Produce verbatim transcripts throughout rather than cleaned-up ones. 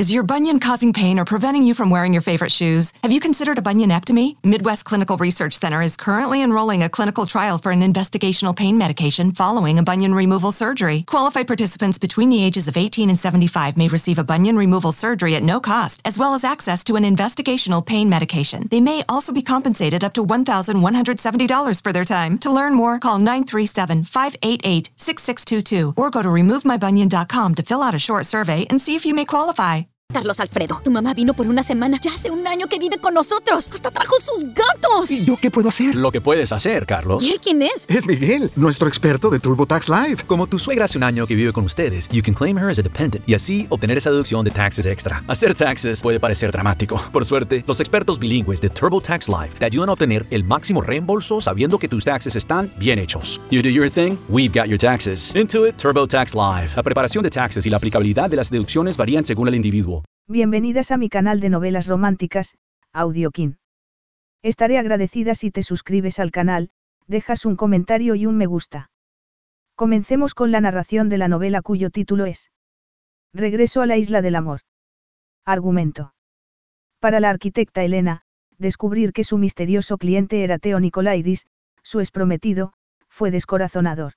Is your bunion causing pain or preventing you from wearing your favorite shoes? Have you considered a bunionectomy? Midwest Clinical Research Center is currently enrolling a clinical trial for an investigational pain medication following a bunion removal surgery. Qualified participants between the ages of eighteen and seventy-five may receive a bunion removal surgery at no cost, as well as access to an investigational pain medication. They may also be compensated up to one thousand one hundred seventy dollars for their time. To learn more, call nine three seven, five eight eight, six six two two or go to remove my bunion dot com to fill out a short survey and see if you may qualify. Carlos Alfredo, tu mamá vino por una semana. Ya hace un año que vive con nosotros. Hasta trajo sus gatos. ¿Y yo qué puedo hacer? Lo que puedes hacer, Carlos. ¿Y él quién es? Es Miguel, nuestro experto de TurboTax Live. Como tu suegra hace un año que vive con ustedes, you can claim her as a dependent y así obtener esa deducción de taxes extra. Hacer taxes puede parecer dramático. Por suerte, los expertos bilingües de TurboTax Live te ayudan a obtener el máximo reembolso sabiendo que tus taxes están bien hechos. You do your thing, we've got your taxes. Intuit TurboTax Live. La preparación de taxes y la aplicabilidad de las deducciones varían según el individuo. Bienvenidas a mi canal de novelas románticas, Audiokin. Estaré agradecida si te suscribes al canal, dejas un comentario y un me gusta. Comencemos con la narración de la novela cuyo título es Regreso a la isla del amor. Argumento. Para la arquitecta Elena, descubrir que su misterioso cliente era Theo Nikolaidis, su exprometido, fue descorazonador.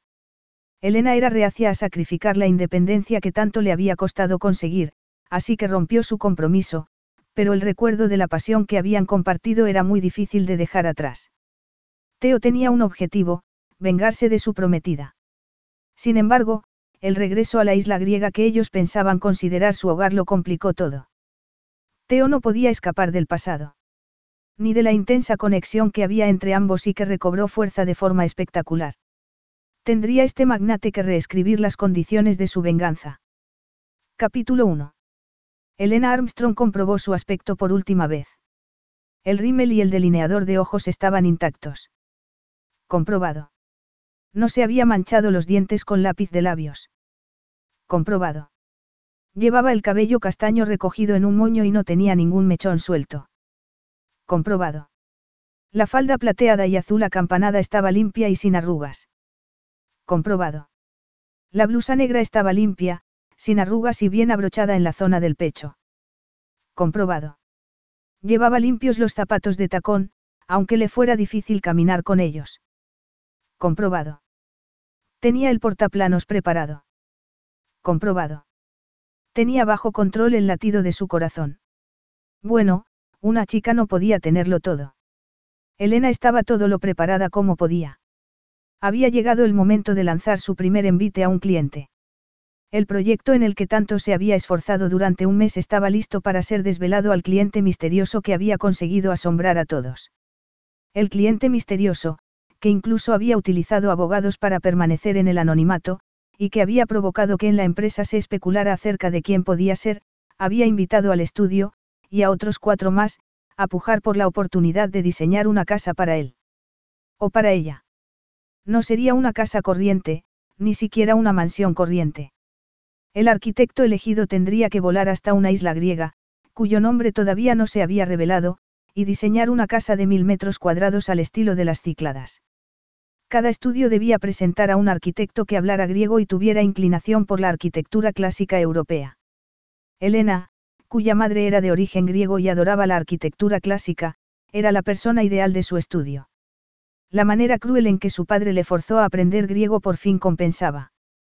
Elena era reacia a sacrificar la independencia que tanto le había costado conseguir, así que rompió su compromiso, pero el recuerdo de la pasión que habían compartido era muy difícil de dejar atrás. Theo tenía un objetivo, vengarse de su prometida. Sin embargo, el regreso a la isla griega que ellos pensaban considerar su hogar lo complicó todo. Theo no podía escapar del pasado. Ni de la intensa conexión que había entre ambos y que recobró fuerza de forma espectacular. Tendría este magnate que reescribir las condiciones de su venganza. Capítulo uno. Elena Armstrong comprobó su aspecto por última vez. El rímel y el delineador de ojos estaban intactos. Comprobado. No se había manchado los dientes con lápiz de labios. Comprobado. Llevaba el cabello castaño recogido en un moño y no tenía ningún mechón suelto. Comprobado. La falda plateada y azul acampanada estaba limpia y sin arrugas. Comprobado. La blusa negra estaba limpia, sin arrugas y bien abrochada en la zona del pecho. Comprobado. Llevaba limpios los zapatos de tacón, aunque le fuera difícil caminar con ellos. Comprobado. Tenía el portaplanos preparado. Comprobado. Tenía bajo control el latido de su corazón. Bueno, una chica no podía tenerlo todo. Elena estaba todo lo preparada como podía. Había llegado el momento de lanzar su primer envite a un cliente. El proyecto en el que tanto se había esforzado durante un mes estaba listo para ser desvelado al cliente misterioso que había conseguido asombrar a todos. El cliente misterioso, que incluso había utilizado abogados para permanecer en el anonimato, y que había provocado que en la empresa se especulara acerca de quién podía ser, había invitado al estudio, y a otros cuatro más, a pujar por la oportunidad de diseñar una casa para él. O para ella. No sería una casa corriente, ni siquiera una mansión corriente. El arquitecto elegido tendría que volar hasta una isla griega, cuyo nombre todavía no se había revelado, y diseñar una casa de mil metros cuadrados al estilo de las Cícladas. Cada estudio debía presentar a un arquitecto que hablara griego y tuviera inclinación por la arquitectura clásica europea. Elena, cuya madre era de origen griego y adoraba la arquitectura clásica, era la persona ideal de su estudio. La manera cruel en que su padre le forzó a aprender griego por fin compensaba.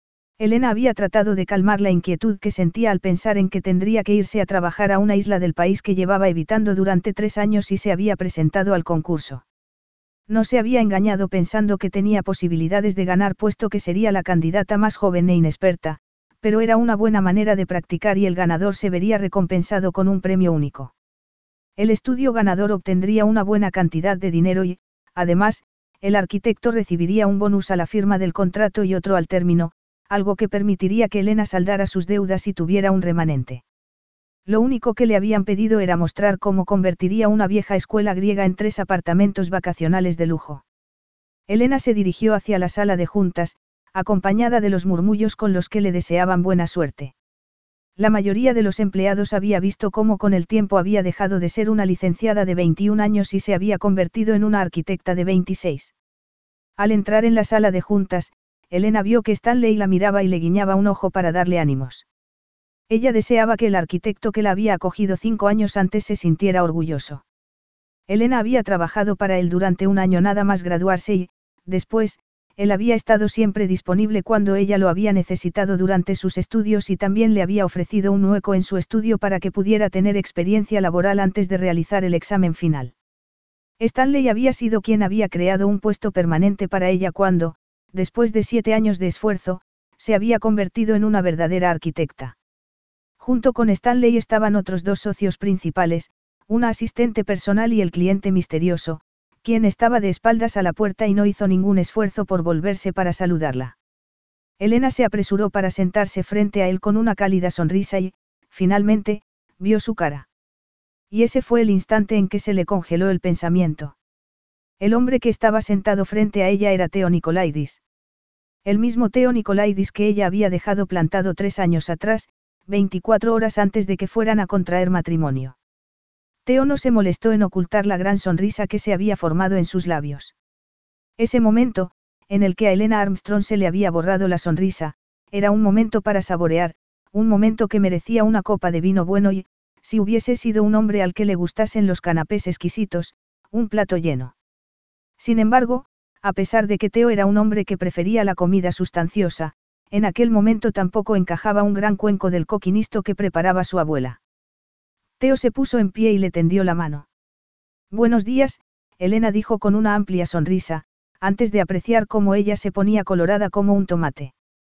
Elena había tratado de calmar la inquietud que sentía al pensar en que tendría que irse a trabajar a una isla del país que llevaba evitando durante tres años y se había presentado al concurso. No se había engañado pensando que tenía posibilidades de ganar puesto que sería la candidata más joven e inexperta, pero era una buena manera de practicar y el ganador se vería recompensado con un premio único. El estudio ganador obtendría una buena cantidad de dinero y, además, el arquitecto recibiría un bonus a la firma del contrato y otro al término, algo que permitiría que Elena saldara sus deudas y tuviera un remanente. Lo único que le habían pedido era mostrar cómo convertiría una vieja escuela griega en tres apartamentos vacacionales de lujo. Elena se dirigió hacia la sala de juntas, acompañada de los murmullos con los que le deseaban buena suerte. La mayoría de los empleados había visto cómo con el tiempo había dejado de ser una licenciada de veintiún años y se había convertido en una arquitecta de veintiséis. Al entrar en la sala de juntas, Elena vio que Stanley la miraba y le guiñaba un ojo para darle ánimos. Ella deseaba que el arquitecto que la había acogido cinco años antes se sintiera orgulloso. Elena había trabajado para él durante un año nada más graduarse y, después, él había estado siempre disponible cuando ella lo había necesitado durante sus estudios y también le había ofrecido un hueco en su estudio para que pudiera tener experiencia laboral antes de realizar el examen final. Stanley había sido quien había creado un puesto permanente para ella cuando, después de siete años de esfuerzo, se había convertido en una verdadera arquitecta. Junto con Stanley estaban otros dos socios principales, una asistente personal y el cliente misterioso, quien estaba de espaldas a la puerta y no hizo ningún esfuerzo por volverse para saludarla. Elena se apresuró para sentarse frente a él con una cálida sonrisa y, finalmente, vio su cara. Y ese fue el instante en que se le congeló el pensamiento. El hombre que estaba sentado frente a ella era Theo Nikolaidis. El mismo Theo Nikolaidis que ella había dejado plantado tres años atrás, veinticuatro horas antes de que fueran a contraer matrimonio. Theo no se molestó en ocultar la gran sonrisa que se había formado en sus labios. Ese momento, en el que a Elena Armstrong se le había borrado la sonrisa, era un momento para saborear, un momento que merecía una copa de vino bueno y, si hubiese sido un hombre al que le gustasen los canapés exquisitos, un plato lleno. Sin embargo, a pesar de que Theo era un hombre que prefería la comida sustanciosa, en aquel momento tampoco encajaba un gran cuenco del coquinisto que preparaba su abuela. Theo se puso en pie y le tendió la mano. Buenos días, Elena dijo con una amplia sonrisa, antes de apreciar cómo ella se ponía colorada como un tomate.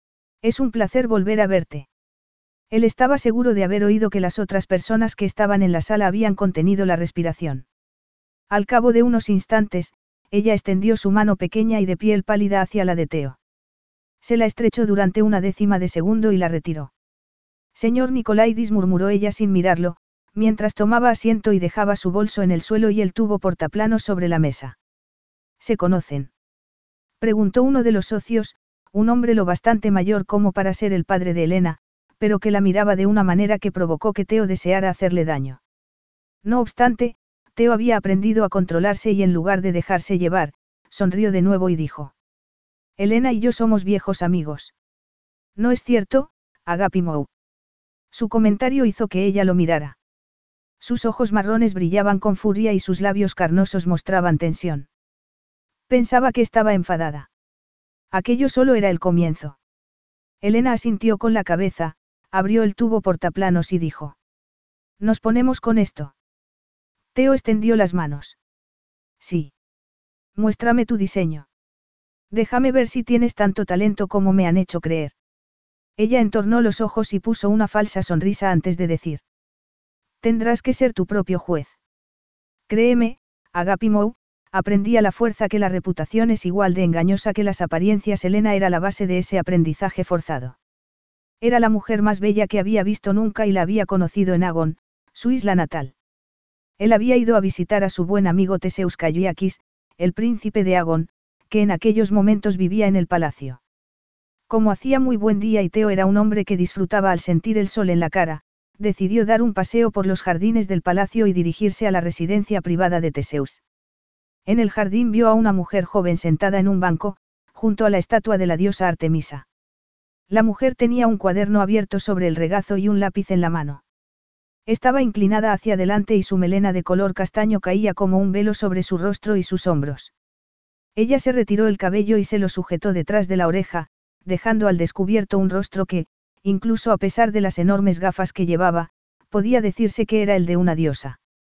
Es un placer volver a verte. Él estaba seguro de haber oído que las otras personas que estaban en la sala habían contenido la respiración. Al cabo de unos instantes, ella extendió su mano pequeña y de piel pálida hacia la de Theo. Se la estrechó durante una décima de segundo y la retiró. Señor Nikolaidis, murmuró ella sin mirarlo, mientras tomaba asiento y dejaba su bolso en el suelo y el tubo portaplanos sobre la mesa. ¿Se conocen?, preguntó uno de los socios, un hombre lo bastante mayor como para ser el padre de Elena, pero que la miraba de una manera que provocó que Theo deseara hacerle daño. No obstante, Theo había aprendido a controlarse y en lugar de dejarse llevar, sonrió de nuevo y dijo: Elena y yo somos viejos amigos. ¿No es cierto, Agapimou? Su comentario hizo que ella lo mirara. Sus ojos marrones brillaban con furia y sus labios carnosos mostraban tensión. Pensaba que estaba enfadada. Aquello solo era el comienzo. Elena asintió con la cabeza, abrió el tubo portaplanos y dijo: ¿Nos ponemos con esto? Theo extendió las manos. Sí. Muéstrame tu diseño. Déjame ver si tienes tanto talento como me han hecho creer. Ella entornó los ojos y puso una falsa sonrisa antes de decir: Tendrás que ser tu propio juez. Créeme, Agapimou, aprendí a la fuerza que la reputación es igual de engañosa que las apariencias. Elena era la base de ese aprendizaje forzado. Era la mujer más bella que había visto nunca y la había conocido en Agon, su isla natal. Él había ido a visitar a su buen amigo Teseus Kallioakis, el príncipe de Agon, que en aquellos momentos vivía en el palacio. Como hacía muy buen día y Theo era un hombre que disfrutaba al sentir el sol en la cara, decidió dar un paseo por los jardines del palacio y dirigirse a la residencia privada de Teseus. En el jardín vio a una mujer joven sentada en un banco, junto a la estatua de la diosa Artemisa. La mujer tenía un cuaderno abierto sobre el regazo y un lápiz en la mano. Estaba inclinada hacia adelante y su melena de color castaño caía como un velo sobre su rostro y sus hombros. Ella se retiró el cabello y se lo sujetó detrás de la oreja, dejando al descubierto un rostro que, incluso a pesar de las enormes gafas que llevaba, podía decirse que era el de una diosa.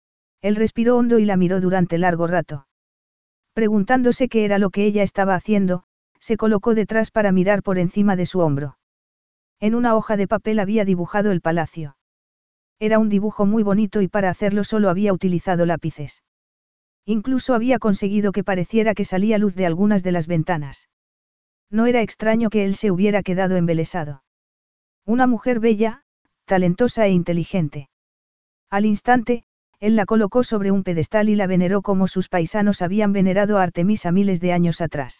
Él respiró hondo y la miró durante largo rato. Preguntándose qué era lo que ella estaba haciendo, se colocó detrás para mirar por encima de su hombro. En una hoja de papel había dibujado el palacio. Era un dibujo muy bonito y para hacerlo solo había utilizado lápices. Incluso había conseguido que pareciera que salía luz de algunas de las ventanas. No era extraño que él se hubiera quedado embelesado. Una mujer bella, talentosa e inteligente. Al instante, él la colocó sobre un pedestal y la veneró como sus paisanos habían venerado a Artemisa miles de años atrás.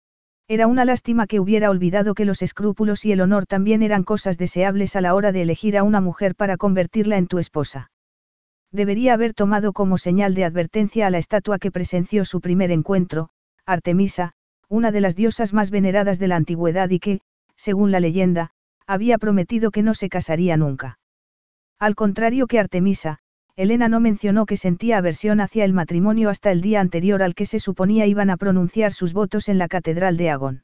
Era una lástima que hubiera olvidado que los escrúpulos y el honor también eran cosas deseables a la hora de elegir a una mujer para convertirla en tu esposa. Debería haber tomado como señal de advertencia a la estatua que presenció su primer encuentro, Artemisa, una de las diosas más veneradas de la antigüedad y que, según la leyenda, había prometido que no se casaría nunca. Al contrario que Artemisa, Elena no mencionó que sentía aversión hacia el matrimonio hasta el día anterior al que se suponía iban a pronunciar sus votos en la catedral de Agón.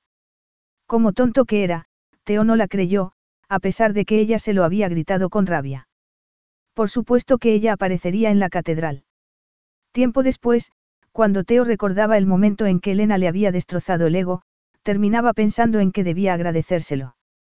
Como tonto que era, Theo no la creyó, a pesar de que ella se lo había gritado con rabia. Por supuesto que ella aparecería en la catedral. Tiempo después, cuando Theo recordaba el momento en que Elena le había destrozado el ego, terminaba pensando en que debía agradecérselo.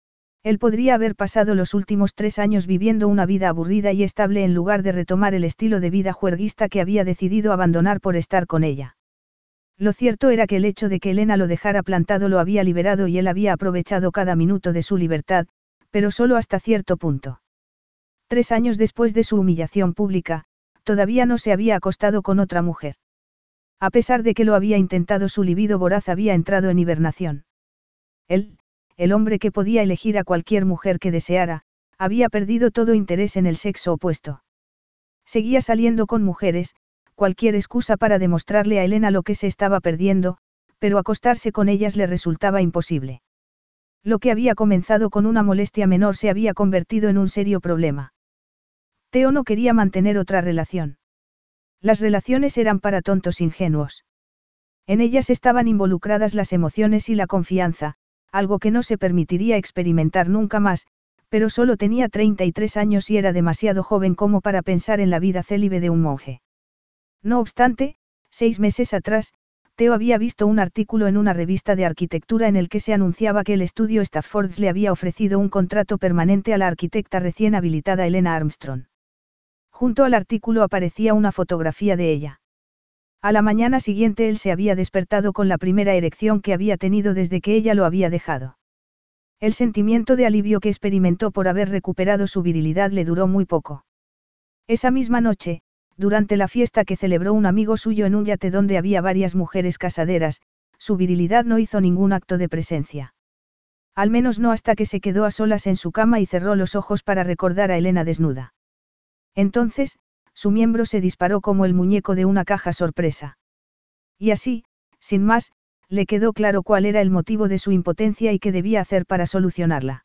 Él podría haber pasado los últimos tres años viviendo una vida aburrida y estable en lugar de retomar el estilo de vida juerguista que había decidido abandonar por estar con ella. Lo cierto era que el hecho de que Elena lo dejara plantado lo había liberado y él había aprovechado cada minuto de su libertad, pero solo hasta cierto punto. Tres años después de su humillación pública, todavía no se había acostado con otra mujer. A pesar de que lo había intentado, su libido voraz había entrado en hibernación. Él, el hombre que podía elegir a cualquier mujer que deseara, había perdido todo interés en el sexo opuesto. Seguía saliendo con mujeres, cualquier excusa para demostrarle a Elena lo que se estaba perdiendo, pero acostarse con ellas le resultaba imposible. Lo que había comenzado con una molestia menor se había convertido en un serio problema. Theo no quería mantener otra relación. Las relaciones eran para tontos ingenuos. En ellas estaban involucradas las emociones y la confianza, algo que no se permitiría experimentar nunca más, pero solo tenía treinta y tres años y era demasiado joven como para pensar en la vida célibe de un monje. No obstante, seis meses atrás, Theo había visto un artículo en una revista de arquitectura en el que se anunciaba que el estudio Stafford's le había ofrecido un contrato permanente a la arquitecta recién habilitada Elena Armstrong. Junto al artículo aparecía una fotografía de ella. A la mañana siguiente él se había despertado con la primera erección que había tenido desde que ella lo había dejado. El sentimiento de alivio que experimentó por haber recuperado su virilidad le duró muy poco. Esa misma noche, durante la fiesta que celebró un amigo suyo en un yate donde había varias mujeres casaderas, su virilidad no hizo ningún acto de presencia. Al menos no hasta que se quedó a solas en su cama y cerró los ojos para recordar a Elena desnuda. Entonces, su miembro se disparó como el muñeco de una caja sorpresa. Y así, sin más, le quedó claro cuál era el motivo de su impotencia y qué debía hacer para solucionarla.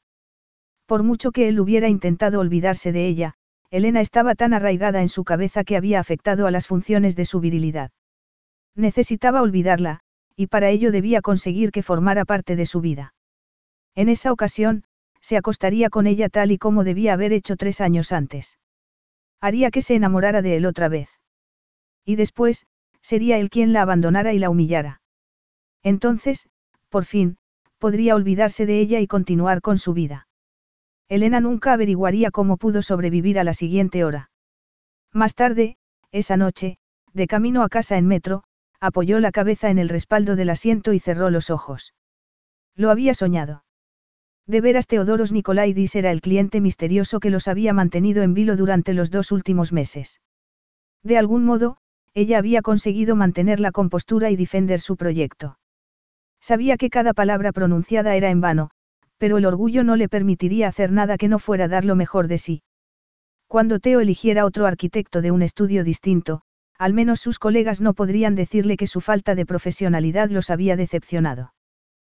Por mucho que él hubiera intentado olvidarse de ella, Elena estaba tan arraigada en su cabeza que había afectado a las funciones de su virilidad. Necesitaba olvidarla, y para ello debía conseguir que formara parte de su vida. En esa ocasión, se acostaría con ella tal y como debía haber hecho tres años antes. Haría que se enamorara de él otra vez. Y después, sería él quien la abandonara y la humillara. Entonces, por fin, podría olvidarse de ella y continuar con su vida. Elena nunca averiguaría cómo pudo sobrevivir a la siguiente hora. Más tarde, esa noche, de camino a casa en metro, apoyó la cabeza en el respaldo del asiento y cerró los ojos. Lo había soñado. De veras Teodoros Nikolaidis era el cliente misterioso que los había mantenido en vilo durante los dos últimos meses. De algún modo, ella había conseguido mantener la compostura y defender su proyecto. Sabía que cada palabra pronunciada era en vano, pero el orgullo no le permitiría hacer nada que no fuera dar lo mejor de sí. Cuando Theo eligiera otro arquitecto de un estudio distinto, al menos sus colegas no podrían decirle que su falta de profesionalidad los había decepcionado.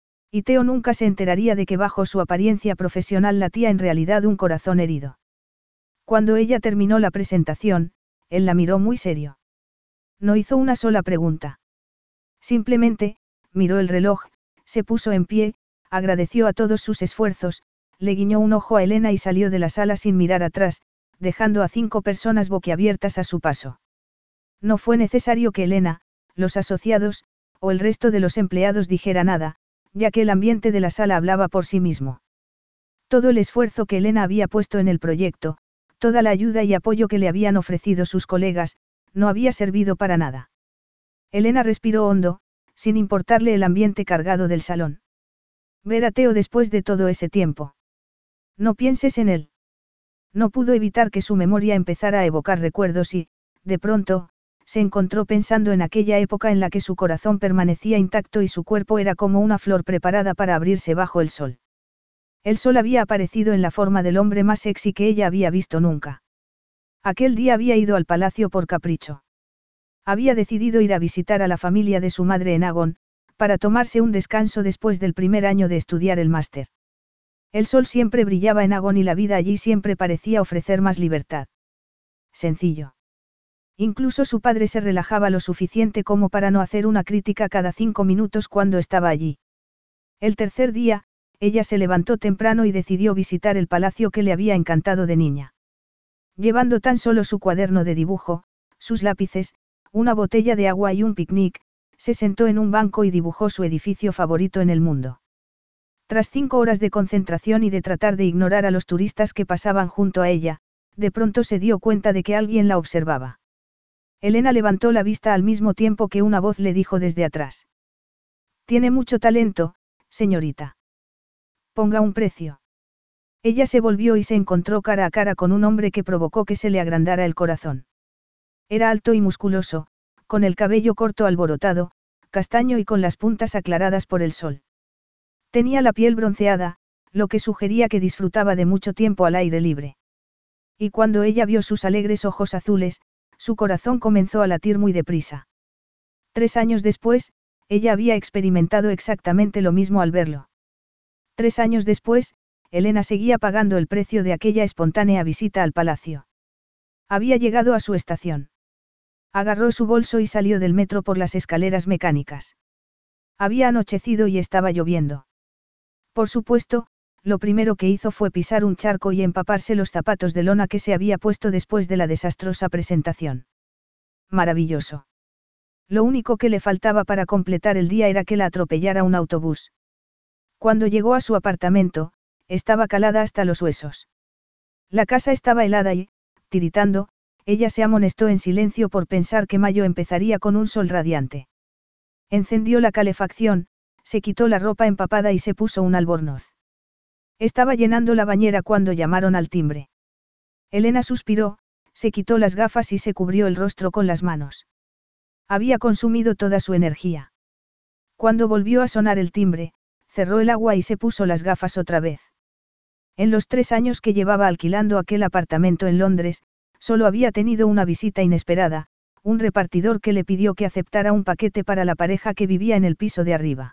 Y Theo nunca se enteraría de que bajo su apariencia profesional latía en realidad un corazón herido. Cuando ella terminó la presentación, él la miró muy serio. No hizo una sola pregunta. Simplemente, miró el reloj, se puso en pie, agradeció a todos sus esfuerzos, le guiñó un ojo a Elena y salió de la sala sin mirar atrás, dejando a cinco personas boquiabiertas a su paso. No fue necesario que Elena, los asociados, o el resto de los empleados dijera nada, ya que el ambiente de la sala hablaba por sí mismo. Todo el esfuerzo que Elena había puesto en el proyecto, toda la ayuda y apoyo que le habían ofrecido sus colegas, no había servido para nada. Elena respiró hondo, sin importarle el ambiente cargado del salón. Ver a Theo después de todo ese tiempo. No pienses en él. No pudo evitar que su memoria empezara a evocar recuerdos y, de pronto, se encontró pensando en aquella época en la que su corazón permanecía intacto y su cuerpo era como una flor preparada para abrirse bajo el sol. El sol había aparecido en la forma del hombre más sexy que ella había visto nunca. Aquel día había ido al palacio por capricho. Había decidido ir a visitar a la familia de su madre en Agón, para tomarse un descanso después del primer año de estudiar el máster. El sol siempre brillaba en Agón y la vida allí siempre parecía ofrecer más libertad. Sencillo. Incluso su padre se relajaba lo suficiente como para no hacer una crítica cada cinco minutos cuando estaba allí. El tercer día, ella se levantó temprano y decidió visitar el palacio que le había encantado de niña. Llevando tan solo su cuaderno de dibujo, sus lápices, una botella de agua y un picnic, se sentó en un banco y dibujó su edificio favorito en el mundo. Tras cinco horas de concentración y de tratar de ignorar a los turistas que pasaban junto a ella, de pronto se dio cuenta de que alguien la observaba. Elena levantó la vista al mismo tiempo que una voz le dijo desde atrás. Tiene mucho talento, señorita. Ponga un precio. Ella se volvió y se encontró cara a cara con un hombre que provocó que se le agrandara el corazón. Era alto y musculoso, con el cabello corto alborotado, castaño y con las puntas aclaradas por el sol. Tenía la piel bronceada, lo que sugería que disfrutaba de mucho tiempo al aire libre. Y cuando ella vio sus alegres ojos azules, su corazón comenzó a latir muy deprisa. Tres años después, ella había experimentado exactamente lo mismo al verlo. Tres años después, Elena seguía pagando el precio de aquella espontánea visita al palacio. Había llegado a su estación. Agarró su bolso y salió del metro por las escaleras mecánicas. Había anochecido y estaba lloviendo. Por supuesto, lo primero que hizo fue pisar un charco y empaparse los zapatos de lona que se había puesto después de la desastrosa presentación. Maravilloso. Lo único que le faltaba para completar el día era que la atropellara un autobús. Cuando llegó a su apartamento, estaba calada hasta los huesos. La casa estaba helada y, tiritando, ella se amonestó en silencio por pensar que mayo empezaría con un sol radiante. Encendió la calefacción, se quitó la ropa empapada y se puso un albornoz. Estaba llenando la bañera cuando llamaron al timbre. Elena suspiró, se quitó las gafas y se cubrió el rostro con las manos. Había consumido toda su energía. Cuando volvió a sonar el timbre, cerró el agua y se puso las gafas otra vez. En los tres años que llevaba alquilando aquel apartamento en Londres, solo había tenido una visita inesperada, un repartidor que le pidió que aceptara un paquete para la pareja que vivía en el piso de arriba.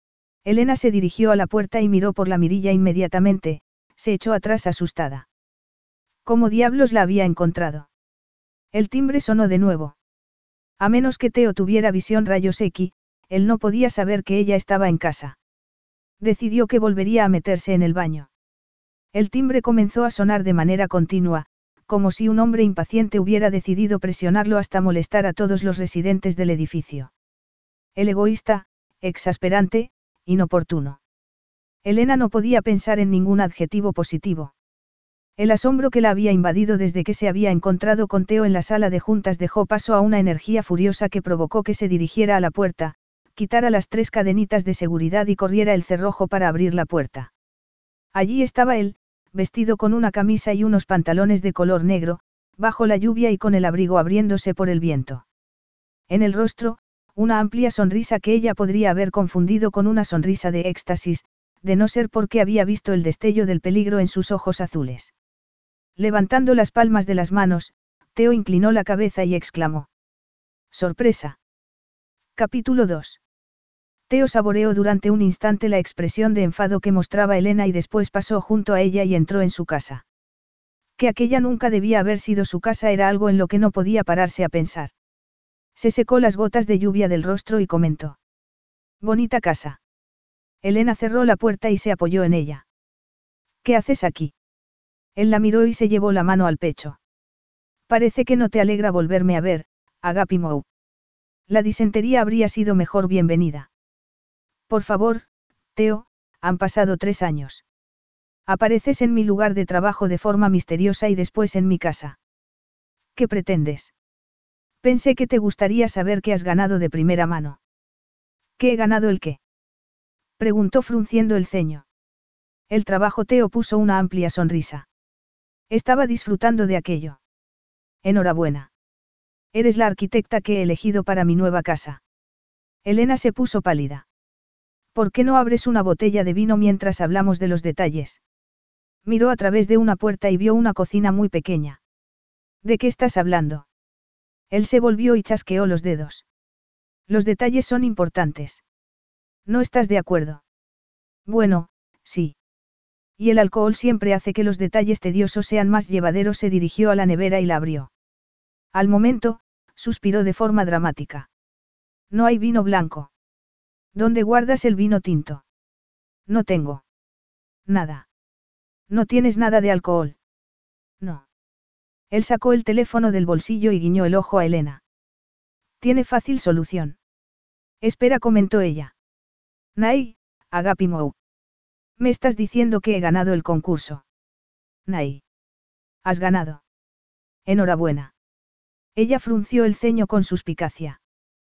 Elena se dirigió a la puerta y miró por la mirilla inmediatamente, se echó atrás asustada. ¿Cómo diablos la había encontrado? El timbre sonó de nuevo. A menos que Theo tuviera visión rayos X, él no podía saber que ella estaba en casa. Decidió que volvería a meterse en el baño. El timbre comenzó a sonar de manera continua, como si un hombre impaciente hubiera decidido presionarlo hasta molestar a todos los residentes del edificio. El egoísta, exasperante, inoportuno. Elena no podía pensar en ningún adjetivo positivo. El asombro que la había invadido desde que se había encontrado con Theo en la sala de juntas dejó paso a una energía furiosa que provocó que se dirigiera a la puerta, quitara las tres cadenitas de seguridad y corriera el cerrojo para abrir la puerta. Allí estaba él, vestido con una camisa y unos pantalones de color negro, bajo la lluvia y con el abrigo abriéndose por el viento. En el rostro, una amplia sonrisa que ella podría haber confundido con una sonrisa de éxtasis, de no ser porque había visto el destello del peligro en sus ojos azules. Levantando las palmas de las manos, Theo inclinó la cabeza y exclamó. ¡Sorpresa! Capítulo dos. Theo saboreó durante un instante la expresión de enfado que mostraba Elena y después pasó junto a ella y entró en su casa. Que aquella nunca debía haber sido su casa era algo en lo que no podía pararse a pensar. Se secó las gotas de lluvia del rostro y comentó. Bonita casa. Elena cerró la puerta y se apoyó en ella. ¿Qué haces aquí? Él la miró y se llevó la mano al pecho. Parece que no te alegra volverme a ver, Agapi Mou. La disentería habría sido mejor bienvenida. Por favor, Theo, han pasado tres años. Apareces en mi lugar de trabajo de forma misteriosa y después en mi casa. ¿Qué pretendes? Pensé que te gustaría saber qué has ganado de primera mano. ¿Qué he ganado el qué? Preguntó frunciendo el ceño. El trabajo. Theo puso una amplia sonrisa. Estaba disfrutando de aquello. Enhorabuena. Eres la arquitecta que he elegido para mi nueva casa. Elena se puso pálida. ¿Por qué no abres una botella de vino mientras hablamos de los detalles? Miró a través de una puerta y vio una cocina muy pequeña. ¿De qué estás hablando? Él se volvió y chasqueó los dedos. Los detalles son importantes. ¿No estás de acuerdo? Bueno, sí. Y el alcohol siempre hace que los detalles tediosos sean más llevaderos. Se dirigió a la nevera y la abrió. Al momento, suspiró de forma dramática. No hay vino blanco. ¿Dónde guardas el vino tinto? No tengo. Nada. ¿No tienes nada de alcohol? No. Él sacó el teléfono del bolsillo y guiñó el ojo a Elena. Tiene fácil solución. Espera, comentó ella. Nay, Agapimou. Me estás diciendo que he ganado el concurso. Nay. Has ganado. Enhorabuena. Ella frunció el ceño con suspicacia.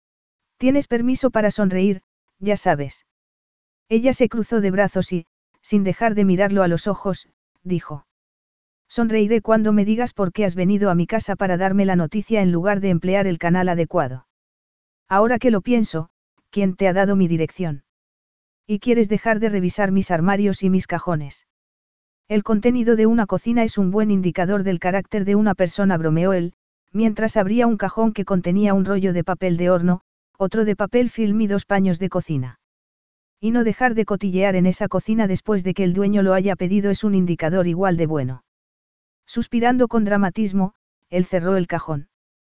Tienes permiso para sonreír, ya sabes. Ella se cruzó de brazos y, sin dejar de mirarlo a los ojos, dijo. Sonreiré cuando me digas por qué has venido a mi casa para darme la noticia en lugar de emplear el canal adecuado. Ahora que lo pienso, ¿quién te ha dado mi dirección? ¿Y quieres dejar de revisar mis armarios y mis cajones? El contenido de una cocina es un buen indicador del carácter de una persona, bromeó él, mientras abría un cajón que contenía un rollo de papel de horno, otro de papel film y dos paños de cocina. Y no dejar de cotillear en esa cocina después de que el dueño lo haya pedido es un indicador igual de bueno. Suspirando con dramatismo, él cerró el cajón.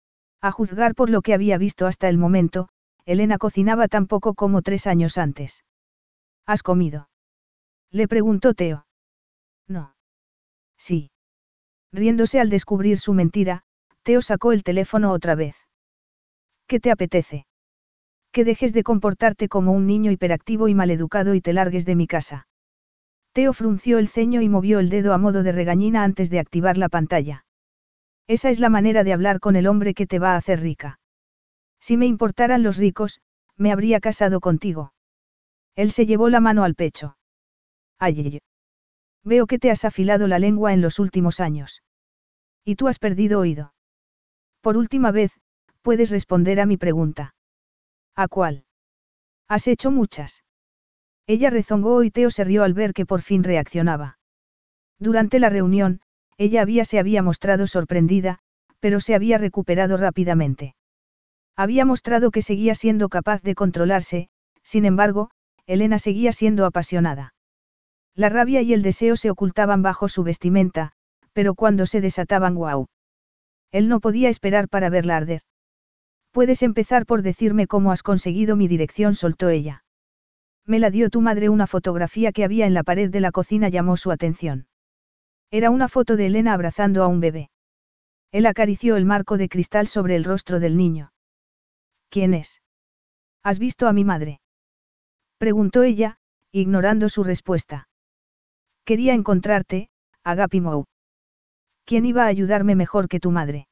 A juzgar por lo que había visto hasta el momento, Elena cocinaba tan poco como tres años antes. ¿Has comido? Le preguntó Theo. No. Sí. Riéndose al descubrir su mentira, Theo sacó el teléfono otra vez. ¿Qué te apetece? Que dejes de comportarte como un niño hiperactivo y maleducado y te largues de mi casa. Theo frunció el ceño y movió el dedo a modo de regañina antes de activar la pantalla. Esa es la manera de hablar con el hombre que te va a hacer rica. Si me importaran los ricos, me habría casado contigo. Él se llevó la mano al pecho. Ay, veo que te has afilado la lengua en los últimos años. Y tú has perdido oído. Por última vez, puedes responder a mi pregunta. ¿A cuál? Has hecho muchas. Ella rezongó y Theo se rió al ver que por fin reaccionaba. Durante la reunión, ella había se había mostrado sorprendida, pero se había recuperado rápidamente. Había mostrado que seguía siendo capaz de controlarse, sin embargo, Elena seguía siendo apasionada. La rabia y el deseo se ocultaban bajo su vestimenta, pero cuando se desataban, guau. Él no podía esperar para verla arder. Puedes empezar por decirme cómo has conseguido mi dirección, soltó ella. Me la dio tu madre. Una fotografía que había en la pared de la cocina llamó su atención. Era una foto de Elena abrazando a un bebé. Él acarició el marco de cristal sobre el rostro del niño. ¿Quién es? ¿Has visto a mi madre? Preguntó ella, ignorando su respuesta. Quería encontrarte, Agapimou. ¿Quién iba a ayudarme mejor que tu madre?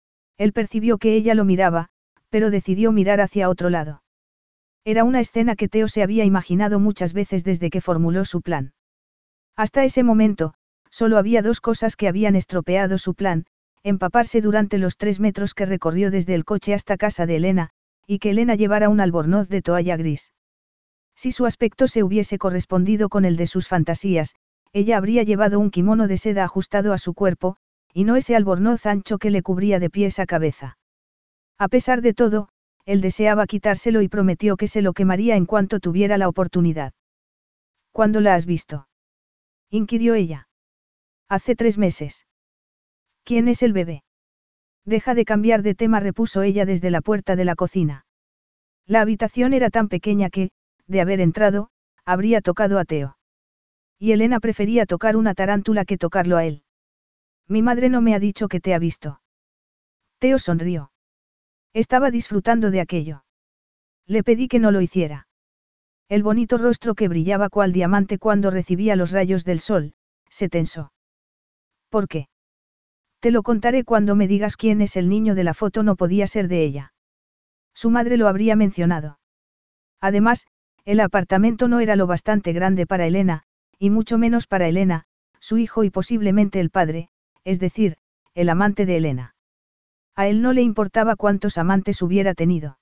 Él percibió que ella lo miraba, pero decidió mirar hacia otro lado. Era una escena que Theo se había imaginado muchas veces desde que formuló su plan. Hasta ese momento, solo había dos cosas que habían estropeado su plan: empaparse durante los tres metros que recorrió desde el coche hasta casa de Elena, y que Elena llevara un albornoz de toalla gris. Si su aspecto se hubiese correspondido con el de sus fantasías, ella habría llevado un kimono de seda ajustado a su cuerpo, y no ese albornoz ancho que le cubría de pies a cabeza. A pesar de todo, él deseaba quitárselo y prometió que se lo quemaría en cuanto tuviera la oportunidad. ¿Cuándo la has visto? Inquirió ella. Hace tres meses. ¿Quién es el bebé? Deja de cambiar de tema, repuso ella desde la puerta de la cocina. La habitación era tan pequeña que, de haber entrado, habría tocado a Theo. Y Elena prefería tocar una tarántula que tocarlo a él. Mi madre no me ha dicho que te ha visto. Theo sonrió. Estaba disfrutando de aquello. Le pedí que no lo hiciera. El bonito rostro que brillaba cual diamante cuando recibía los rayos del sol, se tensó. ¿Por qué? Te lo contaré cuando me digas quién es el niño de la foto. No podía ser de ella. Su madre lo habría mencionado. Además, el apartamento no era lo bastante grande para Elena, y mucho menos para Elena, su hijo y posiblemente el padre, es decir, el amante de Elena. A él no le importaba cuántos amantes hubiera tenido.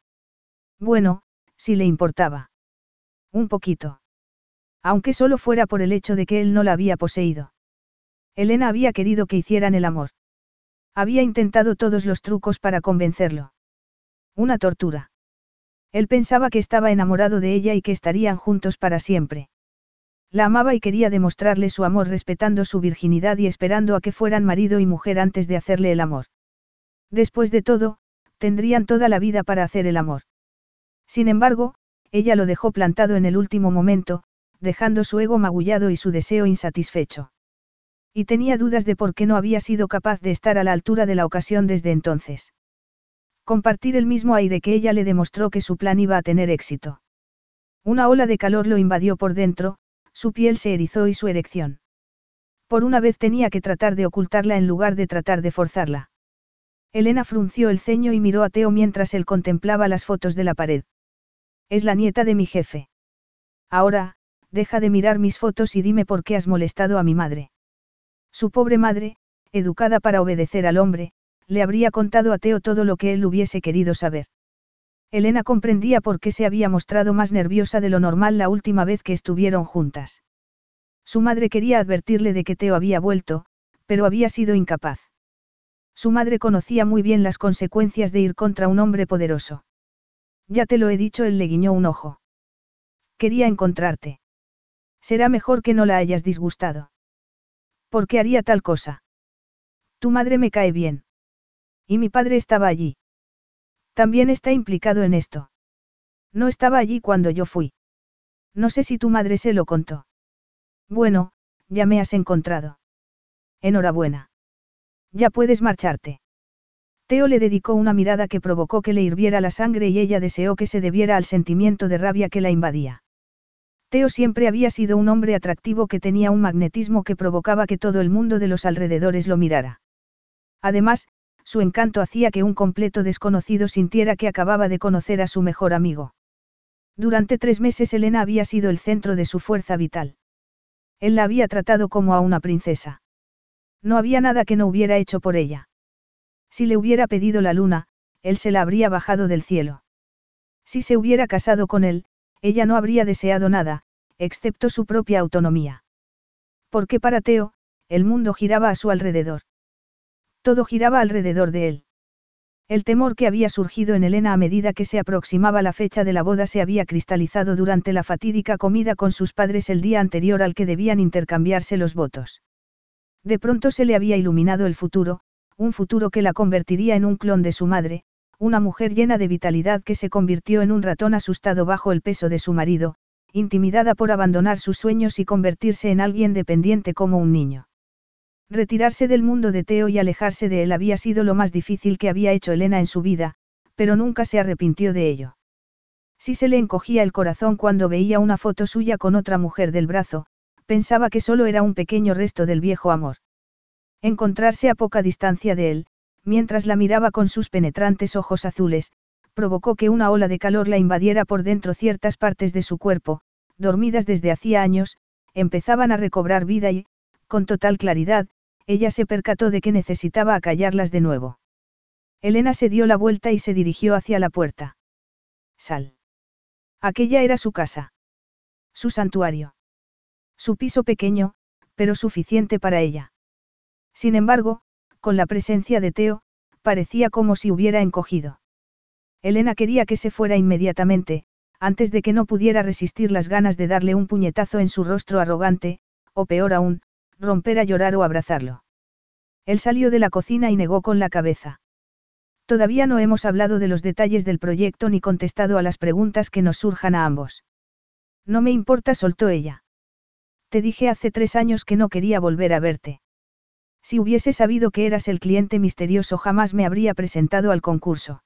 Bueno, sí le importaba. Un poquito. Aunque solo fuera por el hecho de que él no la había poseído. Elena había querido que hicieran el amor. Había intentado todos los trucos para convencerlo. Una tortura. Él pensaba que estaba enamorado de ella y que estarían juntos para siempre. La amaba y quería demostrarle su amor respetando su virginidad y esperando a que fueran marido y mujer antes de hacerle el amor. Después de todo, tendrían toda la vida para hacer el amor. Sin embargo, ella lo dejó plantado en el último momento, dejando su ego magullado y su deseo insatisfecho. Y tenía dudas de por qué no había sido capaz de estar a la altura de la ocasión desde entonces. Compartir el mismo aire que ella le demostró que su plan iba a tener éxito. Una ola de calor lo invadió por dentro, su piel se erizó y su erección. Por una vez tenía que tratar de ocultarla en lugar de tratar de forzarla. Elena frunció el ceño y miró a Theo mientras él contemplaba las fotos de la pared. Es la nieta de mi jefe. Ahora, deja de mirar mis fotos y dime por qué has molestado a mi madre. Su pobre madre, educada para obedecer al hombre, le habría contado a Theo todo lo que él hubiese querido saber. Elena comprendía por qué se había mostrado más nerviosa de lo normal la última vez que estuvieron juntas. Su madre quería advertirle de que Theo había vuelto, pero había sido incapaz. Su madre conocía muy bien las consecuencias de ir contra un hombre poderoso. Ya te lo he dicho, él le guiñó un ojo. Quería encontrarte. Será mejor que no la hayas disgustado. ¿Por qué haría tal cosa? Tu madre me cae bien. Y mi padre estaba allí. También está implicado en esto. No estaba allí cuando yo fui. No sé si tu madre se lo contó. Bueno, ya me has encontrado. Enhorabuena. Ya puedes marcharte. Theo le dedicó una mirada que provocó que le hirviera la sangre y ella deseó que se debiera al sentimiento de rabia que la invadía. Theo siempre había sido un hombre atractivo que tenía un magnetismo que provocaba que todo el mundo de los alrededores lo mirara. Además, su encanto hacía que un completo desconocido sintiera que acababa de conocer a su mejor amigo. Durante tres meses Elena había sido el centro de su fuerza vital. Él la había tratado como a una princesa. No había nada que no hubiera hecho por ella. Si le hubiera pedido la luna, él se la habría bajado del cielo. Si se hubiera casado con él, ella no habría deseado nada, excepto su propia autonomía. Porque para Theo, el mundo giraba a su alrededor. Todo giraba alrededor de él. El temor que había surgido en Elena a medida que se aproximaba la fecha de la boda se había cristalizado durante la fatídica comida con sus padres el día anterior al que debían intercambiarse los votos. De pronto se le había iluminado el futuro, un futuro que la convertiría en un clon de su madre, una mujer llena de vitalidad que se convirtió en un ratón asustado bajo el peso de su marido, intimidada por abandonar sus sueños y convertirse en alguien dependiente como un niño. Retirarse del mundo de Theo y alejarse de él había sido lo más difícil que había hecho Elena en su vida, pero nunca se arrepintió de ello. Si se le encogía el corazón cuando veía una foto suya con otra mujer del brazo, pensaba que solo era un pequeño resto del viejo amor. Encontrarse a poca distancia de él, mientras la miraba con sus penetrantes ojos azules, provocó que una ola de calor la invadiera por dentro. Ciertas partes de su cuerpo, dormidas desde hacía años, empezaban a recobrar vida y, con total claridad, ella se percató de que necesitaba acallarlas de nuevo. Elena se dio la vuelta y se dirigió hacia la puerta. Sal. Aquella era su casa. Su santuario. Su piso pequeño, pero suficiente para ella. Sin embargo, con la presencia de Theo, parecía como si hubiera encogido. Elena quería que se fuera inmediatamente, antes de que no pudiera resistir las ganas de darle un puñetazo en su rostro arrogante, o peor aún, romper a llorar o abrazarlo. Él salió de la cocina y negó con la cabeza. Todavía no hemos hablado de los detalles del proyecto ni contestado a las preguntas que nos surjan a ambos. No me importa, soltó ella. Te dije hace tres años que no quería volver a verte. Si hubiese sabido que eras el cliente misterioso jamás me habría presentado al concurso.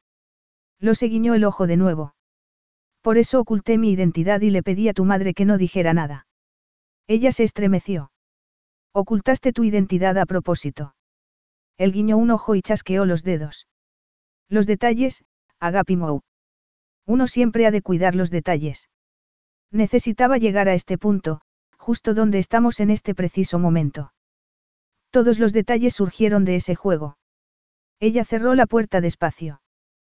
Lo se guiñó el ojo de nuevo. Por eso oculté mi identidad y le pedí a tu madre que no dijera nada. Ella se estremeció. Ocultaste tu identidad a propósito. Él guiñó un ojo y chasqueó los dedos. Los detalles, Agapimou. Uno siempre ha de cuidar los detalles. Necesitaba llegar a este punto, justo donde estamos en este preciso momento. Todos los detalles surgieron de ese juego. Ella cerró la puerta despacio.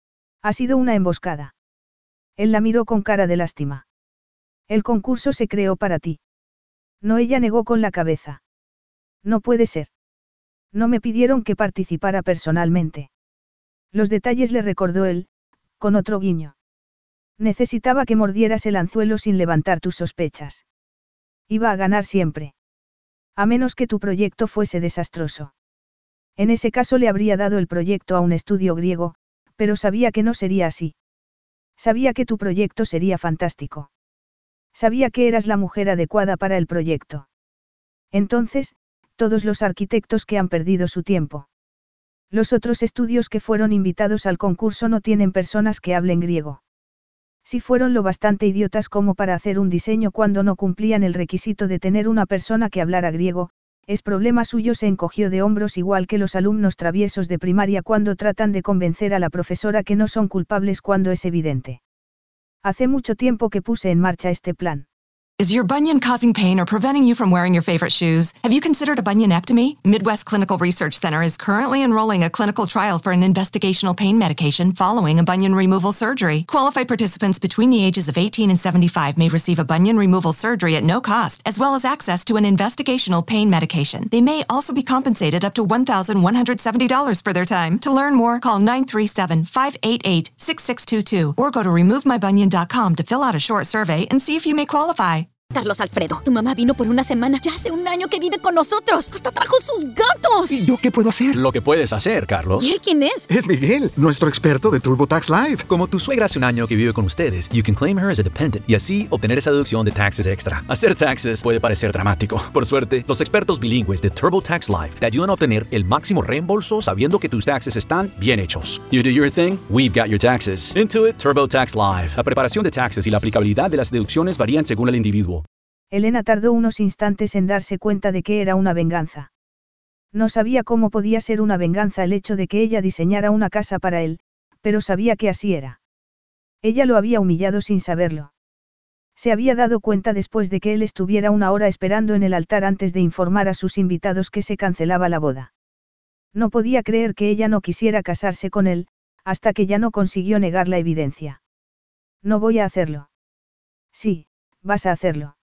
Ha sido una emboscada. Él la miró con cara de lástima. El concurso se creó para ti. No, ella negó con la cabeza. No puede ser. No me pidieron que participara personalmente. Los detalles le recordó él, con otro guiño. Necesitaba que mordieras el anzuelo sin levantar tus sospechas. Iba a ganar siempre. A menos que tu proyecto fuese desastroso. En ese caso le habría dado el proyecto a un estudio griego, pero sabía que no sería así. Sabía que tu proyecto sería fantástico. Sabía que eras la mujer adecuada para el proyecto. Entonces, todos los arquitectos que han perdido su tiempo. Los otros estudios que fueron invitados al concurso no tienen personas que hablen griego. Si fueron lo bastante idiotas como para hacer un diseño cuando no cumplían el requisito de tener una persona que hablara griego, es problema suyo. Se encogió de hombros igual que los alumnos traviesos de primaria cuando tratan de convencer a la profesora que no son culpables cuando es evidente. Hace mucho tiempo que puse en marcha este plan. Is your bunion causing pain or preventing you from wearing your favorite shoes? Have you considered a bunionectomy? Midwest Clinical Research Center is currently enrolling a clinical trial for an investigational pain medication following a bunion removal surgery. Qualified participants between the ages of eighteen and seventy-five may receive a bunion removal surgery at no cost, as well as access to an investigational pain medication. They may also be compensated up to one thousand one hundred seventy dollars for their time. To learn more, call nine three seven, five eight eight, six six two two or go to remove my bunion dot com to fill out a short survey and see if you may qualify. Carlos Alfredo, tu mamá vino por una semana. Ya hace un año que vive con nosotros. Hasta trajo sus gatos. ¿Y yo qué puedo hacer? Lo que puedes hacer, Carlos. ¿Y él quién es? Es Miguel, nuestro experto de TurboTax Live. Como tu suegra hace un año que vive con ustedes, you can claim her as a dependent y así obtener esa deducción de taxes extra. Hacer taxes puede parecer dramático. Por suerte, los expertos bilingües de TurboTax Live te ayudan a obtener el máximo reembolso sabiendo que tus taxes están bien hechos. You do your thing, we've got your taxes. Intuit TurboTax Live. La preparación de taxes y la aplicabilidad de las deducciones varían según el individuo. Elena tardó unos instantes en darse cuenta de que era una venganza. No sabía cómo podía ser una venganza el hecho de que ella diseñara una casa para él, pero sabía que así era. Ella lo había humillado sin saberlo. Se había dado cuenta después de que él estuviera una hora esperando en el altar antes de informar a sus invitados que se cancelaba la boda. No podía creer que ella no quisiera casarse con él, hasta que ya no consiguió negar la evidencia. No voy a hacerlo. Sí, vas a hacerlo.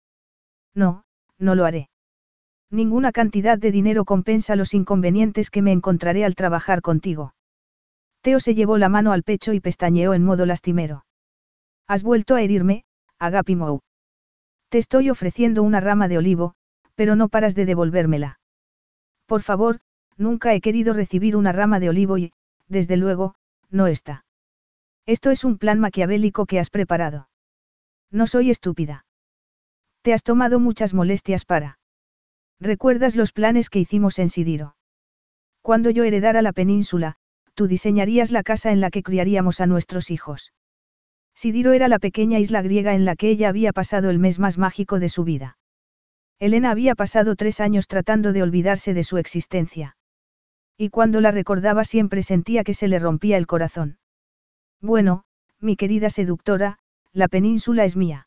No, no lo haré. Ninguna cantidad de dinero compensa los inconvenientes que me encontraré al trabajar contigo. Theo se llevó la mano al pecho y pestañeó en modo lastimero. Has vuelto a herirme, Agapimou. Te estoy ofreciendo una rama de olivo, pero no paras de devolvérmela. Por favor, nunca he querido recibir una rama de olivo y, desde luego, no esta. Esto es un plan maquiavélico que has preparado. No soy estúpida. Te has tomado muchas molestias para. ¿Recuerdas los planes que hicimos en Sidiro? Cuando yo heredara la península, tú diseñarías la casa en la que criaríamos a nuestros hijos. Sidiro era la pequeña isla griega en la que ella había pasado el mes más mágico de su vida. Elena había pasado tres años tratando de olvidarse de su existencia. Y cuando la recordaba siempre sentía que se le rompía el corazón. Bueno, mi querida seductora, la península es mía.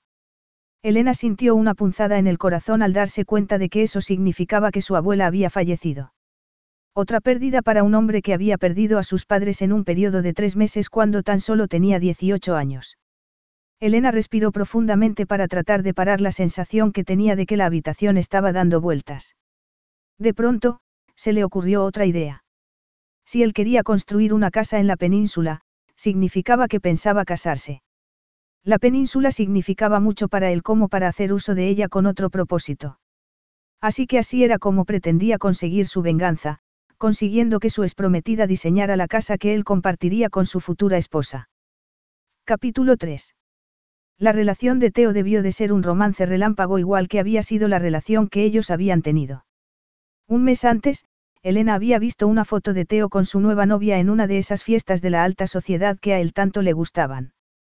Elena sintió una punzada en el corazón al darse cuenta de que eso significaba que su abuela había fallecido. Otra pérdida para un hombre que había perdido a sus padres en un periodo de tres meses cuando tan solo tenía dieciocho años. Elena respiró profundamente para tratar de parar la sensación que tenía de que la habitación estaba dando vueltas. De pronto, se le ocurrió otra idea. Si él quería construir una casa en la península, significaba que pensaba casarse. La península significaba mucho para él como para hacer uso de ella con otro propósito. Así que así era como pretendía conseguir su venganza, consiguiendo que su exprometida diseñara la casa que él compartiría con su futura esposa. Capítulo tres. La relación de Theo debió de ser un romance relámpago igual que había sido la relación que ellos habían tenido. Un mes antes, Elena había visto una foto de Theo con su nueva novia en una de esas fiestas de la alta sociedad que a él tanto le gustaban.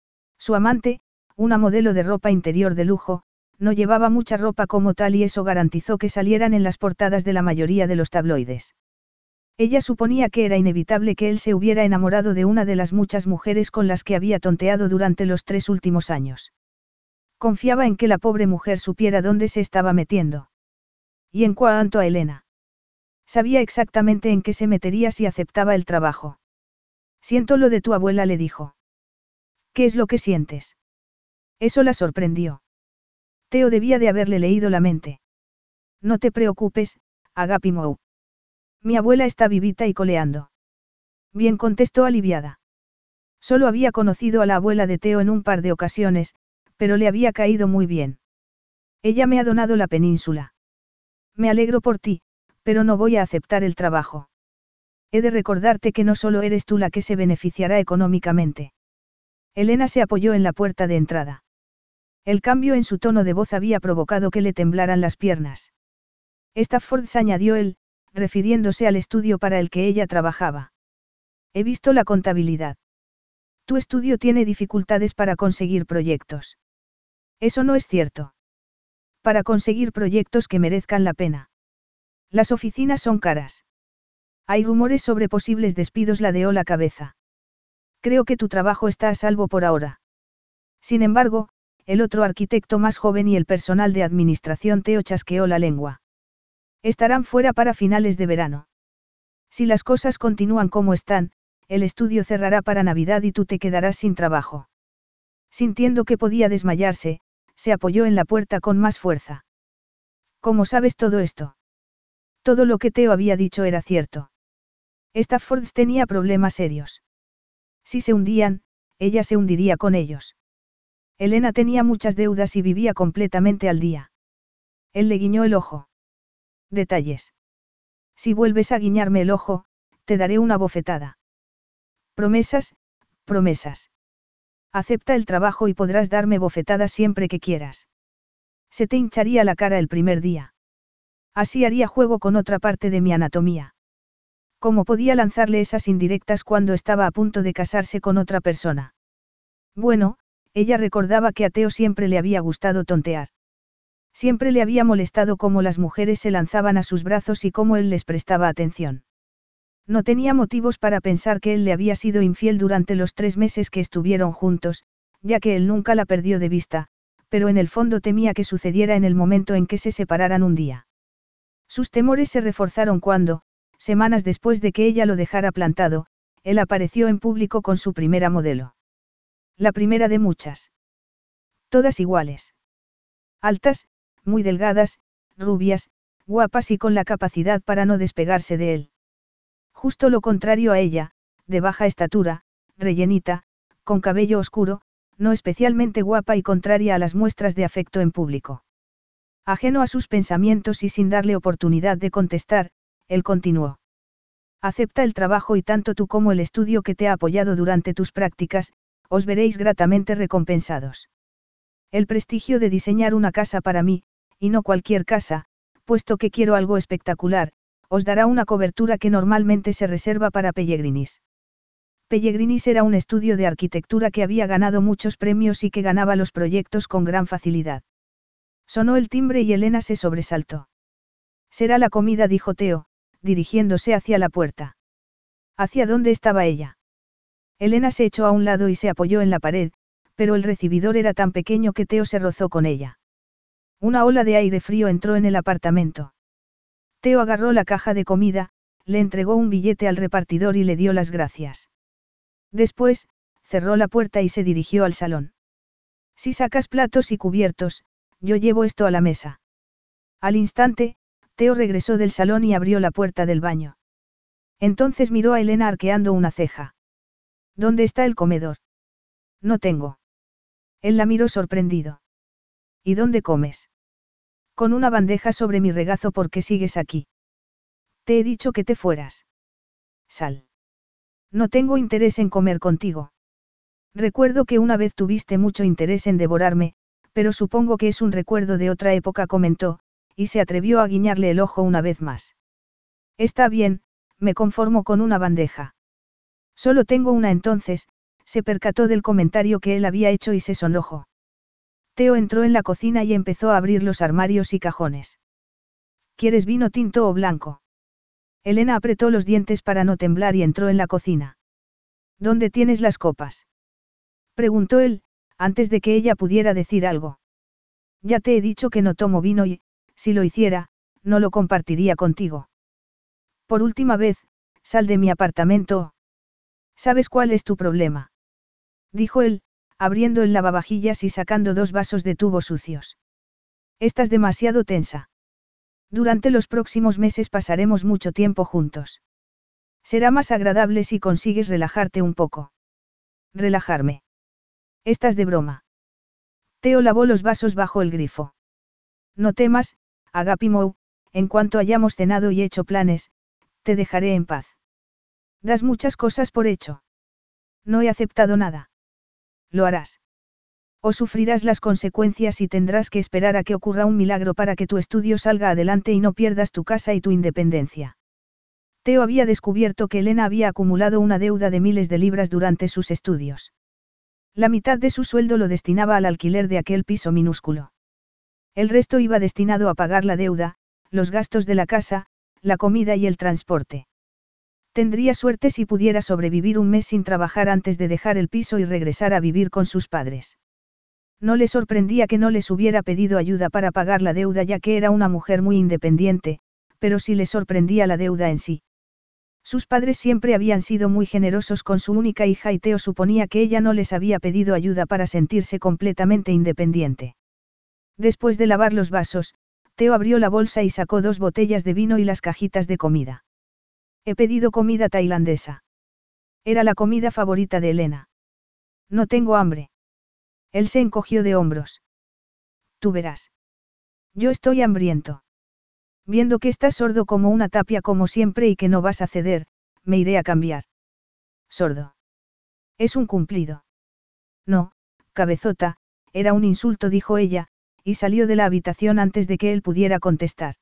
Su amante, una modelo de ropa interior de lujo, no llevaba mucha ropa como tal y eso garantizó que salieran en las portadas de la mayoría de los tabloides. Ella suponía que era inevitable que él se hubiera enamorado de una de las muchas mujeres con las que había tonteado durante los tres últimos años. Confiaba en que la pobre mujer supiera dónde se estaba metiendo. Y en cuanto a Elena. Sabía exactamente en qué se metería si aceptaba el trabajo. Siento lo de tu abuela, le dijo. ¿Qué es lo que sientes? Eso la sorprendió. Theo debía de haberle leído la mente. No te preocupes, Agapimou. Mi abuela está vivita y coleando. Bien, contestó aliviada. Solo había conocido a la abuela de Theo en un par de ocasiones, pero le había caído muy bien. Ella me ha donado la península. Me alegro por ti, pero no voy a aceptar el trabajo. He de recordarte que no solo eres tú la que se beneficiará económicamente. Elena se apoyó en la puerta de entrada. El cambio en su tono de voz había provocado que le temblaran las piernas. Stafford, añadió él, refiriéndose al estudio para el que ella trabajaba. He visto la contabilidad. Tu estudio tiene dificultades para conseguir proyectos. Eso no es cierto. Para conseguir proyectos que merezcan la pena. Las oficinas son caras. Hay rumores sobre posibles despidos, ladeó la cabeza. Creo que tu trabajo está a salvo por ahora. Sin embargo, el otro arquitecto más joven y el personal de administración Theo chasqueó la lengua. Estarán fuera para finales de verano. Si las cosas continúan como están, el estudio cerrará para Navidad y tú te quedarás sin trabajo. Sintiendo que podía desmayarse, se apoyó en la puerta con más fuerza. ¿Cómo sabes todo esto? Todo lo que Theo había dicho era cierto. Stafford tenía problemas serios. Si se hundían, ella se hundiría con ellos. Elena tenía muchas deudas y vivía completamente al día. Él le guiñó el ojo. Detalles. Si vuelves a guiñarme el ojo, te daré una bofetada. Promesas, promesas. Acepta el trabajo y podrás darme bofetadas siempre que quieras. Se te hincharía la cara el primer día. Así haría juego con otra parte de mi anatomía. ¿Cómo podía lanzarle esas indirectas cuando estaba a punto de casarse con otra persona? Bueno, ella recordaba que a Theo siempre le había gustado tontear. Siempre le había molestado cómo las mujeres se lanzaban a sus brazos y cómo él les prestaba atención. No tenía motivos para pensar que él le había sido infiel durante los tres meses que estuvieron juntos, ya que él nunca la perdió de vista, pero en el fondo temía que sucediera en el momento en que se separaran un día. Sus temores se reforzaron cuando, semanas después de que ella lo dejara plantado, él apareció en público con su primera modelo. La primera de muchas. Todas iguales. Altas, muy delgadas, rubias, guapas y con la capacidad para no despegarse de él. Justo lo contrario a ella, de baja estatura, rellenita, con cabello oscuro, no especialmente guapa y contraria a las muestras de afecto en público. Ajeno a sus pensamientos y sin darle oportunidad de contestar, él continuó. Acepta el trabajo y tanto tú como el estudio que te ha apoyado durante tus prácticas, os veréis gratamente recompensados. El prestigio de diseñar una casa para mí, y no cualquier casa, puesto que quiero algo espectacular, os dará una cobertura que normalmente se reserva para Pellegrinis. Pellegrinis era un estudio de arquitectura que había ganado muchos premios y que ganaba los proyectos con gran facilidad. Sonó el timbre y Elena se sobresaltó. Será la comida, dijo Theo, dirigiéndose hacia la puerta. ¿Hacia dónde estaba ella? Elena se echó a un lado y se apoyó en la pared, pero el recibidor era tan pequeño que Theo se rozó con ella. Una ola de aire frío entró en el apartamento. Theo agarró la caja de comida, le entregó un billete al repartidor y le dio las gracias. Después, cerró la puerta y se dirigió al salón. Si sacas platos y cubiertos, yo llevo esto a la mesa. Al instante, Theo regresó del salón y abrió la puerta del baño. Entonces miró a Elena arqueando una ceja. ¿Dónde está el comedor? No tengo. Él la miró sorprendido. ¿Y dónde comes? Con una bandeja sobre mi regazo. ¿Por qué sigues aquí? Te he dicho que te fueras. Sal. No tengo interés en comer contigo. Recuerdo que una vez tuviste mucho interés en devorarme, pero supongo que es un recuerdo de otra época, comentó, y se atrevió a guiñarle el ojo una vez más. Está bien, me conformo con una bandeja. Solo tengo una. Entonces, se percató del comentario que él había hecho y se sonrojó. Theo entró en la cocina y empezó a abrir los armarios y cajones. ¿Quieres vino tinto o blanco? Elena apretó los dientes para no temblar y entró en la cocina. ¿Dónde tienes las copas? Preguntó él, antes de que ella pudiera decir algo. Ya te he dicho que no tomo vino y, si lo hiciera, no lo compartiría contigo. Por última vez, sal de mi apartamento. ¿Sabes cuál es tu problema? Dijo él, abriendo el lavavajillas y sacando dos vasos de tubo sucios. Estás demasiado tensa. Durante los próximos meses pasaremos mucho tiempo juntos. Será más agradable si consigues relajarte un poco. ¿Relajarme? Estás de broma. Theo lavó los vasos bajo el grifo. No temas, Agapimou, en cuanto hayamos cenado y hecho planes, te dejaré en paz. Das muchas cosas por hecho. No he aceptado nada. Lo harás. O sufrirás las consecuencias y tendrás que esperar a que ocurra un milagro para que tu estudio salga adelante y no pierdas tu casa y tu independencia. Theo había descubierto que Elena había acumulado una deuda de miles de libras durante sus estudios. La mitad de su sueldo lo destinaba al alquiler de aquel piso minúsculo. El resto iba destinado a pagar la deuda, los gastos de la casa, la comida y el transporte. Tendría suerte si pudiera sobrevivir un mes sin trabajar antes de dejar el piso y regresar a vivir con sus padres. No le sorprendía que no les hubiera pedido ayuda para pagar la deuda ya que era una mujer muy independiente, pero sí le sorprendía la deuda en sí. Sus padres siempre habían sido muy generosos con su única hija y Theo suponía que ella no les había pedido ayuda para sentirse completamente independiente. Después de lavar los vasos, Theo abrió la bolsa y sacó dos botellas de vino y las cajitas de comida. He pedido comida tailandesa. Era la comida favorita de Elena. No tengo hambre. Él se encogió de hombros. Tú verás. Yo estoy hambriento. Viendo que estás sordo como una tapia como siempre y que no vas a ceder, me iré a cambiar. Sordo. Es un cumplido. No, cabezota, era un insulto, dijo ella, y salió de la habitación antes de que él pudiera contestar.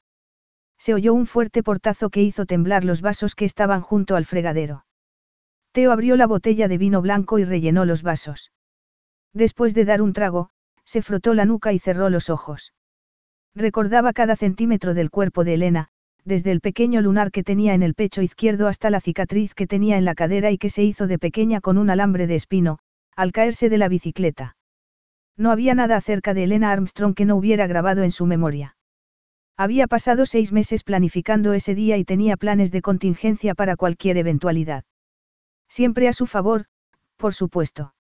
Se oyó un fuerte portazo que hizo temblar los vasos que estaban junto al fregadero. Theo abrió la botella de vino blanco y rellenó los vasos. Después de dar un trago, se frotó la nuca y cerró los ojos. Recordaba cada centímetro del cuerpo de Elena, desde el pequeño lunar que tenía en el pecho izquierdo hasta la cicatriz que tenía en la cadera y que se hizo de pequeña con un alambre de espino, al caerse de la bicicleta. No había nada acerca de Elena Armstrong que no hubiera grabado en su memoria. Había pasado seis meses planificando ese día y tenía planes de contingencia para cualquier eventualidad. Siempre a su favor, por supuesto.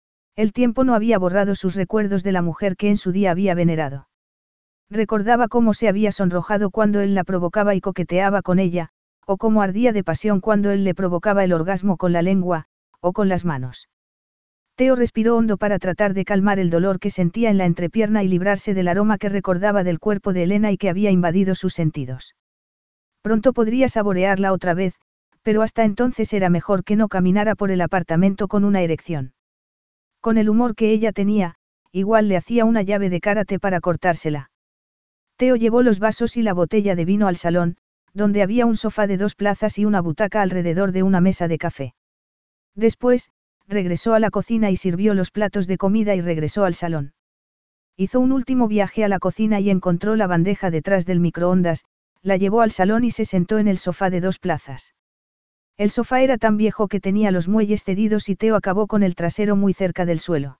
El tiempo no había borrado sus recuerdos de la mujer que en su día había venerado. Recordaba cómo se había sonrojado cuando él la provocaba y coqueteaba con ella, o cómo ardía de pasión cuando él le provocaba el orgasmo con la lengua, o con las manos. Theo respiró hondo para tratar de calmar el dolor que sentía en la entrepierna y librarse del aroma que recordaba del cuerpo de Elena y que había invadido sus sentidos. Pronto podría saborearla otra vez, pero hasta entonces era mejor que no caminara por el apartamento con una erección. Con el humor que ella tenía, igual le hacía una llave de karate para cortársela. Theo llevó los vasos y la botella de vino al salón, donde había un sofá de dos plazas y una butaca alrededor de una mesa de café. Después, regresó a la cocina y sirvió los platos de comida y regresó al salón. Hizo un último viaje a la cocina y encontró la bandeja detrás del microondas, la llevó al salón y se sentó en el sofá de dos plazas. El sofá era tan viejo que tenía los muelles cedidos y Theo acabó con el trasero muy cerca del suelo.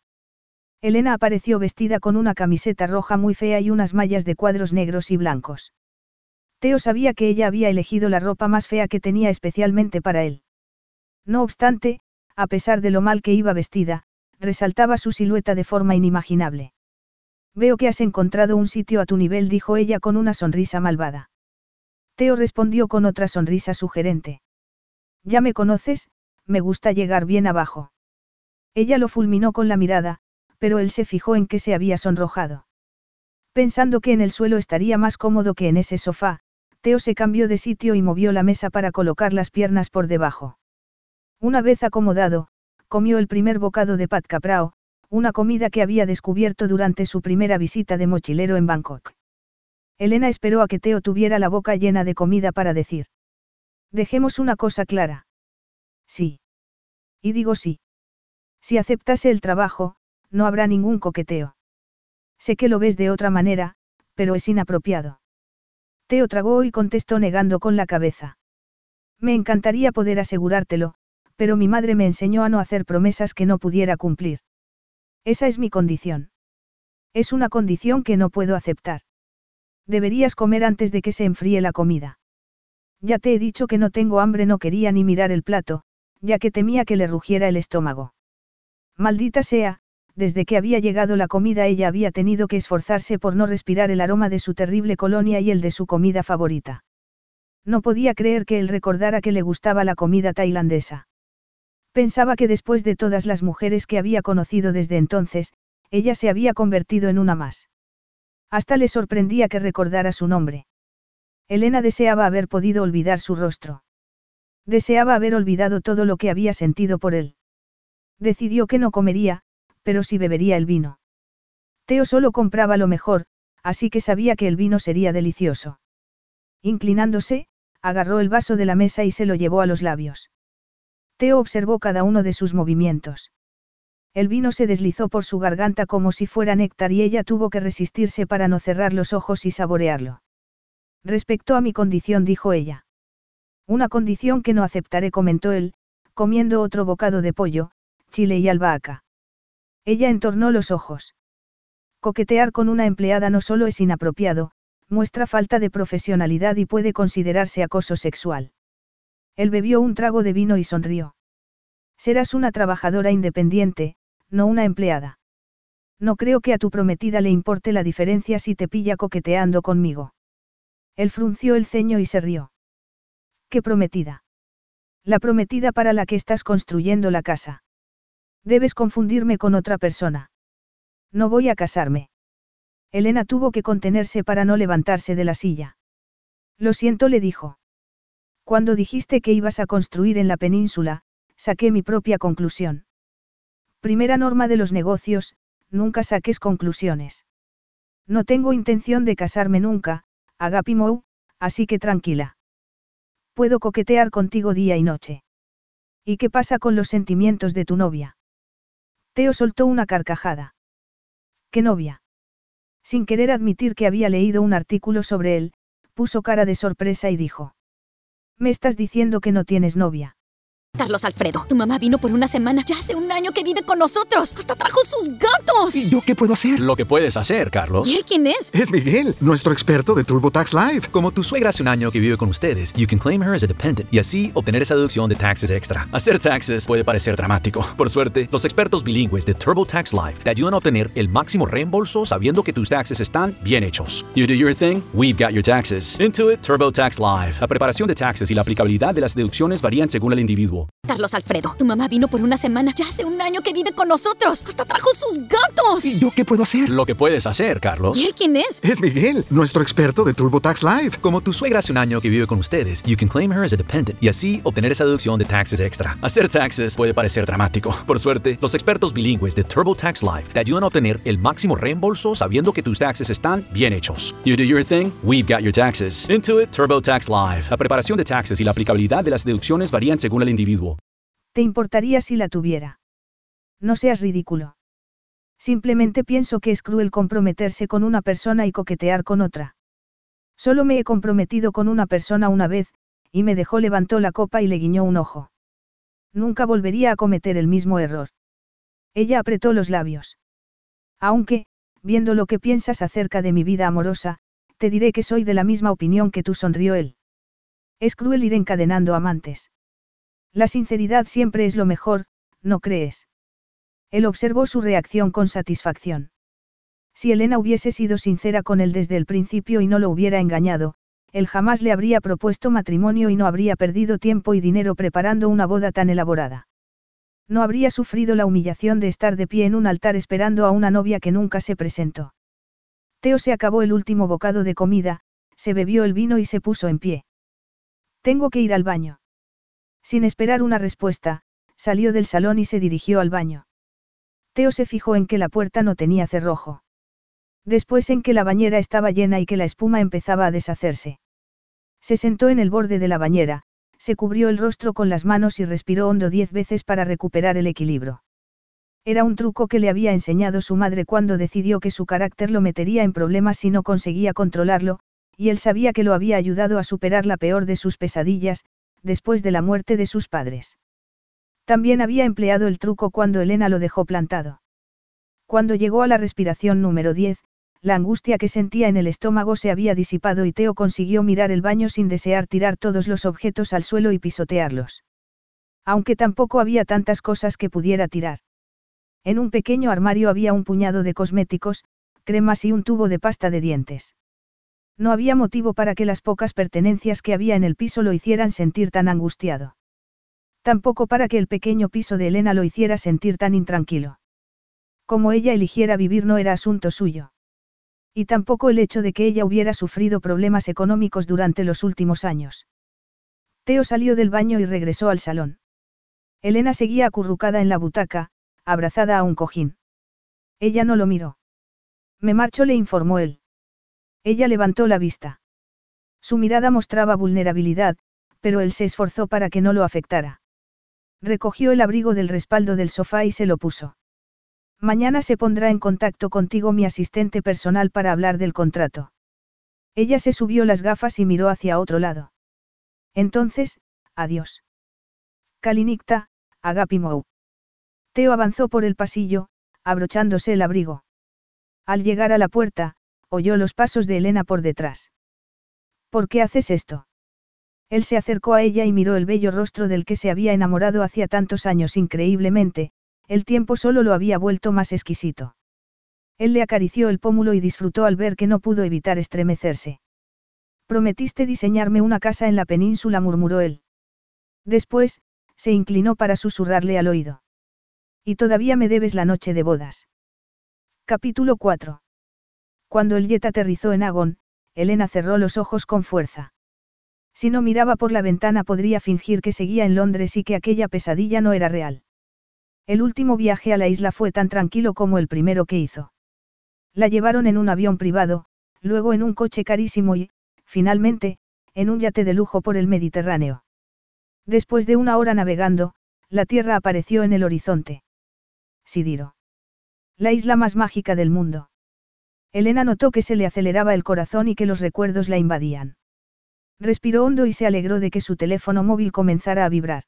Elena apareció vestida con una camiseta roja muy fea y unas mallas de cuadros negros y blancos. Theo sabía que ella había elegido la ropa más fea que tenía especialmente para él. No obstante, a pesar de lo mal que iba vestida, resaltaba su silueta de forma inimaginable. Veo que has encontrado un sitio a tu nivel, dijo ella con una sonrisa malvada. Theo respondió con otra sonrisa sugerente. Ya me conoces, me gusta llegar bien abajo. Ella lo fulminó con la mirada, pero él se fijó en que se había sonrojado. Pensando que en el suelo estaría más cómodo que en ese sofá, Theo se cambió de sitio y movió la mesa para colocar las piernas por debajo. Una vez acomodado, comió el primer bocado de pat caprao, una comida que había descubierto durante su primera visita de mochilero en Bangkok. Elena esperó a que Theo tuviera la boca llena de comida para decir: dejemos una cosa clara. Sí. Y digo sí. Si aceptase el trabajo, no habrá ningún coqueteo. Sé que lo ves de otra manera, pero es inapropiado. Theo tragó y contestó negando con la cabeza. Me encantaría poder asegurártelo, pero mi madre me enseñó a no hacer promesas que no pudiera cumplir. Esa es mi condición. Es una condición que no puedo aceptar. Deberías comer antes de que se enfríe la comida. Ya te he dicho que no tengo hambre, no quería ni mirar el plato, ya que temía que le rugiera el estómago. Maldita sea, desde que había llegado la comida ella había tenido que esforzarse por no respirar el aroma de su terrible colonia y el de su comida favorita. No podía creer que él recordara que le gustaba la comida tailandesa. Pensaba que después de todas las mujeres que había conocido desde entonces, ella se había convertido en una más. Hasta le sorprendía que recordara su nombre. Elena deseaba haber podido olvidar su rostro. Deseaba haber olvidado todo lo que había sentido por él. Decidió que no comería, pero sí bebería el vino. Theo solo compraba lo mejor, así que sabía que el vino sería delicioso. Inclinándose, agarró el vaso de la mesa y se lo llevó a los labios. Theo observó cada uno de sus movimientos. El vino se deslizó por su garganta como si fuera néctar y ella tuvo que resistirse para no cerrar los ojos y saborearlo. Respecto a mi condición, dijo ella. Una condición que no aceptaré, comentó él, comiendo otro bocado de pollo, chile y albahaca. Ella entornó los ojos. Coquetear con una empleada no solo es inapropiado, muestra falta de profesionalidad y puede considerarse acoso sexual. Él bebió un trago de vino y sonrió. Serás una trabajadora independiente, no una empleada. No creo que a tu prometida le importe la diferencia si te pilla coqueteando conmigo. Él frunció el ceño y se rió. ¿Qué prometida? La prometida para la que estás construyendo la casa. Debes confundirme con otra persona. No voy a casarme. Elena tuvo que contenerse para no levantarse de la silla. Lo siento, le dijo. Cuando dijiste que ibas a construir en la península, saqué mi propia conclusión. Primera norma de los negocios, nunca saques conclusiones. No tengo intención de casarme nunca, Agapimou, así que tranquila. Puedo coquetear contigo día y noche. ¿Y qué pasa con los sentimientos de tu novia? Theo soltó una carcajada. ¿Qué novia? Sin querer admitir que había leído un artículo sobre él, puso cara de sorpresa y dijo. ¿Me estás diciendo que no tienes novia? Carlos Alfredo, tu mamá vino por una semana. Ya hace un año que vive con nosotros. Hasta trajo sus gatos. ¿Y yo qué puedo hacer? Lo que puedes hacer, Carlos. ¿Y él quién es? Es Miguel, nuestro experto de TurboTax Live. Como tu suegra hace un año que vive con ustedes, you can claim her as a dependent y así obtener esa deducción de taxes extra. Hacer taxes puede parecer dramático. Por suerte, los expertos bilingües de TurboTax Live te ayudan a obtener el máximo reembolso sabiendo que tus taxes están bien hechos. You do your thing, we've got your taxes. Intuit TurboTax Live. La preparación de taxes y la aplicabilidad de las deducciones varían según el individuo. Carlos Alfredo, tu mamá vino por una semana. Ya hace un año que vive con nosotros. Hasta trajo sus gatos. ¿Y yo qué puedo hacer? Lo que puedes hacer, Carlos. ¿Y él quién es? Es Miguel, nuestro experto de TurboTax Live. Como tu suegra hace un año que vive con ustedes, you can claim her as a dependent y así obtener esa deducción de taxes extra. Hacer taxes puede parecer dramático. Por suerte, los expertos bilingües de TurboTax Live te ayudan a obtener el máximo reembolso sabiendo que tus taxes están bien hechos. You do your thing, we've got your taxes. Intuit TurboTax Live. La preparación de taxes y la aplicabilidad de las deducciones varían según el individuo. ¿Te importaría si la tuviera? No seas ridículo. Simplemente pienso que es cruel comprometerse con una persona y coquetear con otra. Solo me he comprometido con una persona una vez, y me dejó, levantó la copa y le guiñó un ojo. Nunca volvería a cometer el mismo error. Ella apretó los labios. Aunque, viendo lo que piensas acerca de mi vida amorosa, te diré que soy de la misma opinión que tú, sonrió él. Es cruel ir encadenando amantes. La sinceridad siempre es lo mejor, ¿no crees? Él observó su reacción con satisfacción. Si Elena hubiese sido sincera con él desde el principio y no lo hubiera engañado, él jamás le habría propuesto matrimonio y no habría perdido tiempo y dinero preparando una boda tan elaborada. No habría sufrido la humillación de estar de pie en un altar esperando a una novia que nunca se presentó. Theo se acabó el último bocado de comida, se bebió el vino y se puso en pie. Tengo que ir al baño. Sin esperar una respuesta, salió del salón y se dirigió al baño. Theo se fijó en que la puerta no tenía cerrojo. Después en que la bañera estaba llena y que la espuma empezaba a deshacerse. Se sentó en el borde de la bañera, se cubrió el rostro con las manos y respiró hondo diez veces para recuperar el equilibrio. Era un truco que le había enseñado su madre cuando decidió que su carácter lo metería en problemas si no conseguía controlarlo, y él sabía que lo había ayudado a superar la peor de sus pesadillas, después de la muerte de sus padres. También había empleado el truco cuando Elena lo dejó plantado. Cuando llegó a la respiración número diez, la angustia que sentía en el estómago se había disipado y Theo consiguió mirar el baño sin desear tirar todos los objetos al suelo y pisotearlos. Aunque tampoco había tantas cosas que pudiera tirar. En un pequeño armario había un puñado de cosméticos, cremas y un tubo de pasta de dientes. No había motivo para que las pocas pertenencias que había en el piso lo hicieran sentir tan angustiado. Tampoco para que el pequeño piso de Elena lo hiciera sentir tan intranquilo. Como ella eligiera vivir no era asunto suyo. Y tampoco el hecho de que ella hubiera sufrido problemas económicos durante los últimos años. Theo salió del baño y regresó al salón. Elena seguía acurrucada en la butaca, abrazada a un cojín. Ella no lo miró. Me marcho, le informó él. Ella levantó la vista. Su mirada mostraba vulnerabilidad, pero él se esforzó para que no lo afectara. Recogió el abrigo del respaldo del sofá y se lo puso. Mañana se pondrá en contacto contigo mi asistente personal para hablar del contrato. Ella se subió las gafas y miró hacia otro lado. Entonces, adiós. Kalinikta, Agapimou. Theo avanzó por el pasillo, abrochándose el abrigo. Al llegar a la puerta, oyó los pasos de Elena por detrás. ¿Por qué haces esto? Él se acercó a ella y miró el bello rostro del que se había enamorado hacía tantos años increíblemente, el tiempo solo lo había vuelto más exquisito. Él le acarició el pómulo y disfrutó al ver que no pudo evitar estremecerse. Prometiste diseñarme una casa en la península, murmuró él. Después, se inclinó para susurrarle al oído. Y todavía me debes la noche de bodas. Capítulo cuatro. Cuando el jet aterrizó en Agon, Elena cerró los ojos con fuerza. Si no miraba por la ventana podría fingir que seguía en Londres y que aquella pesadilla no era real. El último viaje a la isla fue tan tranquilo como el primero que hizo. La llevaron en un avión privado, luego en un coche carísimo y, finalmente, en un yate de lujo por el Mediterráneo. Después de una hora navegando, la tierra apareció en el horizonte. Sidiro. La isla más mágica del mundo. Elena notó que se le aceleraba el corazón y que los recuerdos la invadían. Respiró hondo y se alegró de que su teléfono móvil comenzara a vibrar.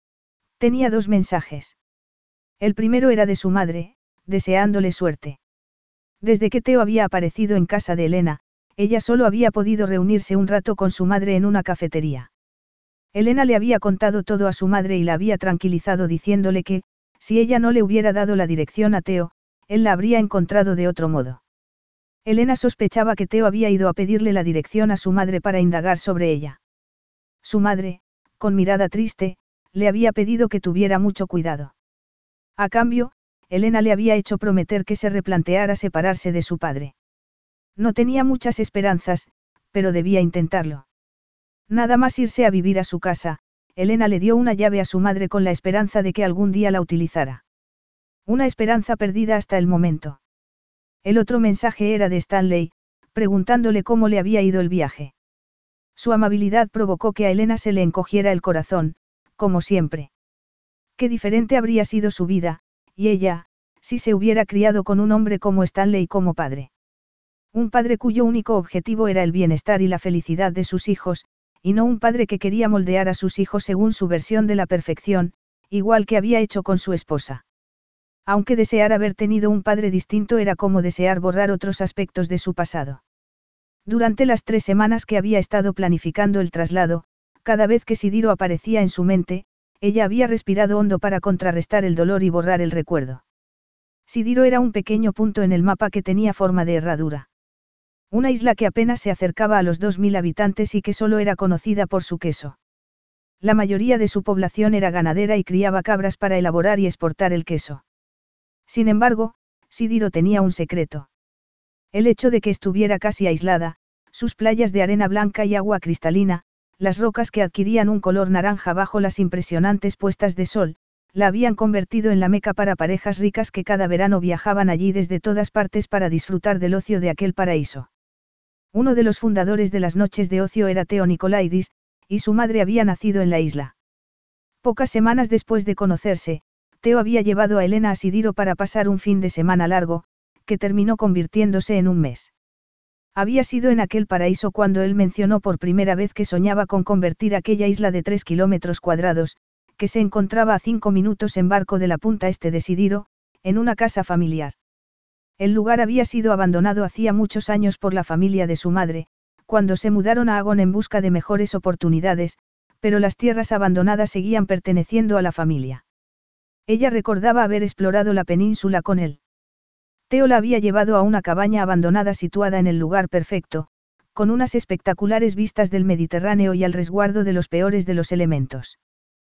Tenía dos mensajes. El primero era de su madre, deseándole suerte. Desde que Theo había aparecido en casa de Elena, ella solo había podido reunirse un rato con su madre en una cafetería. Elena le había contado todo a su madre y la había tranquilizado diciéndole que, si ella no le hubiera dado la dirección a Theo, él la habría encontrado de otro modo. Elena sospechaba que Theo había ido a pedirle la dirección a su madre para indagar sobre ella. Su madre, con mirada triste, le había pedido que tuviera mucho cuidado. A cambio, Elena le había hecho prometer que se replanteara separarse de su padre. No tenía muchas esperanzas, pero debía intentarlo. Nada más irse a vivir a su casa, Elena le dio una llave a su madre con la esperanza de que algún día la utilizara. Una esperanza perdida hasta el momento. El otro mensaje era de Stanley, preguntándole cómo le había ido el viaje. Su amabilidad provocó que a Elena se le encogiera el corazón, como siempre. Qué diferente habría sido su vida, y ella, si se hubiera criado con un hombre como Stanley como padre. Un padre cuyo único objetivo era el bienestar y la felicidad de sus hijos, y no un padre que quería moldear a sus hijos según su versión de la perfección, igual que había hecho con su esposa. Aunque desear haber tenido un padre distinto era como desear borrar otros aspectos de su pasado. Durante las tres semanas que había estado planificando el traslado, cada vez que Sidiro aparecía en su mente, ella había respirado hondo para contrarrestar el dolor y borrar el recuerdo. Sidiro era un pequeño punto en el mapa que tenía forma de herradura. Una isla que apenas se acercaba a los dos mil habitantes y que solo era conocida por su queso. La mayoría de su población era ganadera y criaba cabras para elaborar y exportar el queso. Sin embargo, Sidiro tenía un secreto. El hecho de que estuviera casi aislada, sus playas de arena blanca y agua cristalina, las rocas que adquirían un color naranja bajo las impresionantes puestas de sol, la habían convertido en la meca para parejas ricas que cada verano viajaban allí desde todas partes para disfrutar del ocio de aquel paraíso. Uno de los fundadores de las noches de ocio era Theo Nikolaidis, y su madre había nacido en la isla. Pocas semanas después de conocerse, Theo había llevado a Elena a Sidiro para pasar un fin de semana largo, que terminó convirtiéndose en un mes. Había sido en aquel paraíso cuando él mencionó por primera vez que soñaba con convertir aquella isla de tres kilómetros cuadrados, que se encontraba a cinco minutos en barco de la punta este de Sidiro, en una casa familiar. El lugar había sido abandonado hacía muchos años por la familia de su madre, cuando se mudaron a Agon en busca de mejores oportunidades, pero las tierras abandonadas seguían perteneciendo a la familia. Ella recordaba haber explorado la península con él. Theo la había llevado a una cabaña abandonada situada en el lugar perfecto, con unas espectaculares vistas del Mediterráneo y al resguardo de los peores de los elementos.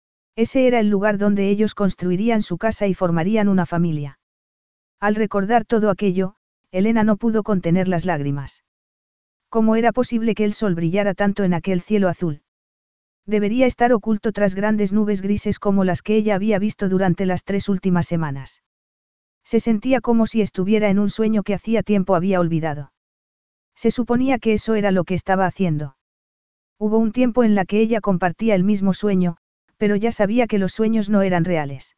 Ese era el lugar donde ellos construirían su casa y formarían una familia. Al recordar todo aquello, Elena no pudo contener las lágrimas. ¿Cómo era posible que el sol brillara tanto en aquel cielo azul? Debería estar oculto tras grandes nubes grises como las que ella había visto durante las tres últimas semanas. Se sentía como si estuviera en un sueño que hacía tiempo había olvidado. Se suponía que eso era lo que estaba haciendo. Hubo un tiempo en la que ella compartía el mismo sueño, pero ya sabía que los sueños no eran reales.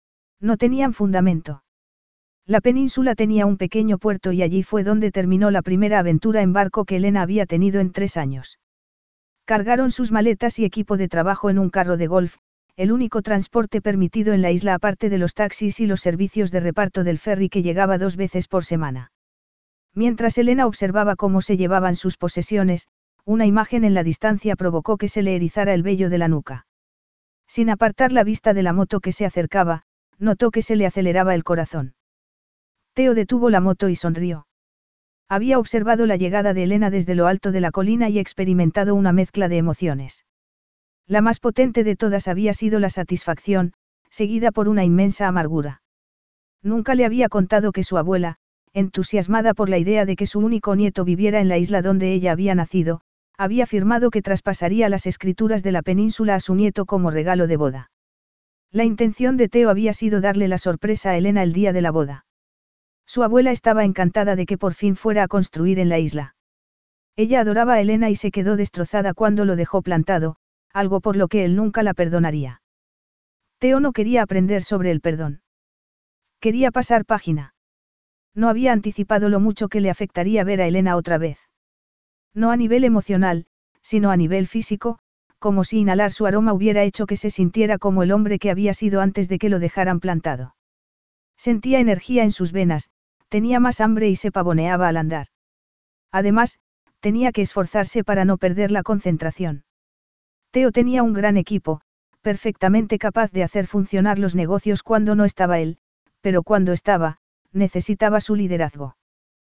No tenían fundamento. La península tenía un pequeño puerto y allí fue donde terminó la primera aventura en barco que Elena había tenido en tres años. Cargaron sus maletas y equipo de trabajo en un carro de golf, el único transporte permitido en la isla aparte de los taxis y los servicios de reparto del ferry que llegaba dos veces por semana. Mientras Elena observaba cómo se llevaban sus posesiones, una imagen en la distancia provocó que se le erizara el vello de la nuca. Sin apartar la vista de la moto que se acercaba, notó que se le aceleraba el corazón. Theo detuvo la moto y sonrió. Había observado la llegada de Elena desde lo alto de la colina y experimentado una mezcla de emociones. La más potente de todas había sido la satisfacción, seguida por una inmensa amargura. Nunca le había contado que su abuela, entusiasmada por la idea de que su único nieto viviera en la isla donde ella había nacido, había afirmado que traspasaría las escrituras de la península a su nieto como regalo de boda. La intención de Theo había sido darle la sorpresa a Elena el día de la boda. Su abuela estaba encantada de que por fin fuera a construir en la isla. Ella adoraba a Elena y se quedó destrozada cuando lo dejó plantado, algo por lo que él nunca la perdonaría. Theo no quería aprender sobre el perdón. Quería pasar página. No había anticipado lo mucho que le afectaría ver a Elena otra vez. No a nivel emocional, sino a nivel físico, como si inhalar su aroma hubiera hecho que se sintiera como el hombre que había sido antes de que lo dejaran plantado. Sentía energía en sus venas, tenía más hambre y se pavoneaba al andar. Además, tenía que esforzarse para no perder la concentración. Theo tenía un gran equipo, perfectamente capaz de hacer funcionar los negocios cuando no estaba él, pero cuando estaba, necesitaba su liderazgo.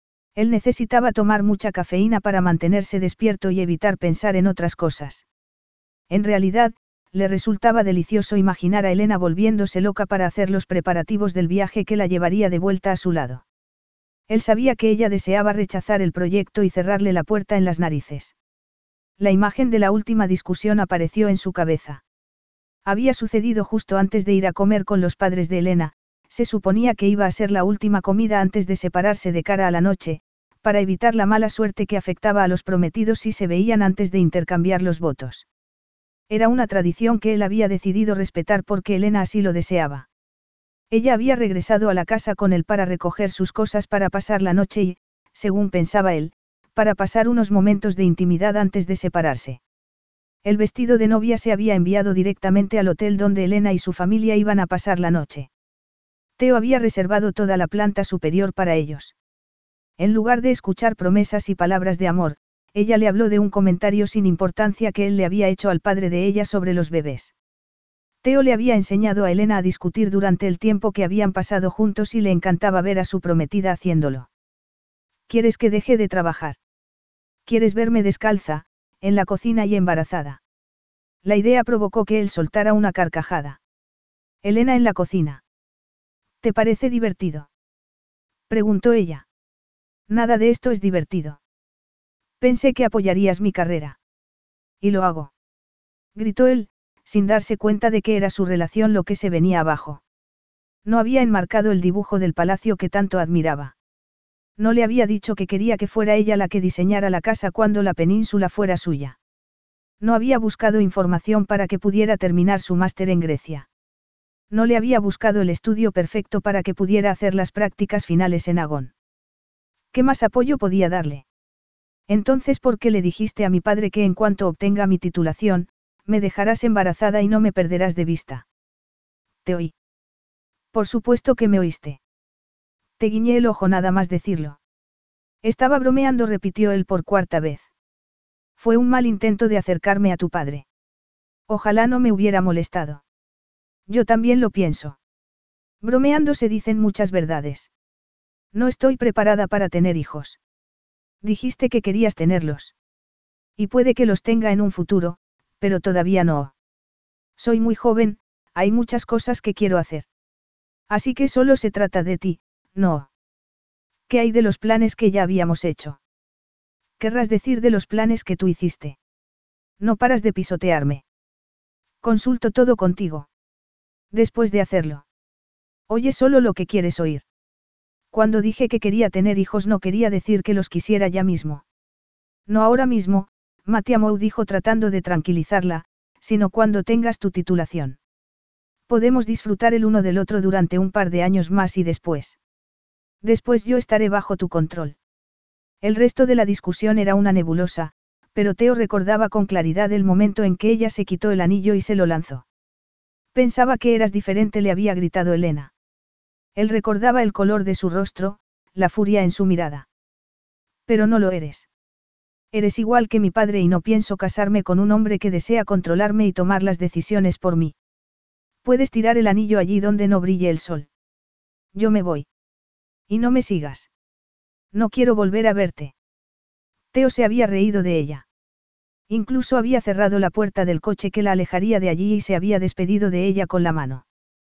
Él necesitaba tomar mucha cafeína para mantenerse despierto y evitar pensar en otras cosas. En realidad, le resultaba delicioso imaginar a Elena volviéndose loca para hacer los preparativos del viaje que la llevaría de vuelta a su lado. Él sabía que ella deseaba rechazar el proyecto y cerrarle la puerta en las narices. La imagen de la última discusión apareció en su cabeza. Había sucedido justo antes de ir a comer con los padres de Elena, se suponía que iba a ser la última comida antes de separarse de cara a la noche, para evitar la mala suerte que afectaba a los prometidos si se veían antes de intercambiar los votos. Era una tradición que él había decidido respetar porque Elena así lo deseaba. Ella había regresado a la casa con él para recoger sus cosas para pasar la noche y, según pensaba él, para pasar unos momentos de intimidad antes de separarse. El vestido de novia se había enviado directamente al hotel donde Elena y su familia iban a pasar la noche. Theo había reservado toda la planta superior para ellos. En lugar de escuchar promesas y palabras de amor, ella le habló de un comentario sin importancia que él le había hecho al padre de ella sobre los bebés. Theo le había enseñado a Elena a discutir durante el tiempo que habían pasado juntos y le encantaba ver a su prometida haciéndolo. ¿Quieres que deje de trabajar? ¿Quieres verme descalza, en la cocina y embarazada? La idea provocó que él soltara una carcajada. Elena en la cocina. ¿Te parece divertido? Preguntó ella. Nada de esto es divertido. Pensé que apoyarías mi carrera. Y lo hago. Gritó él, sin darse cuenta de que era su relación lo que se venía abajo. No había enmarcado el dibujo del palacio que tanto admiraba. No le había dicho que quería que fuera ella la que diseñara la casa cuando la península fuera suya. No había buscado información para que pudiera terminar su máster en Grecia. No le había buscado el estudio perfecto para que pudiera hacer las prácticas finales en Agón. ¿Qué más apoyo podía darle? Entonces, ¿por qué le dijiste a mi padre que en cuanto obtenga mi titulación, me dejarás embarazada y no me perderás de vista? Te oí. Por supuesto que me oíste. Te guiñé el ojo nada más decirlo. Estaba bromeando, repitió él por cuarta vez. Fue un mal intento de acercarme a tu padre. Ojalá no me hubiera molestado. Yo también lo pienso. Bromeando se dicen muchas verdades. No estoy preparada para tener hijos. Dijiste que querías tenerlos. Y puede que los tenga en un futuro, pero todavía no. Soy muy joven, hay muchas cosas que quiero hacer. Así que solo se trata de ti, no. ¿Qué hay de los planes que ya habíamos hecho? Querrás decir de los planes que tú hiciste. No paras de pisotearme. Consulto todo contigo. Después de hacerlo. Oye solo lo que quieres oír. Cuando dije que quería tener hijos no quería decir que los quisiera ya mismo. No ahora mismo, Matiamou dijo tratando de tranquilizarla, sino cuando tengas tu titulación. Podemos disfrutar el uno del otro durante un par de años más y después. Después yo estaré bajo tu control. El resto de la discusión era una nebulosa, pero Theo recordaba con claridad el momento en que ella se quitó el anillo y se lo lanzó. Pensaba que eras diferente, le había gritado Elena. Él recordaba el color de su rostro, la furia en su mirada. Pero no lo eres. Eres igual que mi padre y no pienso casarme con un hombre que desea controlarme y tomar las decisiones por mí. Puedes tirar el anillo allí donde no brille el sol. Yo me voy. Y no me sigas. No quiero volver a verte. Theo se había reído de ella. Incluso había cerrado la puerta del coche que la alejaría de allí y se había despedido de ella con la mano.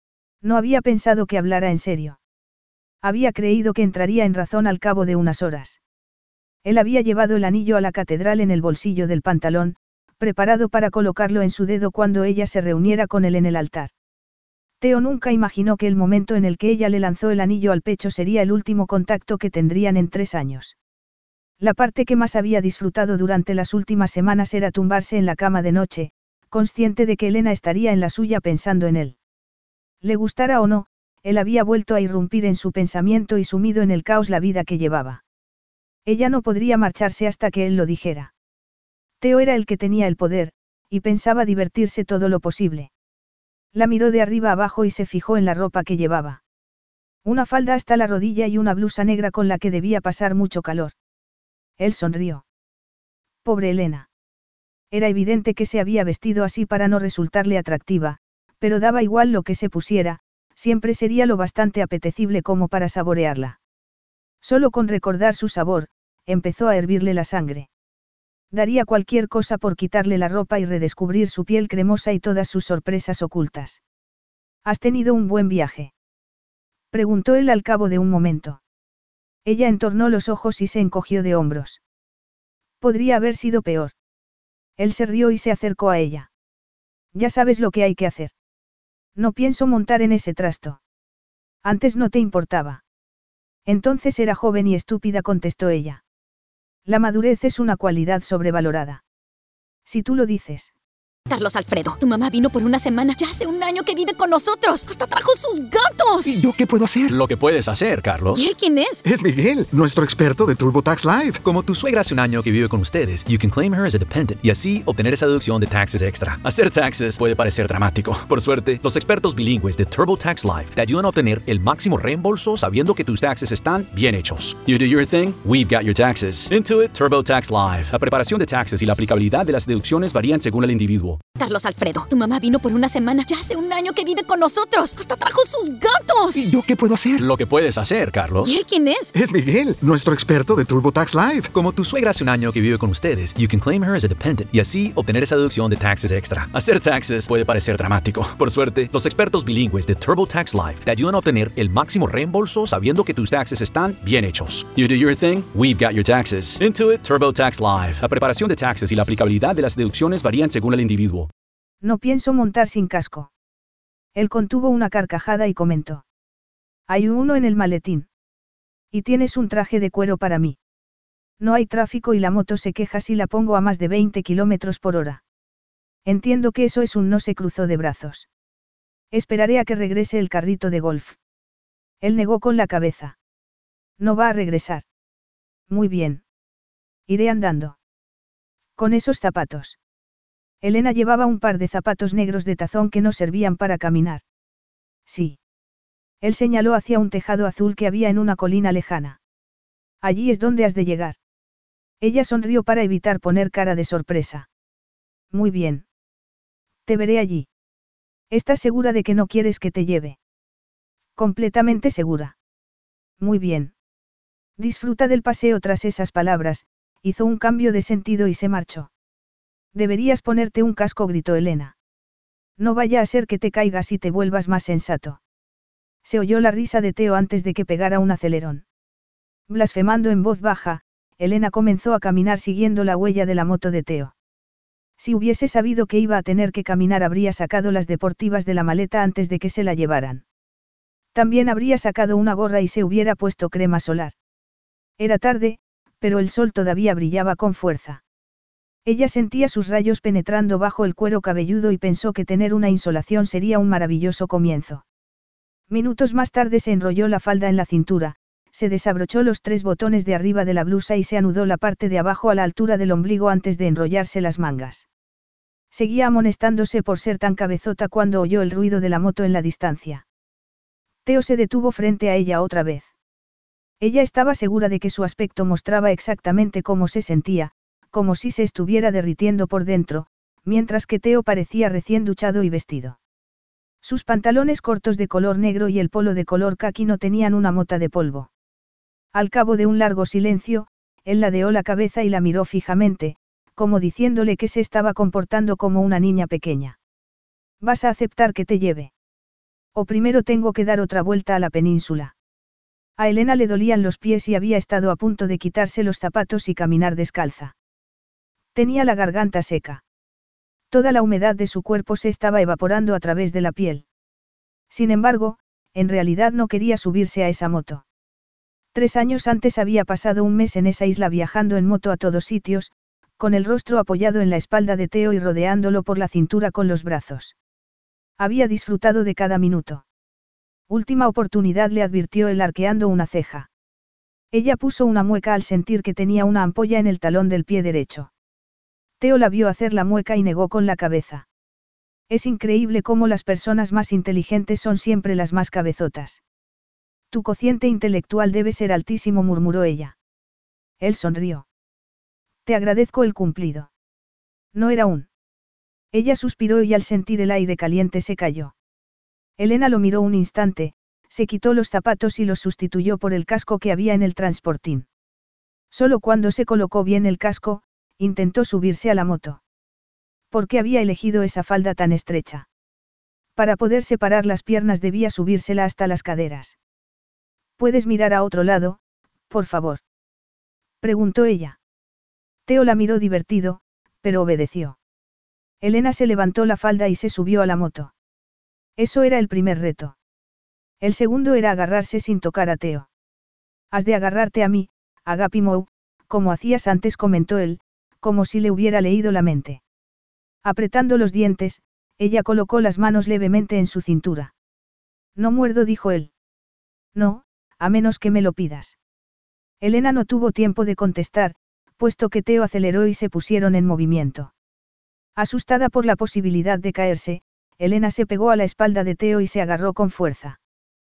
No había pensado que hablara en serio. Había creído que entraría en razón al cabo de unas horas. Él había llevado el anillo a la catedral en el bolsillo del pantalón, preparado para colocarlo en su dedo cuando ella se reuniera con él en el altar. Theo nunca imaginó que el momento en el que ella le lanzó el anillo al pecho sería el último contacto que tendrían en tres años. La parte que más había disfrutado durante las últimas semanas era tumbarse en la cama de noche, consciente de que Elena estaría en la suya pensando en él. Le gustara o no, él había vuelto a irrumpir en su pensamiento y sumido en el caos la vida que llevaba. Ella no podría marcharse hasta que él lo dijera. Theo era el que tenía el poder, y pensaba divertirse todo lo posible. La miró de arriba abajo y se fijó en la ropa que llevaba. Una falda hasta la rodilla y una blusa negra con la que debía pasar mucho calor. Él sonrió. Pobre Elena. Era evidente que se había vestido así para no resultarle atractiva, pero daba igual lo que se pusiera, siempre sería lo bastante apetecible como para saborearla. Solo con recordar su sabor, empezó a hervirle la sangre. Daría cualquier cosa por quitarle la ropa y redescubrir su piel cremosa y todas sus sorpresas ocultas. ¿Has tenido un buen viaje?, preguntó él al cabo de un momento. Ella entornó los ojos y se encogió de hombros. Podría haber sido peor. Él se rió y se acercó a ella. Ya sabes lo que hay que hacer. No pienso montar en ese trasto. Antes no te importaba. Entonces era joven y estúpida, contestó ella. La madurez es una cualidad sobrevalorada. Si tú lo dices. Carlos Alfredo, tu mamá vino por una semana. Ya hace un año que vive con nosotros. Hasta trajo sus gatos. ¿Y yo qué puedo hacer? Lo que puedes hacer, Carlos. ¿Y él quién es? Es Miguel, nuestro experto de TurboTax Live. Como tu suegra hace un año que vive con ustedes, you can claim her as a dependent y así obtener esa deducción de taxes extra. Hacer taxes puede parecer dramático. Por suerte, los expertos bilingües de TurboTax Live te ayudan a obtener el máximo reembolso sabiendo que tus taxes están bien hechos. You do your thing, we've got your taxes. Intuit TurboTax Live. La preparación de taxes y la aplicabilidad de las deducciones varían según el individuo. Carlos Alfredo, tu mamá vino por una semana. Ya hace un año que vive con nosotros. Hasta trajo sus gatos. ¿Y yo qué puedo hacer? Lo que puedes hacer, Carlos. ¿Y él quién es? Es Miguel, nuestro experto de TurboTax Live. Como tu suegra hace un año que vive con ustedes, you can claim her as a dependent y así obtener esa deducción de taxes extra. Hacer taxes puede parecer dramático. Por suerte, los expertos bilingües de TurboTax Live te ayudan a obtener el máximo reembolso sabiendo que tus taxes están bien hechos. You do your thing, we've got your taxes. Intuit TurboTax Live. La preparación de taxes y la aplicabilidad de las deducciones varían según el individuo. No pienso montar sin casco. Él contuvo una carcajada y comentó. Hay uno en el maletín. Y tienes un traje de cuero para mí. No hay tráfico y la moto se queja si la pongo a más de veinte kilómetros por hora. Entiendo que eso es un no, se cruzó de brazos. Esperaré a que regrese el carrito de golf. Él negó con la cabeza. No va a regresar. Muy bien. Iré andando. Con esos zapatos. Elena llevaba un par de zapatos negros de tazón que no servían para caminar. Sí. Él señaló hacia un tejado azul que había en una colina lejana. Allí es donde has de llegar. Ella sonrió para evitar poner cara de sorpresa. Muy bien. Te veré allí. ¿Estás segura de que no quieres que te lleve? Completamente segura. Muy bien. Disfruta del paseo. Tras esas palabras, hizo un cambio de sentido y se marchó. Deberías ponerte un casco, gritó Elena. No vaya a ser que te caigas y te vuelvas más sensato. Se oyó la risa de Theo antes de que pegara un acelerón. Blasfemando en voz baja, Elena comenzó a caminar siguiendo la huella de la moto de Theo. Si hubiese sabido que iba a tener que caminar, habría sacado las deportivas de la maleta antes de que se la llevaran. También habría sacado una gorra y se hubiera puesto crema solar. Era tarde, pero el sol todavía brillaba con fuerza. Ella sentía sus rayos penetrando bajo el cuero cabelludo y pensó que tener una insolación sería un maravilloso comienzo. Minutos más tarde se enrolló la falda en la cintura, se desabrochó los tres botones de arriba de la blusa y se anudó la parte de abajo a la altura del ombligo antes de enrollarse las mangas. Seguía amonestándose por ser tan cabezota cuando oyó el ruido de la moto en la distancia. Theo se detuvo frente a ella otra vez. Ella estaba segura de que su aspecto mostraba exactamente cómo se sentía, como si se estuviera derritiendo por dentro, mientras que Theo parecía recién duchado y vestido. Sus pantalones cortos de color negro y el polo de color caqui no tenían una mota de polvo. Al cabo de un largo silencio, él ladeó la cabeza y la miró fijamente, como diciéndole que se estaba comportando como una niña pequeña. ¿Vas a aceptar que te lleve? ¿O primero tengo que dar otra vuelta a la península? A Elena le dolían los pies y había estado a punto de quitarse los zapatos y caminar descalza. Tenía la garganta seca. Toda la humedad de su cuerpo se estaba evaporando a través de la piel. Sin embargo, en realidad no quería subirse a esa moto. Tres años antes había pasado un mes en esa isla viajando en moto a todos sitios, con el rostro apoyado en la espalda de Theo y rodeándolo por la cintura con los brazos. Había disfrutado de cada minuto. Última oportunidad, le advirtió él arqueando una ceja. Ella puso una mueca al sentir que tenía una ampolla en el talón del pie derecho. Theo la vio hacer la mueca y negó con la cabeza. Es increíble cómo las personas más inteligentes son siempre las más cabezotas. Tu cociente intelectual debe ser altísimo, murmuró ella. Él sonrió. Te agradezco el cumplido. No era un. Ella suspiró y al sentir el aire caliente se calló. Elena lo miró un instante, se quitó los zapatos y los sustituyó por el casco que había en el transportín. Solo cuando se colocó bien el casco, intentó subirse a la moto. ¿Por qué había elegido esa falda tan estrecha? Para poder separar las piernas debía subírsela hasta las caderas. ¿Puedes mirar a otro lado, por favor?, preguntó ella. Theo la miró divertido, pero obedeció. Elena se levantó la falda y se subió a la moto. Eso era el primer reto. El segundo era agarrarse sin tocar a Theo. Has de agarrarte a mí, Agapi Mou, como hacías antes, comentó él, como si le hubiera leído la mente. Apretando los dientes, ella colocó las manos levemente en su cintura. No muerdo, dijo él. No, a menos que me lo pidas. Elena no tuvo tiempo de contestar, puesto que Theo aceleró y se pusieron en movimiento. Asustada por la posibilidad de caerse, Elena se pegó a la espalda de Theo y se agarró con fuerza.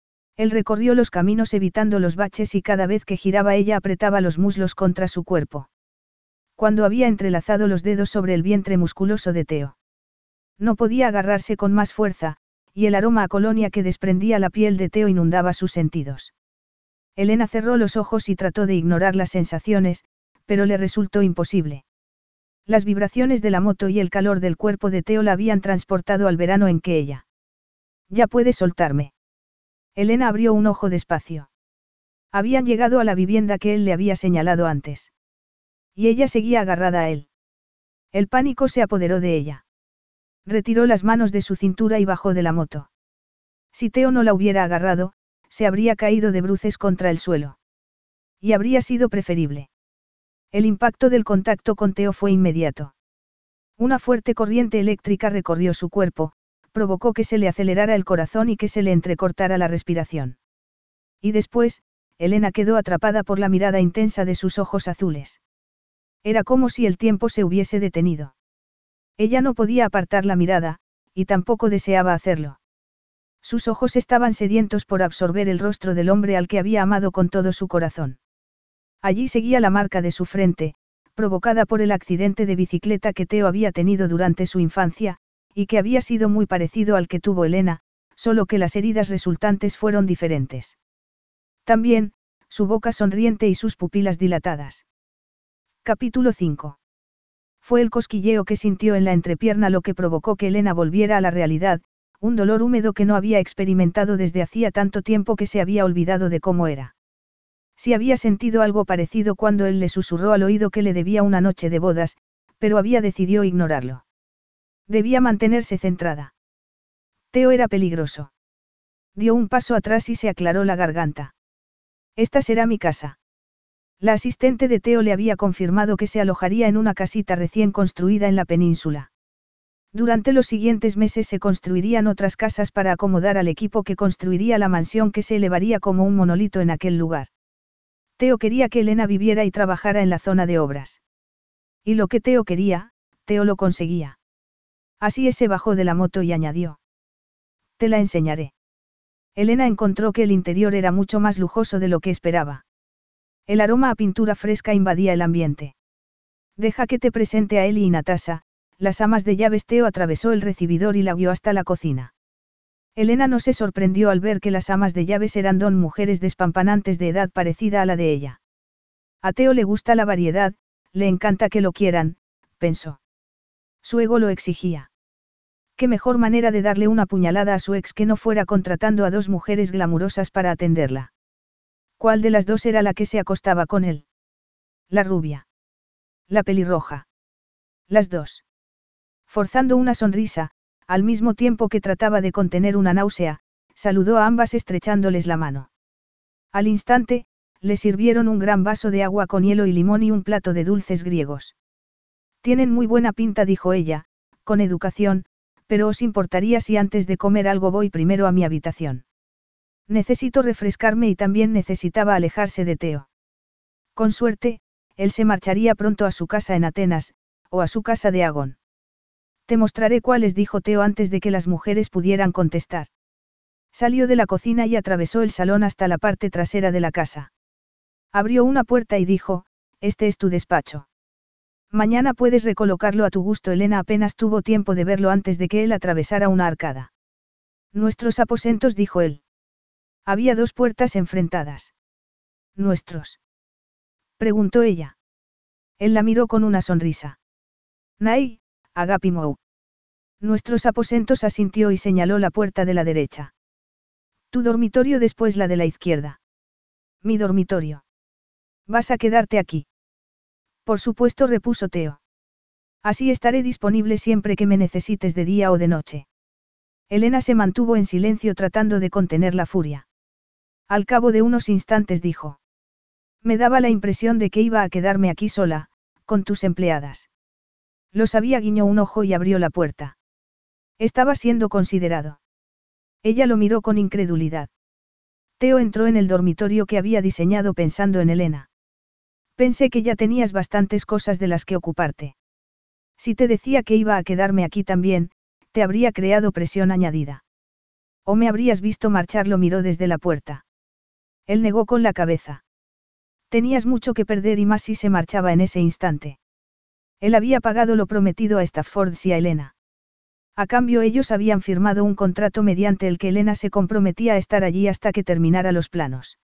Él recorrió los caminos evitando los baches y cada vez que giraba ella apretaba los muslos contra su cuerpo. Cuando había entrelazado los dedos sobre el vientre musculoso de Theo. No podía agarrarse con más fuerza, y el aroma a colonia que desprendía la piel de Theo inundaba sus sentidos. Elena cerró los ojos y trató de ignorar las sensaciones, pero le resultó imposible. Las vibraciones de la moto y el calor del cuerpo de Theo la habían transportado al verano en que ella. Ya puedes soltarme. Elena abrió un ojo despacio. Habían llegado a la vivienda que él le había señalado antes. Y ella seguía agarrada a él. El pánico se apoderó de ella. Retiró las manos de su cintura y bajó de la moto. Si Theo no la hubiera agarrado, se habría caído de bruces contra el suelo. Y habría sido preferible. El impacto del contacto con Theo fue inmediato. Una fuerte corriente eléctrica recorrió su cuerpo, provocó que se le acelerara el corazón y que se le entrecortara la respiración. Y después, Elena quedó atrapada por la mirada intensa de sus ojos azules. Era como si el tiempo se hubiese detenido. Ella no podía apartar la mirada, y tampoco deseaba hacerlo. Sus ojos estaban sedientos por absorber el rostro del hombre al que había amado con todo su corazón. Allí seguía la marca de su frente, provocada por el accidente de bicicleta que Theo había tenido durante su infancia, y que había sido muy parecido al que tuvo Elena, solo que las heridas resultantes fueron diferentes. También, su boca sonriente y sus pupilas dilatadas. Capítulo cinco. Fue el cosquilleo que sintió en la entrepierna lo que provocó que Elena volviera a la realidad, un dolor húmedo que no había experimentado desde hacía tanto tiempo que se había olvidado de cómo era. Si había sentido algo parecido cuando él le susurró al oído que le debía una noche de bodas, pero había decidido ignorarlo. Debía mantenerse centrada. Theo era peligroso. Dio un paso atrás y se aclaró la garganta. Esta será mi casa. La asistente de Theo le había confirmado que se alojaría en una casita recién construida en la península. Durante los siguientes meses se construirían otras casas para acomodar al equipo que construiría la mansión que se elevaría como un monolito en aquel lugar. Theo quería que Elena viviera y trabajara en la zona de obras. Y lo que Theo quería, Theo lo conseguía. Así se bajó de la moto y añadió. Te la enseñaré. Elena encontró que el interior era mucho más lujoso de lo que esperaba. El aroma a pintura fresca invadía el ambiente. Deja que te presente a Eli y Natasha, las amas de llaves. Theo atravesó el recibidor y la guió hasta la cocina. Elena no se sorprendió al ver que las amas de llaves eran dos mujeres despampanantes de edad parecida a la de ella. A Theo le gusta la variedad, le encanta que lo quieran, pensó. Su ego lo exigía. Qué mejor manera de darle una puñalada a su ex que no fuera contratando a dos mujeres glamurosas para atenderla. ¿Cuál de las dos era la que se acostaba con él? La rubia. La pelirroja. Las dos. Forzando una sonrisa, al mismo tiempo que trataba de contener una náusea, saludó a ambas estrechándoles la mano. Al instante, le sirvieron un gran vaso de agua con hielo y limón y un plato de dulces griegos. Tienen muy buena pinta, dijo ella, con educación, pero ¿os importaría si antes de comer algo voy primero a mi habitación? Necesito refrescarme y también necesitaba alejarse de Theo. Con suerte, él se marcharía pronto a su casa en Atenas, o a su casa de Agón. Te mostraré cuáles, dijo Theo antes de que las mujeres pudieran contestar. Salió de la cocina y atravesó el salón hasta la parte trasera de la casa. Abrió una puerta y dijo, este es tu despacho. Mañana puedes recolocarlo a tu gusto. Elena apenas tuvo tiempo de verlo antes de que él atravesara una arcada. Nuestros aposentos, dijo él. Había dos puertas enfrentadas. ¿Nuestros? Preguntó ella. Él la miró con una sonrisa. Nai, Agapimou. Nuestros aposentos, asintió y señaló la puerta de la derecha. Tu dormitorio, después la de la izquierda. Mi dormitorio. ¿Vas a quedarte aquí? Por supuesto, repuso Theo. Así estaré disponible siempre que me necesites de día o de noche. Elena se mantuvo en silencio tratando de contener la furia. Al cabo de unos instantes dijo. Me daba la impresión de que iba a quedarme aquí sola, con tus empleadas. Lo sabía, guiñó un ojo y abrió la puerta. Estaba siendo considerado. Ella lo miró con incredulidad. Theo entró en el dormitorio que había diseñado pensando en Elena. Pensé que ya tenías bastantes cosas de las que ocuparte. Si te decía que iba a quedarme aquí también, te habría creado presión añadida. O me habrías visto marchar. Lo miró desde la puerta. Él negó con la cabeza. Tenías mucho que perder y más si se marchaba en ese instante. Él había pagado lo prometido a Stafford y a Elena. A cambio, ellos habían firmado un contrato mediante el que Elena se comprometía a estar allí hasta que terminara los planos.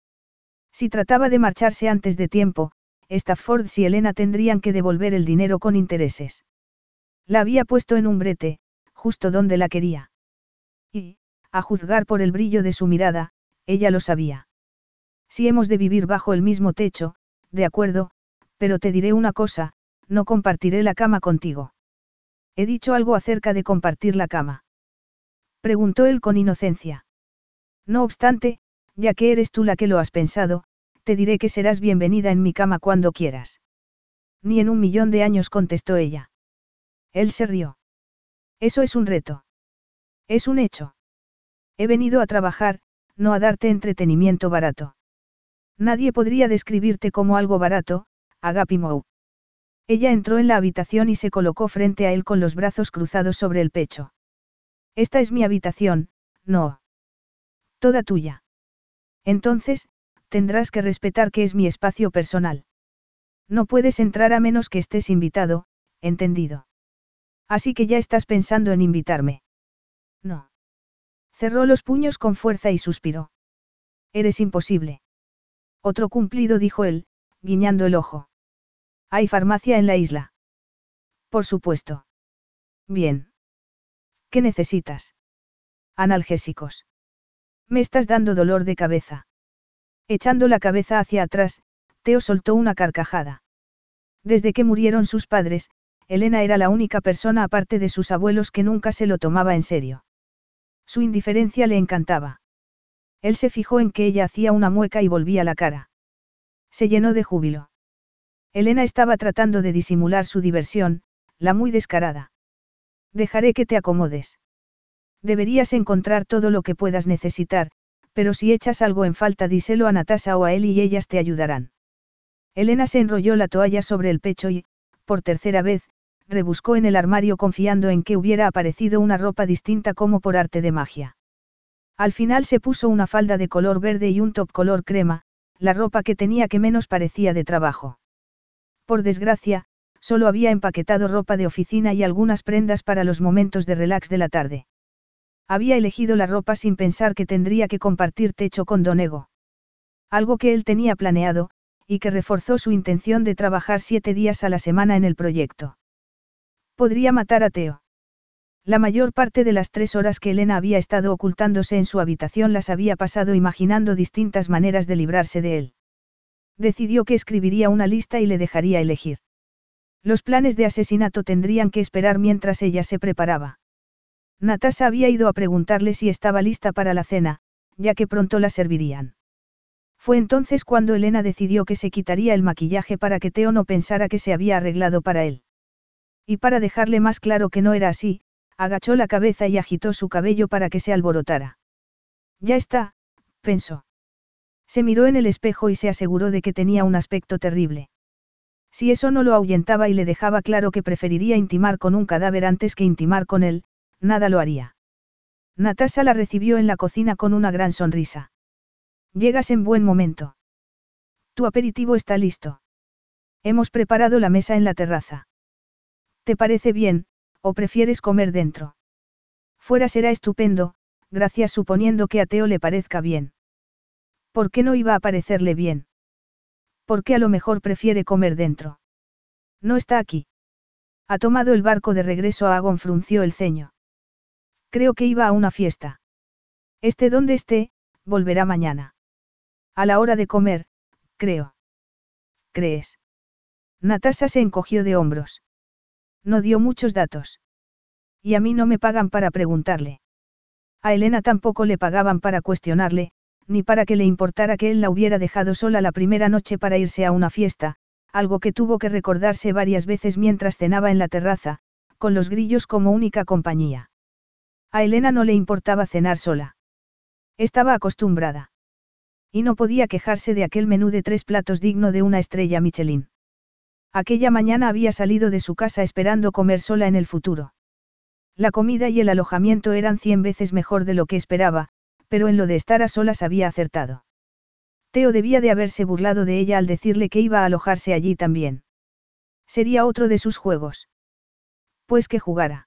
Si trataba de marcharse antes de tiempo, Stafford y Elena tendrían que devolver el dinero con intereses. La había puesto en un brete, justo donde la quería. Y, a juzgar por el brillo de su mirada, ella lo sabía. Si hemos de vivir bajo el mismo techo, de acuerdo, pero te diré una cosa, no compartiré la cama contigo. ¿He dicho algo acerca de compartir la cama? Preguntó él con inocencia. No obstante, ya que eres tú la que lo has pensado, te diré que serás bienvenida en mi cama cuando quieras. Ni en un millón de años, contestó ella. Él se rió. Eso es un reto. Es un hecho. He venido a trabajar, no a darte entretenimiento barato. Nadie podría describirte como algo barato, Agapimou. Ella entró en la habitación y se colocó frente a él con los brazos cruzados sobre el pecho. Esta es mi habitación, no. Toda tuya. Entonces, tendrás que respetar que es mi espacio personal. No puedes entrar a menos que estés invitado, entendido. Así que ya estás pensando en invitarme. No. Cerró los puños con fuerza y suspiró. Eres imposible. Otro cumplido, dijo él, guiñando el ojo. ¿Hay farmacia en la isla? Por supuesto. Bien. ¿Qué necesitas? Analgésicos. Me estás dando dolor de cabeza. Echando la cabeza hacia atrás, Theo soltó una carcajada. Desde que murieron sus padres, Elena era la única persona aparte de sus abuelos que nunca se lo tomaba en serio. Su indiferencia le encantaba. Él se fijó en que ella hacía una mueca y volvía la cara. Se llenó de júbilo. Elena estaba tratando de disimular su diversión, la muy descarada. Dejaré que te acomodes. Deberías encontrar todo lo que puedas necesitar, pero si echas algo en falta díselo a Natasha o a él y ellas te ayudarán. Elena se enrolló la toalla sobre el pecho y, por tercera vez, rebuscó en el armario confiando en que hubiera aparecido una ropa distinta como por arte de magia. Al final se puso una falda de color verde y un top color crema, la ropa que tenía que menos parecía de trabajo. Por desgracia, solo había empaquetado ropa de oficina y algunas prendas para los momentos de relax de la tarde. Había elegido la ropa sin pensar que tendría que compartir techo con Don Ego. Algo que él tenía planeado, y que reforzó su intención de trabajar siete días a la semana en el proyecto. Podría matar a Theo. La mayor parte de las tres horas que Elena había estado ocultándose en su habitación las había pasado imaginando distintas maneras de librarse de él. Decidió que escribiría una lista y le dejaría elegir. Los planes de asesinato tendrían que esperar mientras ella se preparaba. Natasha había ido a preguntarle si estaba lista para la cena, ya que pronto la servirían. Fue entonces cuando Elena decidió que se quitaría el maquillaje para que Theo no pensara que se había arreglado para él. Y para dejarle más claro que no era así, agachó la cabeza y agitó su cabello para que se alborotara. Ya está, pensó. Se miró en el espejo y se aseguró de que tenía un aspecto terrible. Si eso no lo ahuyentaba y le dejaba claro que preferiría intimar con un cadáver antes que intimar con él, nada lo haría. Natasha la recibió en la cocina con una gran sonrisa. Llegas en buen momento. Tu aperitivo está listo. Hemos preparado la mesa en la terraza. ¿Te parece bien, o prefieres comer dentro? Fuera será estupendo, gracias suponiendo que a Theo le parezca bien. ¿Por qué no iba a parecerle bien? Porque a lo mejor prefiere comer dentro. No está aquí. Ha tomado el barco de regreso a Agon, frunció el ceño. Creo que iba a una fiesta. Esté donde esté, volverá mañana. A la hora de comer, creo. ¿Crees? Natasha se encogió de hombros. No dio muchos datos. Y a mí no me pagan para preguntarle. A Elena tampoco le pagaban para cuestionarle, ni para que le importara que él la hubiera dejado sola la primera noche para irse a una fiesta, algo que tuvo que recordarse varias veces mientras cenaba en la terraza, con los grillos como única compañía. A Elena no le importaba cenar sola. Estaba acostumbrada. Y no podía quejarse de aquel menú de tres platos digno de una estrella Michelin. Aquella mañana había salido de su casa esperando comer sola en el futuro. La comida y el alojamiento eran cien veces mejor de lo que esperaba, pero en lo de estar a solas había acertado. Theo debía de haberse burlado de ella al decirle que iba a alojarse allí también. Sería otro de sus juegos. Pues que jugara.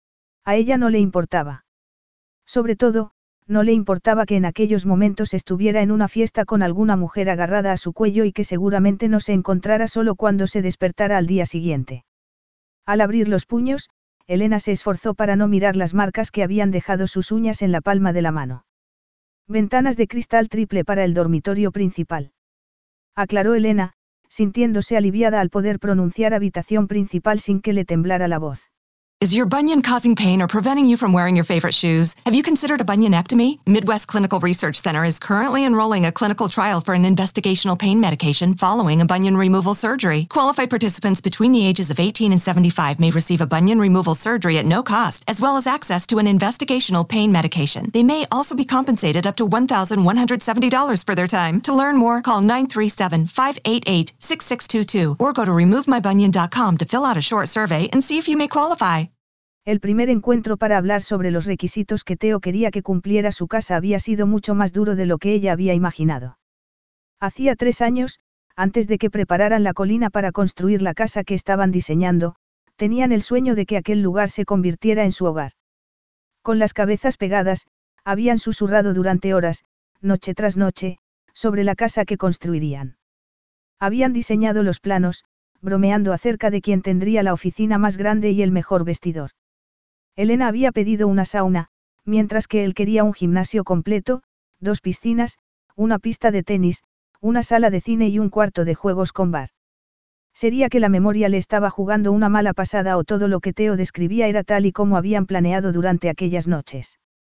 A ella no le importaba. Sobre todo, no le importaba que en aquellos momentos estuviera en una fiesta con alguna mujer agarrada a su cuello y que seguramente no se encontrara solo cuando se despertara al día siguiente. Al abrir los puños, Elena se esforzó para no mirar las marcas que habían dejado sus uñas en la palma de la mano. Ventanas de cristal triple para el dormitorio principal. Aclaró Elena, sintiéndose aliviada al poder pronunciar habitación principal sin que le temblara la voz. Is your bunion causing pain or preventing you from wearing your favorite shoes? Have you considered a bunionectomy? Midwest Clinical Research Center is currently enrolling a clinical trial for an investigational pain medication following a bunion removal surgery. Qualified participants between the ages of eighteen and seventy-five may receive a bunion removal surgery at no cost, as well as access to an investigational pain medication. They may also be compensated up to one thousand one hundred seventy dollars for their time. To learn more, call nine three seven, five eight eight, six six two two or go to remove my bunion dot com to fill out a short survey and see if you may qualify. El primer encuentro para hablar sobre los requisitos que Theo quería que cumpliera su casa había sido mucho más duro de lo que ella había imaginado. Hacía tres años, antes de que prepararan la colina para construir la casa que estaban diseñando, tenían el sueño de que aquel lugar se convirtiera en su hogar. Con las cabezas pegadas, habían susurrado durante horas, noche tras noche, sobre la casa que construirían. Habían diseñado los planos, bromeando acerca de quién tendría la oficina más grande y el mejor vestidor. Elena había pedido una sauna, mientras que él quería un gimnasio completo, dos piscinas, una pista de tenis, una sala de cine y un cuarto de juegos con bar. ¿Sería que la memoria le estaba jugando una mala pasada o todo lo que Theo describía era tal y como habían planeado durante aquellas noches?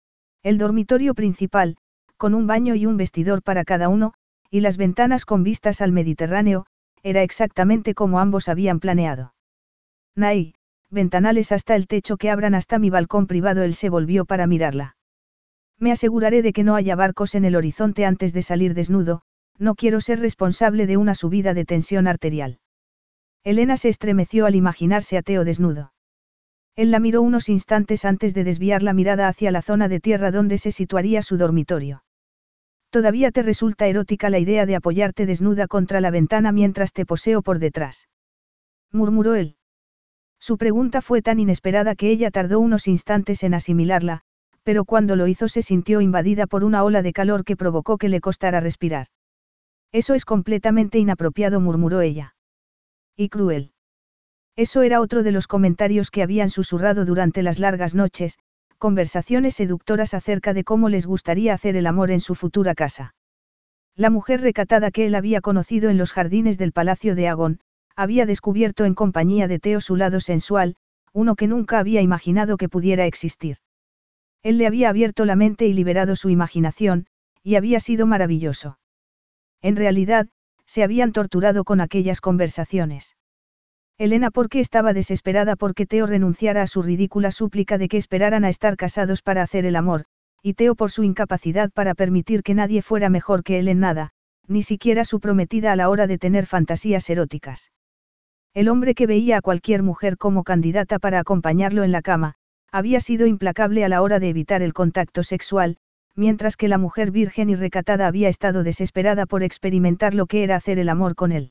El dormitorio principal, con un baño y un vestidor para cada uno, y las ventanas con vistas al Mediterráneo, era exactamente como ambos habían planeado. Nay, ventanales hasta el techo que abran hasta mi balcón privado. Él se volvió para mirarla. Me aseguraré de que no haya barcos en el horizonte antes de salir desnudo, no quiero ser responsable de una subida de tensión arterial. Elena se estremeció al imaginarse a Theo desnudo. Él la miró unos instantes antes de desviar la mirada hacia la zona de tierra donde se situaría su dormitorio. ¿Todavía te resulta erótica la idea de apoyarte desnuda contra la ventana mientras te poseo por detrás?, murmuró él. Su pregunta fue tan inesperada que ella tardó unos instantes en asimilarla, pero cuando lo hizo se sintió invadida por una ola de calor que provocó que le costara respirar. Eso es completamente inapropiado, murmuró ella. Y cruel. Eso era otro de los comentarios que habían susurrado durante las largas noches, conversaciones seductoras acerca de cómo les gustaría hacer el amor en su futura casa. La mujer recatada que él había conocido en los jardines del Palacio de Agón, había descubierto en compañía de Theo su lado sensual, uno que nunca había imaginado que pudiera existir. Él le había abierto la mente y liberado su imaginación, y había sido maravilloso. En realidad, se habían torturado con aquellas conversaciones. Elena porque estaba desesperada porque Theo renunciara a su ridícula súplica de que esperaran a estar casados para hacer el amor, y Theo por su incapacidad para permitir que nadie fuera mejor que él en nada, ni siquiera su prometida a la hora de tener fantasías eróticas. El hombre que veía a cualquier mujer como candidata para acompañarlo en la cama, había sido implacable a la hora de evitar el contacto sexual, mientras que la mujer virgen y recatada había estado desesperada por experimentar lo que era hacer el amor con él.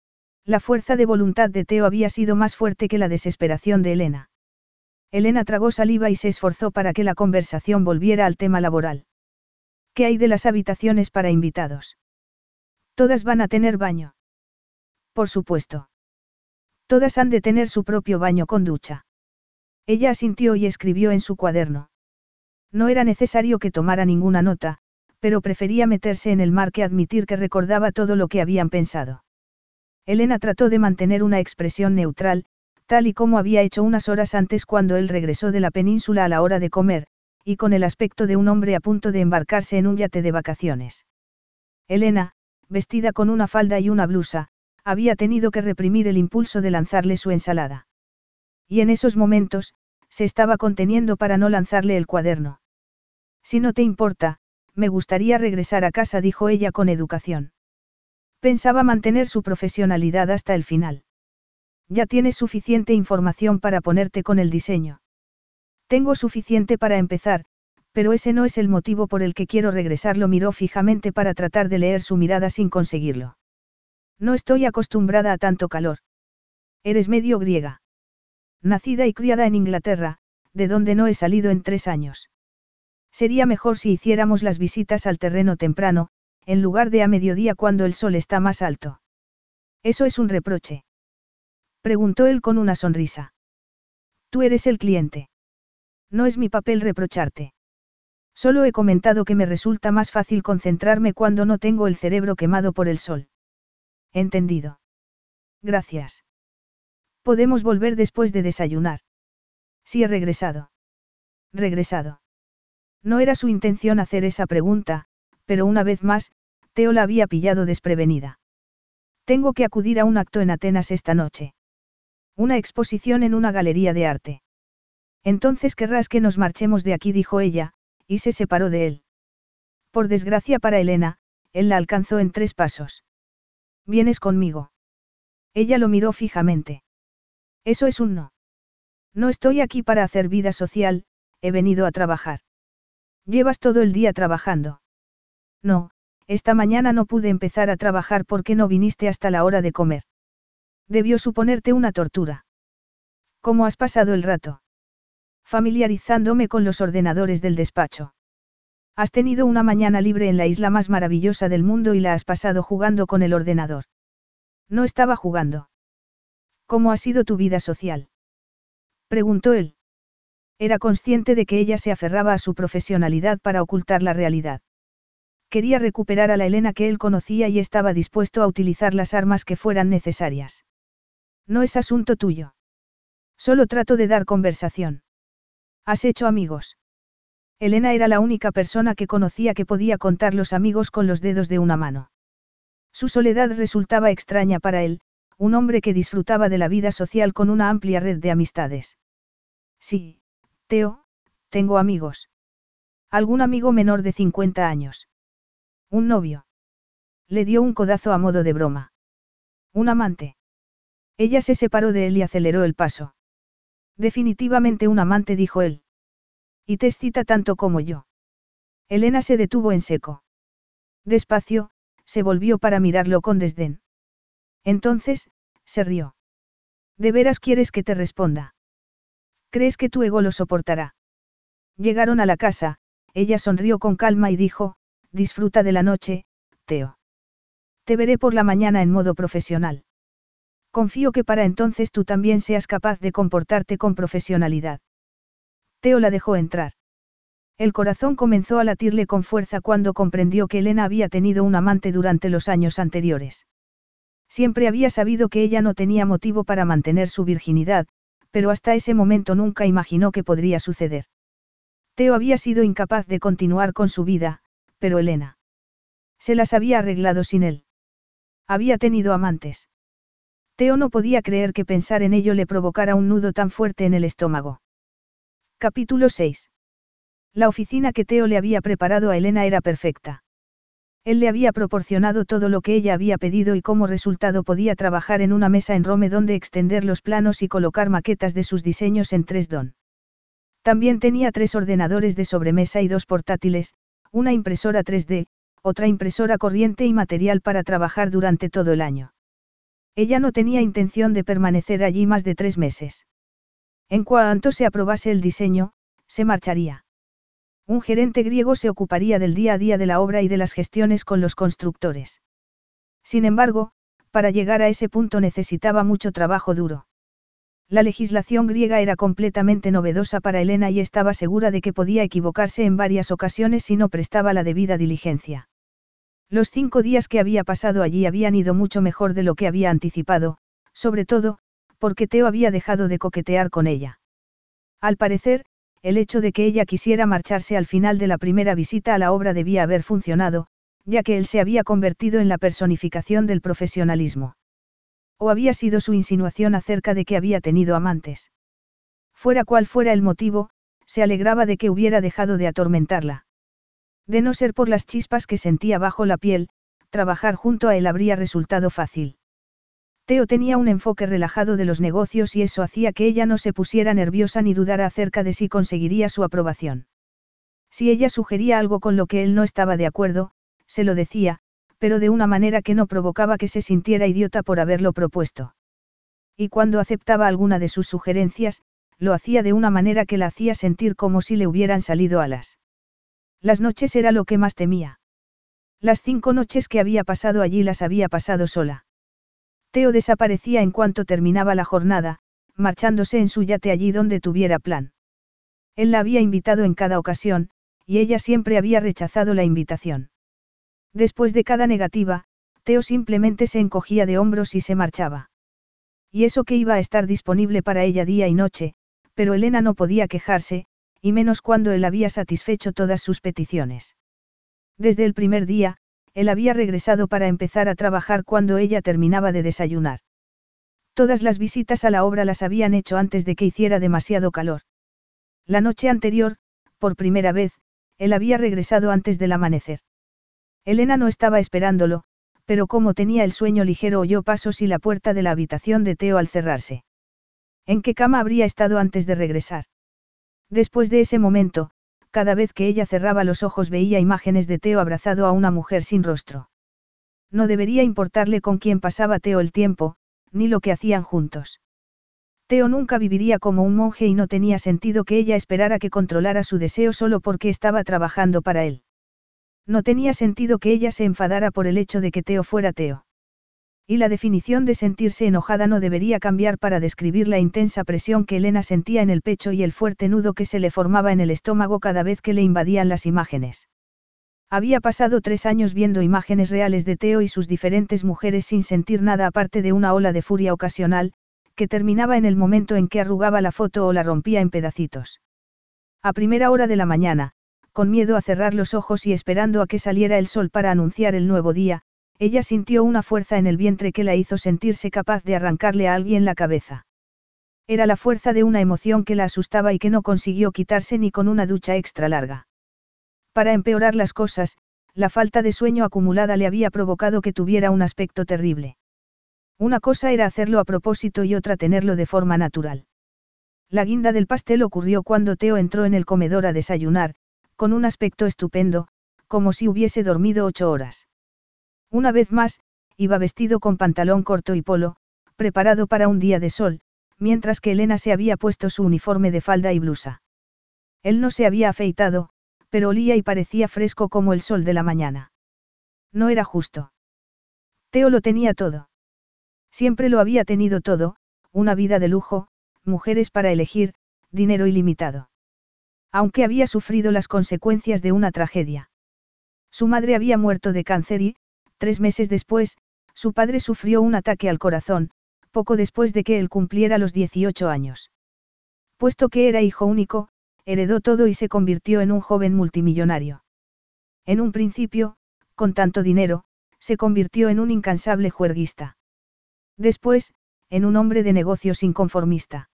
La fuerza de voluntad de Theo había sido más fuerte que la desesperación de Elena. Elena tragó saliva y se esforzó para que la conversación volviera al tema laboral. ¿Qué hay de las habitaciones para invitados? Todas van a tener baño. Por supuesto. Todas han de tener su propio baño con ducha. Ella asintió y escribió en su cuaderno. No era necesario que tomara ninguna nota, pero prefería meterse en el mar que admitir que recordaba todo lo que habían pensado. Elena trató de mantener una expresión neutral, tal y como había hecho unas horas antes cuando él regresó de la península a la hora de comer, y con el aspecto de un hombre a punto de embarcarse en un yate de vacaciones. Elena, vestida con una falda y una blusa, había tenido que reprimir el impulso de lanzarle su ensalada. Y en esos momentos, se estaba conteniendo para no lanzarle el cuaderno. Si no te importa, me gustaría regresar a casa, dijo ella con educación. Pensaba mantener su profesionalidad hasta el final. Ya tienes suficiente información para ponerte con el diseño. Tengo suficiente para empezar, pero ese no es el motivo por el que quiero regresar. Lo miró fijamente para tratar de leer su mirada sin conseguirlo. No estoy acostumbrada a tanto calor. Eres medio griega. Nacida y criada en Inglaterra, de donde no he salido en tres años. Sería mejor si hiciéramos las visitas al terreno temprano, en lugar de a mediodía cuando el sol está más alto. ¿Eso es un reproche?, preguntó él con una sonrisa. Tú eres el cliente. No es mi papel reprocharte. Solo he comentado que me resulta más fácil concentrarme cuando no tengo el cerebro quemado por el sol. Entendido. Gracias. Podemos volver después de desayunar. Sí, he regresado. Regresado. No era su intención hacer esa pregunta, pero una vez más, Theo la había pillado desprevenida. Tengo que acudir a un acto en Atenas esta noche. Una exposición en una galería de arte. Entonces querrás que nos marchemos de aquí, dijo ella, y se separó de él. Por desgracia para Elena, él la alcanzó en tres pasos. ¿Vienes conmigo? Ella lo miró fijamente. Eso es un no. No estoy aquí para hacer vida social, he venido a trabajar. ¿Llevas todo el día trabajando? No, esta mañana no pude empezar a trabajar porque no viniste hasta la hora de comer. Debió suponerte una tortura. ¿Cómo has pasado el rato? Familiarizándome con los ordenadores del despacho. Has tenido una mañana libre en la isla más maravillosa del mundo y la has pasado jugando con el ordenador. No estaba jugando. ¿Cómo ha sido tu vida social?, preguntó él. Era consciente de que ella se aferraba a su profesionalidad para ocultar la realidad. Quería recuperar a la Elena que él conocía y estaba dispuesto a utilizar las armas que fueran necesarias. No es asunto tuyo. Solo trato de dar conversación. ¿Has hecho amigos? Elena era la única persona que conocía que podía contar los amigos con los dedos de una mano. Su soledad resultaba extraña para él, un hombre que disfrutaba de la vida social con una amplia red de amistades. Sí, Theo, tengo amigos. ¿Algún amigo menor de cincuenta años? ¿Un novio? Le dio un codazo a modo de broma. ¿Un amante? Ella se separó de él y aceleró el paso. Definitivamente un amante, dijo él. Y te excita tanto como yo. Elena se detuvo en seco. Despacio, se volvió para mirarlo con desdén. Entonces, se rió. ¿De veras quieres que te responda? ¿Crees que tu ego lo soportará? Llegaron a la casa, ella sonrió con calma y dijo, disfruta de la noche, Theo. Te veré por la mañana en modo profesional. Confío que para entonces tú también seas capaz de comportarte con profesionalidad. Theo la dejó entrar. El corazón comenzó a latirle con fuerza cuando comprendió que Elena había tenido un amante durante los años anteriores. Siempre había sabido que ella no tenía motivo para mantener su virginidad, pero hasta ese momento nunca imaginó que podría suceder. Theo había sido incapaz de continuar con su vida, pero Elena se las había arreglado sin él. Había tenido amantes. Theo no podía creer que pensar en ello le provocara un nudo tan fuerte en el estómago. Capítulo seis. La oficina que Theo le había preparado a Elena era perfecta. Él le había proporcionado todo lo que ella había pedido y como resultado podía trabajar en una mesa en Rome donde extender los planos y colocar maquetas de sus diseños en tres D. También tenía tres ordenadores de sobremesa y dos portátiles, una impresora tres D, otra impresora corriente y material para trabajar durante todo el año. Ella no tenía intención de permanecer allí más de tres meses. En cuanto se aprobase el diseño, se marcharía. Un gerente griego se ocuparía del día a día de la obra y de las gestiones con los constructores. Sin embargo, para llegar a ese punto necesitaba mucho trabajo duro. La legislación griega era completamente novedosa para Elena y estaba segura de que podía equivocarse en varias ocasiones si no prestaba la debida diligencia. Los cinco días que había pasado allí habían ido mucho mejor de lo que había anticipado, sobre todo, porque Theo había dejado de coquetear con ella. Al parecer, el hecho de que ella quisiera marcharse al final de la primera visita a la obra debía haber funcionado, ya que él se había convertido en la personificación del profesionalismo. O había sido su insinuación acerca de que había tenido amantes. Fuera cual fuera el motivo, se alegraba de que hubiera dejado de atormentarla. De no ser por las chispas que sentía bajo la piel, trabajar junto a él habría resultado fácil. Theo tenía un enfoque relajado de los negocios y eso hacía que ella no se pusiera nerviosa ni dudara acerca de si conseguiría su aprobación. Si ella sugería algo con lo que él no estaba de acuerdo, se lo decía, pero de una manera que no provocaba que se sintiera idiota por haberlo propuesto. Y cuando aceptaba alguna de sus sugerencias, lo hacía de una manera que la hacía sentir como si le hubieran salido alas. Las noches era lo que más temía. Las cinco noches que había pasado allí las había pasado sola. Theo desaparecía en cuanto terminaba la jornada, marchándose en su yate allí donde tuviera plan. Él la había invitado en cada ocasión, y ella siempre había rechazado la invitación. Después de cada negativa, Theo simplemente se encogía de hombros y se marchaba. Y eso que iba a estar disponible para ella día y noche, pero Elena no podía quejarse, y menos cuando él había satisfecho todas sus peticiones. Desde el primer día, él había regresado para empezar a trabajar cuando ella terminaba de desayunar. Todas las visitas a la obra las habían hecho antes de que hiciera demasiado calor. La noche anterior, por primera vez, él había regresado antes del amanecer. Elena no estaba esperándolo, pero como tenía el sueño ligero oyó pasos y la puerta de la habitación de Theo al cerrarse. ¿En qué cama habría estado antes de regresar? Después de ese momento, cada vez que ella cerraba los ojos veía imágenes de Theo abrazado a una mujer sin rostro. No debería importarle con quién pasaba Theo el tiempo, ni lo que hacían juntos. Theo nunca viviría como un monje y no tenía sentido que ella esperara que controlara su deseo solo porque estaba trabajando para él. No tenía sentido que ella se enfadara por el hecho de que Theo fuera Theo. Y la definición de sentirse enojada no debería cambiar para describir la intensa presión que Elena sentía en el pecho y el fuerte nudo que se le formaba en el estómago cada vez que le invadían las imágenes. Había pasado tres años viendo imágenes reales de Theo y sus diferentes mujeres sin sentir nada aparte de una ola de furia ocasional, que terminaba en el momento en que arrugaba la foto o la rompía en pedacitos. A primera hora de la mañana, con miedo a cerrar los ojos y esperando a que saliera el sol para anunciar el nuevo día, ella sintió una fuerza en el vientre que la hizo sentirse capaz de arrancarle a alguien la cabeza. Era la fuerza de una emoción que la asustaba y que no consiguió quitarse ni con una ducha extra larga. Para empeorar las cosas, la falta de sueño acumulada le había provocado que tuviera un aspecto terrible. Una cosa era hacerlo a propósito y otra tenerlo de forma natural. La guinda del pastel ocurrió cuando Theo entró en el comedor a desayunar, con un aspecto estupendo, como si hubiese dormido ocho horas. Una vez más, iba vestido con pantalón corto y polo, preparado para un día de sol, mientras que Elena se había puesto su uniforme de falda y blusa. Él no se había afeitado, pero olía y parecía fresco como el sol de la mañana. No era justo. Theo lo tenía todo. Siempre lo había tenido todo, una vida de lujo, mujeres para elegir, dinero ilimitado. Aunque había sufrido las consecuencias de una tragedia. Su madre había muerto de cáncer y, tres meses después, su padre sufrió un ataque al corazón, poco después de que él cumpliera los dieciocho años. Puesto que era hijo único, heredó todo y se convirtió en un joven multimillonario. En un principio, con tanto dinero, se convirtió en un incansable juerguista. Después, en un hombre de negocios inconformista.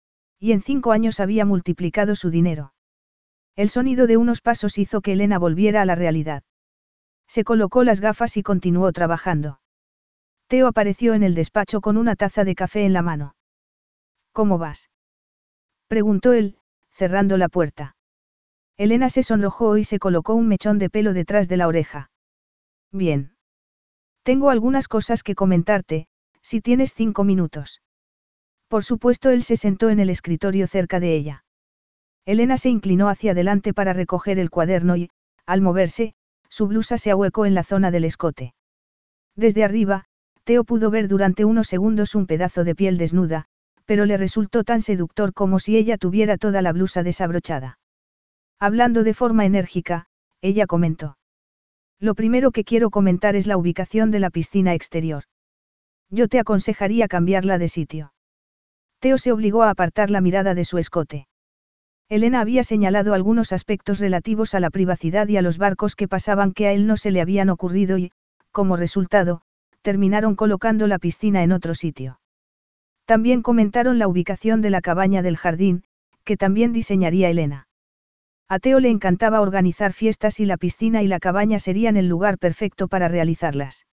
Y en cinco años había multiplicado su dinero. El sonido de unos pasos hizo que Elena volviera a la realidad. Se colocó las gafas y continuó trabajando. Theo apareció en el despacho con una taza de café en la mano. ¿Cómo vas?, preguntó él, cerrando la puerta. Elena se sonrojó y se colocó un mechón de pelo detrás de la oreja. Bien. Tengo algunas cosas que comentarte, si tienes cinco minutos. Por supuesto, él se sentó en el escritorio cerca de ella. Elena se inclinó hacia adelante para recoger el cuaderno y, al moverse, su blusa se ahuecó en la zona del escote. Desde arriba, Theo pudo ver durante unos segundos un pedazo de piel desnuda, pero le resultó tan seductor como si ella tuviera toda la blusa desabrochada. Hablando de forma enérgica, ella comentó. Lo primero que quiero comentar es la ubicación de la piscina exterior. Yo te aconsejaría cambiarla de sitio. Theo se obligó a apartar la mirada de su escote. Elena había señalado algunos aspectos relativos a la privacidad y a los barcos que pasaban que a él no se le habían ocurrido y, como resultado, terminaron colocando la piscina en otro sitio. También comentaron la ubicación de la cabaña del jardín, que también diseñaría Elena. A Theo le encantaba organizar fiestas y la piscina y la cabaña serían el lugar perfecto para realizarlas.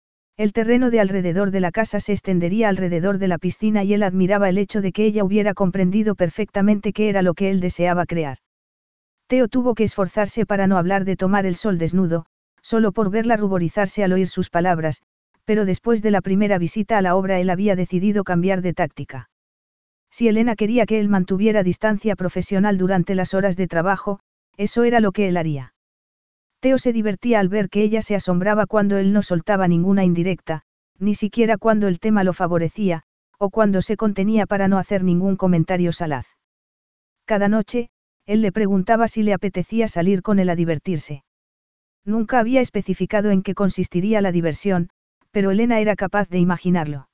El terreno de alrededor de la casa se extendería alrededor de la piscina y él admiraba el hecho de que ella hubiera comprendido perfectamente qué era lo que él deseaba crear. Theo tuvo que esforzarse para no hablar de tomar el sol desnudo, solo por verla ruborizarse al oír sus palabras, pero después de la primera visita a la obra él había decidido cambiar de táctica. Si Elena quería que él mantuviera distancia profesional durante las horas de trabajo, eso era lo que él haría. Theo se divertía al ver que ella se asombraba cuando él no soltaba ninguna indirecta, ni siquiera cuando el tema lo favorecía, o cuando se contenía para no hacer ningún comentario salaz. Cada noche, él le preguntaba si le apetecía salir con él a divertirse. Nunca había especificado en qué consistiría la diversión, pero Elena era capaz de imaginarlo.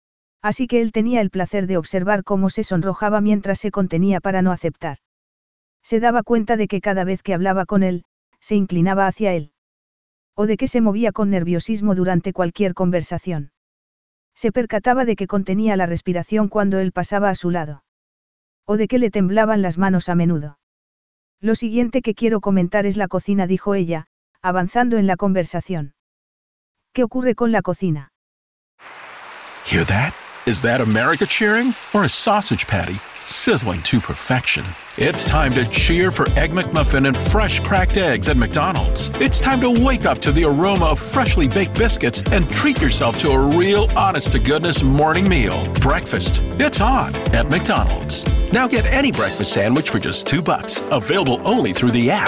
Así que él tenía el placer de observar cómo se sonrojaba mientras se contenía para no aceptar. Se daba cuenta de que cada vez que hablaba con él, se inclinaba hacia él. O de que se movía con nerviosismo durante cualquier conversación. Se percataba de que contenía la respiración cuando él pasaba a su lado. O de que le temblaban las manos a menudo. Lo siguiente que quiero comentar es la cocina, dijo ella, avanzando en la conversación. ¿Qué ocurre con la cocina? Hear that? Is that America cheering or a sausage patty sizzling to perfection? It's time to cheer for Egg McMuffin and fresh cracked eggs at McDonald's. It's time to wake up to the aroma of freshly baked biscuits and treat yourself to a real honest-to-goodness morning meal. Breakfast. It's on at McDonald's. Now get any breakfast sandwich for just two bucks. Available only through the app.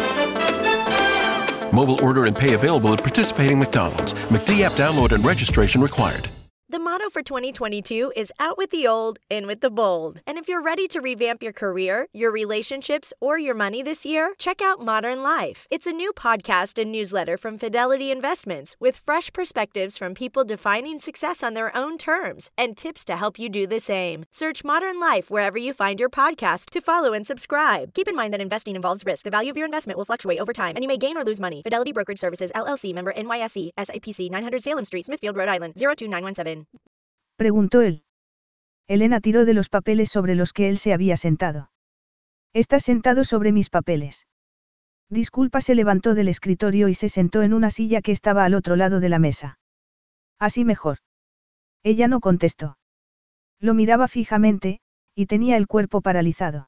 Mobile order and pay available at participating McDonald's. McD app download and registration required. The motto for twenty twenty-two is out with the old, in with the bold. And if you're ready to revamp your career, your relationships, or your money this year, check out Modern Life. It's a new podcast and newsletter from Fidelity Investments with fresh perspectives from people defining success on their own terms and tips to help you do the same. Search Modern Life wherever you find your podcast to follow and subscribe. Keep in mind that investing involves risk. The value of your investment will fluctuate over time, and you may gain or lose money. Fidelity Brokerage Services, L L C, member N Y S E, S I P C nine hundred Salem Street, Smithfield, Rhode Island, zero two nine one seven. Preguntó él. Elena tiró de los papeles sobre los que él se había sentado. ¿Estás sentado sobre mis papeles? Disculpa, se levantó del escritorio y se sentó en una silla que estaba al otro lado de la mesa. Así mejor. Ella no contestó. Lo miraba fijamente, y tenía el cuerpo paralizado.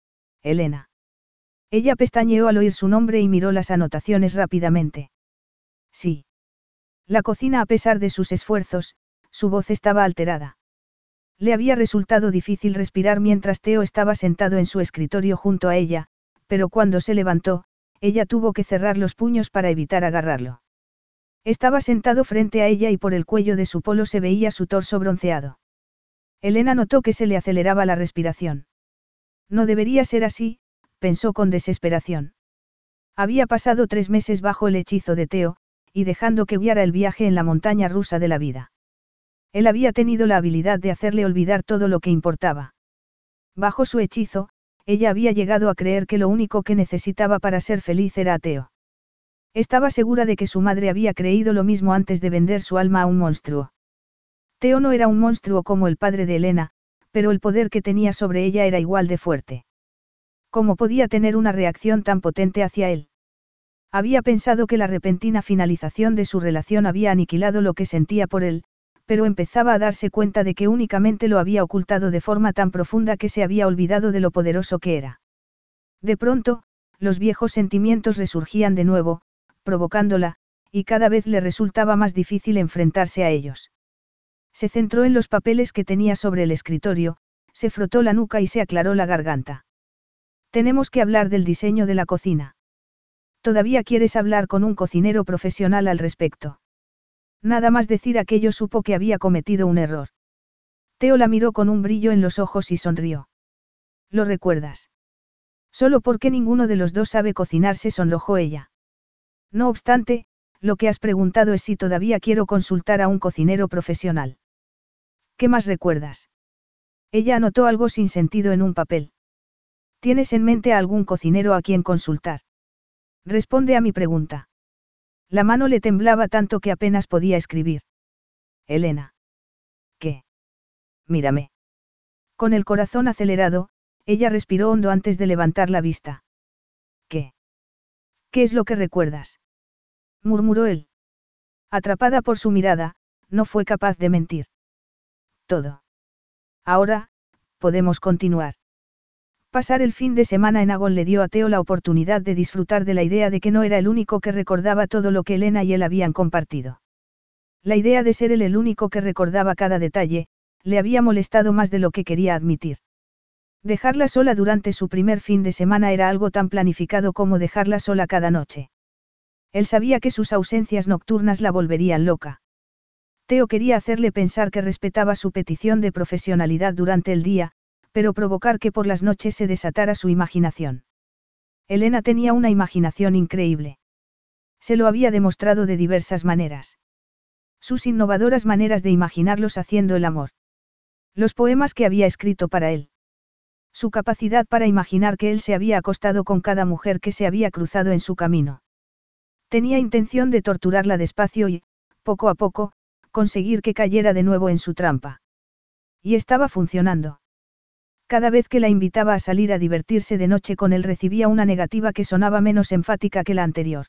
Elena. Ella pestañeó al oír su nombre y miró las anotaciones rápidamente. Sí. La cocina, a pesar de sus esfuerzos, su voz estaba alterada. Le había resultado difícil respirar mientras Theo estaba sentado en su escritorio junto a ella, pero cuando se levantó, ella tuvo que cerrar los puños para evitar agarrarlo. Estaba sentado frente a ella y por el cuello de su polo se veía su torso bronceado. Elena notó que se le aceleraba la respiración. No debería ser así, pensó con desesperación. Había pasado tres meses bajo el hechizo de Theo, y dejando que guiara el viaje en la montaña rusa de la vida. Él había tenido la habilidad de hacerle olvidar todo lo que importaba. Bajo su hechizo, ella había llegado a creer que lo único que necesitaba para ser feliz era a Theo. Estaba segura de que su madre había creído lo mismo antes de vender su alma a un monstruo. Theo no era un monstruo como el padre de Elena, pero el poder que tenía sobre ella era igual de fuerte. ¿Cómo podía tener una reacción tan potente hacia él? Había pensado que la repentina finalización de su relación había aniquilado lo que sentía por él, pero empezaba a darse cuenta de que únicamente lo había ocultado de forma tan profunda que se había olvidado de lo poderoso que era. De pronto, los viejos sentimientos resurgían de nuevo, provocándola, y cada vez le resultaba más difícil enfrentarse a ellos. Se centró en los papeles que tenía sobre el escritorio, se frotó la nuca y se aclaró la garganta. Tenemos que hablar del diseño de la cocina. ¿Todavía quieres hablar con un cocinero profesional al respecto? Nada más decir aquello supo que había cometido un error. Theo la miró con un brillo en los ojos y sonrió. ¿Lo recuerdas? Solo porque ninguno de los dos sabe cocinar, se sonrojó ella. No obstante, lo que has preguntado es si todavía quiero consultar a un cocinero profesional. ¿Qué más recuerdas? Ella anotó algo sin sentido en un papel. ¿Tienes en mente a algún cocinero a quien consultar? Responde a mi pregunta. La mano le temblaba tanto que apenas podía escribir. Elena. ¿Qué? Mírame. Con el corazón acelerado, ella respiró hondo antes de levantar la vista. ¿Qué? ¿Qué es lo que recuerdas? Murmuró él. Atrapada por su mirada, no fue capaz de mentir. Todo. Ahora, podemos continuar. Pasar el fin de semana en Agon le dio a Theo la oportunidad de disfrutar de la idea de que no era el único que recordaba todo lo que Elena y él habían compartido. La idea de ser él el único que recordaba cada detalle, le había molestado más de lo que quería admitir. Dejarla sola durante su primer fin de semana era algo tan planificado como dejarla sola cada noche. Él sabía que sus ausencias nocturnas la volverían loca. Theo quería hacerle pensar que respetaba su petición de profesionalidad durante el día, pero provocar que por las noches se desatara su imaginación. Elena tenía una imaginación increíble. Se lo había demostrado de diversas maneras. Sus innovadoras maneras de imaginarlos haciendo el amor. Los poemas que había escrito para él. Su capacidad para imaginar que él se había acostado con cada mujer que se había cruzado en su camino. Tenía intención de torturarla despacio y, poco a poco, conseguir que cayera de nuevo en su trampa. Y estaba funcionando. Cada vez que la invitaba a salir a divertirse de noche con él recibía una negativa que sonaba menos enfática que la anterior.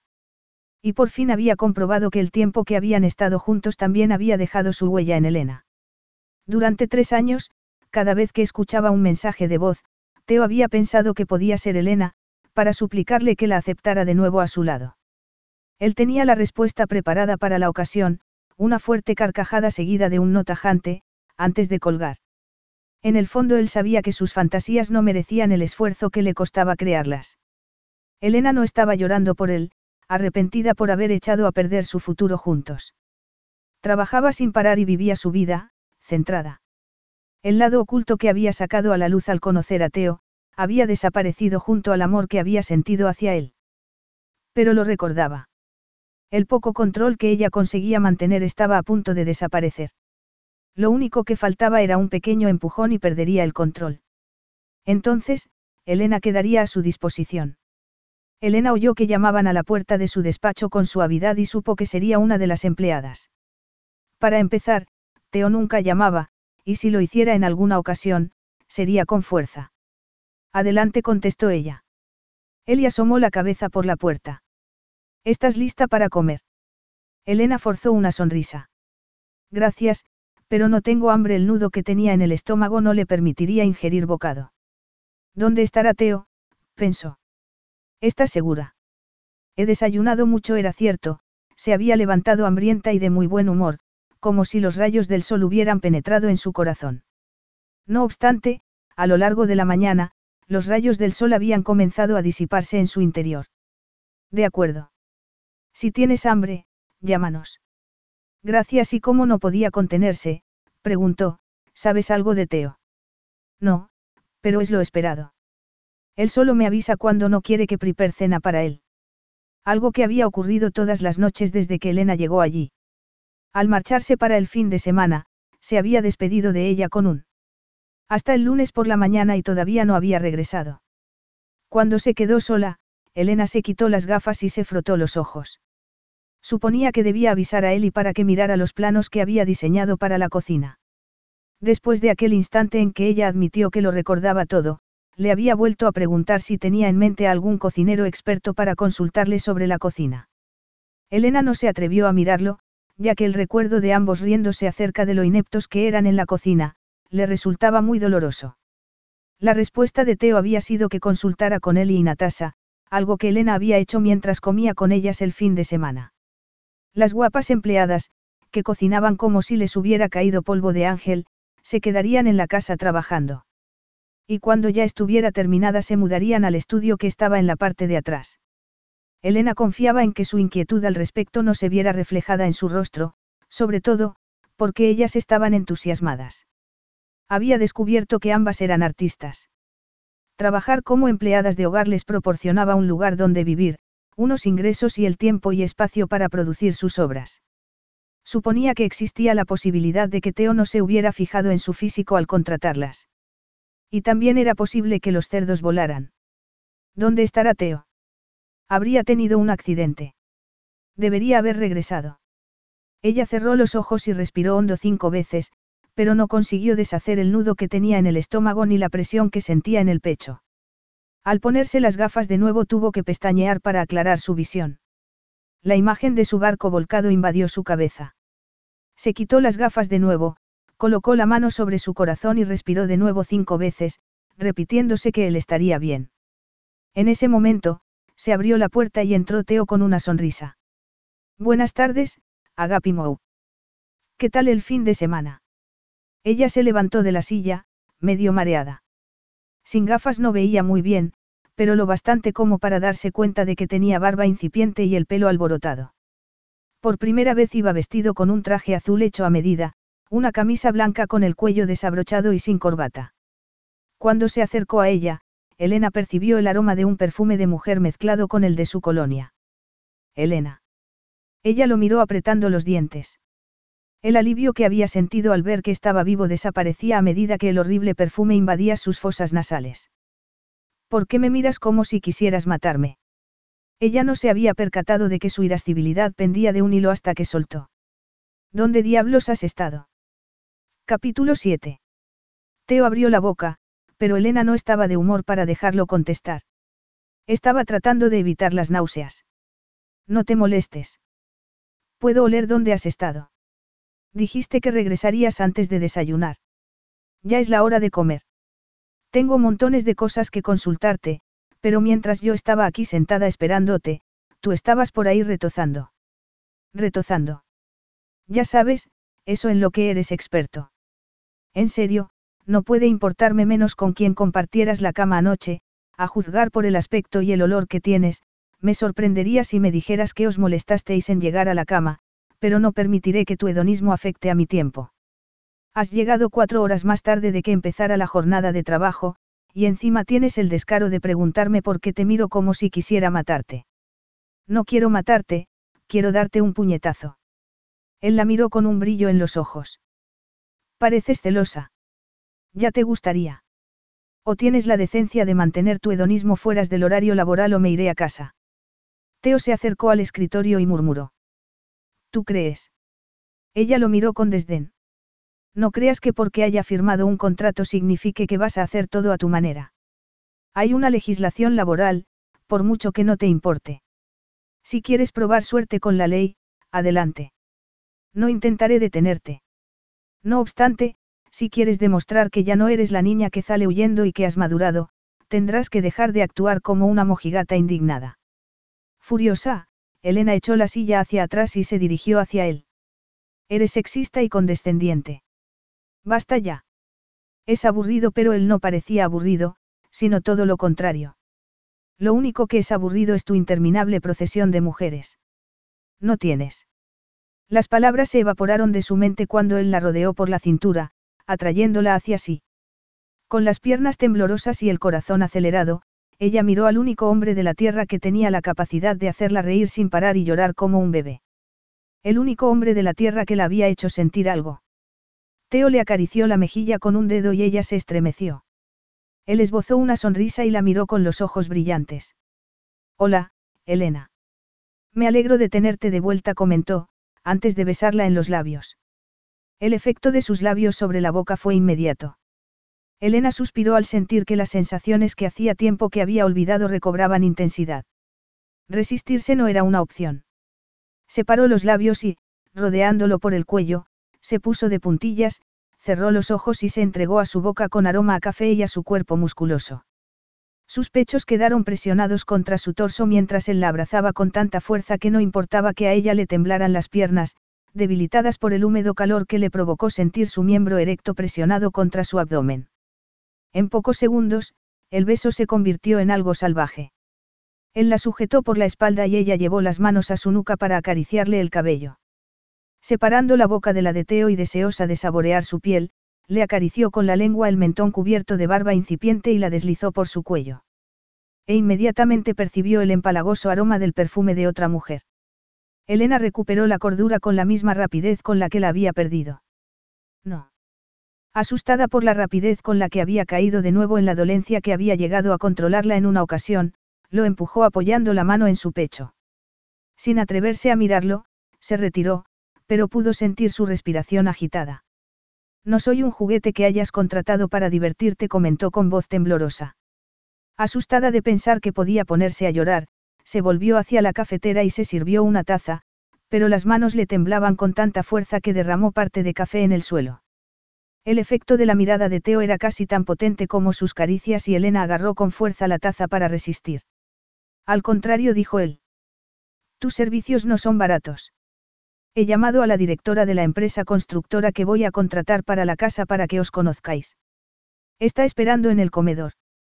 Y por fin había comprobado que el tiempo que habían estado juntos también había dejado su huella en Elena. Durante tres años, cada vez que escuchaba un mensaje de voz, Theo había pensado que podía ser Elena, para suplicarle que la aceptara de nuevo a su lado. Él tenía la respuesta preparada para la ocasión, una fuerte carcajada seguida de un no tajante, antes de colgar. En el fondo él sabía que sus fantasías no merecían el esfuerzo que le costaba crearlas. Elena no estaba llorando por él, arrepentida por haber echado a perder su futuro juntos. Trabajaba sin parar y vivía su vida, centrada. El lado oculto que había sacado a la luz al conocer a Theo, había desaparecido junto al amor que había sentido hacia él. Pero lo recordaba. El poco control que ella conseguía mantener estaba a punto de desaparecer. Lo único que faltaba era un pequeño empujón y perdería el control. Entonces, Elena quedaría a su disposición. Elena oyó que llamaban a la puerta de su despacho con suavidad y supo que sería una de las empleadas. Para empezar, Theo nunca llamaba, y si lo hiciera en alguna ocasión, sería con fuerza. Adelante, contestó ella. Él asomó la cabeza por la puerta. ¿Estás lista para comer? Elena forzó una sonrisa. Gracias, pero no tengo hambre. El nudo que tenía en el estómago no le permitiría ingerir bocado. ¿Dónde estará Theo?, pensó. ¿Estás segura? He desayunado mucho, era cierto, se había levantado hambrienta y de muy buen humor, como si los rayos del sol hubieran penetrado en su corazón. No obstante, a lo largo de la mañana, los rayos del sol habían comenzado a disiparse en su interior. De acuerdo. Si tienes hambre, llámanos. Gracias. ¿Y cómo no podía contenerse?, preguntó. ¿Sabes algo de Theo? No, pero es lo esperado. Él solo me avisa cuando no quiere que prepare cena para él. Algo que había ocurrido todas las noches desde que Elena llegó allí. Al marcharse para el fin de semana, se había despedido de ella con un hasta el lunes por la mañana y todavía no había regresado. Cuando se quedó sola, Elena se quitó las gafas y se frotó los ojos. Suponía que debía avisar a él y para que mirara los planos que había diseñado para la cocina. Después de aquel instante en que ella admitió que lo recordaba todo, le había vuelto a preguntar si tenía en mente a algún cocinero experto para consultarle sobre la cocina. Elena no se atrevió a mirarlo, ya que el recuerdo de ambos riéndose acerca de lo ineptos que eran en la cocina, le resultaba muy doloroso. La respuesta de Theo había sido que consultara con él y Natasha, algo que Elena había hecho mientras comía con ellas el fin de semana. Las guapas empleadas, que cocinaban como si les hubiera caído polvo de ángel, se quedarían en la casa trabajando. Y cuando ya estuviera terminada se mudarían al estudio que estaba en la parte de atrás. Elena confiaba en que su inquietud al respecto no se viera reflejada en su rostro, sobre todo, porque ellas estaban entusiasmadas. Había descubierto que ambas eran artistas. Trabajar como empleadas de hogar les proporcionaba un lugar donde vivir, unos ingresos y el tiempo y espacio para producir sus obras. Suponía que existía la posibilidad de que Theo no se hubiera fijado en su físico al contratarlas. Y también era posible que los cerdos volaran. ¿Dónde estará Theo? Habría tenido un accidente. Debería haber regresado. Ella cerró los ojos y respiró hondo cinco veces, pero no consiguió deshacer el nudo que tenía en el estómago ni la presión que sentía en el pecho. Al ponerse las gafas de nuevo tuvo que pestañear para aclarar su visión. La imagen de su barco volcado invadió su cabeza. Se quitó las gafas de nuevo, colocó la mano sobre su corazón y respiró de nuevo cinco veces, repitiéndose que él estaría bien. En ese momento, se abrió la puerta y entró Theo con una sonrisa. Buenas tardes, Agapi Mou. ¿Qué tal el fin de semana? Ella se levantó de la silla, medio mareada. Sin gafas no veía muy bien, pero lo bastante como para darse cuenta de que tenía barba incipiente y el pelo alborotado. Por primera vez iba vestido con un traje azul hecho a medida, una camisa blanca con el cuello desabrochado y sin corbata. Cuando se acercó a ella, Elena percibió el aroma de un perfume de mujer mezclado con el de su colonia. Elena. Ella lo miró apretando los dientes. El alivio que había sentido al ver que estaba vivo desaparecía a medida que el horrible perfume invadía sus fosas nasales. ¿Por qué me miras como si quisieras matarme? Ella no se había percatado de que su irascibilidad pendía de un hilo hasta que soltó. ¿Dónde diablos has estado? Capítulo siete. Theo abrió la boca, pero Elena no estaba de humor para dejarlo contestar. Estaba tratando de evitar las náuseas. No te molestes. Puedo oler dónde has estado. Dijiste que regresarías antes de desayunar. Ya es la hora de comer. Tengo montones de cosas que consultarte, pero mientras yo estaba aquí sentada esperándote, tú estabas por ahí retozando. Retozando. Ya sabes, eso en lo que eres experto. En serio, no puede importarme menos con quien compartieras la cama anoche, a juzgar por el aspecto y el olor que tienes, me sorprendería si me dijeras que os molestasteis en llegar a la cama, pero no permitiré que tu hedonismo afecte a mi tiempo. Has llegado cuatro horas más tarde de que empezara la jornada de trabajo, y encima tienes el descaro de preguntarme por qué te miro como si quisiera matarte. No quiero matarte, quiero darte un puñetazo. Él la miró con un brillo en los ojos. Pareces celosa. Ya te gustaría. O tienes la decencia de mantener tu hedonismo fuera del horario laboral o me iré a casa. Theo se acercó al escritorio y murmuró. ¿Tú crees? Ella lo miró con desdén. No creas que porque haya firmado un contrato signifique que vas a hacer todo a tu manera. Hay una legislación laboral, por mucho que no te importe. Si quieres probar suerte con la ley, adelante. No intentaré detenerte. No obstante, si quieres demostrar que ya no eres la niña que sale huyendo y que has madurado, tendrás que dejar de actuar como una mojigata indignada. Furiosa, Elena echó la silla hacia atrás y se dirigió hacia él. Eres sexista y condescendiente. Basta ya. Es aburrido, pero él no parecía aburrido, sino todo lo contrario. Lo único que es aburrido es tu interminable procesión de mujeres. No tienes. Las palabras se evaporaron de su mente cuando él la rodeó por la cintura, atrayéndola hacia sí. Con las piernas temblorosas y el corazón acelerado, ella miró al único hombre de la tierra que tenía la capacidad de hacerla reír sin parar y llorar como un bebé. El único hombre de la tierra que la había hecho sentir algo. Theo le acarició la mejilla con un dedo y ella se estremeció. Él esbozó una sonrisa y la miró con los ojos brillantes. Hola, Elena. Me alegro de tenerte de vuelta, comentó, antes de besarla en los labios. El efecto de sus labios sobre la boca fue inmediato. Elena suspiró al sentir que las sensaciones que hacía tiempo que había olvidado recobraban intensidad. Resistirse no era una opción. Separó los labios y, rodeándolo por el cuello, se puso de puntillas, cerró los ojos y se entregó a su boca con aroma a café y a su cuerpo musculoso. Sus pechos quedaron presionados contra su torso mientras él la abrazaba con tanta fuerza que no importaba que a ella le temblaran las piernas, debilitadas por el húmedo calor que le provocó sentir su miembro erecto presionado contra su abdomen. En pocos segundos, el beso se convirtió en algo salvaje. Él la sujetó por la espalda y ella llevó las manos a su nuca para acariciarle el cabello. Separando la boca de la de Theo y deseosa de saborear su piel, le acarició con la lengua el mentón cubierto de barba incipiente y la deslizó por su cuello. E inmediatamente percibió el empalagoso aroma del perfume de otra mujer. Elena recuperó la cordura con la misma rapidez con la que la había perdido. No. Asustada por la rapidez con la que había caído de nuevo en la dolencia que había llegado a controlarla en una ocasión, lo empujó apoyando la mano en su pecho. Sin atreverse a mirarlo, se retiró, pero pudo sentir su respiración agitada. No soy un juguete que hayas contratado para divertirte, comentó con voz temblorosa. Asustada de pensar que podía ponerse a llorar, se volvió hacia la cafetera y se sirvió una taza, pero las manos le temblaban con tanta fuerza que derramó parte de café en el suelo. El efecto de la mirada de Theo era casi tan potente como sus caricias y Elena agarró con fuerza la taza para resistir. Al contrario, dijo él. Tus servicios no son baratos. He llamado a la directora de la empresa constructora que voy a contratar para la casa para que os conozcáis. Está esperando en el comedor.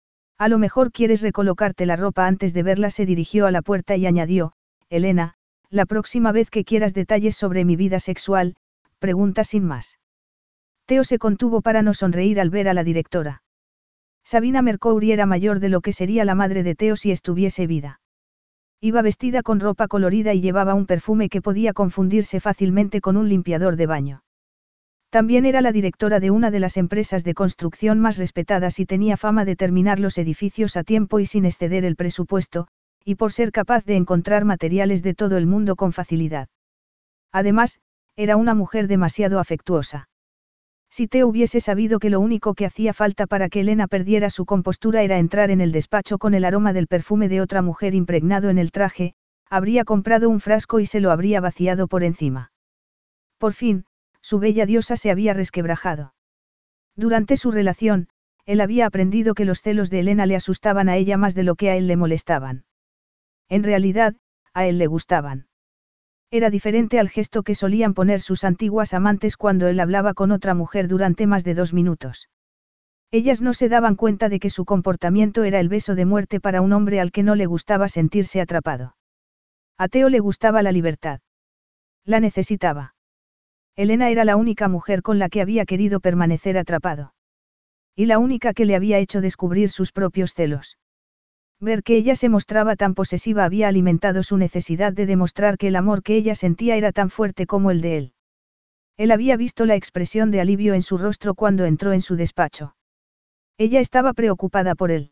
A lo mejor quieres recolocarte la ropa antes de verla. Se dirigió a la puerta y añadió, Elena, la próxima vez que quieras detalles sobre mi vida sexual, pregunta sin más. Theo se contuvo para no sonreír al ver a la directora. Sabina Mercouri era mayor de lo que sería la madre de Theo si estuviese viva. Iba vestida con ropa colorida y llevaba un perfume que podía confundirse fácilmente con un limpiador de baño. También era la directora de una de las empresas de construcción más respetadas y tenía fama de terminar los edificios a tiempo y sin exceder el presupuesto, y por ser capaz de encontrar materiales de todo el mundo con facilidad. Además, era una mujer demasiado afectuosa. Si Theo hubiese sabido que lo único que hacía falta para que Elena perdiera su compostura era entrar en el despacho con el aroma del perfume de otra mujer impregnado en el traje, habría comprado un frasco y se lo habría vaciado por encima. Por fin, su bella diosa se había resquebrajado. Durante su relación, él había aprendido que los celos de Elena le asustaban a ella más de lo que a él le molestaban. En realidad, a él le gustaban. Era diferente al gesto que solían poner sus antiguas amantes cuando él hablaba con otra mujer durante más de dos minutos. Ellas no se daban cuenta de que su comportamiento era el beso de muerte para un hombre al que no le gustaba sentirse atrapado. A Theo le gustaba la libertad. La necesitaba. Elena era la única mujer con la que había querido permanecer atrapado. Y la única que le había hecho descubrir sus propios celos. Ver que ella se mostraba tan posesiva había alimentado su necesidad de demostrar que el amor que ella sentía era tan fuerte como el de él. Él había visto la expresión de alivio en su rostro cuando entró en su despacho. Ella estaba preocupada por él.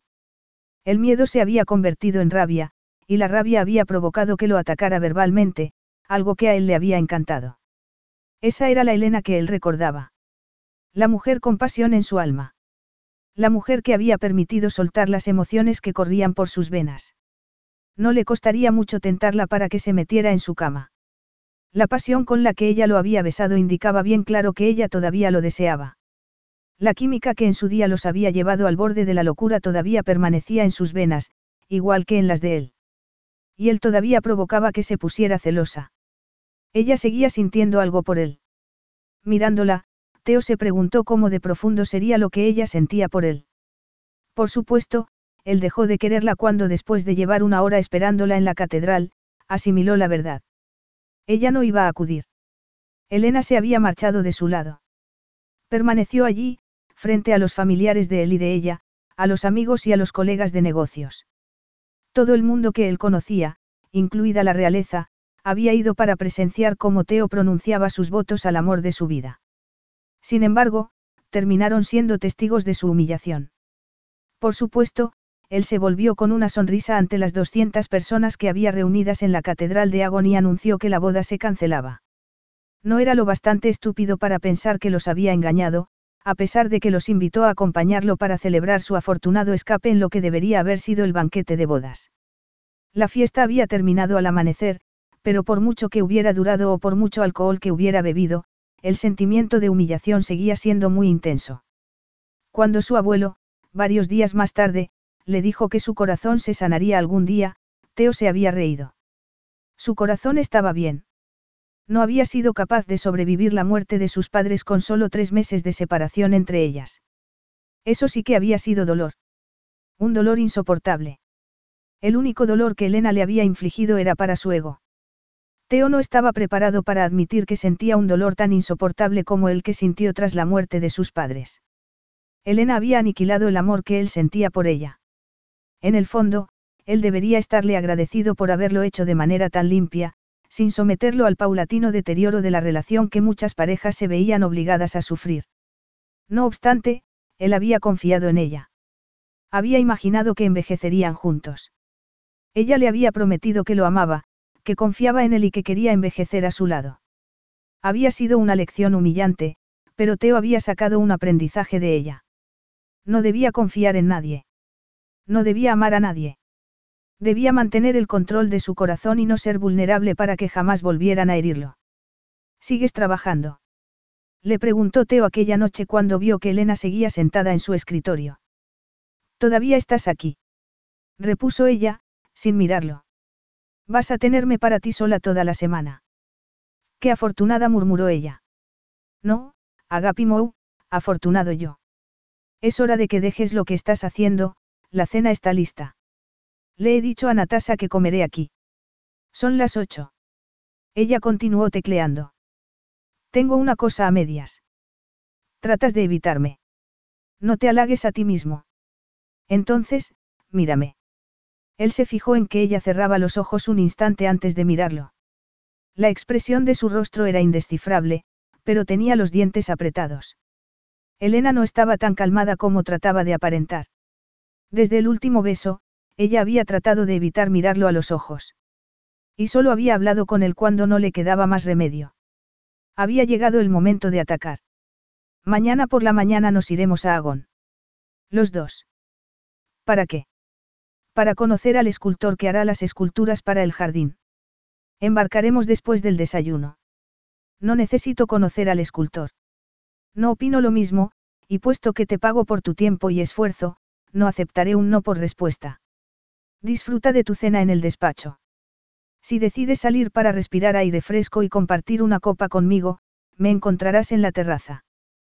El miedo se había convertido en rabia, y la rabia había provocado que lo atacara verbalmente, algo que a él le había encantado. Esa era la Elena que él recordaba. La mujer con pasión en su alma. La mujer que había permitido soltar las emociones que corrían por sus venas. No le costaría mucho tentarla para que se metiera en su cama. La pasión con la que ella lo había besado indicaba bien claro que ella todavía lo deseaba. La química que en su día los había llevado al borde de la locura todavía permanecía en sus venas, igual que en las de él. Y él todavía provocaba que se pusiera celosa. Ella seguía sintiendo algo por él. Mirándola, Theo se preguntó cómo de profundo sería lo que ella sentía por él. Por supuesto, él dejó de quererla cuando después de llevar una hora esperándola en la catedral, asimiló la verdad. Ella no iba a acudir. Elena se había marchado de su lado. Permaneció allí, frente a los familiares de él y de ella, a los amigos y a los colegas de negocios. Todo el mundo que él conocía, incluida la realeza, había ido para presenciar cómo Theo pronunciaba sus votos al amor de su vida. Sin embargo, terminaron siendo testigos de su humillación. Por supuesto, él se volvió con una sonrisa ante las doscientas personas que había reunidas en la catedral de Agón y anunció que la boda se cancelaba. No era lo bastante estúpido para pensar que los había engañado, a pesar de que los invitó a acompañarlo para celebrar su afortunado escape en lo que debería haber sido el banquete de bodas. La fiesta había terminado al amanecer, pero por mucho que hubiera durado o por mucho alcohol que hubiera bebido, el sentimiento de humillación seguía siendo muy intenso. Cuando su abuelo, varios días más tarde, le dijo que su corazón se sanaría algún día, Theo se había reído. Su corazón estaba bien. No había sido capaz de sobrevivir la muerte de sus padres con solo tres meses de separación entre ellas. Eso sí que había sido dolor. Un dolor insoportable. El único dolor que Elena le había infligido era para su ego. Theo no estaba preparado para admitir que sentía un dolor tan insoportable como el que sintió tras la muerte de sus padres. Elena había aniquilado el amor que él sentía por ella. En el fondo, él debería estarle agradecido por haberlo hecho de manera tan limpia, sin someterlo al paulatino deterioro de la relación que muchas parejas se veían obligadas a sufrir. No obstante, él había confiado en ella. Había imaginado que envejecerían juntos. Ella le había prometido que lo amaba, que confiaba en él y que quería envejecer a su lado. Había sido una lección humillante, pero Theo había sacado un aprendizaje de ella. No debía confiar en nadie. No debía amar a nadie. Debía mantener el control de su corazón y no ser vulnerable para que jamás volvieran a herirlo. ¿Sigues trabajando?, le preguntó Theo aquella noche cuando vio que Elena seguía sentada en su escritorio. ¿Todavía estás aquí?, repuso ella, sin mirarlo. Vas a tenerme para ti sola toda la semana. Qué afortunada, murmuró ella. No, Agapimou, afortunado yo. Es hora de que dejes lo que estás haciendo, la cena está lista. Le he dicho a Natasha que comeré aquí. Son las ocho. Ella continuó tecleando. Tengo una cosa a medias. Tratas de evitarme. No te halagues a ti mismo. Entonces, mírame. Él se fijó en que ella cerraba los ojos un instante antes de mirarlo. La expresión de su rostro era indescifrable, pero tenía los dientes apretados. Elena no estaba tan calmada como trataba de aparentar. Desde el último beso, ella había tratado de evitar mirarlo a los ojos. Y solo había hablado con él cuando no le quedaba más remedio. Había llegado el momento de atacar. Mañana por la mañana nos iremos a Agón. Los dos. ¿Para qué? Para conocer al escultor que hará las esculturas para el jardín. Embarcaremos después del desayuno. No necesito conocer al escultor. No opino lo mismo, y puesto que te pago por tu tiempo y esfuerzo, no aceptaré un no por respuesta. Disfruta de tu cena en el despacho. Si decides salir para respirar aire fresco y compartir una copa conmigo, me encontrarás en la terraza.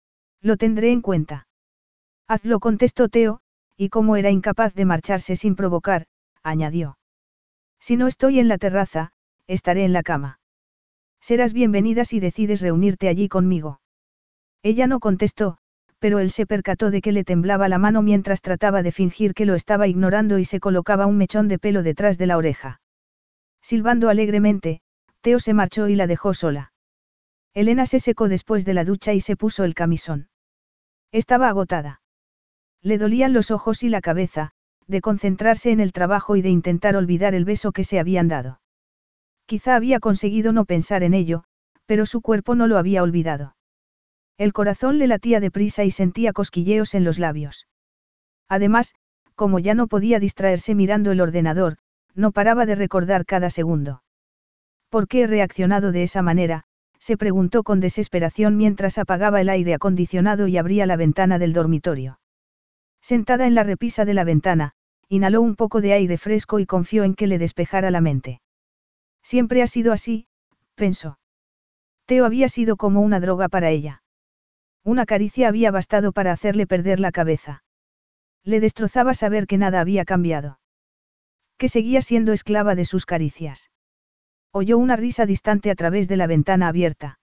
Lo tendré en cuenta. Hazlo, contestó Theo, y como era incapaz de marcharse sin provocar, añadió. Si no estoy en la terraza, estaré en la cama. Serás bienvenida si decides reunirte allí conmigo. Ella no contestó, pero él se percató de que le temblaba la mano mientras trataba de fingir que lo estaba ignorando y se colocaba un mechón de pelo detrás de la oreja. Silbando alegremente, Theo se marchó y la dejó sola. Elena se secó después de la ducha y se puso el camisón. Estaba agotada. Le dolían los ojos y la cabeza, de concentrarse en el trabajo y de intentar olvidar el beso que se habían dado. Quizá había conseguido no pensar en ello, pero su cuerpo no lo había olvidado. El corazón le latía deprisa y sentía cosquilleos en los labios. Además, como ya no podía distraerse mirando el ordenador, no paraba de recordar cada segundo. ¿Por qué he reaccionado de esa manera?, se preguntó con desesperación mientras apagaba el aire acondicionado y abría la ventana del dormitorio. Sentada en la repisa de la ventana, inhaló un poco de aire fresco y confió en que le despejara la mente. Siempre ha sido así, pensó. Theo había sido como una droga para ella. Una caricia había bastado para hacerle perder la cabeza. Le destrozaba saber que nada había cambiado. Que seguía siendo esclava de sus caricias. Oyó una risa distante a través de la ventana abierta.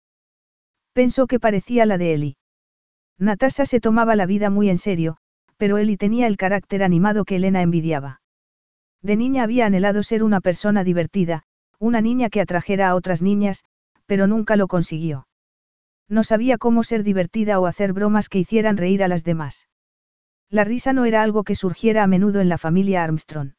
Pensó que parecía la de Eli. Natasha se tomaba la vida muy en serio, pero Eli tenía el carácter animado que Elena envidiaba. De niña había anhelado ser una persona divertida, una niña que atrajera a otras niñas, pero nunca lo consiguió. No sabía cómo ser divertida o hacer bromas que hicieran reír a las demás. La risa no era algo que surgiera a menudo en la familia Armstrong.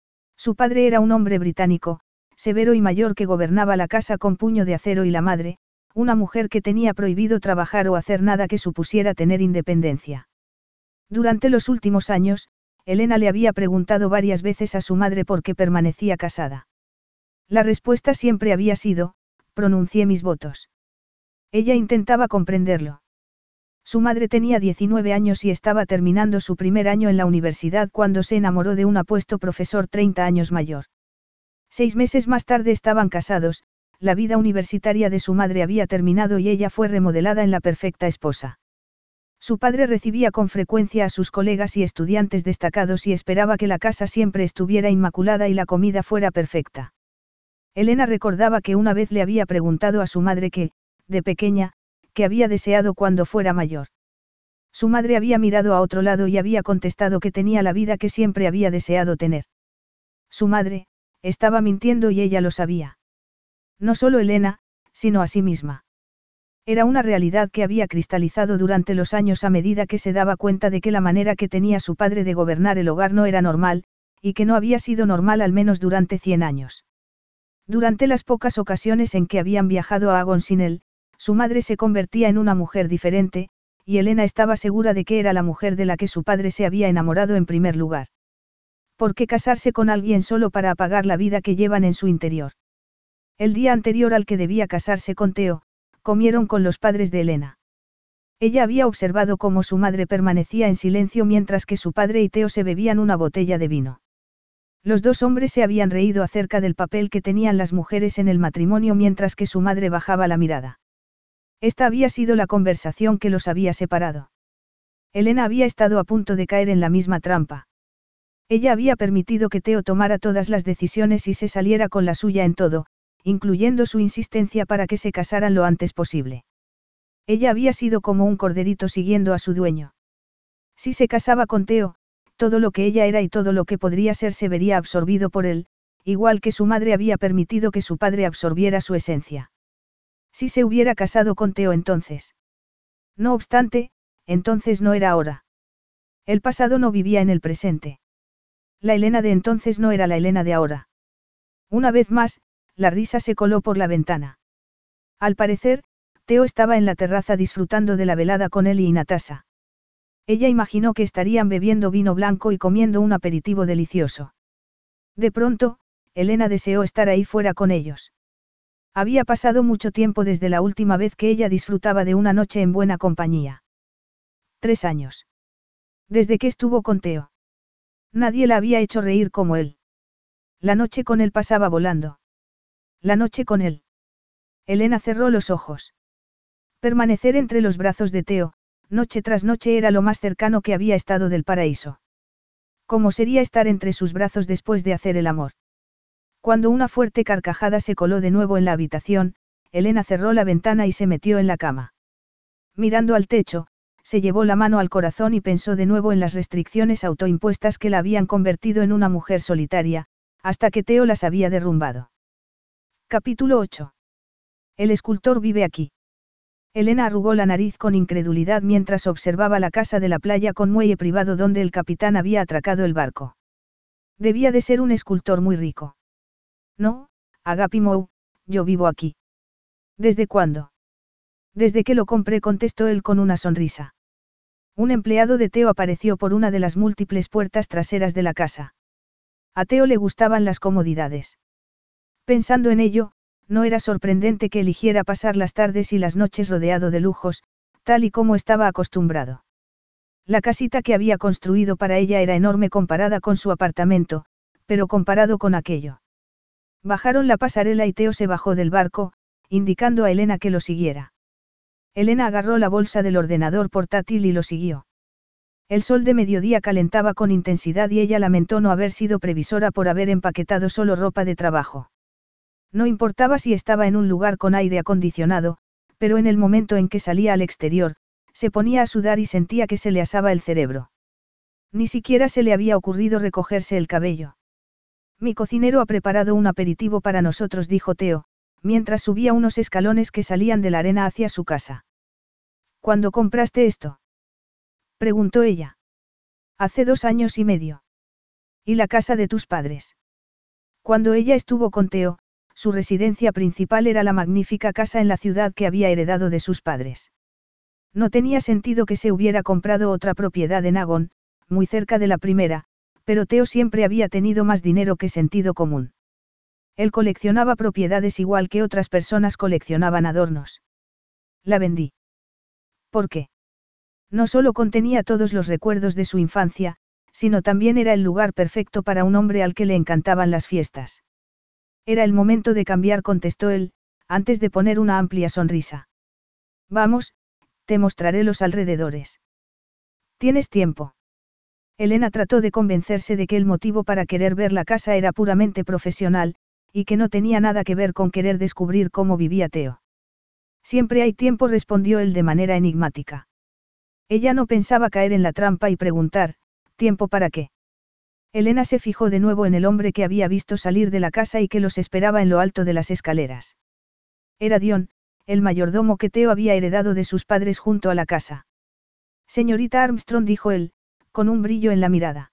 Su padre era un hombre británico, severo y mayor que gobernaba la casa con puño de acero y la madre, una mujer que tenía prohibido trabajar o hacer nada que supusiera tener independencia. Durante los últimos años, Elena le había preguntado varias veces a su madre por qué permanecía casada. La respuesta siempre había sido, pronuncié mis votos. Ella intentaba comprenderlo. Su madre tenía diecinueve años y estaba terminando su primer año en la universidad cuando se enamoró de un apuesto profesor treinta años mayor. Seis meses más tarde estaban casados, la vida universitaria de su madre había terminado y ella fue remodelada en la perfecta esposa. Su padre recibía con frecuencia a sus colegas y estudiantes destacados y esperaba que la casa siempre estuviera inmaculada y la comida fuera perfecta. Elena recordaba que una vez le había preguntado a su madre que, de pequeña, qué había deseado cuando fuera mayor. Su madre había mirado a otro lado y había contestado que tenía la vida que siempre había deseado tener. Su madre, estaba mintiendo y ella lo sabía. No solo Elena, sino a sí misma. Era una realidad que había cristalizado durante los años a medida que se daba cuenta de que la manera que tenía su padre de gobernar el hogar no era normal, y que no había sido normal al menos durante cien años. Durante las pocas ocasiones en que habían viajado a Agon sin él, su madre se convertía en una mujer diferente, y Elena estaba segura de que era la mujer de la que su padre se había enamorado en primer lugar. ¿Por qué casarse con alguien solo para apagar la vida que llevan en su interior? El día anterior al que debía casarse con Theo, comieron con los padres de Elena. Ella había observado cómo su madre permanecía en silencio mientras que su padre y Theo se bebían una botella de vino. Los dos hombres se habían reído acerca del papel que tenían las mujeres en el matrimonio mientras que su madre bajaba la mirada. Esta había sido la conversación que los había separado. Elena había estado a punto de caer en la misma trampa. Ella había permitido que Theo tomara todas las decisiones y se saliera con la suya en todo, incluyendo su insistencia para que se casaran lo antes posible. Ella había sido como un corderito siguiendo a su dueño. Si se casaba con Theo, todo lo que ella era y todo lo que podría ser se vería absorbido por él, igual que su madre había permitido que su padre absorbiera su esencia. Si se hubiera casado con Theo entonces. No obstante, entonces no era ahora. El pasado no vivía en el presente. La Elena de entonces no era la Elena de ahora. Una vez más, la risa se coló por la ventana. Al parecer, Theo estaba en la terraza disfrutando de la velada con él y Natasha. Ella imaginó que estarían bebiendo vino blanco y comiendo un aperitivo delicioso. De pronto, Elena deseó estar ahí fuera con ellos. Había pasado mucho tiempo desde la última vez que ella disfrutaba de una noche en buena compañía. Tres años. Desde que estuvo con Theo. Nadie la había hecho reír como él. La noche con él pasaba volando. La noche con él. Elena cerró los ojos. Permanecer entre los brazos de Theo, noche tras noche era lo más cercano que había estado del paraíso. ¿Cómo sería estar entre sus brazos después de hacer el amor? Cuando una fuerte carcajada se coló de nuevo en la habitación, Elena cerró la ventana y se metió en la cama. Mirando al techo, se llevó la mano al corazón y pensó de nuevo en las restricciones autoimpuestas que la habían convertido en una mujer solitaria, hasta que Theo las había derrumbado. Capítulo ocho. El escultor vive aquí. Elena arrugó la nariz con incredulidad mientras observaba la casa de la playa con muelle privado donde el capitán había atracado el barco. Debía de ser un escultor muy rico. No, Agapi Mou, yo vivo aquí. ¿Desde cuándo? Desde que lo compré, contestó él con una sonrisa. Un empleado de Theo apareció por una de las múltiples puertas traseras de la casa. A Theo le gustaban las comodidades. Pensando en ello, no era sorprendente que eligiera pasar las tardes y las noches rodeado de lujos, tal y como estaba acostumbrado. La casita que había construido para ella era enorme comparada con su apartamento, pero comparado con aquello. Bajaron la pasarela y Theo se bajó del barco, indicando a Elena que lo siguiera. Elena agarró la bolsa del ordenador portátil y lo siguió. El sol de mediodía calentaba con intensidad y ella lamentó no haber sido previsora por haber empaquetado solo ropa de trabajo. No importaba si estaba en un lugar con aire acondicionado, pero en el momento en que salía al exterior, se ponía a sudar y sentía que se le asaba el cerebro. Ni siquiera se le había ocurrido recogerse el cabello. Mi cocinero ha preparado un aperitivo para nosotros, dijo Theo, mientras subía unos escalones que salían de la arena hacia su casa. ¿Cuándo compraste esto?, preguntó ella. Hace dos años y medio. ¿Y la casa de tus padres? Cuando ella estuvo con Theo, su residencia principal era la magnífica casa en la ciudad que había heredado de sus padres. No tenía sentido que se hubiera comprado otra propiedad en Agon, muy cerca de la primera, pero Theo siempre había tenido más dinero que sentido común. Él coleccionaba propiedades igual que otras personas coleccionaban adornos. La vendí. ¿Por qué? No solo contenía todos los recuerdos de su infancia, sino también era el lugar perfecto para un hombre al que le encantaban las fiestas. Era el momento de cambiar, contestó él, antes de poner una amplia sonrisa. Vamos, te mostraré los alrededores. ¿Tienes tiempo? Elena trató de convencerse de que el motivo para querer ver la casa era puramente profesional, y que no tenía nada que ver con querer descubrir cómo vivía Theo. Siempre hay tiempo, respondió él de manera enigmática. Ella no pensaba caer en la trampa y preguntar, ¿tiempo para qué? Elena se fijó de nuevo en el hombre que había visto salir de la casa y que los esperaba en lo alto de las escaleras. Era Dion, el mayordomo que Theo había heredado de sus padres junto a la casa. Señorita Armstrong, dijo él, con un brillo en la mirada.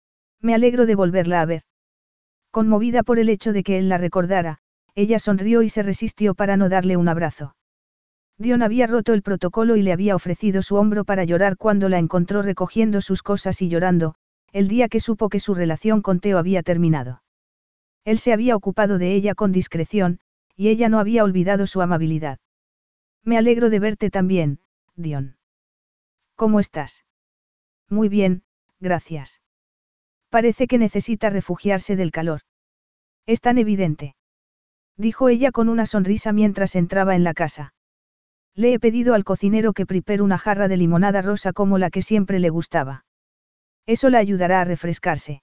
Me alegro de volverla a ver. Conmovida por el hecho de que él la recordara, ella sonrió y se resistió para no darle un abrazo. Dion había roto el protocolo y le había ofrecido su hombro para llorar cuando la encontró recogiendo sus cosas y llorando, el día que supo que su relación con Theo había terminado. Él se había ocupado de ella con discreción, y ella no había olvidado su amabilidad. Me alegro de verte también, Dion. ¿Cómo estás? Muy bien, gracias. Parece que necesita refugiarse del calor. Es tan evidente. Dijo ella con una sonrisa mientras entraba en la casa. Le he pedido al cocinero que prepare una jarra de limonada rosa como la que siempre le gustaba. Eso la ayudará a refrescarse.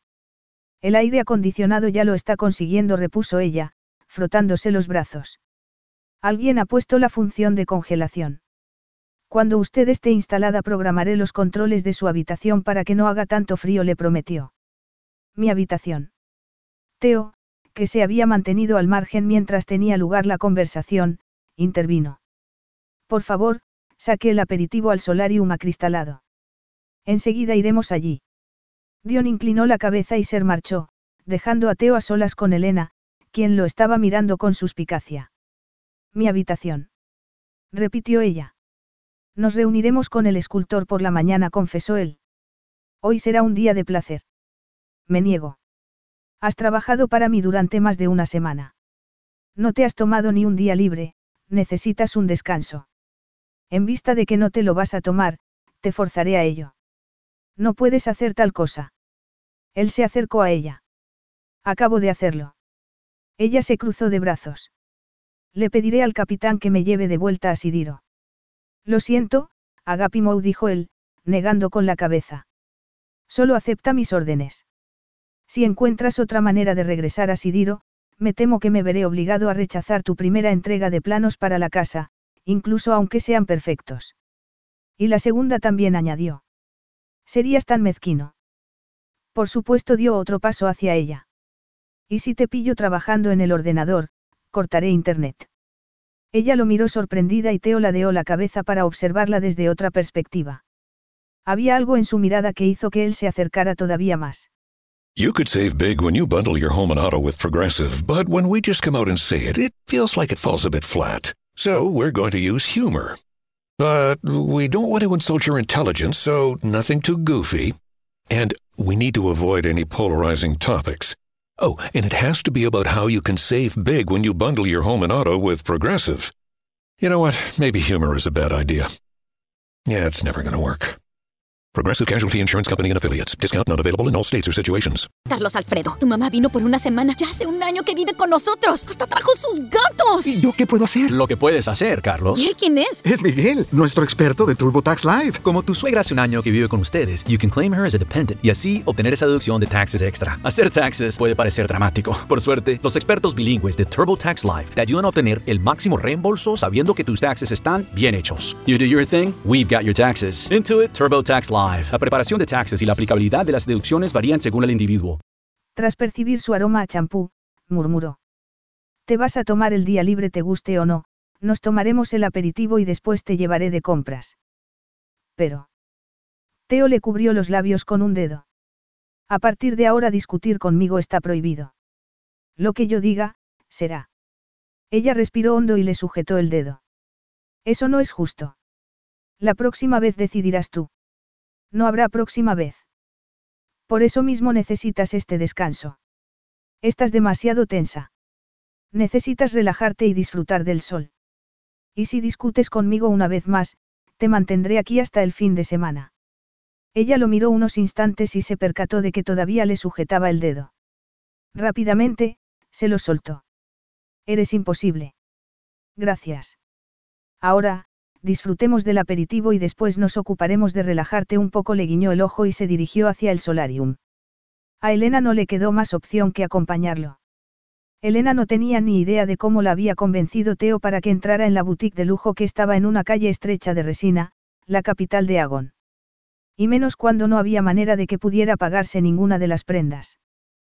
El aire acondicionado ya lo está consiguiendo, repuso ella, frotándose los brazos. Alguien ha puesto la función de congelación. Cuando usted esté instalada programaré los controles de su habitación para que no haga tanto frío, le prometió. Mi habitación. Theo, que se había mantenido al margen mientras tenía lugar la conversación, intervino. Por favor, saque el aperitivo al solarium acristalado. Enseguida iremos allí. Dion inclinó la cabeza y se marchó, dejando a Theo a solas con Elena, quien lo estaba mirando con suspicacia. Mi habitación. Repitió ella. Nos reuniremos con el escultor por la mañana, confesó él. Hoy será un día de placer. Me niego. Has trabajado para mí durante más de una semana. No te has tomado ni un día libre, necesitas un descanso. En vista de que no te lo vas a tomar, te forzaré a ello. No puedes hacer tal cosa. Él se acercó a ella. Acabo de hacerlo. Ella se cruzó de brazos. Le pediré al capitán que me lleve de vuelta a Sidiro. Lo siento, Agapi Mou, dijo él, negando con la cabeza. Solo acepta mis órdenes. Si encuentras otra manera de regresar a Sidiro, Me temo que me veré obligado a rechazar tu primera entrega de planos para la casa, incluso aunque sean perfectos. Y la segunda también añadió. Serías tan mezquino. Por supuesto dio otro paso hacia ella. ¿Y si te pillo trabajando en el ordenador, cortaré internet? Ella lo miró sorprendida y Theo ladeó la cabeza para observarla desde otra perspectiva. Había algo en su mirada que hizo que él se acercara todavía más. You could save big when you bundle your home and auto with Progressive, but when we just come out and say it, it feels like it falls a bit flat. So we're going to use humor. But we don't want to insult your intelligence, so nothing too goofy. And we need to avoid any polarizing topics. Oh, and it has to be about how you can save big when you bundle your home and auto with Progressive. You know what? Maybe humor is a bad idea. Yeah, it's never going to work. Progressive Casualty Insurance Company and Affiliates. Discount not available in all states or situations. Carlos Alfredo, tu mamá vino por una semana. Ya hace un año que vive con nosotros. Hasta trajo sus gatos. ¿Y yo qué puedo hacer? Lo que puedes hacer, Carlos. ¿Y él quién es? Es Miguel, nuestro experto de TurboTax Live. Como tu suegra hace un año que vive con ustedes, you can claim her as a dependent y así obtener esa deducción de taxes extra. Hacer taxes puede parecer dramático. Por suerte, los expertos bilingües de TurboTax Live te ayudan a obtener el máximo reembolso sabiendo que tus taxes están bien hechos. You do your thing, we've got your taxes. Intuit TurboTax Live. La preparación de taxes y la aplicabilidad de las deducciones varían según el individuo. Tras percibir su aroma a champú, murmuró. Te vas a tomar el día libre te guste o no, nos tomaremos el aperitivo y después te llevaré de compras. Pero. Theo le cubrió los labios con un dedo. A partir de ahora discutir conmigo está prohibido. Lo que yo diga, será. Ella respiró hondo y le sujetó el dedo. Eso no es justo. La próxima vez decidirás tú. No habrá próxima vez. Por eso mismo necesitas este descanso. Estás demasiado tensa. Necesitas relajarte y disfrutar del sol. Y si discutes conmigo una vez más, te mantendré aquí hasta el fin de semana. Ella lo miró unos instantes y se percató de que todavía le sujetaba el dedo. Rápidamente, se lo soltó. Eres imposible. Gracias. Ahora, disfrutemos del aperitivo y después nos ocuparemos de relajarte un poco. Le guiñó el ojo y se dirigió hacia el solarium. A Elena no le quedó más opción que acompañarlo. Elena no tenía ni idea de cómo la había convencido Theo para que entrara en la boutique de lujo que estaba en una calle estrecha de Resina, la capital de Agon. Y menos cuando no había manera de que pudiera pagarse ninguna de las prendas.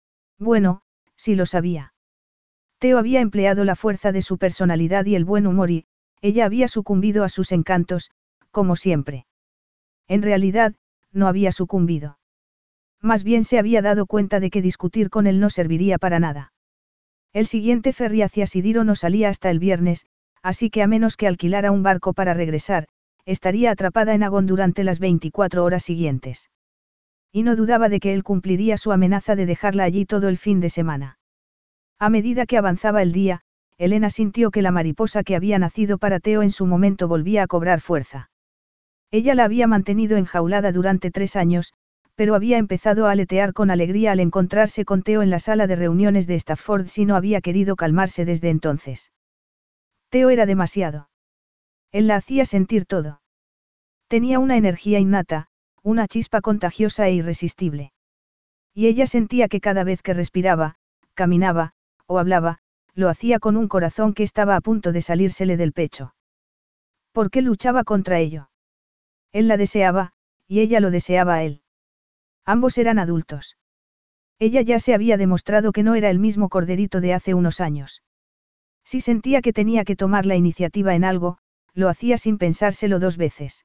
Bueno, sí lo sabía. Theo había empleado la fuerza de su personalidad y el buen humor y, ella había sucumbido a sus encantos, como siempre. En realidad, no había sucumbido. Más bien se había dado cuenta de que discutir con él no serviría para nada. El siguiente ferry hacia Sidiro no salía hasta el viernes, así que a menos que alquilara un barco para regresar, estaría atrapada en Agon durante las veinticuatro horas siguientes. Y no dudaba de que él cumpliría su amenaza de dejarla allí todo el fin de semana. A medida que avanzaba el día, Elena sintió que la mariposa que había nacido para Theo en su momento volvía a cobrar fuerza. Ella la había mantenido enjaulada durante tres años, pero había empezado a aletear con alegría al encontrarse con Theo en la sala de reuniones de Stafford si no había querido calmarse desde entonces. Theo era demasiado. Él la hacía sentir todo. Tenía una energía innata, una chispa contagiosa e irresistible. Y ella sentía que cada vez que respiraba, caminaba, o hablaba, lo hacía con un corazón que estaba a punto de salírsele del pecho. ¿Por qué luchaba contra ello? Él la deseaba, y ella lo deseaba a él. Ambos eran adultos. Ella ya se había demostrado que no era el mismo corderito de hace unos años. Si sentía que tenía que tomar la iniciativa en algo, lo hacía sin pensárselo dos veces.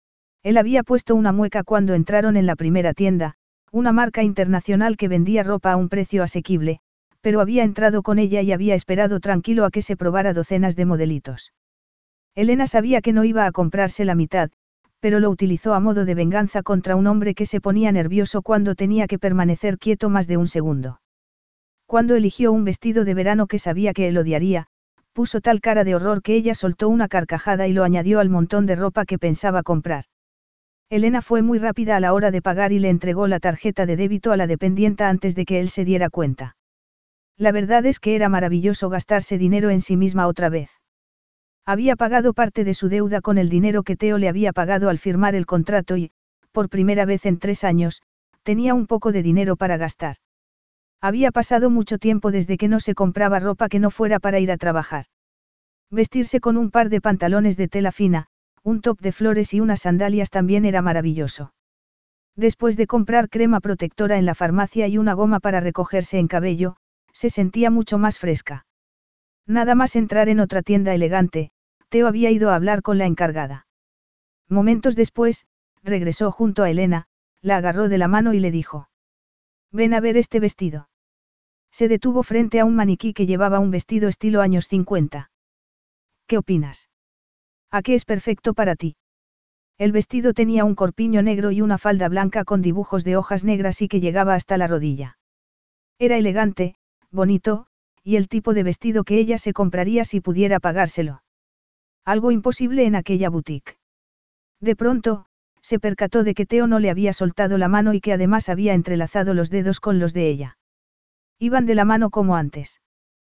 Él había puesto una mueca cuando entraron en la primera tienda, una marca internacional que vendía ropa a un precio asequible, pero había entrado con ella y había esperado tranquilo a que se probara docenas de modelitos. Elena sabía que no iba a comprarse la mitad, pero lo utilizó a modo de venganza contra un hombre que se ponía nervioso cuando tenía que permanecer quieto más de un segundo. Cuando eligió un vestido de verano que sabía que él odiaría, puso tal cara de horror que ella soltó una carcajada y lo añadió al montón de ropa que pensaba comprar. Elena fue muy rápida a la hora de pagar y le entregó la tarjeta de débito a la dependienta antes de que él se diera cuenta. La verdad es que era maravilloso gastarse dinero en sí misma otra vez. Había pagado parte de su deuda con el dinero que Theo le había pagado al firmar el contrato y, por primera vez en tres años, tenía un poco de dinero para gastar. Había pasado mucho tiempo desde que no se compraba ropa que no fuera para ir a trabajar. Vestirse con un par de pantalones de tela fina, un top de flores y unas sandalias también era maravilloso. Después de comprar crema protectora en la farmacia y una goma para recogerse en cabello, se sentía mucho más fresca. Nada más entrar en otra tienda elegante, Theo había ido a hablar con la encargada. Momentos después, regresó junto a Elena, la agarró de la mano y le dijo: «Ven a ver este vestido». Se detuvo frente a un maniquí que llevaba un vestido estilo años cincuenta. «¿Qué opinas? ¿A qué es perfecto para ti?» El vestido tenía un corpiño negro y una falda blanca con dibujos de hojas negras y que llegaba hasta la rodilla. Era elegante, bonito, y el tipo de vestido que ella se compraría si pudiera pagárselo. Algo imposible en aquella boutique. De pronto, se percató de que Theo no le había soltado la mano y que además había entrelazado los dedos con los de ella. Iban de la mano como antes.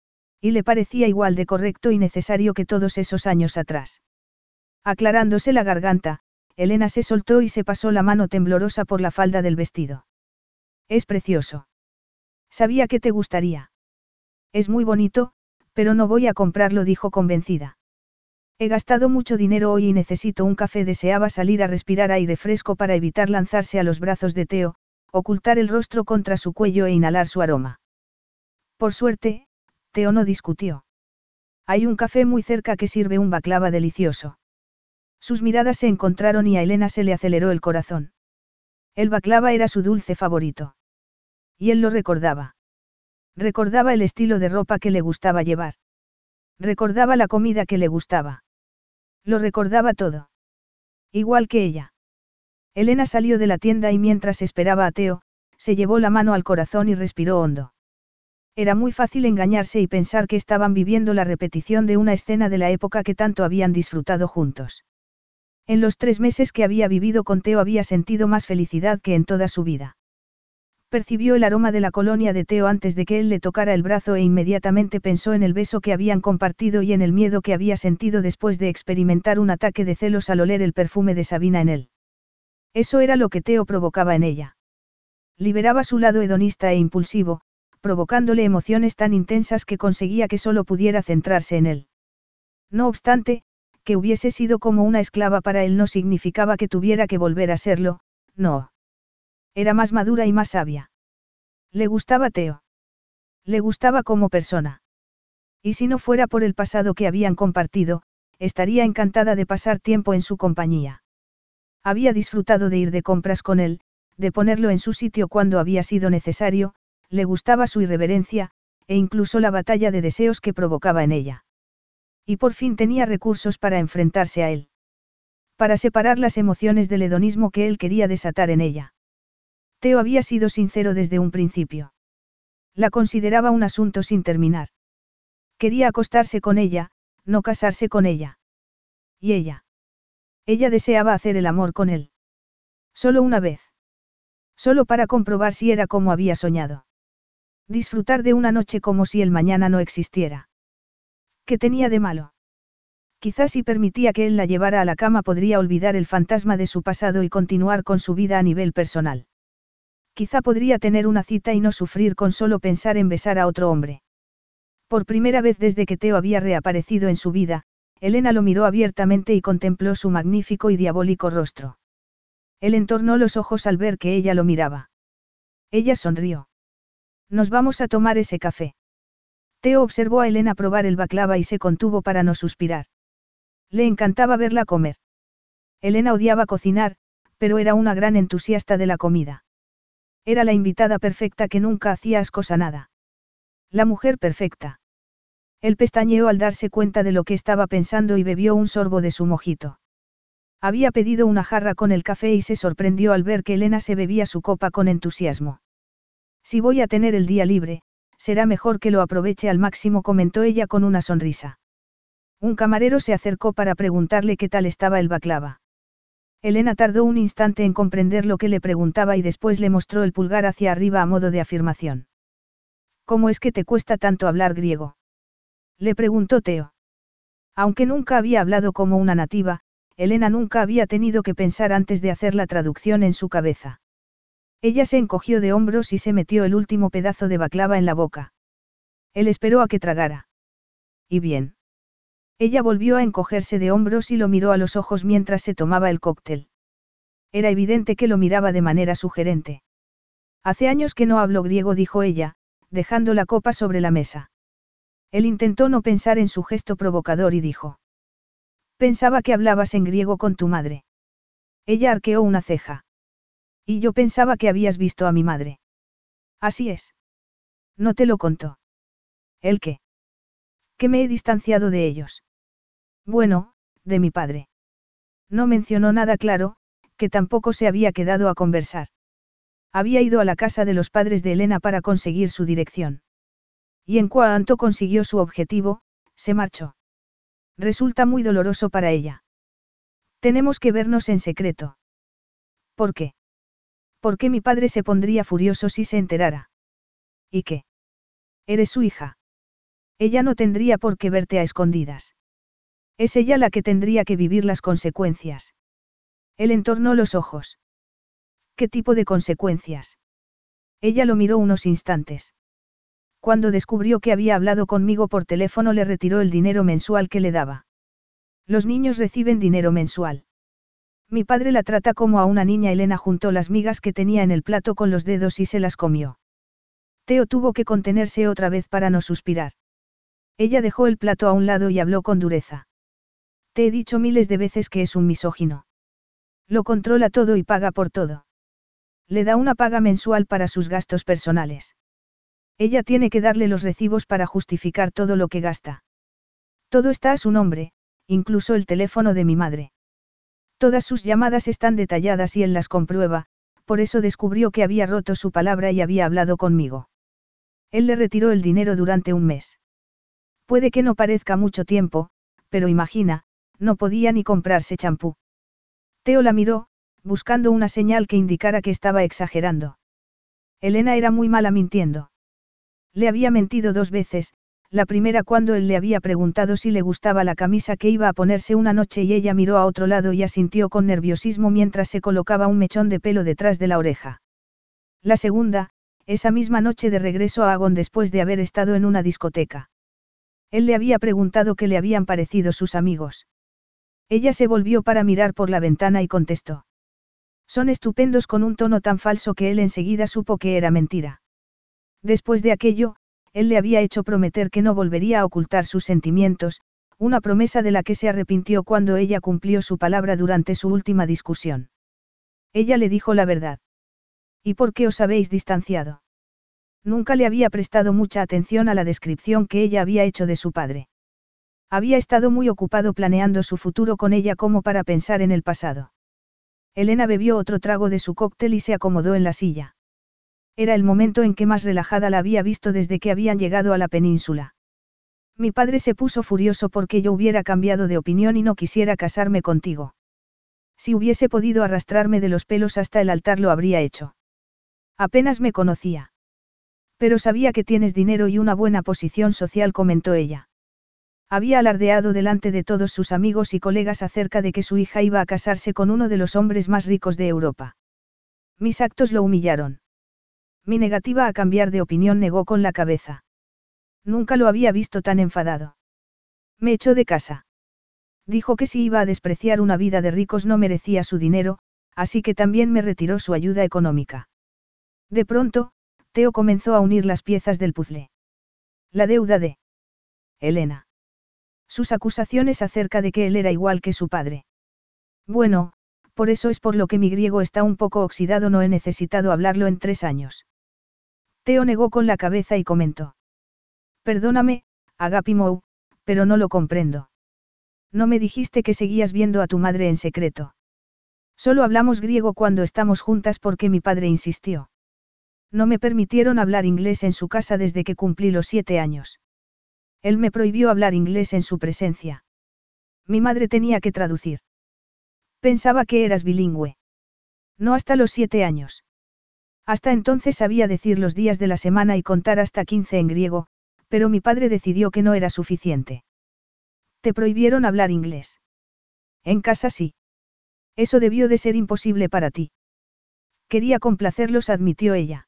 Y le parecía igual de correcto y necesario que todos esos años atrás. Aclarándose la garganta, Elena se soltó y se pasó la mano temblorosa por la falda del vestido. «Es precioso. Sabía que te gustaría. Es muy bonito, pero no voy a comprarlo», dijo convencida. «He gastado mucho dinero hoy y necesito un café». Deseaba salir a respirar aire fresco para evitar lanzarse a los brazos de Theo, ocultar el rostro contra su cuello e inhalar su aroma. Por suerte, Theo no discutió. Hay un café muy cerca que sirve un baklava delicioso. Sus miradas se encontraron y a Elena se le aceleró el corazón. El baklava era su dulce favorito. Y él lo recordaba. Recordaba el estilo de ropa que le gustaba llevar. Recordaba la comida que le gustaba. Lo recordaba todo. Igual que ella. Elena salió de la tienda y mientras esperaba a Theo, se llevó la mano al corazón y respiró hondo. Era muy fácil engañarse y pensar que estaban viviendo la repetición de una escena de la época que tanto habían disfrutado juntos. En los tres meses que había vivido con Theo había sentido más felicidad que en toda su vida. Percibió el aroma de la colonia de Theo antes de que él le tocara el brazo e inmediatamente pensó en el beso que habían compartido y en el miedo que había sentido después de experimentar un ataque de celos al oler el perfume de Sabina en él. Eso era lo que Theo provocaba en ella. Liberaba su lado hedonista e impulsivo, provocándole emociones tan intensas que conseguía que solo pudiera centrarse en él. No obstante, que hubiese sido como una esclava para él no significaba que tuviera que volver a serlo, no. Era más madura y más sabia. Le gustaba Theo. Le gustaba como persona. Y si no fuera por el pasado que habían compartido, estaría encantada de pasar tiempo en su compañía. Había disfrutado de ir de compras con él, de ponerlo en su sitio cuando había sido necesario, le gustaba su irreverencia, e incluso la batalla de deseos que provocaba en ella. Y por fin tenía recursos para enfrentarse a él. Para separar las emociones del hedonismo que él quería desatar en ella. Theo había sido sincero desde un principio. La consideraba un asunto sin terminar. Quería acostarse con ella, no casarse con ella. ¿Y ella? Ella deseaba hacer el amor con él. Solo una vez. Solo para comprobar si era como había soñado. Disfrutar de una noche como si el mañana no existiera. ¿Qué tenía de malo? Quizás si permitía que él la llevara a la cama podría olvidar el fantasma de su pasado y continuar con su vida a nivel personal. Quizá podría tener una cita y no sufrir con solo pensar en besar a otro hombre. Por primera vez desde que Theo había reaparecido en su vida, Elena lo miró abiertamente y contempló su magnífico y diabólico rostro. Él entornó los ojos al ver que ella lo miraba. Ella sonrió. «Nos vamos a tomar ese café». Theo observó a Elena probar el baklava y se contuvo para no suspirar. Le encantaba verla comer. Elena odiaba cocinar, pero era una gran entusiasta de la comida. Era la invitada perfecta que nunca hacía ascos a nada. La mujer perfecta. Él pestañeó al darse cuenta de lo que estaba pensando y bebió un sorbo de su mojito. Había pedido una jarra con el café y se sorprendió al ver que Elena se bebía su copa con entusiasmo. «Si voy a tener el día libre, será mejor que lo aproveche al máximo», comentó ella con una sonrisa. Un camarero se acercó para preguntarle qué tal estaba el baklava. Elena tardó un instante en comprender lo que le preguntaba y después le mostró el pulgar hacia arriba a modo de afirmación. «¿Cómo es que te cuesta tanto hablar griego?», le preguntó Theo. Aunque nunca había hablado como una nativa, Elena nunca había tenido que pensar antes de hacer la traducción en su cabeza. Ella se encogió de hombros y se metió el último pedazo de baklava en la boca. Él esperó a que tragara. ¿Y bien? Ella volvió a encogerse de hombros y lo miró a los ojos mientras se tomaba el cóctel. Era evidente que lo miraba de manera sugerente. Hace años que no hablo griego, dijo ella, dejando la copa sobre la mesa. Él intentó no pensar en su gesto provocador y dijo. Pensaba que hablabas en griego con tu madre. Ella arqueó una ceja. Y yo pensaba que habías visto a mi madre. Así es. No te lo contó. ¿El qué? Que me he distanciado de ellos. Bueno, de mi padre. No mencionó nada claro, que tampoco se había quedado a conversar. Había ido a la casa de los padres de Elena para conseguir su dirección. Y en cuanto consiguió su objetivo, se marchó. Resulta muy doloroso para ella. Tenemos que vernos en secreto. ¿Por qué? Porque mi padre se pondría furioso si se enterara. ¿Y qué? Eres su hija. Ella no tendría por qué verte a escondidas. Es ella la que tendría que vivir las consecuencias. Él entornó los ojos. ¿Qué tipo de consecuencias? Ella lo miró unos instantes. Cuando descubrió que había hablado conmigo por teléfono, le retiró el dinero mensual que le daba. Los niños reciben dinero mensual. Mi padre la trata como a una niña. Elena juntó las migas que tenía en el plato con los dedos y se las comió. Theo tuvo que contenerse otra vez para no suspirar. Ella dejó el plato a un lado y habló con dureza. Te he dicho miles de veces que es un misógino. Lo controla todo y paga por todo. Le da una paga mensual para sus gastos personales. Ella tiene que darle los recibos para justificar todo lo que gasta. Todo está a su nombre, incluso el teléfono de mi madre. Todas sus llamadas están detalladas y él las comprueba, por eso descubrió que había roto su palabra y había hablado conmigo. Él le retiró el dinero durante un mes. Puede que no parezca mucho tiempo, pero imagina, no podía ni comprarse champú. Theo la miró, buscando una señal que indicara que estaba exagerando. Elena era muy mala mintiendo. Le había mentido dos veces, la primera cuando él le había preguntado si le gustaba la camisa que iba a ponerse una noche y ella miró a otro lado y asintió con nerviosismo mientras se colocaba un mechón de pelo detrás de la oreja. La segunda, esa misma noche de regreso a Agon después de haber estado en una discoteca. Él le había preguntado qué le habían parecido sus amigos. Ella se volvió para mirar por la ventana y contestó. Son estupendos, con un tono tan falso que él enseguida supo que era mentira. Después de aquello, él le había hecho prometer que no volvería a ocultar sus sentimientos, una promesa de la que se arrepintió cuando ella cumplió su palabra durante su última discusión. Ella le dijo la verdad. ¿Y por qué os habéis distanciado? Nunca le había prestado mucha atención a la descripción que ella había hecho de su padre. Había estado muy ocupado planeando su futuro con ella como para pensar en el pasado. Elena bebió otro trago de su cóctel y se acomodó en la silla. Era el momento en que más relajada la había visto desde que habían llegado a la península. Mi padre se puso furioso porque yo hubiera cambiado de opinión y no quisiera casarme contigo. Si hubiese podido arrastrarme de los pelos hasta el altar lo habría hecho. Apenas me conocía. Pero sabía que tienes dinero y una buena posición social, comentó ella. Había alardeado delante de todos sus amigos y colegas acerca de que su hija iba a casarse con uno de los hombres más ricos de Europa. Mis actos lo humillaron. Mi negativa a cambiar de opinión, negó con la cabeza. Nunca lo había visto tan enfadado. Me echó de casa. Dijo que si iba a despreciar una vida de ricos no merecía su dinero, así que también me retiró su ayuda económica. De pronto, Theo comenzó a unir las piezas del puzzle. La deuda de Elena. Sus acusaciones acerca de que él era igual que su padre. Bueno, por eso es por lo que mi griego está un poco oxidado, no he necesitado hablarlo en tres años. Theo negó con la cabeza y comentó. Perdóname, Agapimou, pero no lo comprendo. No me dijiste que seguías viendo a tu madre en secreto. Solo hablamos griego cuando estamos juntas porque mi padre insistió. No me permitieron hablar inglés en su casa desde que cumplí los siete años. Él me prohibió hablar inglés en su presencia. Mi madre tenía que traducir. Pensaba que eras bilingüe. No hasta los siete años. Hasta entonces sabía decir los días de la semana y contar hasta quince en griego, pero mi padre decidió que no era suficiente. Te prohibieron hablar inglés. En casa sí. Eso debió de ser imposible para ti. Quería complacerlos, admitió ella.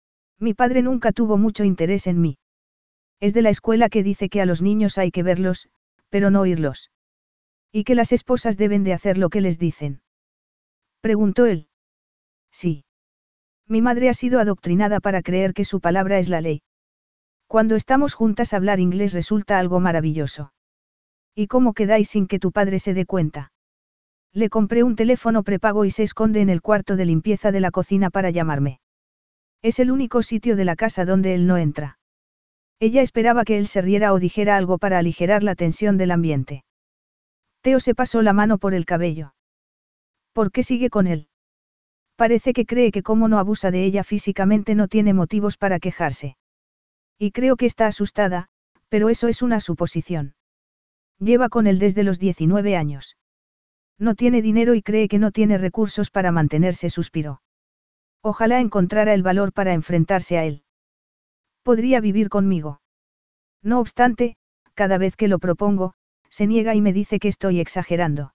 Mi padre nunca tuvo mucho interés en mí. Es de la escuela que dice que a los niños hay que verlos, pero no oírlos. ¿Y que las esposas deben de hacer lo que les dicen? Preguntó él. Sí. Mi madre ha sido adoctrinada para creer que su palabra es la ley. Cuando estamos juntas, hablar inglés resulta algo maravilloso. ¿Y cómo quedáis sin que tu padre se dé cuenta? Le compré un teléfono prepago y se esconde en el cuarto de limpieza de la cocina para llamarme. Es el único sitio de la casa donde él no entra. Ella esperaba que él se riera o dijera algo para aligerar la tensión del ambiente. Theo se pasó la mano por el cabello. ¿Por qué sigue con él? Parece que cree que como no abusa de ella físicamente no tiene motivos para quejarse. Y creo que está asustada, pero eso es una suposición. Lleva con él desde los diecinueve años. No tiene dinero y cree que no tiene recursos para mantenerse, suspiró. Ojalá encontrara el valor para enfrentarse a él. Podría vivir conmigo. No obstante, cada vez que lo propongo, se niega y me dice que estoy exagerando.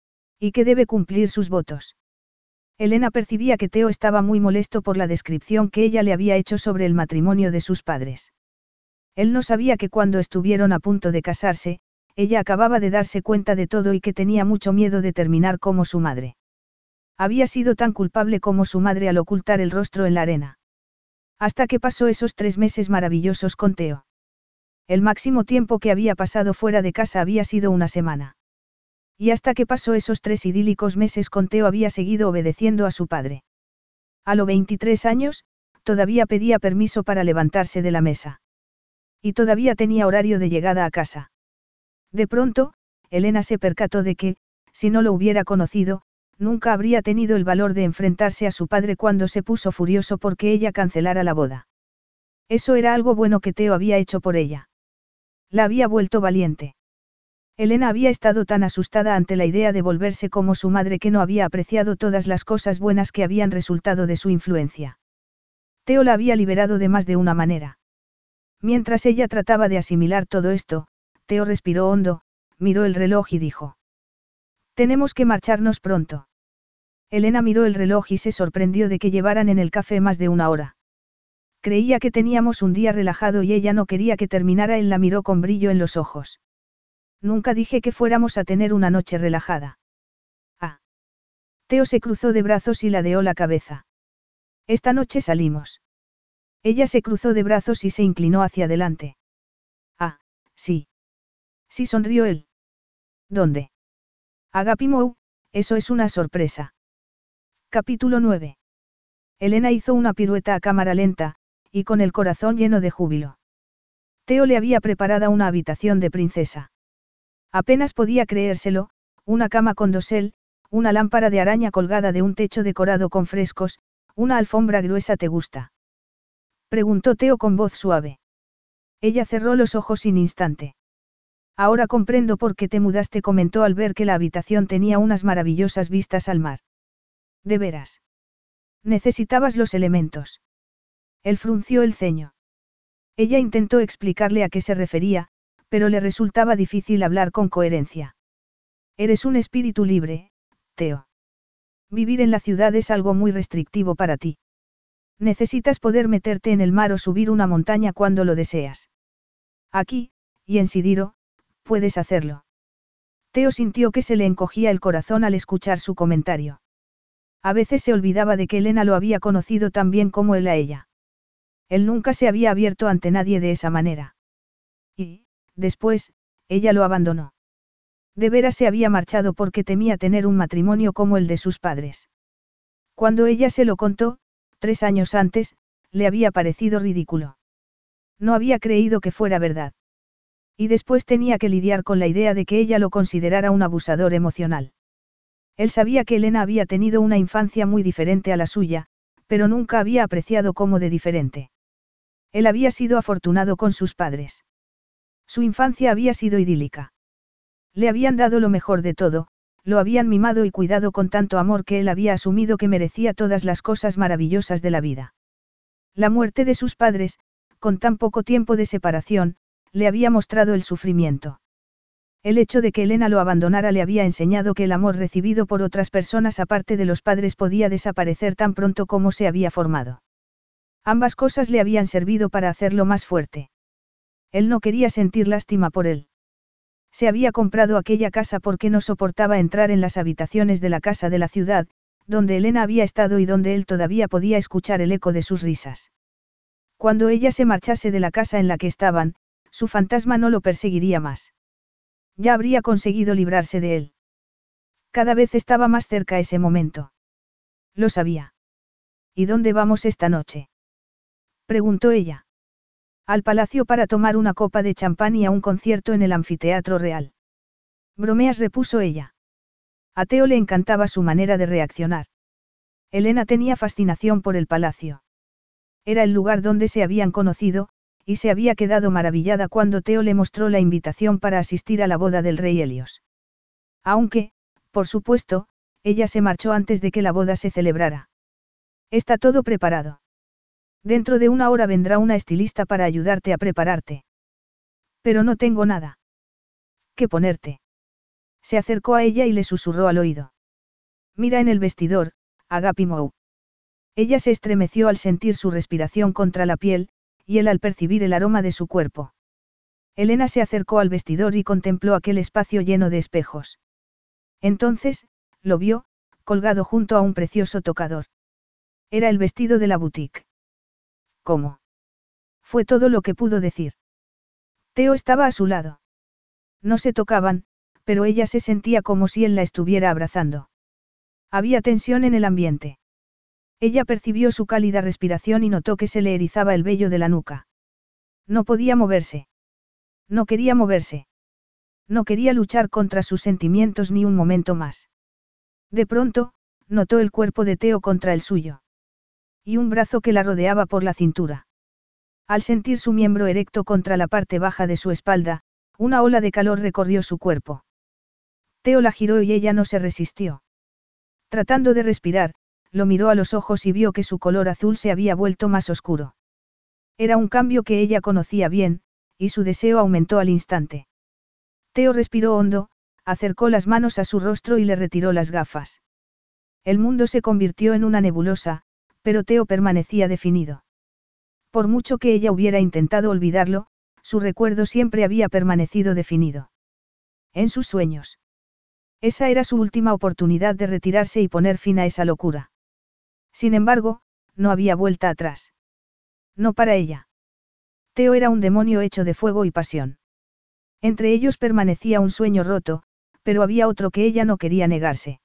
Y que debe cumplir sus votos. Elena percibía que Theo estaba muy molesto por la descripción que ella le había hecho sobre el matrimonio de sus padres. Él no sabía que cuando estuvieron a punto de casarse, ella acababa de darse cuenta de todo y que tenía mucho miedo de terminar como su madre. Había sido tan culpable como su madre al ocultar el rostro en la arena. Hasta que pasó esos tres meses maravillosos con Theo. El máximo tiempo que había pasado fuera de casa había sido una semana. Y hasta que pasó esos tres idílicos meses con Theo había seguido obedeciendo a su padre. A los veintitrés años, todavía pedía permiso para levantarse de la mesa. Y todavía tenía horario de llegada a casa. De pronto, Elena se percató de que, si no lo hubiera conocido, nunca habría tenido el valor de enfrentarse a su padre cuando se puso furioso porque ella cancelara la boda. Eso era algo bueno que Theo había hecho por ella. La había vuelto valiente. Elena había estado tan asustada ante la idea de volverse como su madre que no había apreciado todas las cosas buenas que habían resultado de su influencia. Theo la había liberado de más de una manera. Mientras ella trataba de asimilar todo esto, Theo respiró hondo, miró el reloj y dijo: Tenemos que marcharnos pronto. Elena miró el reloj y se sorprendió de que llevaran en el café más de una hora. Creía que teníamos un día relajado y ella no quería que terminara. Él la miró con brillo en los ojos. Nunca dije que fuéramos a tener una noche relajada. Ah. Theo se cruzó de brazos y ladeó la cabeza. Esta noche salimos. Ella se cruzó de brazos y se inclinó hacia adelante. Ah, sí. Sí, sonrió él. ¿Dónde? Agapimou, eso es una sorpresa. Capítulo nueve. Elena hizo una pirueta a cámara lenta, y con el corazón lleno de júbilo. Theo le había preparado una habitación de princesa. Apenas podía creérselo, una cama con dosel, una lámpara de araña colgada de un techo decorado con frescos, una alfombra gruesa. ¿Te gusta?, preguntó Theo con voz suave. Ella cerró los ojos sin instante. Ahora comprendo por qué te mudaste, comentó al ver que la habitación tenía unas maravillosas vistas al mar. ¿De veras? Necesitabas los elementos. Él frunció el ceño. Ella intentó explicarle a qué se refería, pero le resultaba difícil hablar con coherencia. Eres un espíritu libre, Theo. Vivir en la ciudad es algo muy restrictivo para ti. Necesitas poder meterte en el mar o subir una montaña cuando lo deseas. Aquí, y en Sidiro, puedes hacerlo. Theo sintió que se le encogía el corazón al escuchar su comentario. A veces se olvidaba de que Elena lo había conocido tan bien como él a ella. Él nunca se había abierto ante nadie de esa manera. Y, después, ella lo abandonó. De veras se había marchado porque temía tener un matrimonio como el de sus padres. Cuando ella se lo contó, tres años antes, le había parecido ridículo. No había creído que fuera verdad. Y después tenía que lidiar con la idea de que ella lo considerara un abusador emocional. Él sabía que Elena había tenido una infancia muy diferente a la suya, pero nunca había apreciado cómo de diferente. Él había sido afortunado con sus padres. Su infancia había sido idílica. Le habían dado lo mejor de todo, lo habían mimado y cuidado con tanto amor que él había asumido que merecía todas las cosas maravillosas de la vida. La muerte de sus padres, con tan poco tiempo de separación, le había mostrado el sufrimiento. El hecho de que Elena lo abandonara le había enseñado que el amor recibido por otras personas aparte de los padres podía desaparecer tan pronto como se había formado. Ambas cosas le habían servido para hacerlo más fuerte. Él no quería sentir lástima por él. Se había comprado aquella casa porque no soportaba entrar en las habitaciones de la casa de la ciudad, donde Elena había estado y donde él todavía podía escuchar el eco de sus risas. Cuando ella se marchase de la casa en la que estaban, su fantasma no lo perseguiría más. Ya habría conseguido librarse de él. Cada vez estaba más cerca ese momento. Lo sabía. ¿Y dónde vamos esta noche?, preguntó ella. Al palacio para tomar una copa de champán y a un concierto en el anfiteatro real. Bromeas, repuso ella. A Theo le encantaba su manera de reaccionar. Elena tenía fascinación por el palacio. Era el lugar donde se habían conocido, y se había quedado maravillada cuando Theo le mostró la invitación para asistir a la boda del rey Helios. Aunque, por supuesto, ella se marchó antes de que la boda se celebrara. Está todo preparado. Dentro de una hora vendrá una estilista para ayudarte a prepararte. Pero no tengo nada que ponerte. Se acercó a ella y le susurró al oído. Mira en el vestidor, Agapimou. Ella se estremeció al sentir su respiración contra la piel, y él al percibir el aroma de su cuerpo. Elena se acercó al vestidor y contempló aquel espacio lleno de espejos. Entonces, lo vio, colgado junto a un precioso tocador. Era el vestido de la boutique. ¿Cómo? Fue todo lo que pudo decir. Theo estaba a su lado. No se tocaban, pero ella se sentía como si él la estuviera abrazando. Había tensión en el ambiente. Ella percibió su cálida respiración y notó que se le erizaba el vello de la nuca. No podía moverse. No quería moverse. No quería luchar contra sus sentimientos ni un momento más. De pronto, notó el cuerpo de Theo contra el suyo. Y un brazo que la rodeaba por la cintura. Al sentir su miembro erecto contra la parte baja de su espalda, una ola de calor recorrió su cuerpo. Theo la giró y ella no se resistió. Tratando de respirar, lo miró a los ojos y vio que su color azul se había vuelto más oscuro. Era un cambio que ella conocía bien, y su deseo aumentó al instante. Theo respiró hondo, acercó las manos a su rostro y le retiró las gafas. El mundo se convirtió en una nebulosa, pero Theo permanecía definido. Por mucho que ella hubiera intentado olvidarlo, su recuerdo siempre había permanecido definido. En sus sueños. Esa era su última oportunidad de retirarse y poner fin a esa locura. Sin embargo, no había vuelta atrás. No para ella. Theo era un demonio hecho de fuego y pasión. Entre ellos permanecía un sueño roto, pero había otro que ella no quería negarse.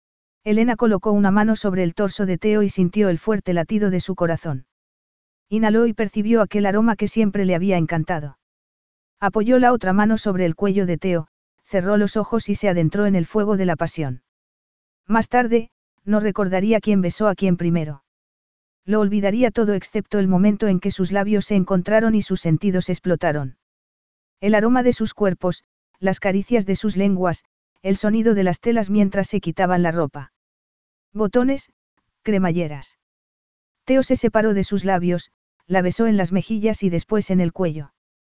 Elena colocó una mano sobre el torso de Theo y sintió el fuerte latido de su corazón. Inhaló y percibió aquel aroma que siempre le había encantado. Apoyó la otra mano sobre el cuello de Theo, cerró los ojos y se adentró en el fuego de la pasión. Más tarde, no recordaría quién besó a quién primero. Lo olvidaría todo excepto el momento en que sus labios se encontraron y sus sentidos explotaron. El aroma de sus cuerpos, las caricias de sus lenguas, el sonido de las telas mientras se quitaban la ropa. Botones, cremalleras. Theo se separó de sus labios, la besó en las mejillas y después en el cuello.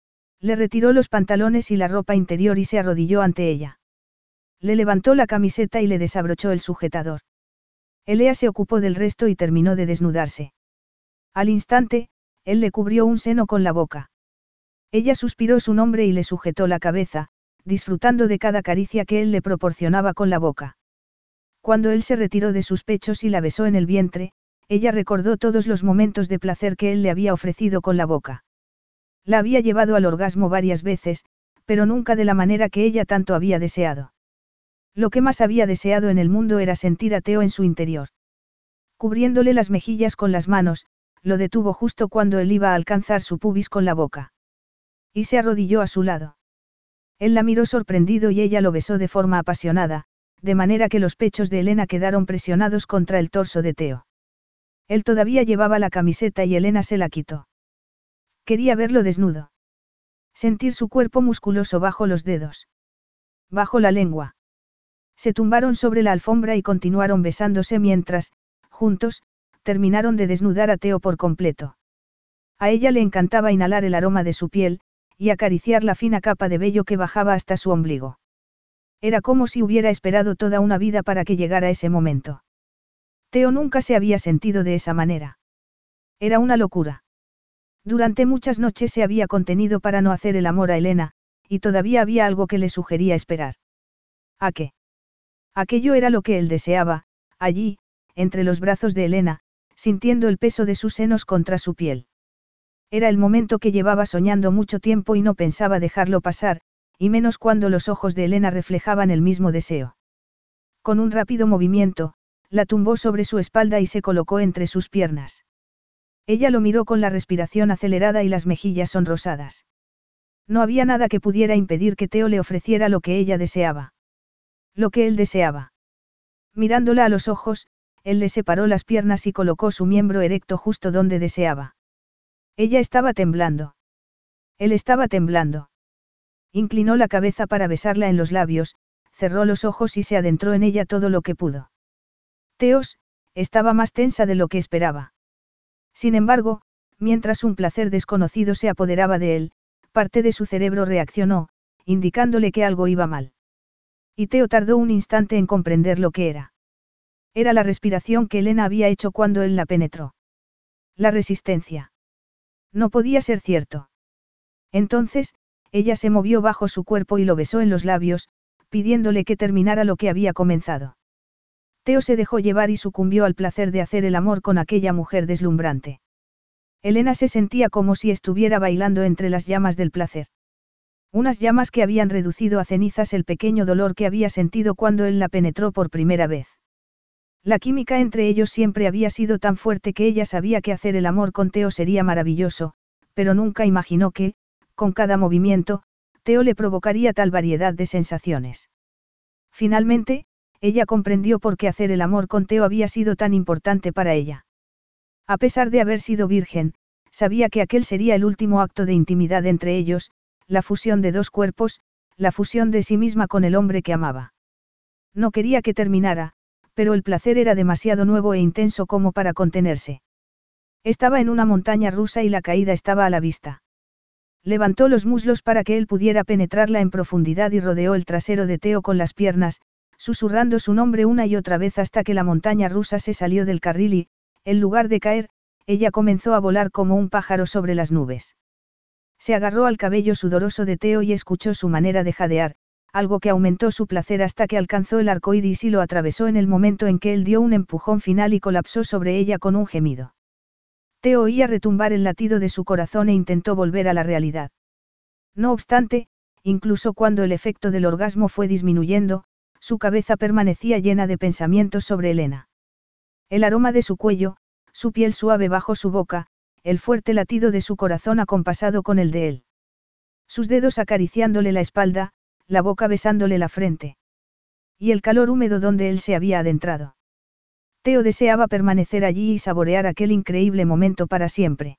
Le retiró los pantalones y la ropa interior y se arrodilló ante ella. Le levantó la camiseta y le desabrochó el sujetador. Elea se ocupó del resto y terminó de desnudarse. Al instante, él le cubrió un seno con la boca. Ella suspiró su nombre y le sujetó la cabeza, disfrutando de cada caricia que él le proporcionaba con la boca. Cuando él se retiró de sus pechos y la besó en el vientre, ella recordó todos los momentos de placer que él le había ofrecido con la boca. La había llevado al orgasmo varias veces, pero nunca de la manera que ella tanto había deseado. Lo que más había deseado en el mundo era sentir a Theo en su interior. Cubriéndole las mejillas con las manos, lo detuvo justo cuando él iba a alcanzar su pubis con la boca. Y se arrodilló a su lado. Él la miró sorprendido y ella lo besó de forma apasionada, de manera que los pechos de Elena quedaron presionados contra el torso de Theo. Él todavía llevaba la camiseta y Elena se la quitó. Quería verlo desnudo. Sentir su cuerpo musculoso bajo los dedos. Bajo la lengua. Se tumbaron sobre la alfombra y continuaron besándose mientras, juntos, terminaron de desnudar a Theo por completo. A ella le encantaba inhalar el aroma de su piel, y acariciar la fina capa de vello que bajaba hasta su ombligo. Era como si hubiera esperado toda una vida para que llegara ese momento. Theo nunca se había sentido de esa manera. Era una locura. Durante muchas noches se había contenido para no hacer el amor a Elena, y todavía había algo que le sugería esperar. ¿A qué? Aquello era lo que él deseaba, allí, entre los brazos de Elena, sintiendo el peso de sus senos contra su piel. Era el momento que llevaba soñando mucho tiempo y no pensaba dejarlo pasar, y menos cuando los ojos de Elena reflejaban el mismo deseo. Con un rápido movimiento, la tumbó sobre su espalda y se colocó entre sus piernas. Ella lo miró con la respiración acelerada y las mejillas sonrosadas. No había nada que pudiera impedir que Theo le ofreciera lo que ella deseaba. Lo que él deseaba. Mirándola a los ojos, él le separó las piernas y colocó su miembro erecto justo donde deseaba. Ella estaba temblando. Él estaba temblando. Inclinó la cabeza para besarla en los labios, cerró los ojos y se adentró en ella todo lo que pudo. Theos, estaba más tensa de lo que esperaba. Sin embargo, mientras un placer desconocido se apoderaba de él, parte de su cerebro reaccionó, indicándole que algo iba mal. Y Theo tardó un instante en comprender lo que era. Era la respiración que Elena había hecho cuando él la penetró. La resistencia. No podía ser cierto. Entonces, ella se movió bajo su cuerpo y lo besó en los labios, pidiéndole que terminara lo que había comenzado. Theo se dejó llevar y sucumbió al placer de hacer el amor con aquella mujer deslumbrante. Elena se sentía como si estuviera bailando entre las llamas del placer. Unas llamas que habían reducido a cenizas el pequeño dolor que había sentido cuando él la penetró por primera vez. La química entre ellos siempre había sido tan fuerte que ella sabía que hacer el amor con Theo sería maravilloso, pero nunca imaginó que, con cada movimiento, Theo le provocaría tal variedad de sensaciones. Finalmente, ella comprendió por qué hacer el amor con Theo había sido tan importante para ella. A pesar de haber sido virgen, sabía que aquel sería el último acto de intimidad entre ellos, la fusión de dos cuerpos, la fusión de sí misma con el hombre que amaba. No quería que terminara, pero el placer era demasiado nuevo e intenso como para contenerse. Estaba en una montaña rusa y la caída estaba a la vista. Levantó los muslos para que él pudiera penetrarla en profundidad y rodeó el trasero de Theo con las piernas, susurrando su nombre una y otra vez hasta que la montaña rusa se salió del carril y, en lugar de caer, ella comenzó a volar como un pájaro sobre las nubes. Se agarró al cabello sudoroso de Theo y escuchó su manera de jadear, algo que aumentó su placer hasta que alcanzó el arco iris y lo atravesó en el momento en que él dio un empujón final y colapsó sobre ella con un gemido. Theo oía retumbar el latido de su corazón e intentó volver a la realidad. No obstante, incluso cuando el efecto del orgasmo fue disminuyendo, su cabeza permanecía llena de pensamientos sobre Elena. El aroma de su cuello, su piel suave bajo su boca, el fuerte latido de su corazón acompasado con el de él. Sus dedos acariciándole la espalda, la boca besándole la frente. Y el calor húmedo donde él se había adentrado. Theo deseaba permanecer allí y saborear aquel increíble momento para siempre.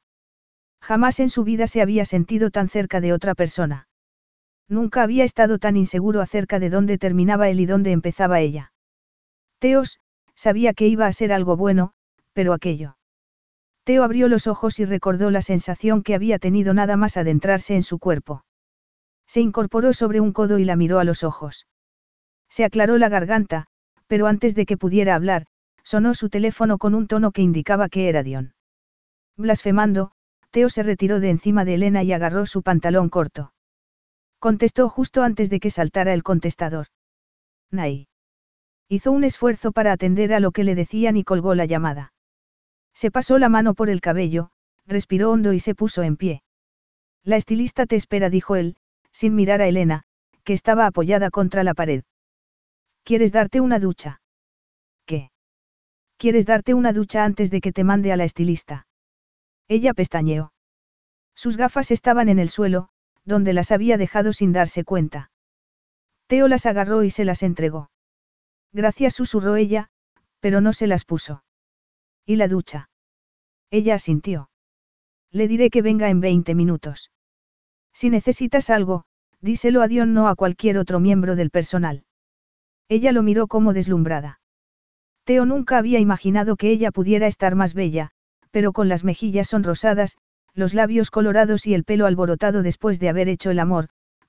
Jamás en su vida se había sentido tan cerca de otra persona. Nunca había estado tan inseguro acerca de dónde terminaba él y dónde empezaba ella. Theos, sabía que iba a ser algo bueno, pero aquello. Theo abrió los ojos y recordó la sensación que había tenido nada más adentrarse en su cuerpo. Se incorporó sobre un codo y la miró a los ojos. Se aclaró la garganta, pero antes de que pudiera hablar, sonó su teléfono con un tono que indicaba que era Dion. Blasfemando, Theo se retiró de encima de Elena y agarró su pantalón corto. Contestó justo antes de que saltara el contestador. Nay. Hizo un esfuerzo para atender a lo que le decían y colgó la llamada. Se pasó la mano por el cabello, respiró hondo y se puso en pie. La estilista te espera, dijo él, sin mirar a Elena, que estaba apoyada contra la pared. ¿Quieres darte una ducha? ¿Qué? ¿Quieres darte una ducha antes de que te mande a la estilista? Ella pestañeó. Sus gafas estaban en el suelo, donde las había dejado sin darse cuenta. Theo las agarró y se las entregó. Gracias, susurró ella, pero no se las puso. ¿Y la ducha? Ella asintió. Le diré que venga en veinte minutos. Si necesitas algo, díselo a Dion, no a cualquier otro miembro del personal. Ella lo miró como deslumbrada. Theo nunca había imaginado que ella pudiera estar más bella, pero con las mejillas sonrosadas, los labios colorados y el pelo alborotado después de haber hecho el amor,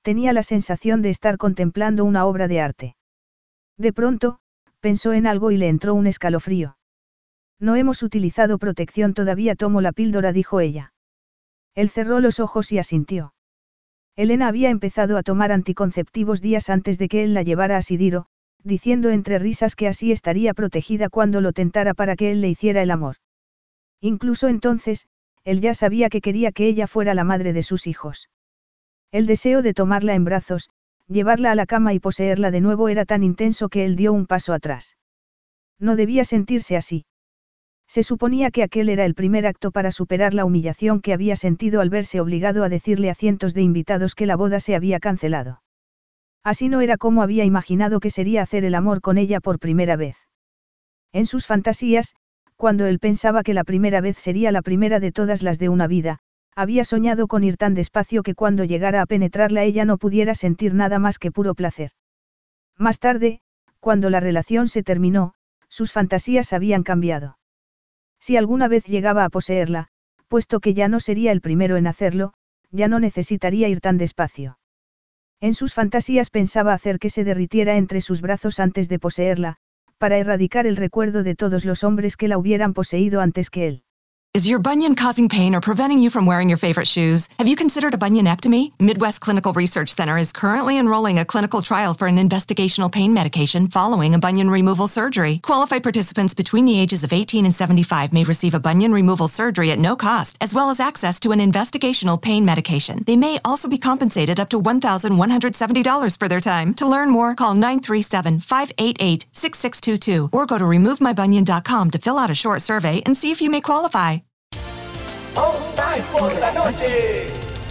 tenía la sensación de estar contemplando una obra de arte. De pronto, pensó en algo y le entró un escalofrío. No hemos utilizado protección todavía, tomo la píldora, dijo ella. Él cerró los ojos y asintió. Elena había empezado a tomar anticonceptivos días antes de que él la llevara a Sidiro, diciendo entre risas que así estaría protegida cuando lo tentara para que él le hiciera el amor. Incluso entonces, él ya sabía que quería que ella fuera la madre de sus hijos. El deseo de tomarla en brazos, llevarla a la cama y poseerla de nuevo era tan intenso que él dio un paso atrás. No debía sentirse así. Se suponía que aquel era el primer acto para superar la humillación que había sentido al verse obligado a decirle a cientos de invitados que la boda se había cancelado. Así no era como había imaginado que sería hacer el amor con ella por primera vez. En sus fantasías, cuando él pensaba que la primera vez sería la primera de todas las de una vida, había soñado con ir tan despacio que cuando llegara a penetrarla ella no pudiera sentir nada más que puro placer. Más tarde, cuando la relación se terminó, sus fantasías habían cambiado. Si alguna vez llegaba a poseerla, puesto que ya no sería el primero en hacerlo, ya no necesitaría ir tan despacio. En sus fantasías pensaba hacer que se derritiera entre sus brazos antes de poseerla, para erradicar el recuerdo de todos los hombres que la hubieran poseído antes que él. Is your bunion causing pain or preventing you from wearing your favorite shoes? Have you considered a bunionectomy? Midwest Clinical Research Center is currently enrolling a clinical trial for an investigational pain medication following a bunion removal surgery. Qualified participants between the ages of eighteen and seventy-five may receive a bunion removal surgery at no cost, as well as access to an investigational pain medication. They may also be compensated up to one thousand one hundred seventy dollars for their time. To learn more, call nine three seven, five eight eight, six six two two or go to remove my bunion dot com to fill out a short survey and see if you may qualify. Old Spice por la noche.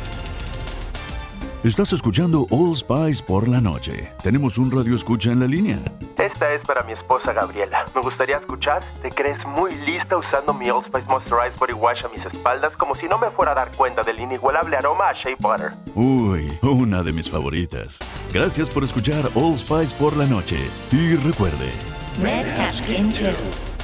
Estás escuchando Old Spice por la noche. Tenemos un radio escucha en la línea. Esta es para mi esposa Gabriela. Me gustaría escuchar. ¿Te crees muy lista usando mi Old Spice Moisturized Body Wash a mis espaldas como si no me fuera a dar cuenta del inigualable aroma a Shea Butter? Uy, una de mis favoritas. Gracias por escuchar Old Spice por la noche. Y recuerde... Red Catchkin two.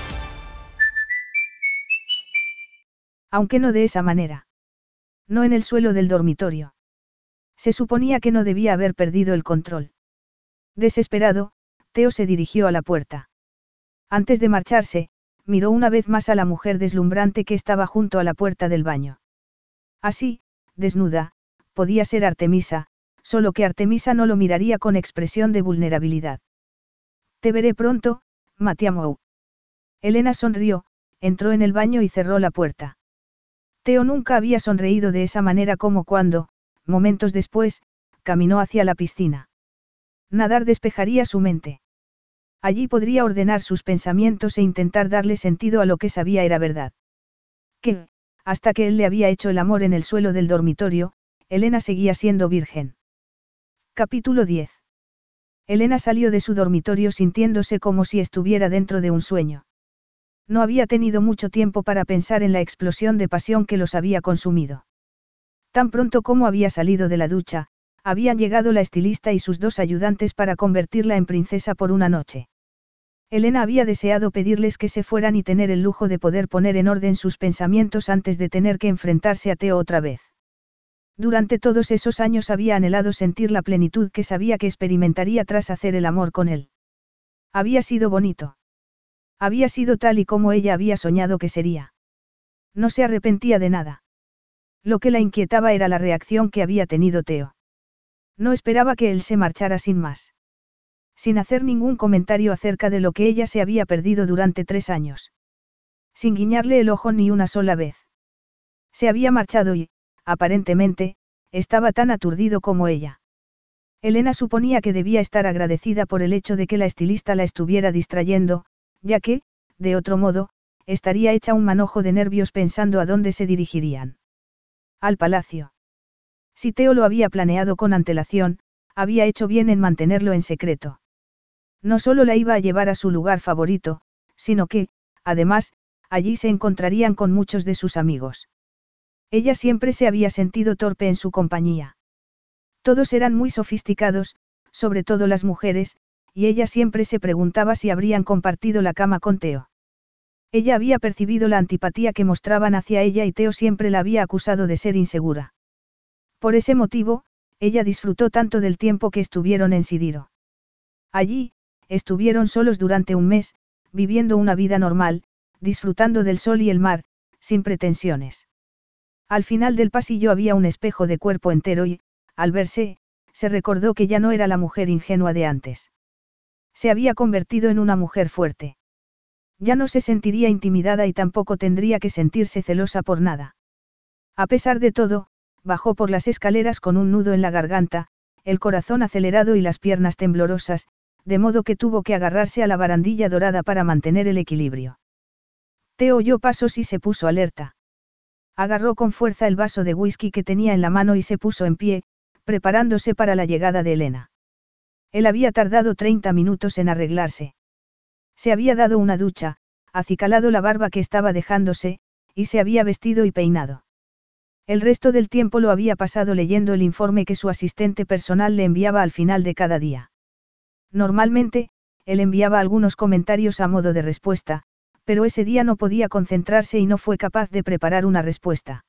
Aunque no de esa manera. No en el suelo del dormitorio. Se suponía que no debía haber perdido el control. Desesperado, Theo se dirigió a la puerta. Antes de marcharse, miró una vez más a la mujer deslumbrante que estaba junto a la puerta del baño. Así, desnuda, podía ser Artemisa, solo que Artemisa no lo miraría con expresión de vulnerabilidad. Te veré pronto, Matiamou. Elena sonrió, entró en el baño y cerró la puerta. Theo nunca había sonreído de esa manera como cuando, momentos después, caminó hacia la piscina. Nadar despejaría su mente. Allí podría ordenar sus pensamientos e intentar darle sentido a lo que sabía era verdad. Que, hasta que él le había hecho el amor en el suelo del dormitorio, Elena seguía siendo virgen. Capítulo diez. Elena salió de su dormitorio sintiéndose como si estuviera dentro de un sueño. No había tenido mucho tiempo para pensar en la explosión de pasión que los había consumido. Tan pronto como había salido de la ducha, habían llegado la estilista y sus dos ayudantes para convertirla en princesa por una noche. Elena había deseado pedirles que se fueran y tener el lujo de poder poner en orden sus pensamientos antes de tener que enfrentarse a Theo otra vez. Durante todos esos años había anhelado sentir la plenitud que sabía que experimentaría tras hacer el amor con él. Había sido bonito. Había sido tal y como ella había soñado que sería. No se arrepentía de nada. Lo que la inquietaba era la reacción que había tenido Theo. No esperaba que él se marchara sin más. Sin hacer ningún comentario acerca de lo que ella se había perdido durante tres años. Sin guiñarle el ojo ni una sola vez. Se había marchado y, aparentemente, estaba tan aturdido como ella. Elena suponía que debía estar agradecida por el hecho de que la estilista la estuviera distrayendo, ya que, de otro modo, estaría hecha un manojo de nervios pensando a dónde se dirigirían. Al palacio. Si Theo lo había planeado con antelación, había hecho bien en mantenerlo en secreto. No solo la iba a llevar a su lugar favorito, sino que, además, allí se encontrarían con muchos de sus amigos. Ella siempre se había sentido torpe en su compañía. Todos eran muy sofisticados, sobre todo las mujeres, y ella siempre se preguntaba si habrían compartido la cama con Theo. Ella había percibido la antipatía que mostraban hacia ella y Theo siempre la había acusado de ser insegura. Por ese motivo, ella disfrutó tanto del tiempo que estuvieron en Sidiro. Allí, estuvieron solos durante un mes, viviendo una vida normal, disfrutando del sol y el mar, sin pretensiones. Al final del pasillo había un espejo de cuerpo entero y, al verse, se recordó que ya no era la mujer ingenua de antes. Se había convertido en una mujer fuerte. Ya no se sentiría intimidada y tampoco tendría que sentirse celosa por nada. A pesar de todo, bajó por las escaleras con un nudo en la garganta, el corazón acelerado y las piernas temblorosas, de modo que tuvo que agarrarse a la barandilla dorada para mantener el equilibrio. Theo oyó pasos y se puso alerta. Agarró con fuerza el vaso de whisky que tenía en la mano y se puso en pie, preparándose para la llegada de Elena. Él había tardado treinta minutos en arreglarse. Se había dado una ducha, acicalado la barba que estaba dejándose, y se había vestido y peinado. El resto del tiempo lo había pasado leyendo el informe que su asistente personal le enviaba al final de cada día. Normalmente, él enviaba algunos comentarios a modo de respuesta, pero ese día no podía concentrarse y no fue capaz de preparar una respuesta.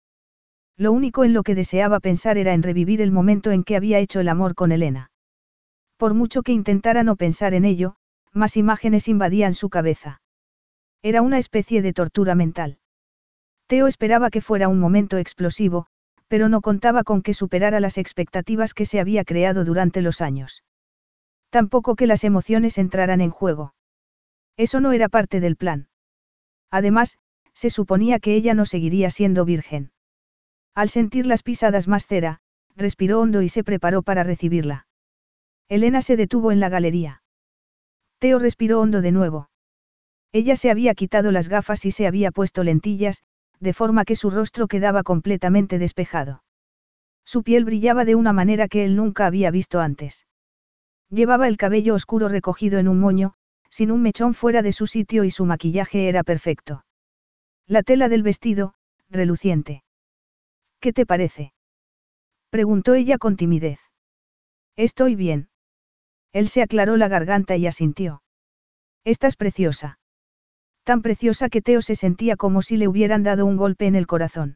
Lo único en lo que deseaba pensar era en revivir el momento en que había hecho el amor con Elena. Por mucho que intentara no pensar en ello, más imágenes invadían su cabeza. Era una especie de tortura mental. Theo esperaba que fuera un momento explosivo, pero no contaba con que superara las expectativas que se había creado durante los años. Tampoco que las emociones entraran en juego. Eso no era parte del plan. Además, se suponía que ella no seguiría siendo virgen. Al sentir las pisadas más cera, respiró hondo y se preparó para recibirla. Elena se detuvo en la galería. Theo respiró hondo de nuevo. Ella se había quitado las gafas y se había puesto lentillas, de forma que su rostro quedaba completamente despejado. Su piel brillaba de una manera que él nunca había visto antes. Llevaba el cabello oscuro recogido en un moño, sin un mechón fuera de su sitio y su maquillaje era perfecto. La tela del vestido, reluciente. ¿Qué te parece?, preguntó ella con timidez. Estoy bien. Él se aclaró la garganta y asintió. Estás preciosa. Tan preciosa que Theo se sentía como si le hubieran dado un golpe en el corazón.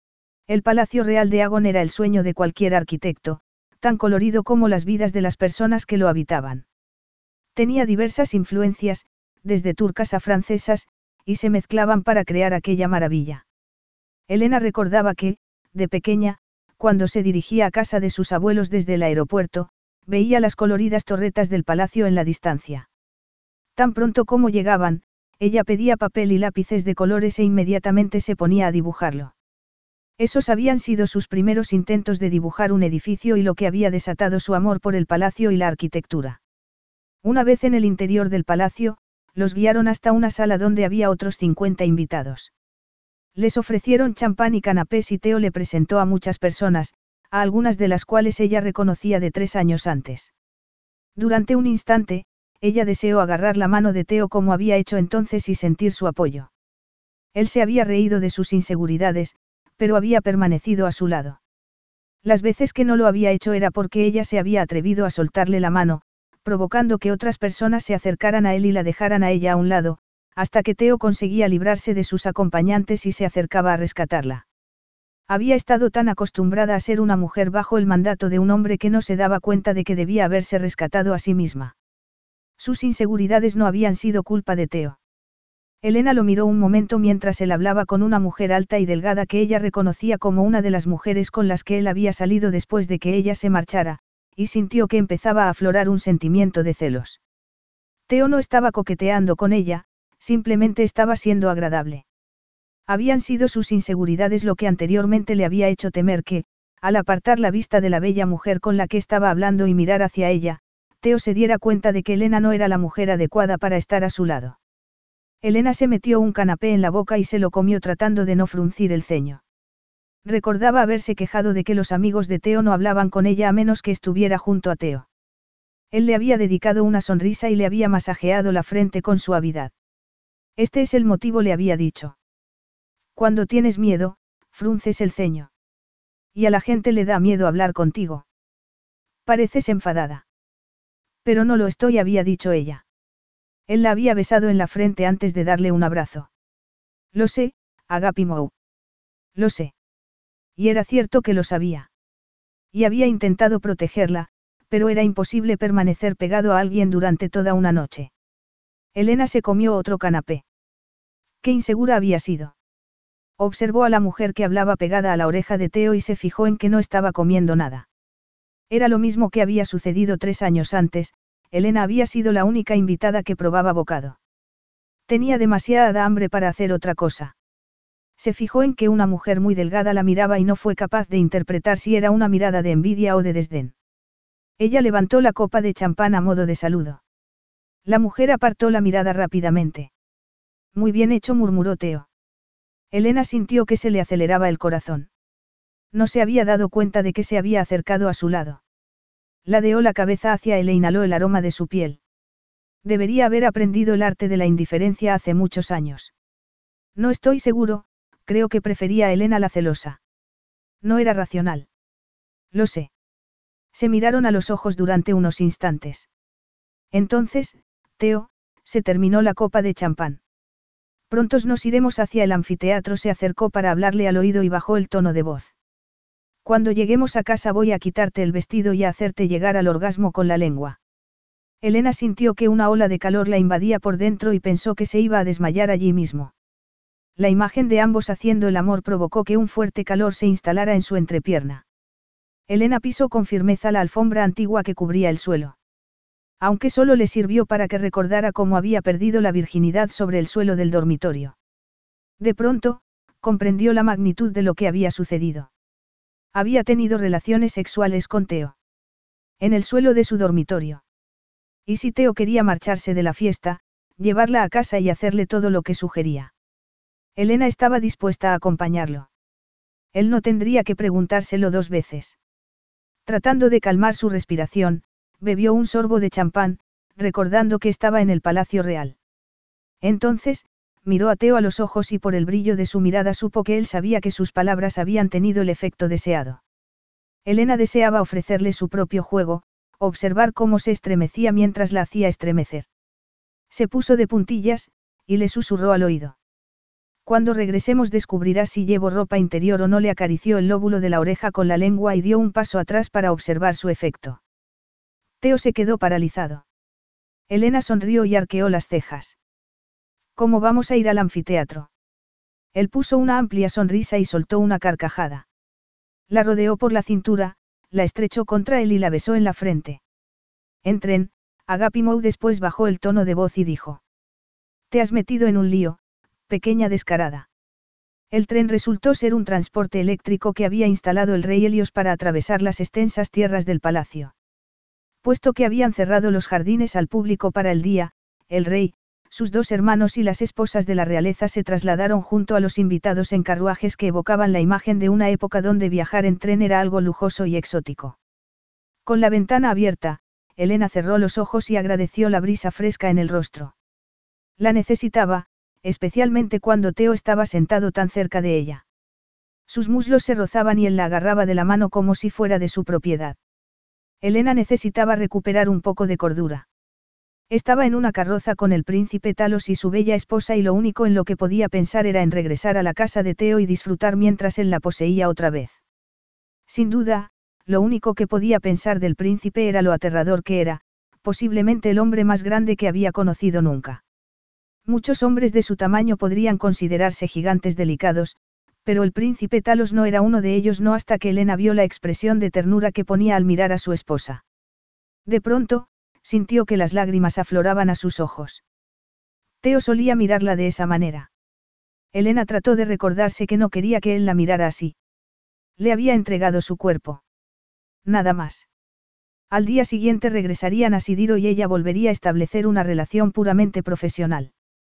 El Palacio Real de Agon era el sueño de cualquier arquitecto, tan colorido como las vidas de las personas que lo habitaban. Tenía diversas influencias, desde turcas a francesas, y se mezclaban para crear aquella maravilla. Elena recordaba que, de pequeña, cuando se dirigía a casa de sus abuelos desde el aeropuerto, veía las coloridas torretas del palacio en la distancia. Tan pronto como llegaban, ella pedía papel y lápices de colores e inmediatamente se ponía a dibujarlo. Esos habían sido sus primeros intentos de dibujar un edificio y lo que había desatado su amor por el palacio y la arquitectura. Una vez en el interior del palacio, los guiaron hasta una sala donde había otros cincuenta invitados. Les ofrecieron champán y canapés y Theo le presentó a muchas personas, a algunas de las cuales ella reconocía de tres años antes. Durante un instante, ella deseó agarrar la mano de Theo como había hecho entonces y sentir su apoyo. Él se había reído de sus inseguridades, pero había permanecido a su lado. Las veces que no lo había hecho era porque ella se había atrevido a soltarle la mano, provocando que otras personas se acercaran a él y la dejaran a ella a un lado, hasta que Theo conseguía librarse de sus acompañantes y se acercaba a rescatarla. Había estado tan acostumbrada a ser una mujer bajo el mandato de un hombre que no se daba cuenta de que debía haberse rescatado a sí misma. Sus inseguridades no habían sido culpa de Theo. Elena lo miró un momento mientras él hablaba con una mujer alta y delgada que ella reconocía como una de las mujeres con las que él había salido después de que ella se marchara, y sintió que empezaba a aflorar un sentimiento de celos. Theo no estaba coqueteando con ella, simplemente estaba siendo agradable. Habían sido sus inseguridades lo que anteriormente le había hecho temer que, al apartar la vista de la bella mujer con la que estaba hablando y mirar hacia ella, Theo se diera cuenta de que Elena no era la mujer adecuada para estar a su lado. Elena se metió un canapé en la boca y se lo comió tratando de no fruncir el ceño. Recordaba haberse quejado de que los amigos de Theo no hablaban con ella a menos que estuviera junto a Theo. Él le había dedicado una sonrisa y le había masajeado la frente con suavidad. Este es el motivo, le había dicho. Cuando tienes miedo, frunces el ceño. Y a la gente le da miedo hablar contigo. Pareces enfadada. Pero no lo estoy, había dicho ella. Él la había besado en la frente antes de darle un abrazo. Lo sé, Agapimou. Lo sé. Y era cierto que lo sabía. Y había intentado protegerla, pero era imposible permanecer pegado a alguien durante toda una noche. Elena se comió otro canapé. Qué insegura había sido. Observó a la mujer que hablaba pegada a la oreja de Theo y se fijó en que no estaba comiendo nada. Era lo mismo que había sucedido tres años antes, Elena había sido la única invitada que probaba bocado. Tenía demasiada hambre para hacer otra cosa. Se fijó en que una mujer muy delgada la miraba y no fue capaz de interpretar si era una mirada de envidia o de desdén. Ella levantó la copa de champán a modo de saludo. La mujer apartó la mirada rápidamente. Muy bien hecho, murmuró Theo. Elena sintió que se le aceleraba el corazón. No se había dado cuenta de que se había acercado a su lado. Ladeó la cabeza hacia él e inhaló el aroma de su piel. Debería haber aprendido el arte de la indiferencia hace muchos años. No estoy seguro, creo que prefería a Elena la celosa. No era racional. Lo sé. Se miraron a los ojos durante unos instantes. Entonces, Theo, se terminó la copa de champán. Prontos nos iremos hacia el anfiteatro. Se acercó para hablarle al oído y bajó el tono de voz. Cuando lleguemos a casa voy a quitarte el vestido y a hacerte llegar al orgasmo con la lengua. Elena sintió que una ola de calor la invadía por dentro y pensó que se iba a desmayar allí mismo. La imagen de ambos haciendo el amor provocó que un fuerte calor se instalara en su entrepierna. Elena pisó con firmeza la alfombra antigua que cubría el suelo. Aunque solo le sirvió para que recordara cómo había perdido la virginidad sobre el suelo del dormitorio. De pronto, comprendió la magnitud de lo que había sucedido. Había tenido relaciones sexuales con Theo. En el suelo de su dormitorio. Y si Theo quería marcharse de la fiesta, llevarla a casa y hacerle todo lo que sugería. Elena estaba dispuesta a acompañarlo. Él no tendría que preguntárselo dos veces. Tratando de calmar su respiración, bebió un sorbo de champán, recordando que estaba en el Palacio Real. Entonces, miró a Theo a los ojos y por el brillo de su mirada supo que él sabía que sus palabras habían tenido el efecto deseado. Elena deseaba ofrecerle su propio juego, observar cómo se estremecía mientras la hacía estremecer. Se puso de puntillas, y le susurró al oído. Cuando regresemos descubrirás si llevo ropa interior o no. Le acarició el lóbulo de la oreja con la lengua y dio un paso atrás para observar su efecto. Theo se quedó paralizado. Elena sonrió y arqueó las cejas. ¿Cómo vamos a ir al anfiteatro? Él puso una amplia sonrisa y soltó una carcajada. La rodeó por la cintura, la estrechó contra él y la besó en la frente. En tren, Agapimou después bajó el tono de voz y dijo. Te has metido en un lío, pequeña descarada. El tren resultó ser un transporte eléctrico que había instalado el rey Helios para atravesar las extensas tierras del palacio. Puesto que habían cerrado los jardines al público para el día, el rey, sus dos hermanos y las esposas de la realeza se trasladaron junto a los invitados en carruajes que evocaban la imagen de una época donde viajar en tren era algo lujoso y exótico. Con la ventana abierta, Elena cerró los ojos y agradeció la brisa fresca en el rostro. La necesitaba, especialmente cuando Theo estaba sentado tan cerca de ella. Sus muslos se rozaban y él la agarraba de la mano como si fuera de su propiedad. Elena necesitaba recuperar un poco de cordura. Estaba en una carroza con el príncipe Talos y su bella esposa y lo único en lo que podía pensar era en regresar a la casa de Theo y disfrutar mientras él la poseía otra vez. Sin duda, lo único que podía pensar del príncipe era lo aterrador que era, posiblemente el hombre más grande que había conocido nunca. Muchos hombres de su tamaño podrían considerarse gigantes delicados, pero el príncipe Talos no era uno de ellos, no hasta que Elena vio la expresión de ternura que ponía al mirar a su esposa. De pronto, sintió que las lágrimas afloraban a sus ojos. Theo solía mirarla de esa manera. Elena trató de recordarse que no quería que él la mirara así. Le había entregado su cuerpo. Nada más. Al día siguiente regresarían a Sidiro y ella volvería a establecer una relación puramente profesional.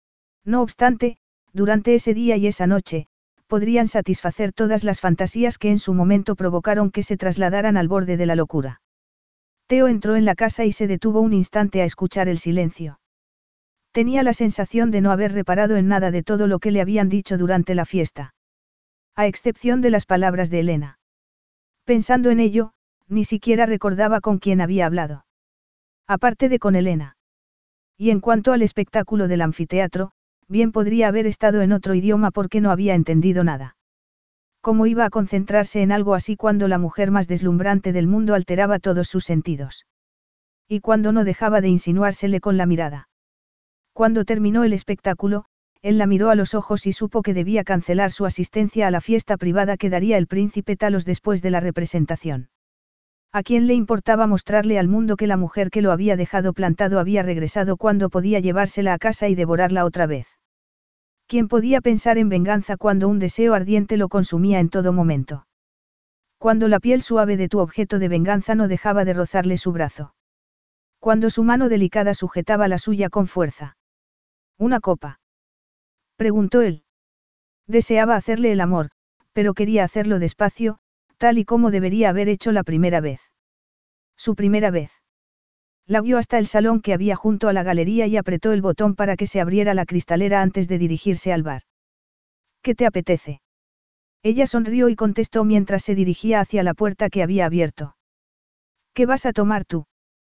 No obstante, durante ese día y esa noche, podrían satisfacer todas las fantasías que en su momento provocaron que se trasladaran al borde de la locura. Theo entró en la casa y se detuvo un instante a escuchar el silencio. Tenía la sensación de no haber reparado en nada de todo lo que le habían dicho durante la fiesta. A excepción de las palabras de Elena. Pensando en ello, ni siquiera recordaba con quién había hablado. Aparte de con Elena. Y en cuanto al espectáculo del anfiteatro, bien podría haber estado en otro idioma porque no había entendido nada. ¿Cómo iba a concentrarse en algo así cuando la mujer más deslumbrante del mundo alteraba todos sus sentidos? Y cuando no dejaba de insinuársele con la mirada. Cuando terminó el espectáculo, él la miró a los ojos y supo que debía cancelar su asistencia a la fiesta privada que daría el príncipe Talos después de la representación. ¿A quién le importaba mostrarle al mundo que la mujer que lo había dejado plantado había regresado cuando podía llevársela a casa y devorarla otra vez? ¿Quién podía pensar en venganza cuando un deseo ardiente lo consumía en todo momento? Cuando la piel suave de tu objeto de venganza no dejaba de rozarle su brazo. Cuando su mano delicada sujetaba la suya con fuerza. ¿Una copa?, preguntó él. Deseaba hacerle el amor, pero quería hacerlo despacio, tal y como debería haber hecho la primera vez. Su primera vez. La guió hasta el salón que había junto a la galería y apretó el botón para que se abriera la cristalera antes de dirigirse al bar. ¿Qué te apetece? Ella sonrió y contestó mientras se dirigía hacia la puerta que había abierto. ¿Qué vas a tomar tú?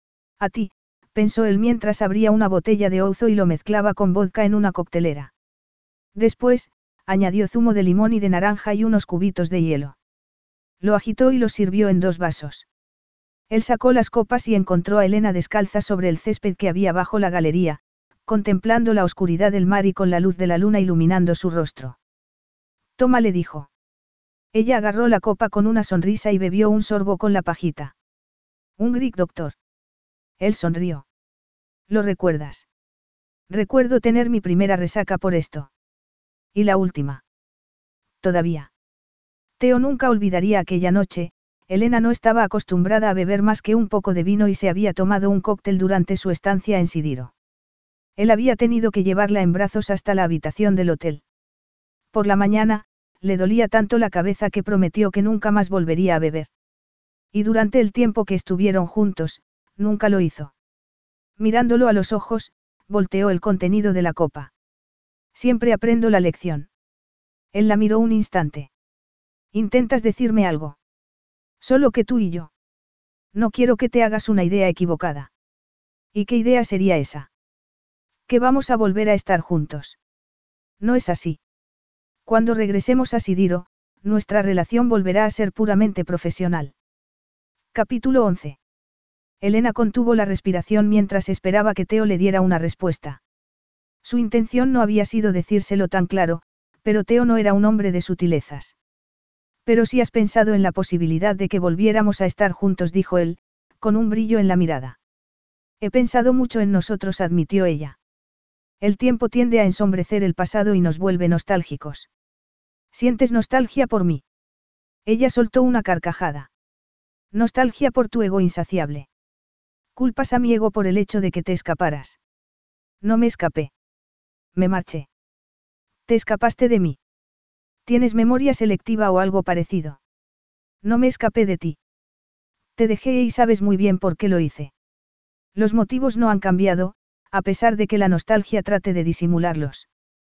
A ti, pensó él mientras abría una botella de ouzo y lo mezclaba con vodka en una coctelera. Después, añadió zumo de limón y de naranja y unos cubitos de hielo. Lo agitó y los sirvió en dos vasos. Él sacó las copas y encontró a Elena descalza sobre el césped que había bajo la galería, contemplando la oscuridad del mar y con la luz de la luna iluminando su rostro. Toma, le dijo. Ella agarró la copa con una sonrisa y bebió un sorbo con la pajita. Un Greek doctor. Él sonrió. ¿Lo recuerdas? Recuerdo tener mi primera resaca por esto. ¿Y la última? Todavía. Theo nunca olvidaría aquella noche. Elena no estaba acostumbrada a beber más que un poco de vino y se había tomado un cóctel durante su estancia en Sidiro. Él había tenido que llevarla en brazos hasta la habitación del hotel. Por la mañana, le dolía tanto la cabeza que prometió que nunca más volvería a beber. Y durante el tiempo que estuvieron juntos, nunca lo hizo. Mirándolo a los ojos, volteó el contenido de la copa. Siempre aprendo la lección. Él la miró un instante. ¿Intentas decirme algo? Solo que tú y yo. No quiero que te hagas una idea equivocada. ¿Y qué idea sería esa? Que vamos a volver a estar juntos. No es así. Cuando regresemos a Sidiro, nuestra relación volverá a ser puramente profesional. Capítulo once. Elena contuvo la respiración mientras esperaba que Theo le diera una respuesta. Su intención no había sido decírselo tan claro, pero Theo no era un hombre de sutilezas. Pero si has pensado en la posibilidad de que volviéramos a estar juntos, dijo él, con un brillo en la mirada. He pensado mucho en nosotros, admitió ella. El tiempo tiende a ensombrecer el pasado y nos vuelve nostálgicos. ¿Sientes nostalgia por mí? Ella soltó una carcajada. Nostalgia por tu ego insaciable. Culpas a mi ego por el hecho de que te escaparas. No me escapé. Me marché. Te escapaste de mí. ¿Tienes memoria selectiva o algo parecido? No me escapé de ti. Te dejé y sabes muy bien por qué lo hice. Los motivos no han cambiado, a pesar de que la nostalgia trate de disimularlos.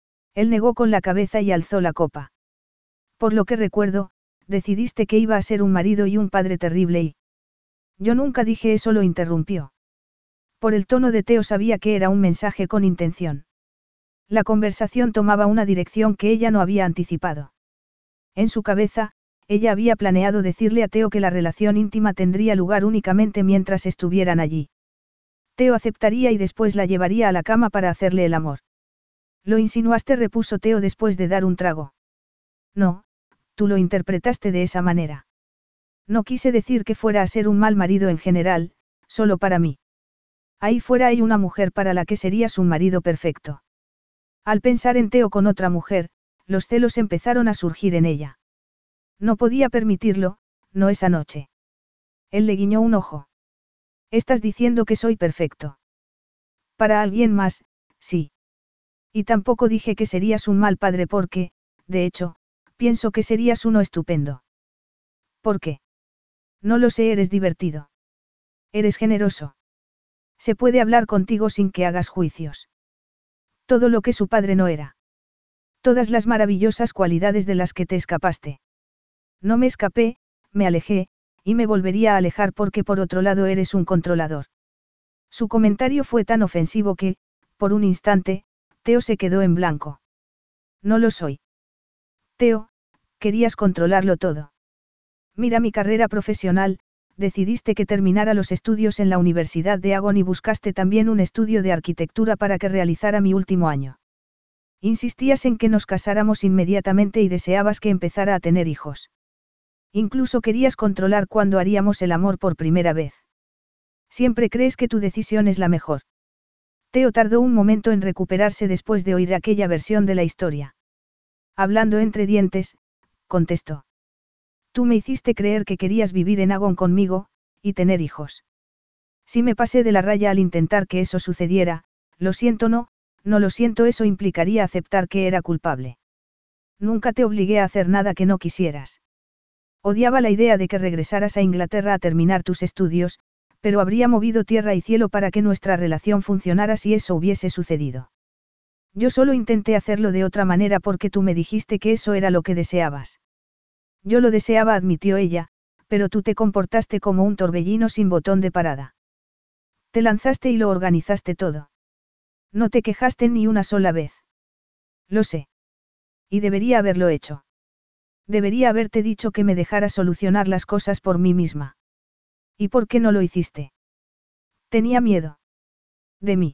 Él negó con la cabeza y alzó la copa. Por lo que recuerdo, decidiste que iba a ser un marido y un padre terrible y... Yo nunca dije eso, lo interrumpió. Por el tono de Theo sabía que era un mensaje con intención. La conversación tomaba una dirección que ella no había anticipado. En su cabeza, ella había planeado decirle a Theo que la relación íntima tendría lugar únicamente mientras estuvieran allí. Theo aceptaría y después la llevaría a la cama para hacerle el amor. Lo insinuaste, repuso Theo después de dar un trago. No, tú lo interpretaste de esa manera. No quise decir que fuera a ser un mal marido en general, solo para mí. Ahí fuera hay una mujer para la que serías un marido perfecto. Al pensar en Theo con otra mujer, los celos empezaron a surgir en ella. No podía permitirlo, no esa noche. Él le guiñó un ojo. Estás diciendo que soy perfecto. Para alguien más, sí. Y tampoco dije que serías un mal padre porque, de hecho, pienso que serías uno estupendo. ¿Por qué? No lo sé, eres divertido. Eres generoso. Se puede hablar contigo sin que hagas juicios. Todo lo que su padre no era. Todas las maravillosas cualidades de las que te escapaste. No me escapé, me alejé, y me volvería a alejar porque por otro lado eres un controlador. Su comentario fue tan ofensivo que, por un instante, Theo se quedó en blanco. No lo soy. Theo, Querías controlarlo todo. Mira mi carrera profesional, decidiste que terminara los estudios en la Universidad de Agon y buscaste también un estudio de arquitectura para que realizara mi último año. Insistías en que nos casáramos inmediatamente y deseabas que empezara a tener hijos. Incluso querías controlar cuándo haríamos el amor por primera vez. Siempre crees que tu decisión es la mejor. Theo tardó un momento en recuperarse después de oír aquella versión de la historia. Hablando entre dientes, contestó. Tú me hiciste creer que querías vivir en Agon conmigo, y tener hijos. Si me pasé de la raya al intentar que eso sucediera, lo siento no, no lo siento, eso implicaría aceptar que era culpable. Nunca te obligué a hacer nada que no quisieras. Odiaba la idea de que regresaras a Inglaterra a terminar tus estudios, pero habría movido tierra y cielo para que nuestra relación funcionara si eso hubiese sucedido. Yo solo intenté hacerlo de otra manera porque tú me dijiste que eso era lo que deseabas. Yo lo deseaba, admitió ella, pero tú te comportaste como un torbellino sin botón de parada. Te lanzaste y lo organizaste todo. No te quejaste ni una sola vez. Lo sé. Y debería haberlo hecho. Debería haberte dicho que me dejara solucionar las cosas por mí misma. ¿Y por qué no lo hiciste? Tenía miedo. ¿De mí?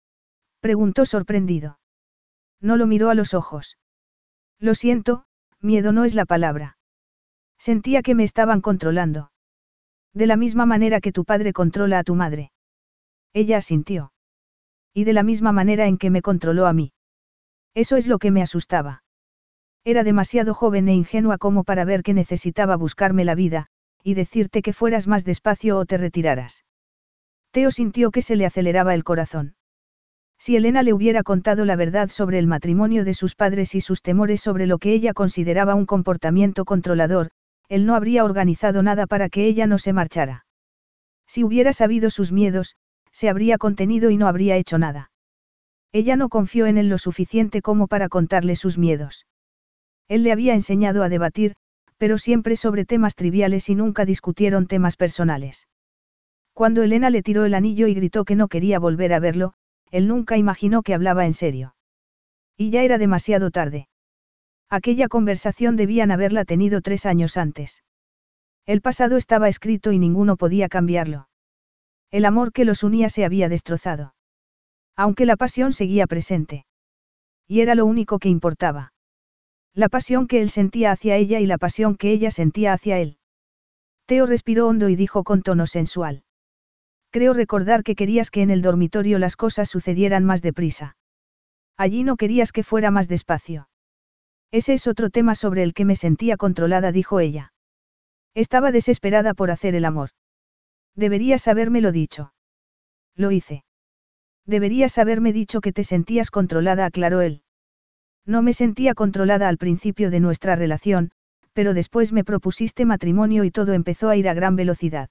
Preguntó sorprendido. No lo miró a los ojos. Lo siento, miedo no es la palabra. Sentía que me estaban controlando. De la misma manera que tu padre controla a tu madre. Ella asintió. Y de la misma manera en que me controló a mí. Eso es lo que me asustaba. Era demasiado joven e ingenua como para ver que necesitaba buscarme la vida, y decirte que fueras más despacio o te retiraras. Theo sintió que se le aceleraba el corazón. Si Elena le hubiera contado la verdad sobre el matrimonio de sus padres y sus temores sobre lo que ella consideraba un comportamiento controlador, él no habría organizado nada para que ella no se marchara. Si hubiera sabido sus miedos, se habría contenido y no habría hecho nada. Ella no confió en él lo suficiente como para contarle sus miedos. Él le había enseñado a debatir, pero siempre sobre temas triviales y nunca discutieron temas personales. Cuando Elena le tiró el anillo y gritó que no quería volver a verlo, él nunca imaginó que hablaba en serio. Y ya era demasiado tarde. Aquella conversación debían haberla tenido tres años antes. El pasado estaba escrito y ninguno podía cambiarlo. El amor que los unía se había destrozado. Aunque la pasión seguía presente. Y era lo único que importaba. La pasión que él sentía hacia ella y la pasión que ella sentía hacia él. Theo respiró hondo y dijo con tono sensual. Creo recordar que querías que en el dormitorio las cosas sucedieran más deprisa. Allí no querías que fuera más despacio. Ese es otro tema sobre el que me sentía controlada, dijo ella. Estaba desesperada por hacer el amor. Deberías habérmelo dicho. Lo hice. Deberías haberme dicho que te sentías controlada, aclaró él. No me sentía controlada al principio de nuestra relación, pero después me propusiste matrimonio y todo empezó a ir a gran velocidad.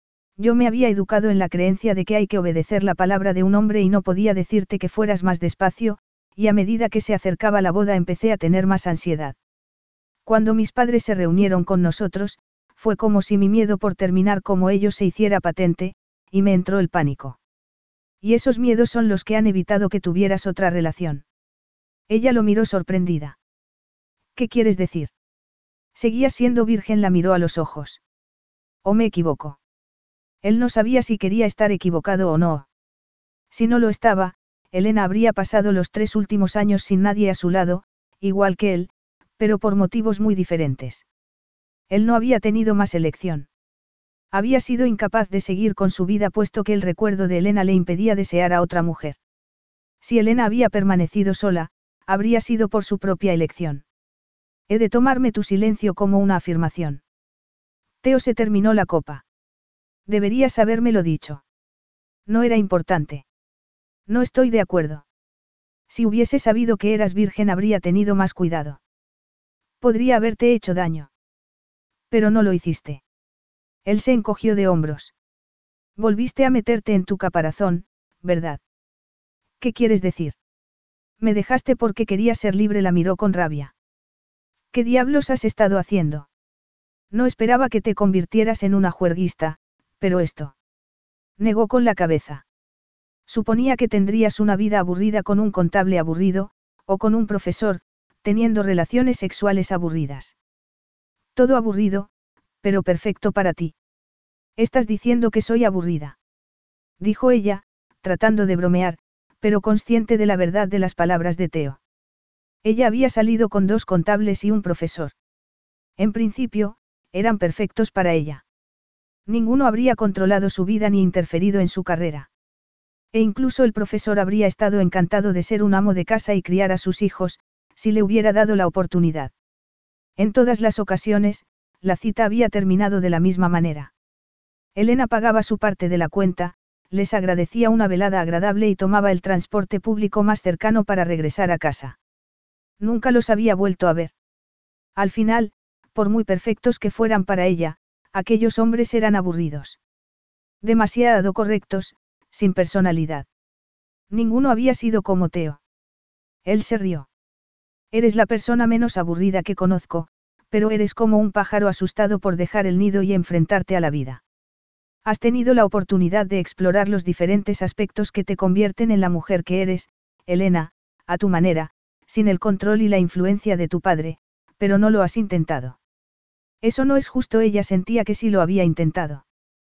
Yo me había educado en la creencia de que hay que obedecer la palabra de un hombre y no podía decirte que fueras más despacio, y a medida que se acercaba la boda empecé a tener más ansiedad. Cuando mis padres se reunieron con nosotros, fue como si mi miedo por terminar como ellos se hiciera patente, y me entró el pánico. Y esos miedos son los que han evitado que tuvieras otra relación. Ella lo miró sorprendida. ¿Qué quieres decir? Seguía siendo virgen, la miró a los ojos. ¿O me equivoco? Él no sabía si quería estar equivocado o no. Si no lo estaba, Elena habría pasado los tres últimos años sin nadie a su lado, igual que él, pero por motivos muy diferentes. Él no había tenido más elección. Había sido incapaz de seguir con su vida puesto que el recuerdo de Elena le impedía desear a otra mujer. Si Elena había permanecido sola, habría sido por su propia elección. He de tomarme tu silencio como una afirmación. Theo se terminó la copa. Deberías habérmelo dicho. No era importante. No estoy de acuerdo. Si hubiese sabido que eras virgen habría tenido más cuidado. Podría haberte hecho daño. Pero no lo hiciste. Él se encogió de hombros. Volviste a meterte en tu caparazón, ¿verdad? ¿Qué quieres decir? Me dejaste porque quería ser libre, la miró con rabia. ¿Qué diablos has estado haciendo? No esperaba que te convirtieras en una juerguista, pero esto. Negó con la cabeza. Suponía que tendrías una vida aburrida con un contable aburrido, o con un profesor, teniendo relaciones sexuales aburridas. Todo aburrido, pero perfecto para ti. Estás diciendo que soy aburrida. Dijo ella, tratando de bromear, pero consciente de la verdad de las palabras de Theo. Ella había salido con dos contables y un profesor. En principio, eran perfectos para ella. Ninguno habría controlado su vida ni interferido en su carrera. E incluso el profesor habría estado encantado de ser un amo de casa y criar a sus hijos, si le hubiera dado la oportunidad. En todas las ocasiones, la cita había terminado de la misma manera. Elena pagaba su parte de la cuenta, les agradecía una velada agradable y tomaba el transporte público más cercano para regresar a casa. Nunca los había vuelto a ver. Al final, por muy perfectos que fueran para ella, aquellos hombres eran aburridos. Demasiado correctos, sin personalidad. Ninguno había sido como Theo. Él se rió. Eres la persona menos aburrida que conozco, pero eres como un pájaro asustado por dejar el nido y enfrentarte a la vida. Has tenido la oportunidad de explorar los diferentes aspectos que te convierten en la mujer que eres, Elena, a tu manera, sin el control y la influencia de tu padre, pero no lo has intentado. Eso no es justo, ella sentía que sí lo había intentado.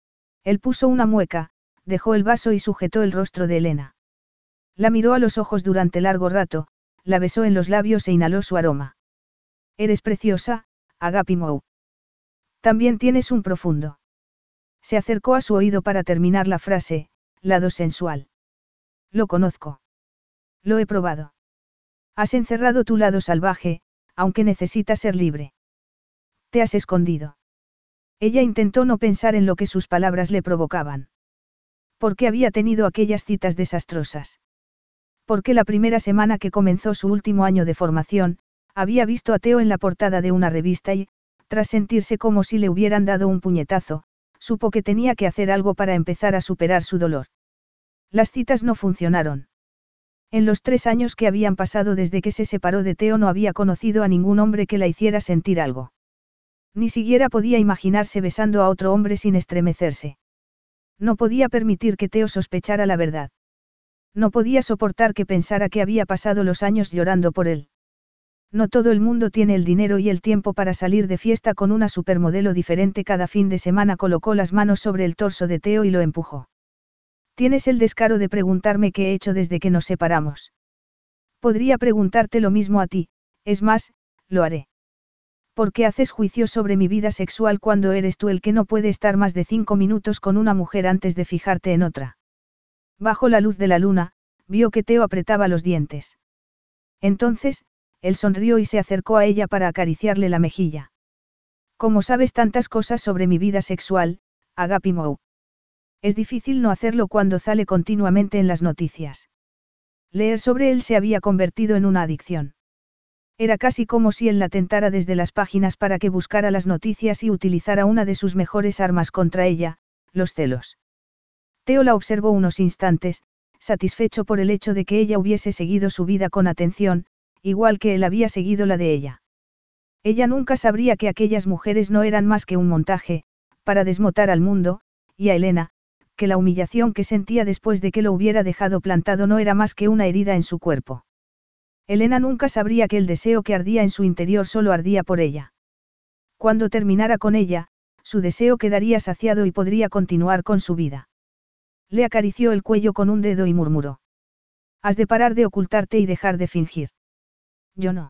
Él puso una mueca, dejó el vaso y sujetó el rostro de Elena. La miró a los ojos durante largo rato, la besó en los labios e inhaló su aroma. Eres preciosa, Agapimou. También tienes un profundo. Se acercó a su oído para terminar la frase, lado sensual. Lo conozco. Lo he probado. Has encerrado tu lado salvaje, aunque necesitas ser libre. Te has escondido. Ella intentó no pensar en lo que sus palabras le provocaban. ¿Por qué había tenido aquellas citas desastrosas? Porque la primera semana que comenzó su último año de formación, había visto a Theo en la portada de una revista y, tras sentirse como si le hubieran dado un puñetazo, supo que tenía que hacer algo para empezar a superar su dolor. Las citas no funcionaron. En los tres años que habían pasado desde que se separó de Theo no había conocido a ningún hombre que la hiciera sentir algo. Ni siquiera podía imaginarse besando a otro hombre sin estremecerse. No podía permitir que Theo sospechara la verdad. No podía soportar que pensara que había pasado los años llorando por él. No todo el mundo tiene el dinero y el tiempo para salir de fiesta con una supermodelo diferente cada fin de semana. Colocó las manos sobre el torso de Theo y lo empujó. Tienes el descaro de preguntarme qué he hecho desde que nos separamos. Podría preguntarte lo mismo a ti, es más, lo haré. ¿Por qué haces juicios sobre mi vida sexual cuando eres tú el que no puede estar más de cinco minutos con una mujer antes de fijarte en otra? Bajo la luz de la luna, vio que Theo apretaba los dientes. Entonces, él sonrió y se acercó a ella para acariciarle la mejilla. ¿Cómo sabes tantas cosas sobre mi vida sexual, Agapimou? Es difícil no hacerlo cuando sale continuamente en las noticias. Leer sobre él se había convertido en una adicción. Era casi como si él la tentara desde las páginas para que buscara las noticias y utilizara una de sus mejores armas contra ella, los celos. Theo la observó unos instantes, satisfecho por el hecho de que ella hubiese seguido su vida con atención, igual que él había seguido la de ella. Ella nunca sabría que aquellas mujeres no eran más que un montaje, para desmotar al mundo, y a Elena, que la humillación que sentía después de que lo hubiera dejado plantado no era más que una herida en su cuerpo. Elena nunca sabría que el deseo que ardía en su interior solo ardía por ella. Cuando terminara con ella, su deseo quedaría saciado y podría continuar con su vida. Le acarició el cuello con un dedo y murmuró. Has de parar de ocultarte y dejar de fingir. Yo no.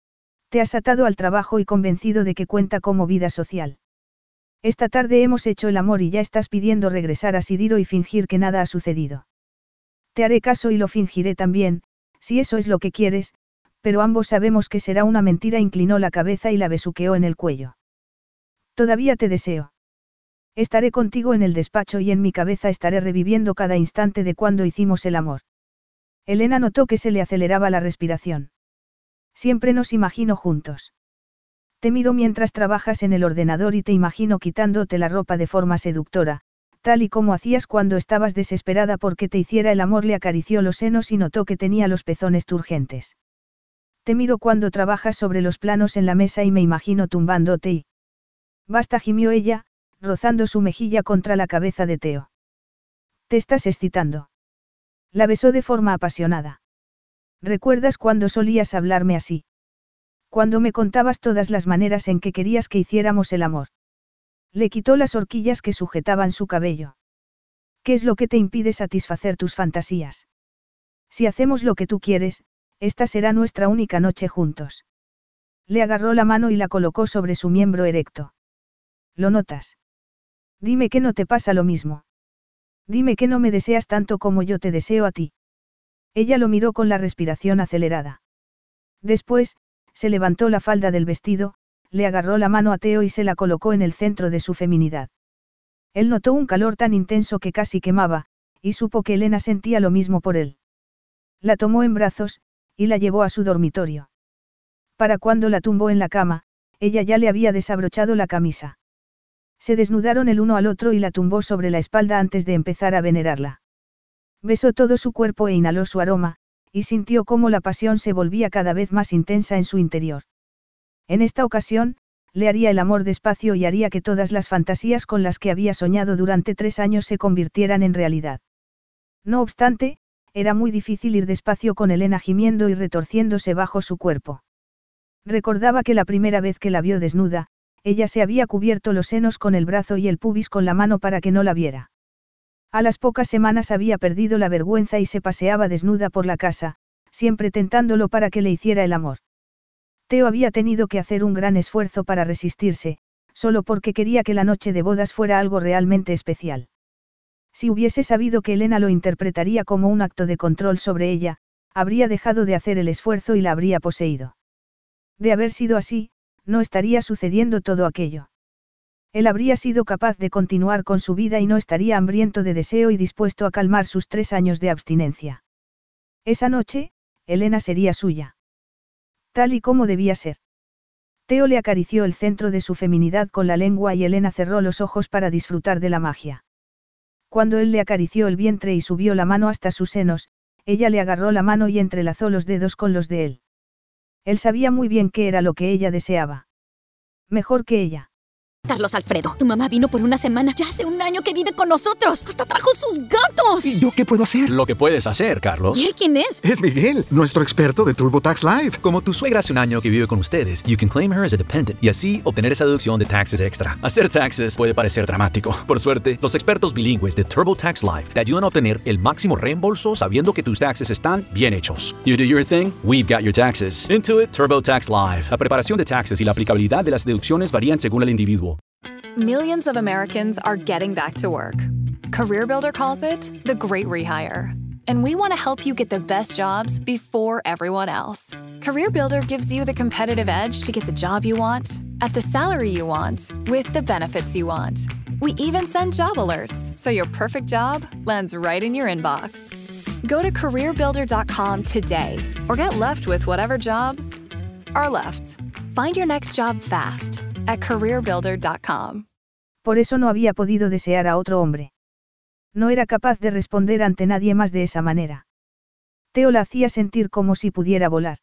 Te has atado al trabajo y convencido de que cuenta como vida social. Esta tarde hemos hecho el amor y ya estás pidiendo regresar a Sidiro y fingir que nada ha sucedido. Te haré caso y lo fingiré también, si eso es lo que quieres, pero ambos sabemos que será una mentira. Inclinó la cabeza y la besuqueó en el cuello. Todavía te deseo. Estaré contigo en el despacho y en mi cabeza estaré reviviendo cada instante de cuando hicimos el amor. Elena notó que se le aceleraba la respiración. Siempre nos imagino juntos. Te miro mientras trabajas en el ordenador y te imagino quitándote la ropa de forma seductora, tal y como hacías cuando estabas desesperada porque te hiciera el amor. Le acarició los senos y notó que tenía los pezones turgentes. Te miro cuando trabajas sobre los planos en la mesa y me imagino tumbándote y... Basta, gimió ella, rozando su mejilla contra la cabeza de Theo. Te estás excitando. La besó de forma apasionada. ¿Recuerdas cuando solías hablarme así? Cuando me contabas todas las maneras en que querías que hiciéramos el amor. Le quitó las horquillas que sujetaban su cabello. ¿Qué es lo que te impide satisfacer tus fantasías? Si hacemos lo que tú quieres, esta será nuestra única noche juntos. Le agarró la mano y la colocó sobre su miembro erecto. ¿Lo notas? Dime que no te pasa lo mismo. Dime que no me deseas tanto como yo te deseo a ti. Ella lo miró con la respiración acelerada. Después, se levantó la falda del vestido, le agarró la mano a Theo y se la colocó en el centro de su feminidad. Él notó un calor tan intenso que casi quemaba, y supo que Elena sentía lo mismo por él. La tomó en brazos, y la llevó a su dormitorio. Para cuando la tumbó en la cama, ella ya le había desabrochado la camisa. Se desnudaron el uno al otro y la tumbó sobre la espalda antes de empezar a venerarla. Besó todo su cuerpo e inhaló su aroma, y sintió cómo la pasión se volvía cada vez más intensa en su interior. En esta ocasión, le haría el amor despacio y haría que todas las fantasías con las que había soñado durante tres años se convirtieran en realidad. No obstante, era muy difícil ir despacio con Elena gimiendo y retorciéndose bajo su cuerpo. Recordaba que la primera vez que la vio desnuda, ella se había cubierto los senos con el brazo y el pubis con la mano para que no la viera. A las pocas semanas había perdido la vergüenza y se paseaba desnuda por la casa, siempre tentándolo para que le hiciera el amor. Theo había tenido que hacer un gran esfuerzo para resistirse, solo porque quería que la noche de bodas fuera algo realmente especial. Si hubiese sabido que Elena lo interpretaría como un acto de control sobre ella, habría dejado de hacer el esfuerzo y la habría poseído. De haber sido así, no estaría sucediendo todo aquello. Él habría sido capaz de continuar con su vida y no estaría hambriento de deseo y dispuesto a calmar sus tres años de abstinencia. Esa noche, Elena sería suya. Tal y como debía ser. Theo le acarició el centro de su feminidad con la lengua y Elena cerró los ojos para disfrutar de la magia. Cuando él le acarició el vientre y subió la mano hasta sus senos, ella le agarró la mano y entrelazó los dedos con los de él. Él sabía muy bien qué era lo que ella deseaba. Mejor que ella. Carlos Alfredo, tu mamá vino por una semana. Ya hace un año que vive con nosotros. Hasta trajo sus gatos. ¿Y yo qué puedo hacer? Lo que puedes hacer, Carlos. ¿Y él quién es? Es Miguel, nuestro experto de TurboTax Live. Como tu suegra hace un año que vive con ustedes, you can claim her as a dependent y así obtener esa deducción de taxes extra. Hacer taxes puede parecer dramático. Por suerte, los expertos bilingües de TurboTax Live te ayudan a obtener el máximo reembolso sabiendo que tus taxes están bien hechos. You do your thing, we've got your taxes. Intuit TurboTax Live. La preparación de taxes y la aplicabilidad de las deducciones varían según el individuo. Millions of Americans are getting back to work. CareerBuilder calls it the great rehire. And we want to help you get the best jobs before everyone else. CareerBuilder gives you the competitive edge to get the job you want, at the salary you want, with the benefits you want. We even send job alerts, so your perfect job lands right in your inbox. Go to career builder dot com today, or get left with whatever jobs are left. Find your next job fast at career builder dot com. Por eso no había podido desear a otro hombre. No era capaz de responder ante nadie más de esa manera. Theo la hacía sentir como si pudiera volar.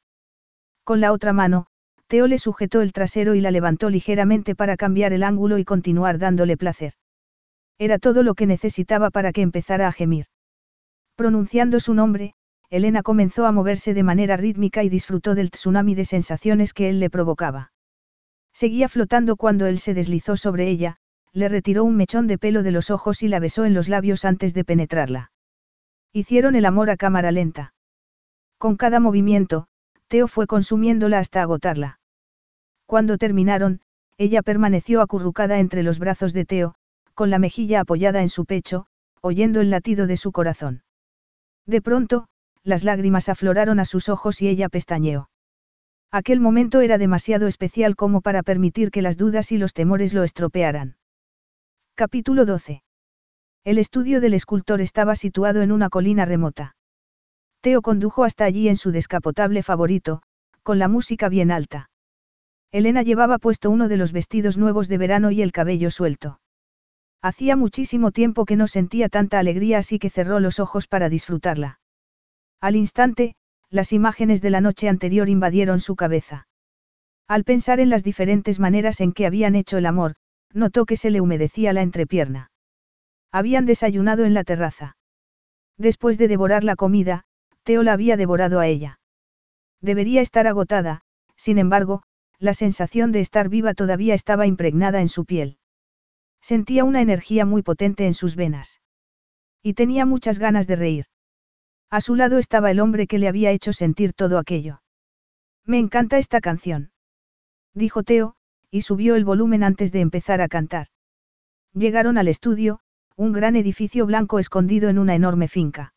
Con la otra mano, Theo le sujetó el trasero y la levantó ligeramente para cambiar el ángulo y continuar dándole placer. Era todo lo que necesitaba para que empezara a gemir. Pronunciando su nombre, Elena comenzó a moverse de manera rítmica y disfrutó del tsunami de sensaciones que él le provocaba. Seguía flotando cuando él se deslizó sobre ella, le retiró un mechón de pelo de los ojos y la besó en los labios antes de penetrarla. Hicieron el amor a cámara lenta. Con cada movimiento, Theo fue consumiéndola hasta agotarla. Cuando terminaron, ella permaneció acurrucada entre los brazos de Theo, con la mejilla apoyada en su pecho, oyendo el latido de su corazón. De pronto, las lágrimas afloraron a sus ojos y ella pestañeó. Aquel momento era demasiado especial como para permitir que las dudas y los temores lo estropearan. Capítulo doce. El estudio del escultor estaba situado en una colina remota. Theo condujo hasta allí en su descapotable favorito, con la música bien alta. Elena llevaba puesto uno de los vestidos nuevos de verano y el cabello suelto. Hacía muchísimo tiempo que no sentía tanta alegría, así que cerró los ojos para disfrutarla. Al instante, las imágenes de la noche anterior invadieron su cabeza. Al pensar en las diferentes maneras en que habían hecho el amor, notó que se le humedecía la entrepierna. Habían desayunado en la terraza. Después de devorar la comida, Theo la había devorado a ella. Debería estar agotada, sin embargo, la sensación de estar viva todavía estaba impregnada en su piel. Sentía una energía muy potente en sus venas. Y tenía muchas ganas de reír. A su lado estaba el hombre que le había hecho sentir todo aquello. Me encanta esta canción, dijo Theo, y subió el volumen antes de empezar a cantar. Llegaron al estudio, un gran edificio blanco escondido en una enorme finca.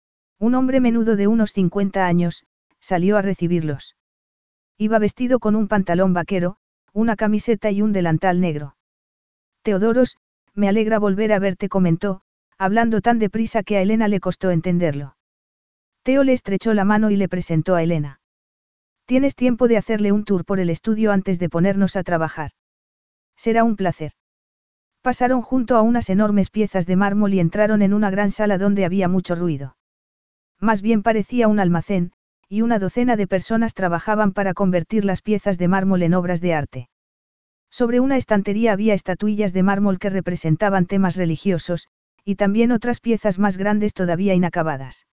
Un hombre menudo de unos cincuenta años, salió a recibirlos. Iba vestido con un pantalón vaquero, una camiseta y un delantal negro. Teodoros, me alegra volver a verte, comentó, hablando tan deprisa que a Elena le costó entenderlo. Theo le estrechó la mano y le presentó a Elena. Tienes tiempo de hacerle un tour por el estudio antes de ponernos a trabajar. Será un placer. Pasaron junto a unas enormes piezas de mármol y entraron en una gran sala donde había mucho ruido. Más bien parecía un almacén, y una docena de personas trabajaban para convertir las piezas de mármol en obras de arte. Sobre una estantería había estatuillas de mármol que representaban temas religiosos, y también otras piezas más grandes todavía inacabadas.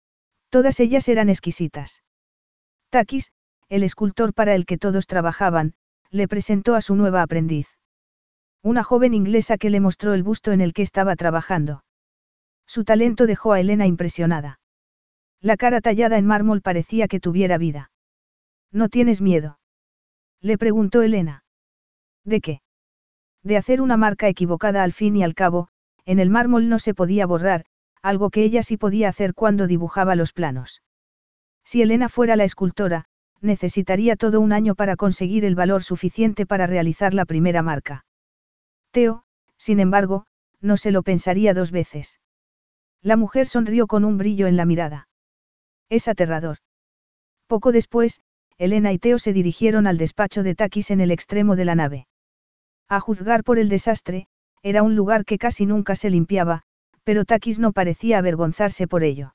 Todas ellas eran exquisitas. Takis, el escultor para el que todos trabajaban, le presentó a su nueva aprendiz. Una joven inglesa que le mostró el busto en el que estaba trabajando. Su talento dejó a Elena impresionada. La cara tallada en mármol parecía que tuviera vida. ¿No tienes miedo?, le preguntó Elena. ¿De qué? De hacer una marca equivocada. Al fin y al cabo, en el mármol no se podía borrar, algo que ella sí podía hacer cuando dibujaba los planos. Si Elena fuera la escultora, necesitaría todo un año para conseguir el valor suficiente para realizar la primera marca. Theo, sin embargo, no se lo pensaría dos veces. La mujer sonrió con un brillo en la mirada. Es aterrador. Poco después, Elena y Theo se dirigieron al despacho de Takis en el extremo de la nave. A juzgar por el desastre, era un lugar que casi nunca se limpiaba, pero Takis no parecía avergonzarse por ello.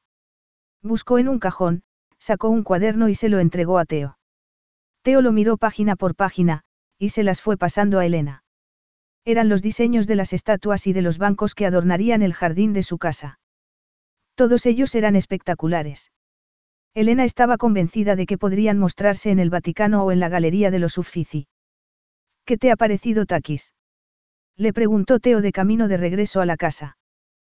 Buscó en un cajón, sacó un cuaderno y se lo entregó a Theo. Theo lo miró página por página, y se las fue pasando a Elena. Eran los diseños de las estatuas y de los bancos que adornarían el jardín de su casa. Todos ellos eran espectaculares. Elena estaba convencida de que podrían mostrarse en el Vaticano o en la Galería de los Uffizi. ¿Qué te ha parecido, Takis?, le preguntó Theo de camino de regreso a la casa.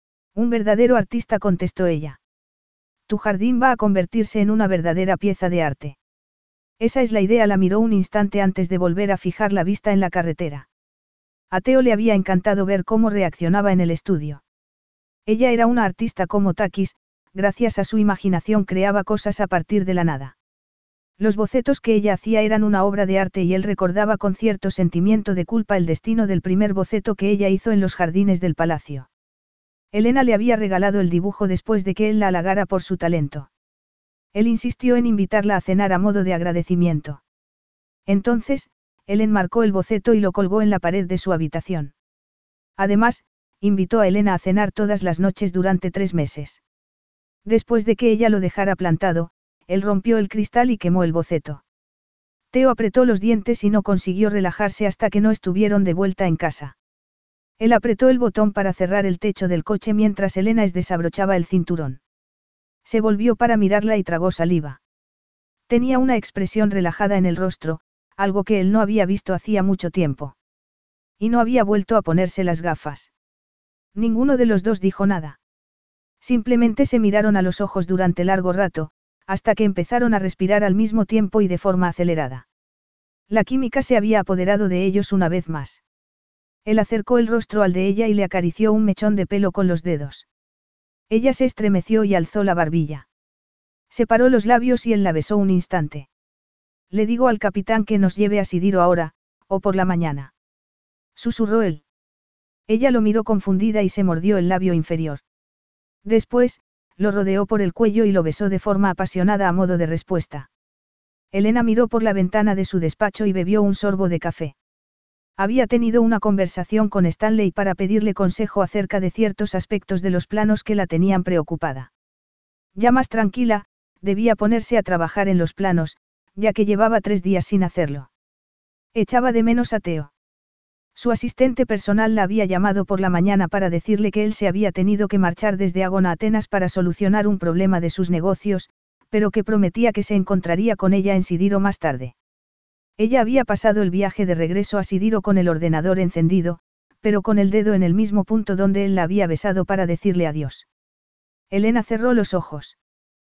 Un verdadero artista, contestó ella. Tu jardín va a convertirse en una verdadera pieza de arte. Esa es la idea. La miró un instante antes de volver a fijar la vista en la carretera. A Theo le había encantado ver cómo reaccionaba en el estudio. Ella era una artista como Takis, gracias a su imaginación creaba cosas a partir de la nada. Los bocetos que ella hacía eran una obra de arte y él recordaba con cierto sentimiento de culpa el destino del primer boceto que ella hizo en los jardines del palacio. Elena le había regalado el dibujo después de que él la halagara por su talento. Él insistió en invitarla a cenar a modo de agradecimiento. Entonces, él enmarcó el boceto y lo colgó en la pared de su habitación. Además, invitó a Elena a cenar todas las noches durante tres meses. Después de que ella lo dejara plantado, él rompió el cristal y quemó el boceto. Theo apretó los dientes y no consiguió relajarse hasta que no estuvieron de vuelta en casa. Él apretó el botón para cerrar el techo del coche mientras Elena desabrochaba el cinturón. Se volvió para mirarla y tragó saliva. Tenía una expresión relajada en el rostro, algo que él no había visto hacía mucho tiempo. Y no había vuelto a ponerse las gafas. Ninguno de los dos dijo nada. Simplemente se miraron a los ojos durante largo rato, hasta que empezaron a respirar al mismo tiempo y de forma acelerada. La química se había apoderado de ellos una vez más. Él acercó el rostro al de ella y le acarició un mechón de pelo con los dedos. Ella se estremeció y alzó la barbilla. Separó los labios y él la besó un instante. Le digo al capitán que nos lleve a Sidiro ahora, o por la mañana. Susurró él. Ella lo miró confundida y se mordió el labio inferior. Después, lo rodeó por el cuello y lo besó de forma apasionada a modo de respuesta. Elena miró por la ventana de su despacho y bebió un sorbo de café. Había tenido una conversación con Stanley para pedirle consejo acerca de ciertos aspectos de los planos que la tenían preocupada. Ya más tranquila, debía ponerse a trabajar en los planos, ya que llevaba tres días sin hacerlo. Echaba de menos a Theo. Su asistente personal la había llamado por la mañana para decirle que él se había tenido que marchar desde Agón a Atenas para solucionar un problema de sus negocios, pero que prometía que se encontraría con ella en Sidiro más tarde. Ella había pasado el viaje de regreso a Sidiro con el ordenador encendido, pero con el dedo en el mismo punto donde él la había besado para decirle adiós. Elena cerró los ojos.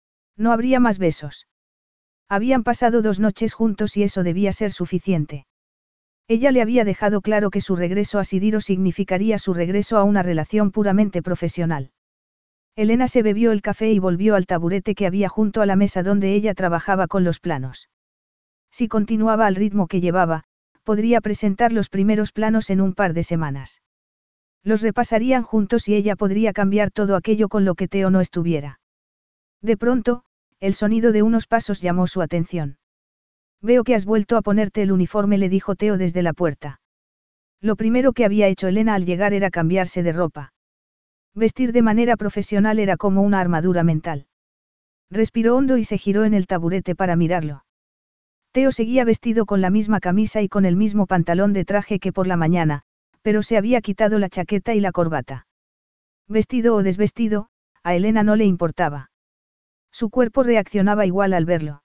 No habría más besos. Habían pasado dos noches juntos y eso debía ser suficiente. Ella le había dejado claro que su regreso a Sidiro significaría su regreso a una relación puramente profesional. Elena se bebió el café y volvió al taburete que había junto a la mesa donde ella trabajaba con los planos. Si continuaba al ritmo que llevaba, podría presentar los primeros planos en un par de semanas. Los repasarían juntos y ella podría cambiar todo aquello con lo que Theo no estuviera. De pronto, el sonido de unos pasos llamó su atención. Veo que has vuelto a ponerte el uniforme, le dijo Theo desde la puerta. Lo primero que había hecho Elena al llegar era cambiarse de ropa. Vestir de manera profesional era como una armadura mental. Respiró hondo y se giró en el taburete para mirarlo. Theo seguía vestido con la misma camisa y con el mismo pantalón de traje que por la mañana, pero se había quitado la chaqueta y la corbata. Vestido o desvestido, a Elena no le importaba. Su cuerpo reaccionaba igual al verlo.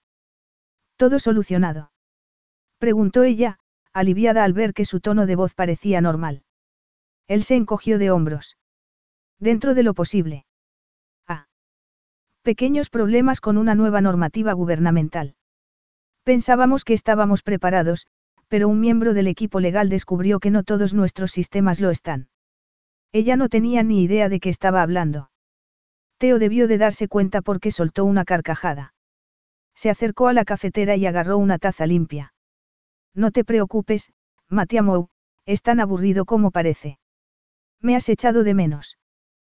¿Todo solucionado?, preguntó ella, aliviada al ver que su tono de voz parecía normal. Él se encogió de hombros. Dentro de lo posible. Ah. Pequeños problemas con una nueva normativa gubernamental. Pensábamos que estábamos preparados, pero un miembro del equipo legal descubrió que no todos nuestros sistemas lo están. Ella no tenía ni idea de qué estaba hablando. Theo debió de darse cuenta porque soltó una carcajada. Se acercó a la cafetera y agarró una taza limpia. No te preocupes, Matiamou, es tan aburrido como parece. Me has echado de menos.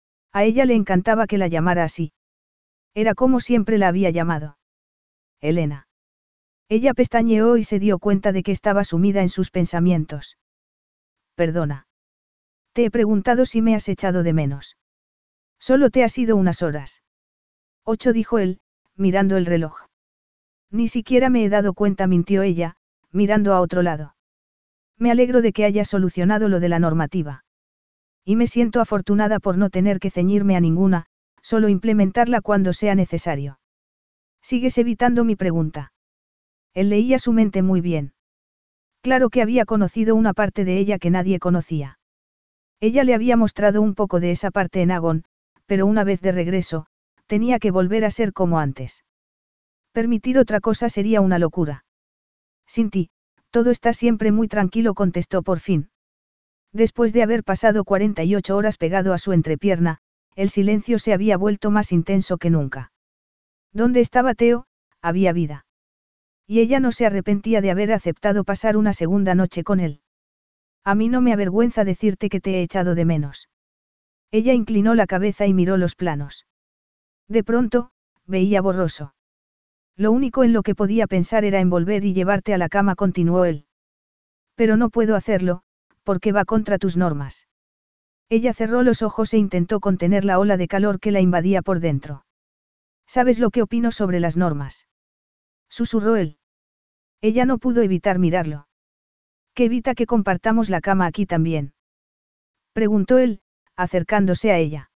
A ella le encantaba que la llamara así. Era como siempre la había llamado. Elena. Ella pestañeó y se dio cuenta de que estaba sumida en sus pensamientos. Perdona. Te he preguntado si me has echado de menos. Solo te has ido unas horas. Ocho, dijo él, mirando el reloj. Ni siquiera me he dado cuenta, mintió ella, mirando a otro lado. Me alegro de que hayas solucionado lo de la normativa. Y me siento afortunada por no tener que ceñirme a ninguna, solo implementarla cuando sea necesario. ¿Sigues evitando mi pregunta? Él leía su mente muy bien. Claro que había conocido una parte de ella que nadie conocía. Ella le había mostrado un poco de esa parte en Agon, pero una vez de regreso, tenía que volver a ser como antes. Permitir otra cosa sería una locura. Sin ti, todo está siempre muy tranquilo, contestó por fin. Después de haber pasado cuarenta y ocho horas pegado a su entrepierna, el silencio se había vuelto más intenso que nunca. ¿Dónde estaba Theo? Había vida. Y ella no se arrepentía de haber aceptado pasar una segunda noche con él. A mí no me avergüenza decirte que te he echado de menos. Ella inclinó la cabeza y miró los planos. De pronto, veía borroso. Lo único en lo que podía pensar era en volver y llevarte a la cama, continuó él. Pero no puedo hacerlo, porque va contra tus normas. Ella cerró los ojos e intentó contener la ola de calor que la invadía por dentro. ¿Sabes lo que opino sobre las normas?, susurró él. Ella no pudo evitar mirarlo. ¿Qué evita que compartamos la cama aquí también?, preguntó él, acercándose a ella.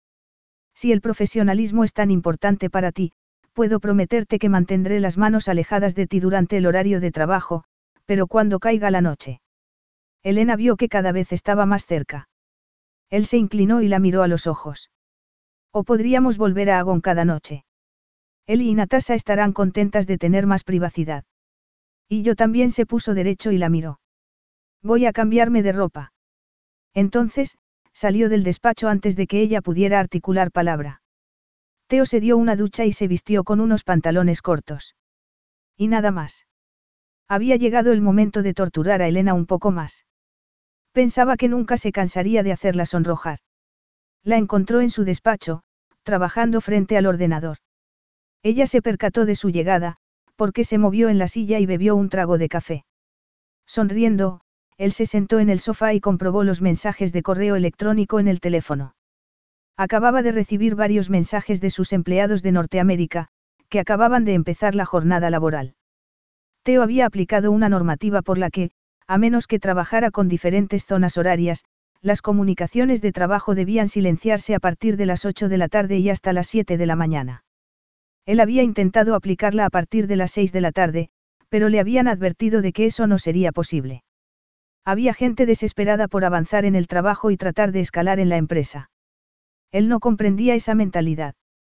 Si el profesionalismo es tan importante para ti, puedo prometerte que mantendré las manos alejadas de ti durante el horario de trabajo, pero cuando caiga la noche. Elena vio que cada vez estaba más cerca. Él se inclinó y la miró a los ojos. O podríamos volver a Agon cada noche. Él y Natasha estarán contentas de tener más privacidad. Y yo también. Se puso derecho y la miró. Voy a cambiarme de ropa. Entonces, salió del despacho antes de que ella pudiera articular palabra. Theo se dio una ducha y se vistió con unos pantalones cortos. Y nada más. Había llegado el momento de torturar a Elena un poco más. Pensaba que nunca se cansaría de hacerla sonrojar. La encontró en su despacho, trabajando frente al ordenador. Ella se percató de su llegada, porque se movió en la silla y bebió un trago de café. Sonriendo, él se sentó en el sofá y comprobó los mensajes de correo electrónico en el teléfono. Acababa de recibir varios mensajes de sus empleados de Norteamérica, que acababan de empezar la jornada laboral. Theo había aplicado una normativa por la que, a menos que trabajara con diferentes zonas horarias, las comunicaciones de trabajo debían silenciarse a partir de las ocho de la tarde y hasta las siete de la mañana. Él había intentado aplicarla a partir de las seis de la tarde, pero le habían advertido de que eso no sería posible. Había gente desesperada por avanzar en el trabajo y tratar de escalar en la empresa. Él no comprendía esa mentalidad.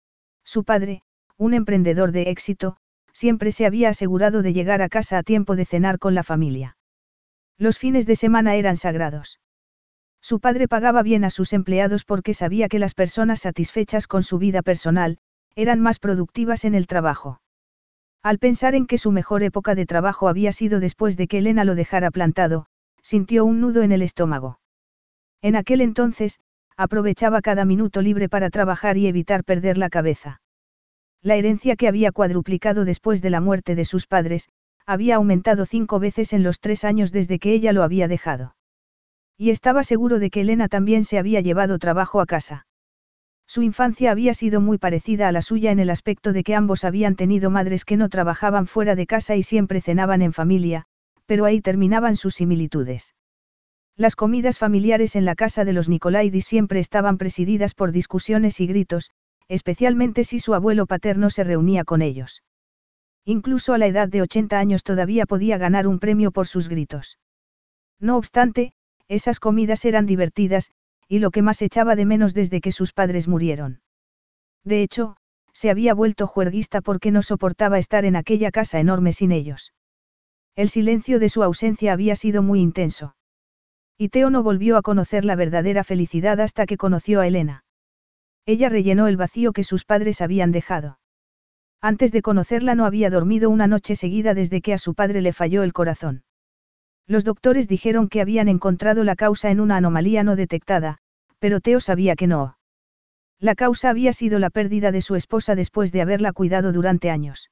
Su padre, un emprendedor de éxito, siempre se había asegurado de llegar a casa a tiempo de cenar con la familia. Los fines de semana eran sagrados. Su padre pagaba bien a sus empleados porque sabía que las personas satisfechas con su vida personal, eran más productivas en el trabajo. Al pensar en que su mejor época de trabajo había sido después de que Elena lo dejara plantado, sintió un nudo en el estómago. En aquel entonces, aprovechaba cada minuto libre para trabajar y evitar perder la cabeza. La herencia que había cuadruplicado después de la muerte de sus padres, había aumentado cinco veces en los tres años desde que ella lo había dejado. Y estaba seguro de que Elena también se había llevado trabajo a casa. Su infancia había sido muy parecida a la suya en el aspecto de que ambos habían tenido madres que no trabajaban fuera de casa y siempre cenaban en familia, pero ahí terminaban sus similitudes. Las comidas familiares en la casa de los Nicolaidis siempre estaban presididas por discusiones y gritos, especialmente si su abuelo paterno se reunía con ellos. Incluso a la edad de ochenta años todavía podía ganar un premio por sus gritos. No obstante, esas comidas eran divertidas, y lo que más echaba de menos desde que sus padres murieron. De hecho, se había vuelto juerguista porque no soportaba estar en aquella casa enorme sin ellos. El silencio de su ausencia había sido muy intenso. Y Theo no volvió a conocer la verdadera felicidad hasta que conoció a Elena. Ella rellenó el vacío que sus padres habían dejado. Antes de conocerla no había dormido una noche seguida desde que a su padre le falló el corazón. Los doctores dijeron que habían encontrado la causa en una anomalía no detectada, pero Theo sabía que no. La causa había sido la pérdida de su esposa después de haberla cuidado durante años.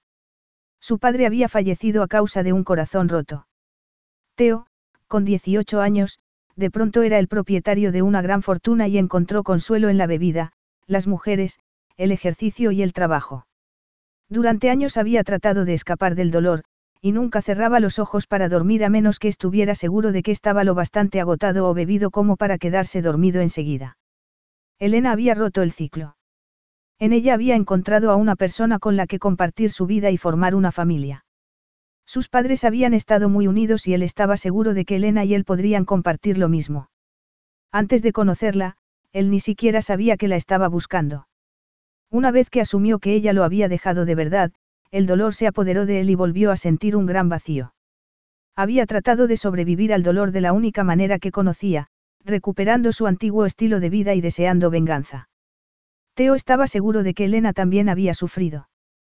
Su padre había fallecido a causa de un corazón roto. Theo, con dieciocho años, de pronto era el propietario de una gran fortuna y encontró consuelo en la bebida, las mujeres, el ejercicio y el trabajo. Durante años había tratado de escapar del dolor, y nunca cerraba los ojos para dormir a menos que estuviera seguro de que estaba lo bastante agotado o bebido como para quedarse dormido enseguida. Elena había roto el ciclo. En ella había encontrado a una persona con la que compartir su vida y formar una familia. Sus padres habían estado muy unidos y él estaba seguro de que Elena y él podrían compartir lo mismo. Antes de conocerla, él ni siquiera sabía que la estaba buscando. Una vez que asumió que ella lo había dejado de verdad, el dolor se apoderó de él y volvió a sentir un gran vacío. Había tratado de sobrevivir al dolor de la única manera que conocía, recuperando su antiguo estilo de vida y deseando venganza. Theo estaba seguro de que Elena también había sufrido.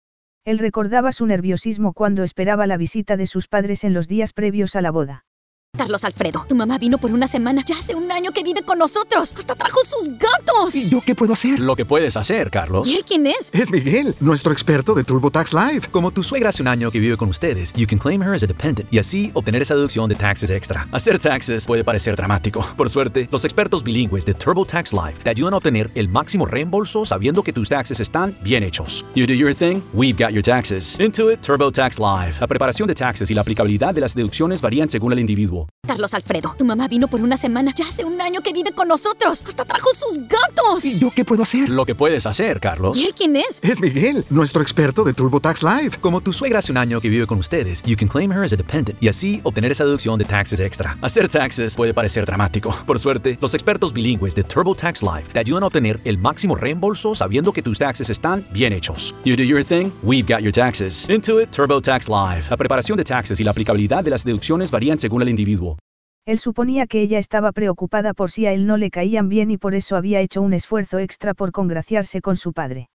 Él recordaba su nerviosismo cuando esperaba la visita de sus padres en los días previos a la boda. Carlos Alfredo, tu mamá vino por una semana. Ya hace un año que vive con nosotros. Hasta trajo sus gatos. ¿Y yo qué puedo hacer? Lo que puedes hacer, Carlos. ¿Y él quién es? Es Miguel, nuestro experto de TurboTax Live. Como tu suegra hace un año que vive con ustedes, you can claim her as a dependent y así obtener esa deducción de taxes extra. Hacer taxes puede parecer dramático. Por suerte, los expertos bilingües de TurboTax Live te ayudan a obtener el máximo reembolso sabiendo que tus taxes están bien hechos. You do your thing, we've got your taxes. Intuit TurboTax Live. La preparación de taxes y la aplicabilidad de las deducciones varían según el individuo. Carlos Alfredo, tu mamá vino por una semana. Ya hace un año que vive con nosotros. Hasta trajo sus gatos. ¿Y yo qué puedo hacer? Lo que puedes hacer, Carlos. ¿Y él quién es? Es Miguel, nuestro experto de TurboTax Live. Como tu suegra hace un año que vive con ustedes, you can claim her as a dependent y así obtener esa deducción de taxes extra. Hacer taxes puede parecer dramático. Por suerte, los expertos bilingües de TurboTax Live te ayudan a obtener el máximo reembolso sabiendo que tus taxes están bien hechos. You do your thing, we've got your taxes. Intuit TurboTax Live. La preparación de taxes y la aplicabilidad de las deducciones varían según el individuo. Él suponía que ella estaba preocupada por si a él no le caían bien y por eso había hecho un esfuerzo extra por congraciarse con su padre.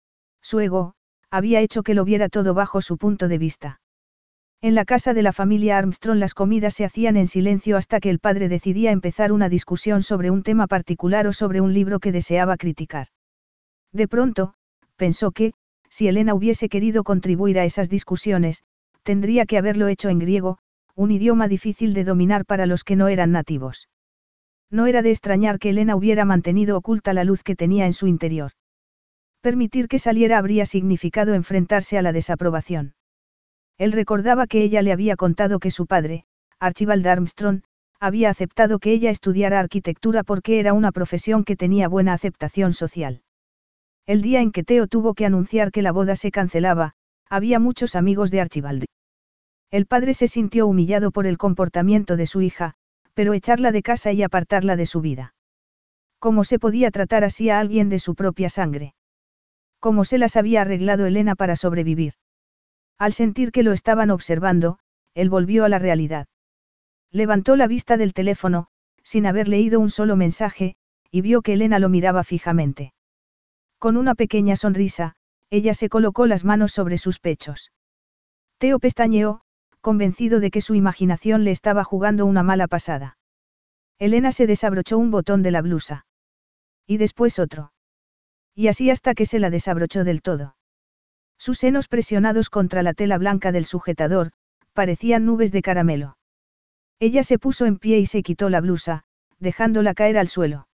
Su ego, había hecho que lo viera todo bajo su punto de vista. En la casa de la familia Armstrong las comidas se hacían en silencio hasta que el padre decidía empezar una discusión sobre un tema particular o sobre un libro que deseaba criticar. De pronto, pensó que, si Elena hubiese querido contribuir a esas discusiones, tendría que haberlo hecho en griego, un idioma difícil de dominar para los que no eran nativos. No era de extrañar que Elena hubiera mantenido oculta la luz que tenía en su interior. Permitir que saliera habría significado enfrentarse a la desaprobación. Él recordaba que ella le había contado que su padre, Archibald Armstrong, había aceptado que ella estudiara arquitectura porque era una profesión que tenía buena aceptación social. El día en que Theo tuvo que anunciar que la boda se cancelaba, había muchos amigos de Archibald. El padre se sintió humillado por el comportamiento de su hija, pero echarla de casa y apartarla de su vida. ¿Cómo se podía tratar así a alguien de su propia sangre? ¿Cómo se las había arreglado Elena para sobrevivir? Al sentir que lo estaban observando, él volvió a la realidad. Levantó la vista del teléfono, sin haber leído un solo mensaje, y vio que Elena lo miraba fijamente. Con una pequeña sonrisa, ella se colocó las manos sobre sus pechos. Theo pestañeó, convencido de que su imaginación le estaba jugando una mala pasada. Elena se desabrochó un botón de la blusa. Y después otro. Y así hasta que se la desabrochó del todo. Sus senos presionados contra la tela blanca del sujetador, parecían nubes de caramelo. Ella se puso en pie y se quitó la blusa, dejándola caer al suelo.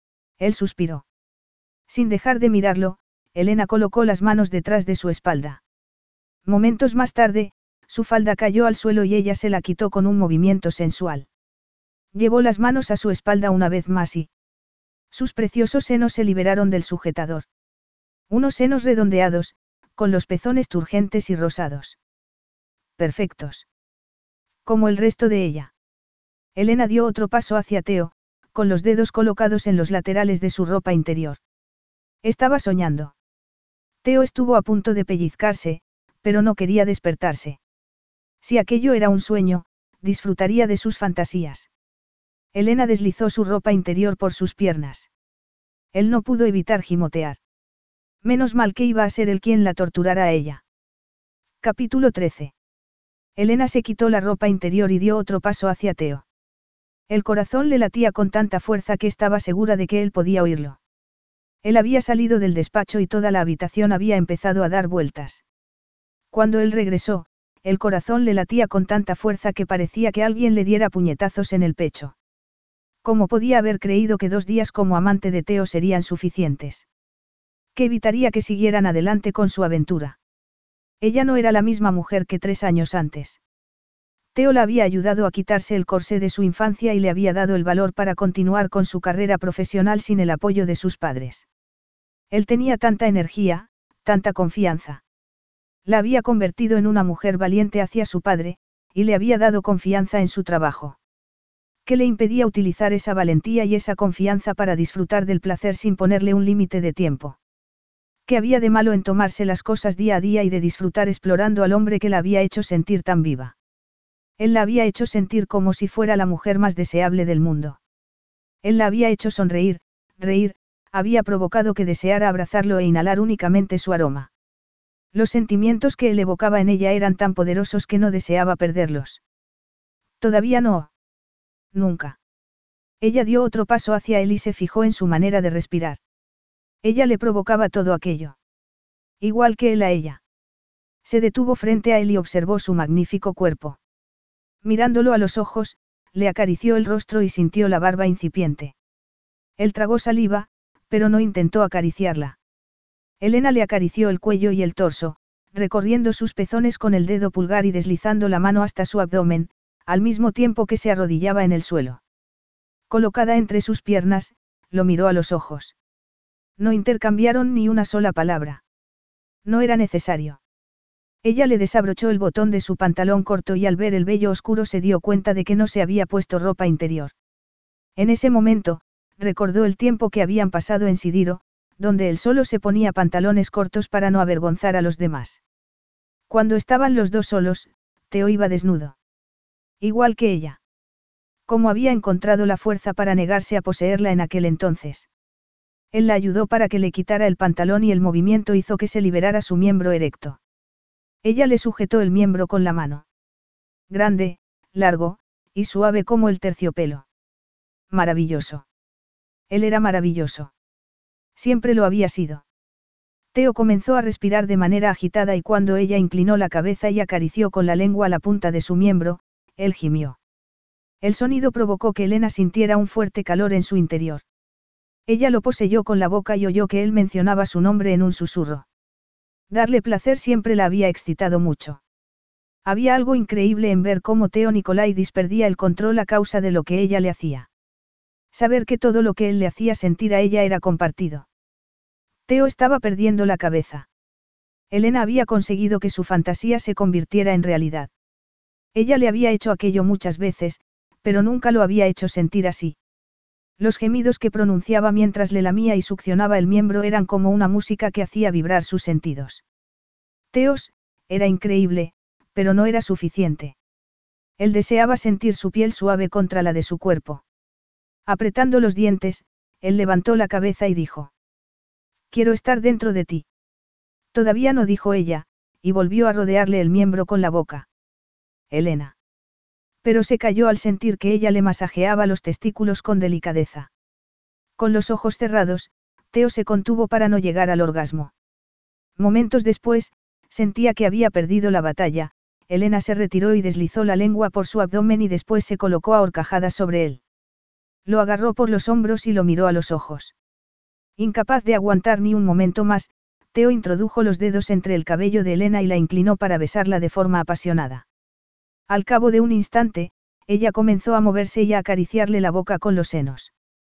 Él suspiró. Sin dejar de mirarlo, Elena colocó las manos detrás de su espalda. Momentos más tarde, su falda cayó al suelo y ella se la quitó con un movimiento sensual. Llevó las manos a su espalda una vez más y... sus preciosos senos se liberaron del sujetador. Unos senos redondeados, con los pezones turgentes y rosados. Perfectos. Como el resto de ella. Elena dio otro paso hacia Theo, con los dedos colocados en los laterales de su ropa interior. Estaba soñando. Theo estuvo a punto de pellizcarse, pero no quería despertarse. Si aquello era un sueño, disfrutaría de sus fantasías. Elena deslizó su ropa interior por sus piernas. Él no pudo evitar gimotear. Menos mal que iba a ser él quien la torturara a ella. Capítulo trece. Elena se quitó la ropa interior y dio otro paso hacia Theo. El corazón le latía con tanta fuerza que estaba segura de que él podía oírlo. Él había salido del despacho y toda la habitación había empezado a dar vueltas. Cuando él regresó, el corazón le latía con tanta fuerza que parecía que alguien le diera puñetazos en el pecho. ¿Cómo podía haber creído que dos días como amante de Theo serían suficientes? ¿Qué evitaría que siguieran adelante con su aventura? Ella no era la misma mujer que tres años antes. Theo la había ayudado a quitarse el corsé de su infancia y le había dado el valor para continuar con su carrera profesional sin el apoyo de sus padres. Él tenía tanta energía, tanta confianza. La había convertido en una mujer valiente hacia su padre, y le había dado confianza en su trabajo. ¿Qué le impedía utilizar esa valentía y esa confianza para disfrutar del placer sin ponerle un límite de tiempo? ¿Qué había de malo en tomarse las cosas día a día y de disfrutar explorando al hombre que la había hecho sentir tan viva? Él la había hecho sentir como si fuera la mujer más deseable del mundo. Él la había hecho sonreír, reír, había provocado que deseara abrazarlo e inhalar únicamente su aroma. Los sentimientos que él evocaba en ella eran tan poderosos que no deseaba perderlos. Todavía no. Nunca. Ella dio otro paso hacia él y se fijó en su manera de respirar. Ella le provocaba todo aquello. Igual que él a ella. Se detuvo frente a él y observó su magnífico cuerpo. Mirándolo a los ojos, le acarició el rostro y sintió la barba incipiente. Él tragó saliva, pero no intentó acariciarla. Elena le acarició el cuello y el torso, recorriendo sus pezones con el dedo pulgar y deslizando la mano hasta su abdomen, al mismo tiempo que se arrodillaba en el suelo. Colocada entre sus piernas, lo miró a los ojos. No intercambiaron ni una sola palabra. No era necesario. Ella le desabrochó el botón de su pantalón corto y al ver el vello oscuro se dio cuenta de que no se había puesto ropa interior. En ese momento, recordó el tiempo que habían pasado en Sidiro, donde él solo se ponía pantalones cortos para no avergonzar a los demás. Cuando estaban los dos solos, Theo iba desnudo. Igual que ella. ¿Cómo había encontrado la fuerza para negarse a poseerla en aquel entonces? Él la ayudó para que le quitara el pantalón y el movimiento hizo que se liberara su miembro erecto. Ella le sujetó el miembro con la mano. Grande, largo, y suave como el terciopelo. Maravilloso. Él era maravilloso. Siempre lo había sido. Theo comenzó a respirar de manera agitada y cuando ella inclinó la cabeza y acarició con la lengua la punta de su miembro, él gimió. El sonido provocó que Elena sintiera un fuerte calor en su interior. Ella lo poseyó con la boca y oyó que él mencionaba su nombre en un susurro. Darle placer siempre la había excitado mucho. Había algo increíble en ver cómo Theo Nikolaidis perdía el control a causa de lo que ella le hacía. Saber que todo lo que él le hacía sentir a ella era compartido. Theo estaba perdiendo la cabeza. Elena había conseguido que su fantasía se convirtiera en realidad. Ella le había hecho aquello muchas veces, pero nunca lo había hecho sentir así. Los gemidos que pronunciaba mientras le lamía y succionaba el miembro eran como una música que hacía vibrar sus sentidos. Teos, era increíble, pero no era suficiente. Él deseaba sentir su piel suave contra la de su cuerpo. Apretando los dientes, él levantó la cabeza y dijo: «Quiero estar dentro de ti». Todavía no, dijo ella, y volvió a rodearle el miembro con la boca. Elena. Pero se calló al sentir que ella le masajeaba los testículos con delicadeza. Con los ojos cerrados, Teo se contuvo para no llegar al orgasmo. Momentos después, sentía que había perdido la batalla. Elena se retiró y deslizó la lengua por su abdomen y después se colocó a horcajadas sobre él. Lo agarró por los hombros y lo miró a los ojos. Incapaz de aguantar ni un momento más, Teo introdujo los dedos entre el cabello de Elena y la inclinó para besarla de forma apasionada. Al cabo de un instante, ella comenzó a moverse y a acariciarle la boca con los senos.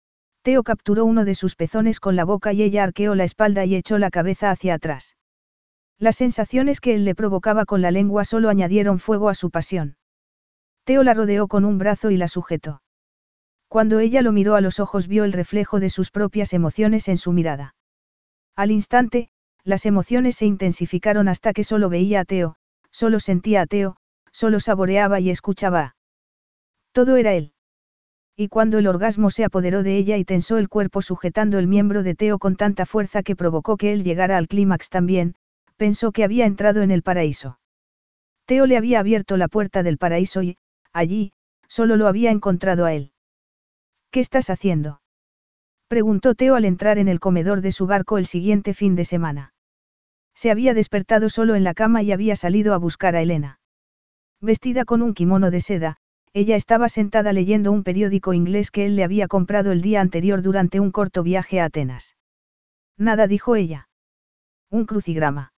Teo capturó uno de sus pezones con la boca y ella arqueó la espalda y echó la cabeza hacia atrás. Las sensaciones que él le provocaba con la lengua solo añadieron fuego a su pasión. Teo la rodeó con un brazo y la sujetó. Cuando ella lo miró a los ojos vio el reflejo de sus propias emociones en su mirada. Al instante, las emociones se intensificaron hasta que solo veía a Teo, solo sentía a Teo, solo saboreaba y escuchaba. Todo era él. Y cuando el orgasmo se apoderó de ella y tensó el cuerpo sujetando el miembro de Teo con tanta fuerza que provocó que él llegara al clímax también, pensó que había entrado en el paraíso. Teo le había abierto la puerta del paraíso y, allí, solo lo había encontrado a él. ¿Qué estás haciendo?, preguntó Teo al entrar en el comedor de su barco el siguiente fin de semana. Se había despertado solo en la cama y había salido a buscar a Elena. Vestida con un kimono de seda, ella estaba sentada leyendo un periódico inglés que él le había comprado el día anterior durante un corto viaje a Atenas. Nada, dijo ella. Un crucigrama.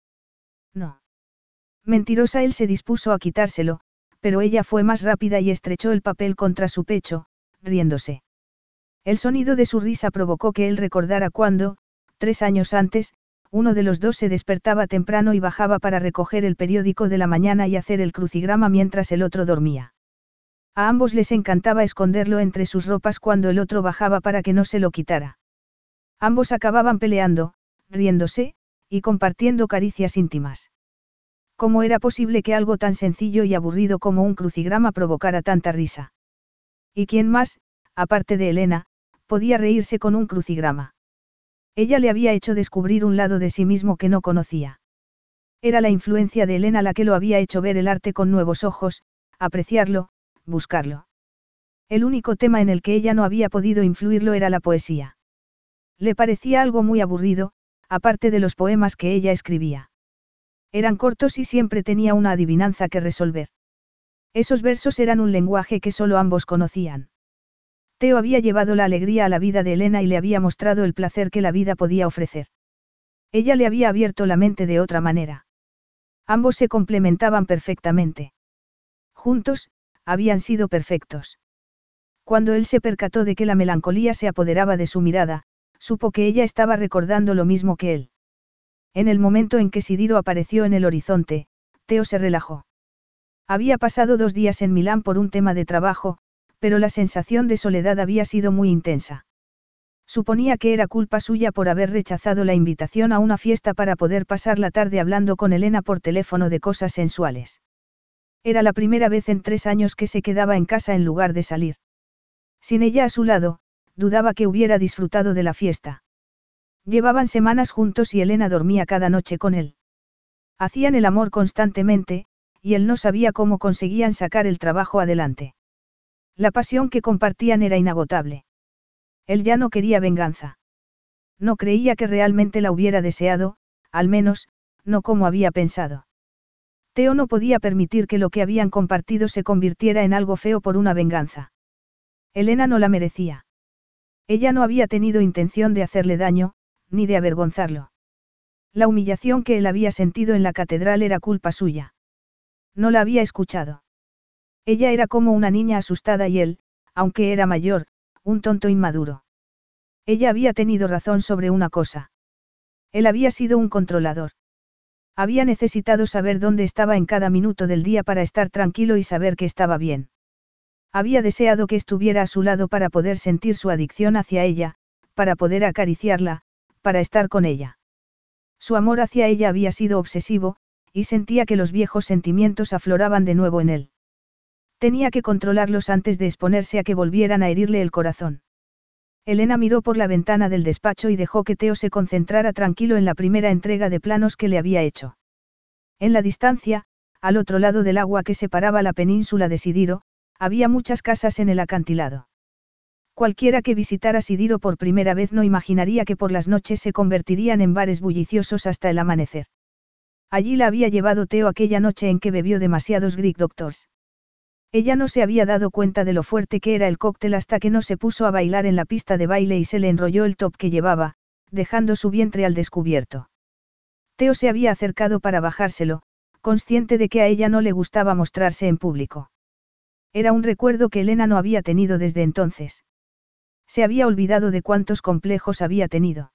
No. Mentirosa, él se dispuso a quitárselo, pero ella fue más rápida y estrechó el papel contra su pecho, riéndose. El sonido de su risa provocó que él recordara cuando, tres años antes, uno de los dos se despertaba temprano y bajaba para recoger el periódico de la mañana y hacer el crucigrama mientras el otro dormía. A ambos les encantaba esconderlo entre sus ropas cuando el otro bajaba para que no se lo quitara. Ambos acababan peleando, riéndose, y compartiendo caricias íntimas. ¿Cómo era posible que algo tan sencillo y aburrido como un crucigrama provocara tanta risa? ¿Y quién más, aparte de Elena, podía reírse con un crucigrama? Ella le había hecho descubrir un lado de sí mismo que no conocía. Era la influencia de Elena la que lo había hecho ver el arte con nuevos ojos, apreciarlo, buscarlo. El único tema en el que ella no había podido influirlo era la poesía. Le parecía algo muy aburrido, aparte de los poemas que ella escribía. Eran cortos y siempre tenía una adivinanza que resolver. Esos versos eran un lenguaje que solo ambos conocían. Teo había llevado la alegría a la vida de Elena y le había mostrado el placer que la vida podía ofrecer. Ella le había abierto la mente de otra manera. Ambos se complementaban perfectamente. Juntos, habían sido perfectos. Cuando él se percató de que la melancolía se apoderaba de su mirada, supo que ella estaba recordando lo mismo que él. En el momento en que Sidiro apareció en el horizonte, Teo se relajó. Había pasado dos días en Milán por un tema de trabajo, pero la sensación de soledad había sido muy intensa. Suponía que era culpa suya por haber rechazado la invitación a una fiesta para poder pasar la tarde hablando con Elena por teléfono de cosas sensuales. Era la primera vez en tres años que se quedaba en casa en lugar de salir. Sin ella a su lado, dudaba que hubiera disfrutado de la fiesta. Llevaban semanas juntos y Elena dormía cada noche con él. Hacían el amor constantemente, y él no sabía cómo conseguían sacar el trabajo adelante. La pasión que compartían era inagotable. Él ya no quería venganza. No creía que realmente la hubiera deseado, al menos, no como había pensado. Teo no podía permitir que lo que habían compartido se convirtiera en algo feo por una venganza. Elena no la merecía. Ella no había tenido intención de hacerle daño, ni de avergonzarlo. La humillación que él había sentido en la catedral era culpa suya. No la había escuchado. Ella era como una niña asustada y él, aunque era mayor, un tonto inmaduro. Ella había tenido razón sobre una cosa. Él había sido un controlador. Había necesitado saber dónde estaba en cada minuto del día para estar tranquilo y saber que estaba bien. Había deseado que estuviera a su lado para poder sentir su adicción hacia ella, para poder acariciarla, para estar con ella. Su amor hacia ella había sido obsesivo, y sentía que los viejos sentimientos afloraban de nuevo en él. Tenía que controlarlos antes de exponerse a que volvieran a herirle el corazón. Elena miró por la ventana del despacho y dejó que Theo se concentrara tranquilo en la primera entrega de planos que le había hecho. En la distancia, al otro lado del agua que separaba la península de Sidiro, había muchas casas en el acantilado. Cualquiera que visitara Sidiro por primera vez no imaginaría que por las noches se convertirían en bares bulliciosos hasta el amanecer. Allí la había llevado Theo aquella noche en que bebió demasiados Greek Doctors. Ella no se había dado cuenta de lo fuerte que era el cóctel hasta que no se puso a bailar en la pista de baile y se le enrolló el top que llevaba, dejando su vientre al descubierto. Theo se había acercado para bajárselo, consciente de que a ella no le gustaba mostrarse en público. Era un recuerdo que Elena no había tenido desde entonces. Se había olvidado de cuántos complejos había tenido.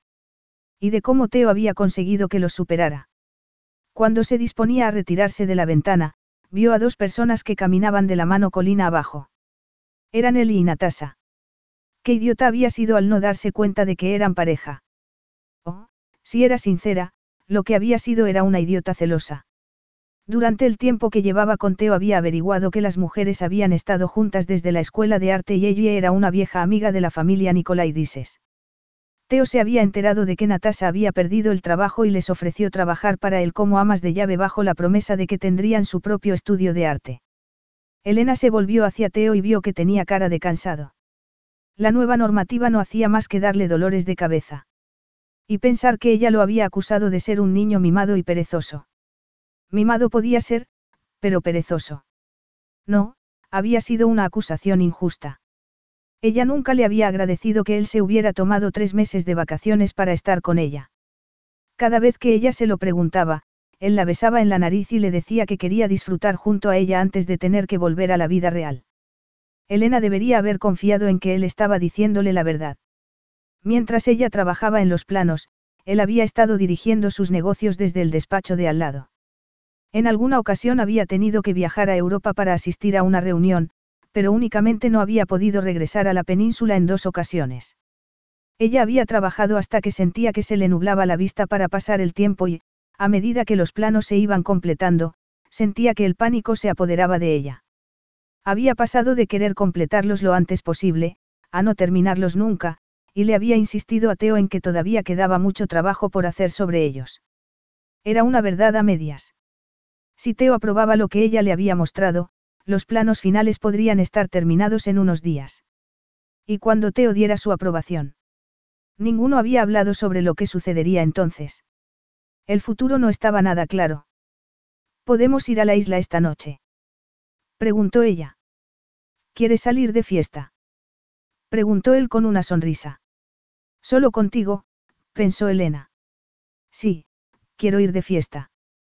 Y de cómo Theo había conseguido que los superara. Cuando se disponía a retirarse de la ventana, vio a dos personas que caminaban de la mano colina abajo. Eran él y Natasha. Qué idiota había sido al no darse cuenta de que eran pareja. Oh, si era sincera, lo que había sido era una idiota celosa. Durante el tiempo que llevaba con Theo había averiguado que las mujeres habían estado juntas desde la escuela de arte y ella era una vieja amiga de la familia Nicolaidises. Theo se había enterado de que Natasha había perdido el trabajo y les ofreció trabajar para él como amas de llave bajo la promesa de que tendrían su propio estudio de arte. Elena se volvió hacia Theo y vio que tenía cara de cansado. La nueva normativa no hacía más que darle dolores de cabeza. Y pensar que ella lo había acusado de ser un niño mimado y perezoso. Mimado podía ser, pero perezoso. No, había sido una acusación injusta. Ella nunca le había agradecido que él se hubiera tomado tres meses de vacaciones para estar con ella. Cada vez que ella se lo preguntaba, él la besaba en la nariz y le decía que quería disfrutar junto a ella antes de tener que volver a la vida real. Elena debería haber confiado en que él estaba diciéndole la verdad. Mientras ella trabajaba en los planos, él había estado dirigiendo sus negocios desde el despacho de al lado. En alguna ocasión había tenido que viajar a Europa para asistir a una reunión, pero únicamente no había podido regresar a la península en dos ocasiones. Ella había trabajado hasta que sentía que se le nublaba la vista para pasar el tiempo y, a medida que los planos se iban completando, sentía que el pánico se apoderaba de ella. Había pasado de querer completarlos lo antes posible, a no terminarlos nunca, y le había insistido a Theo en que todavía quedaba mucho trabajo por hacer sobre ellos. Era una verdad a medias. Si Theo aprobaba lo que ella le había mostrado, los planos finales podrían estar terminados en unos días. ¿Y cuando Theo diera su aprobación? Ninguno había hablado sobre lo que sucedería entonces. El futuro no estaba nada claro. ¿Podemos ir a la isla esta noche?, preguntó ella. ¿Quieres salir de fiesta?, preguntó él con una sonrisa. Solo contigo, pensó Elena. Sí, quiero ir de fiesta.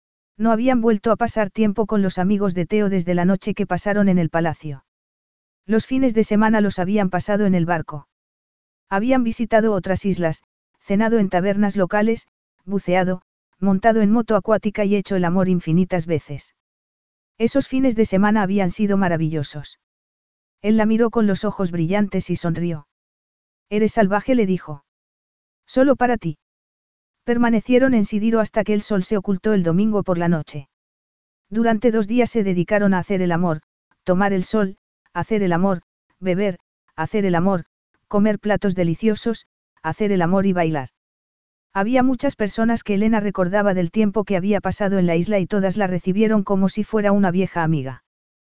No habían vuelto a pasar tiempo con los amigos de Theo desde la noche que pasaron en el palacio. Los fines de semana los habían pasado en el barco. Habían visitado otras islas, cenado en tabernas locales, buceado, montado en moto acuática y hecho el amor infinitas veces. Esos fines de semana habían sido maravillosos. Él la miró con los ojos brillantes y sonrió. «Eres salvaje», le dijo. «Solo para ti». Permanecieron en Sidiro hasta que el sol se ocultó el domingo por la noche. Durante dos días se dedicaron a hacer el amor, tomar el sol, hacer el amor, beber, hacer el amor, comer platos deliciosos, hacer el amor y bailar. Había muchas personas que Elena recordaba del tiempo que había pasado en la isla y todas la recibieron como si fuera una vieja amiga.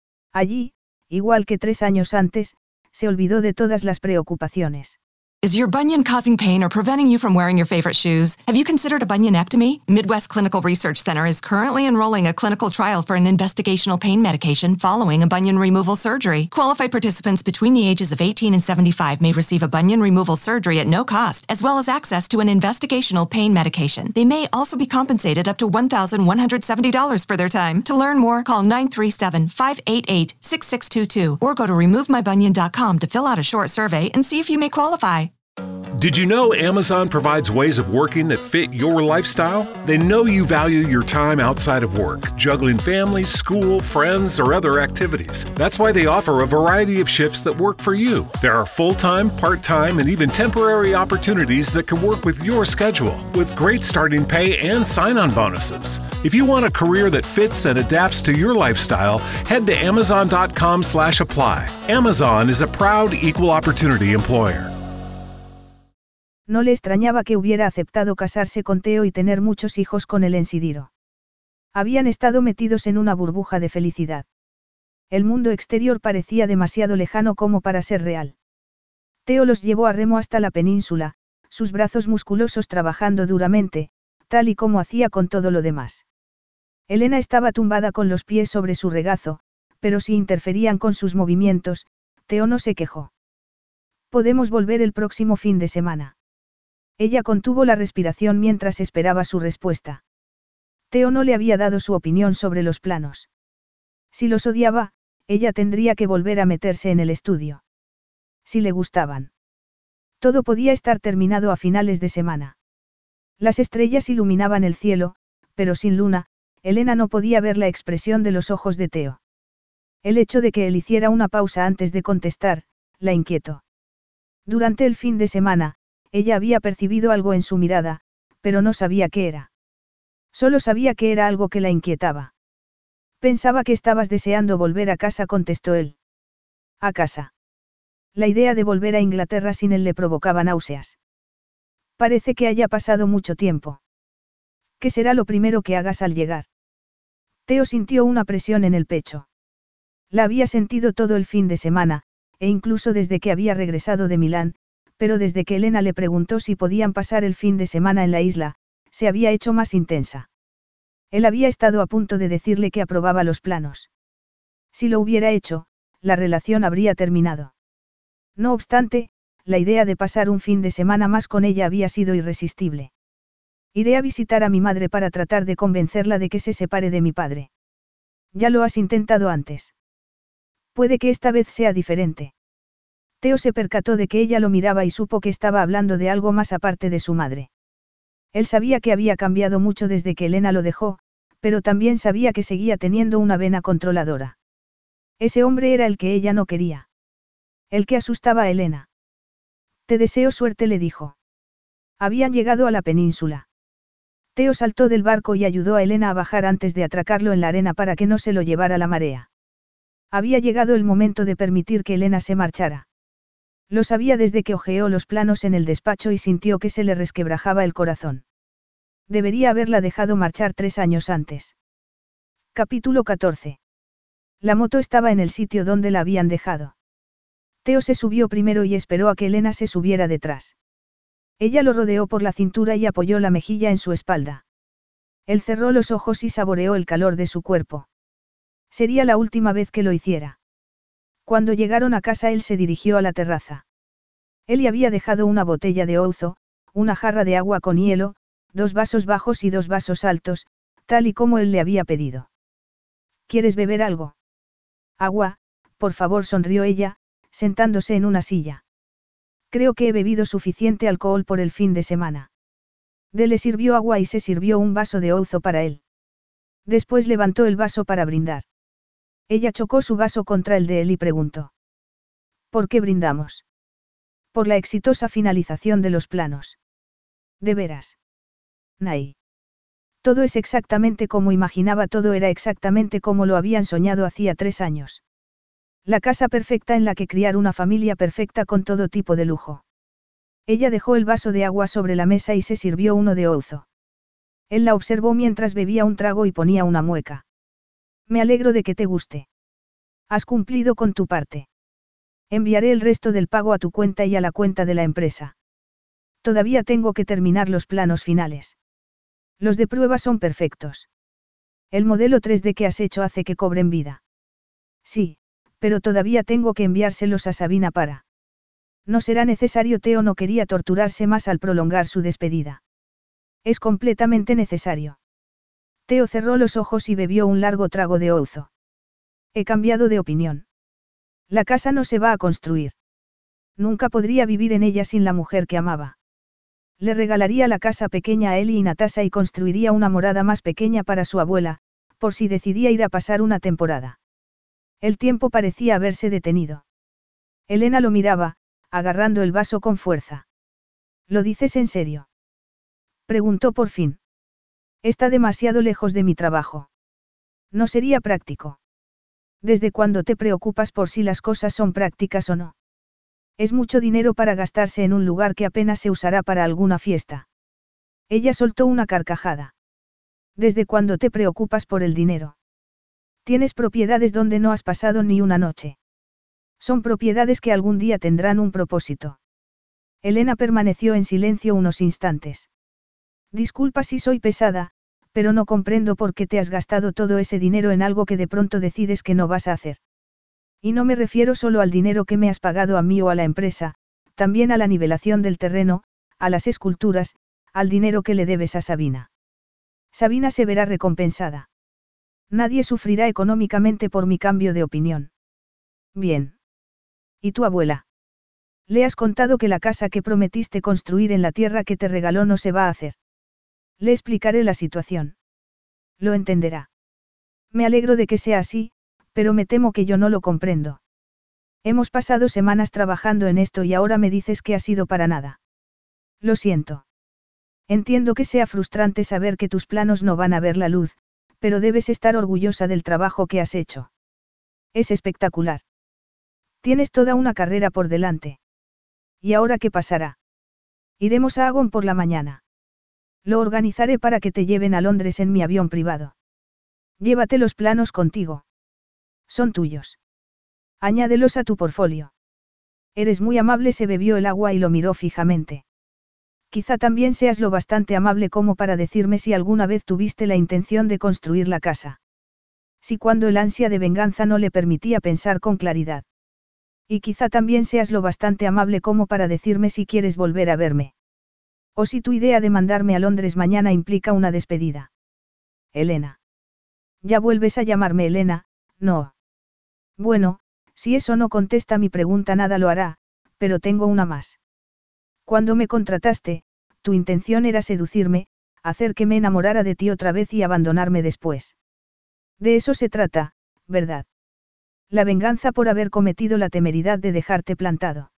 Allí, igual que tres años antes, se olvidó de todas las preocupaciones. Is your bunion causing pain or preventing you from wearing your favorite shoes? Have you considered a bunionectomy? Midwest Clinical Research Center is currently enrolling a clinical trial for an investigational pain medication following a bunion removal surgery. Qualified participants between the ages of eighteen and seventy-five may receive a bunion removal surgery at no cost, as well as access to an investigational pain medication. They may also be compensated up to one thousand one hundred seventy dollars for their time. To learn more, call nine three seven, five eight eight, six six two two or go to remove my bunion dot com to fill out a short survey and see if you may qualify. Did you know Amazon provides ways of working that fit your lifestyle? They know you value your time outside of work, juggling family, school, friends, or other activities. That's why they offer a variety of shifts that work for you. There are full-time, part-time, and even temporary opportunities that can work with your schedule, with great starting pay and sign-on bonuses. If you want a career that fits and adapts to your lifestyle, head to amazon.com slash apply. Amazon is a proud equal opportunity employer. No le extrañaba que hubiera aceptado casarse con Theo y tener muchos hijos con el Ensidiro. Habían estado metidos en una burbuja de felicidad. El mundo exterior parecía demasiado lejano como para ser real. Theo los llevó a remo hasta la península, sus brazos musculosos trabajando duramente, tal y como hacía con todo lo demás. Elena estaba tumbada con los pies sobre su regazo, pero si interferían con sus movimientos, Theo no se quejó. Podemos volver el próximo fin de semana. Ella contuvo la respiración mientras esperaba su respuesta. Theo no le había dado su opinión sobre los planos. Si los odiaba, ella tendría que volver a meterse en el estudio. Si le gustaban. Todo podía estar terminado a finales de semana. Las estrellas iluminaban el cielo, pero sin luna, Elena no podía ver la expresión de los ojos de Theo. El hecho de que él hiciera una pausa antes de contestar, la inquietó. Durante el fin de semana, ella había percibido algo en su mirada, pero no sabía qué era. Solo sabía que era algo que la inquietaba. Pensaba que estabas deseando volver a casa, contestó él. ¿A casa? La idea de volver a Inglaterra sin él le provocaba náuseas. Parece que haya pasado mucho tiempo. ¿Qué será lo primero que hagas al llegar? Theo sintió una presión en el pecho. La había sentido todo el fin de semana, e incluso desde que había regresado de Milán, pero desde que Elena le preguntó si podían pasar el fin de semana en la isla, se había hecho más intensa. Él había estado a punto de decirle que aprobaba los planos. Si lo hubiera hecho, la relación habría terminado. No obstante, la idea de pasar un fin de semana más con ella había sido irresistible. Iré a visitar a mi madre para tratar de convencerla de que se separe de mi padre. Ya lo has intentado antes. Puede que esta vez sea diferente. Theo se percató de que ella lo miraba y supo que estaba hablando de algo más aparte de su madre. Él sabía que había cambiado mucho desde que Elena lo dejó, pero también sabía que seguía teniendo una vena controladora. Ese hombre era el que ella no quería. El que asustaba a Elena. Te deseo suerte, le dijo. Habían llegado a la península. Theo saltó del barco y ayudó a Elena a bajar antes de atracarlo en la arena para que no se lo llevara la marea. Había llegado el momento de permitir que Elena se marchara. Lo sabía desde que hojeó los planos en el despacho y sintió que se le resquebrajaba el corazón. Debería haberla dejado marchar tres años antes. Capítulo catorce. La moto estaba en el sitio donde la habían dejado. Theo se subió primero y esperó a que Elena se subiera detrás. Ella lo rodeó por la cintura y apoyó la mejilla en su espalda. Él cerró los ojos y saboreó el calor de su cuerpo. Sería la última vez que lo hiciera. Cuando llegaron a casa él se dirigió a la terraza. Él le había dejado una botella de ouzo, una jarra de agua con hielo, dos vasos bajos y dos vasos altos, tal y como él le había pedido. ¿Quieres beber algo? Agua, por favor, sonrió ella, sentándose en una silla. Creo que he bebido suficiente alcohol por el fin de semana. De le sirvió agua y se sirvió un vaso de ouzo para él. Después levantó el vaso para brindar. Ella chocó su vaso contra el de él y preguntó. ¿Por qué brindamos? Por la exitosa finalización de los planos. ¿De veras? Nay. Todo es exactamente como imaginaba, todo era exactamente como lo habían soñado hacía tres años. La casa perfecta en la que criar una familia perfecta con todo tipo de lujo. Ella dejó el vaso de agua sobre la mesa y se sirvió uno de ouzo. Él la observó mientras bebía un trago y ponía una mueca. Me alegro de que te guste. Has cumplido con tu parte. Enviaré el resto del pago a tu cuenta y a la cuenta de la empresa. Todavía tengo que terminar los planos finales. Los de prueba son perfectos. El modelo tres D que has hecho hace que cobren vida. Sí, pero todavía tengo que enviárselos a Sabina para. No será necesario. Theo no quería torturarse más al prolongar su despedida. Es completamente necesario. Theo cerró los ojos y bebió un largo trago de ouzo. He cambiado de opinión. La casa no se va a construir. Nunca podría vivir en ella sin la mujer que amaba. Le regalaría la casa pequeña a él y Natasha y construiría una morada más pequeña para su abuela, por si decidía ir a pasar una temporada. El tiempo parecía haberse detenido. Elena lo miraba, agarrando el vaso con fuerza. ¿Lo dices en serio?, preguntó por fin. Está demasiado lejos de mi trabajo. No sería práctico. ¿Desde cuándo te preocupas por si las cosas son prácticas o no? Es mucho dinero para gastarse en un lugar que apenas se usará para alguna fiesta. Ella soltó una carcajada. ¿Desde cuándo te preocupas por el dinero? Tienes propiedades donde no has pasado ni una noche. Son propiedades que algún día tendrán un propósito. Elena permaneció en silencio unos instantes. Disculpa si soy pesada, pero no comprendo por qué te has gastado todo ese dinero en algo que de pronto decides que no vas a hacer. Y no me refiero solo al dinero que me has pagado a mí o a la empresa, también a la nivelación del terreno, a las esculturas, al dinero que le debes a Sabina. Sabina se verá recompensada. Nadie sufrirá económicamente por mi cambio de opinión. Bien. ¿Y tu abuela? Le has contado que la casa que prometiste construir en la tierra que te regaló no se va a hacer. Le explicaré la situación. Lo entenderá. Me alegro de que sea así, pero me temo que yo no lo comprendo. Hemos pasado semanas trabajando en esto y ahora me dices que ha sido para nada. Lo siento. Entiendo que sea frustrante saber que tus planos no van a ver la luz, pero debes estar orgullosa del trabajo que has hecho. Es espectacular. Tienes toda una carrera por delante. ¿Y ahora qué pasará? Iremos a Agon por la mañana. Lo organizaré para que te lleven a Londres en mi avión privado. Llévate los planos contigo. Son tuyos. Añádelos a tu portfolio. Eres muy amable. Se bebió el agua y lo miró fijamente. Quizá también seas lo bastante amable como para decirme si alguna vez tuviste la intención de construir la casa. Si cuando el ansia de venganza no le permitía pensar con claridad. Y quizá también seas lo bastante amable como para decirme si quieres volver a verme. O si tu idea de mandarme a Londres mañana implica una despedida. Elena. Ya vuelves a llamarme Elena, no. Bueno, si eso no contesta mi pregunta nada lo hará, pero tengo una más. Cuando me contrataste, tu intención era seducirme, hacer que me enamorara de ti otra vez y abandonarme después. De eso se trata, ¿verdad? La venganza por haber cometido la temeridad de dejarte plantado.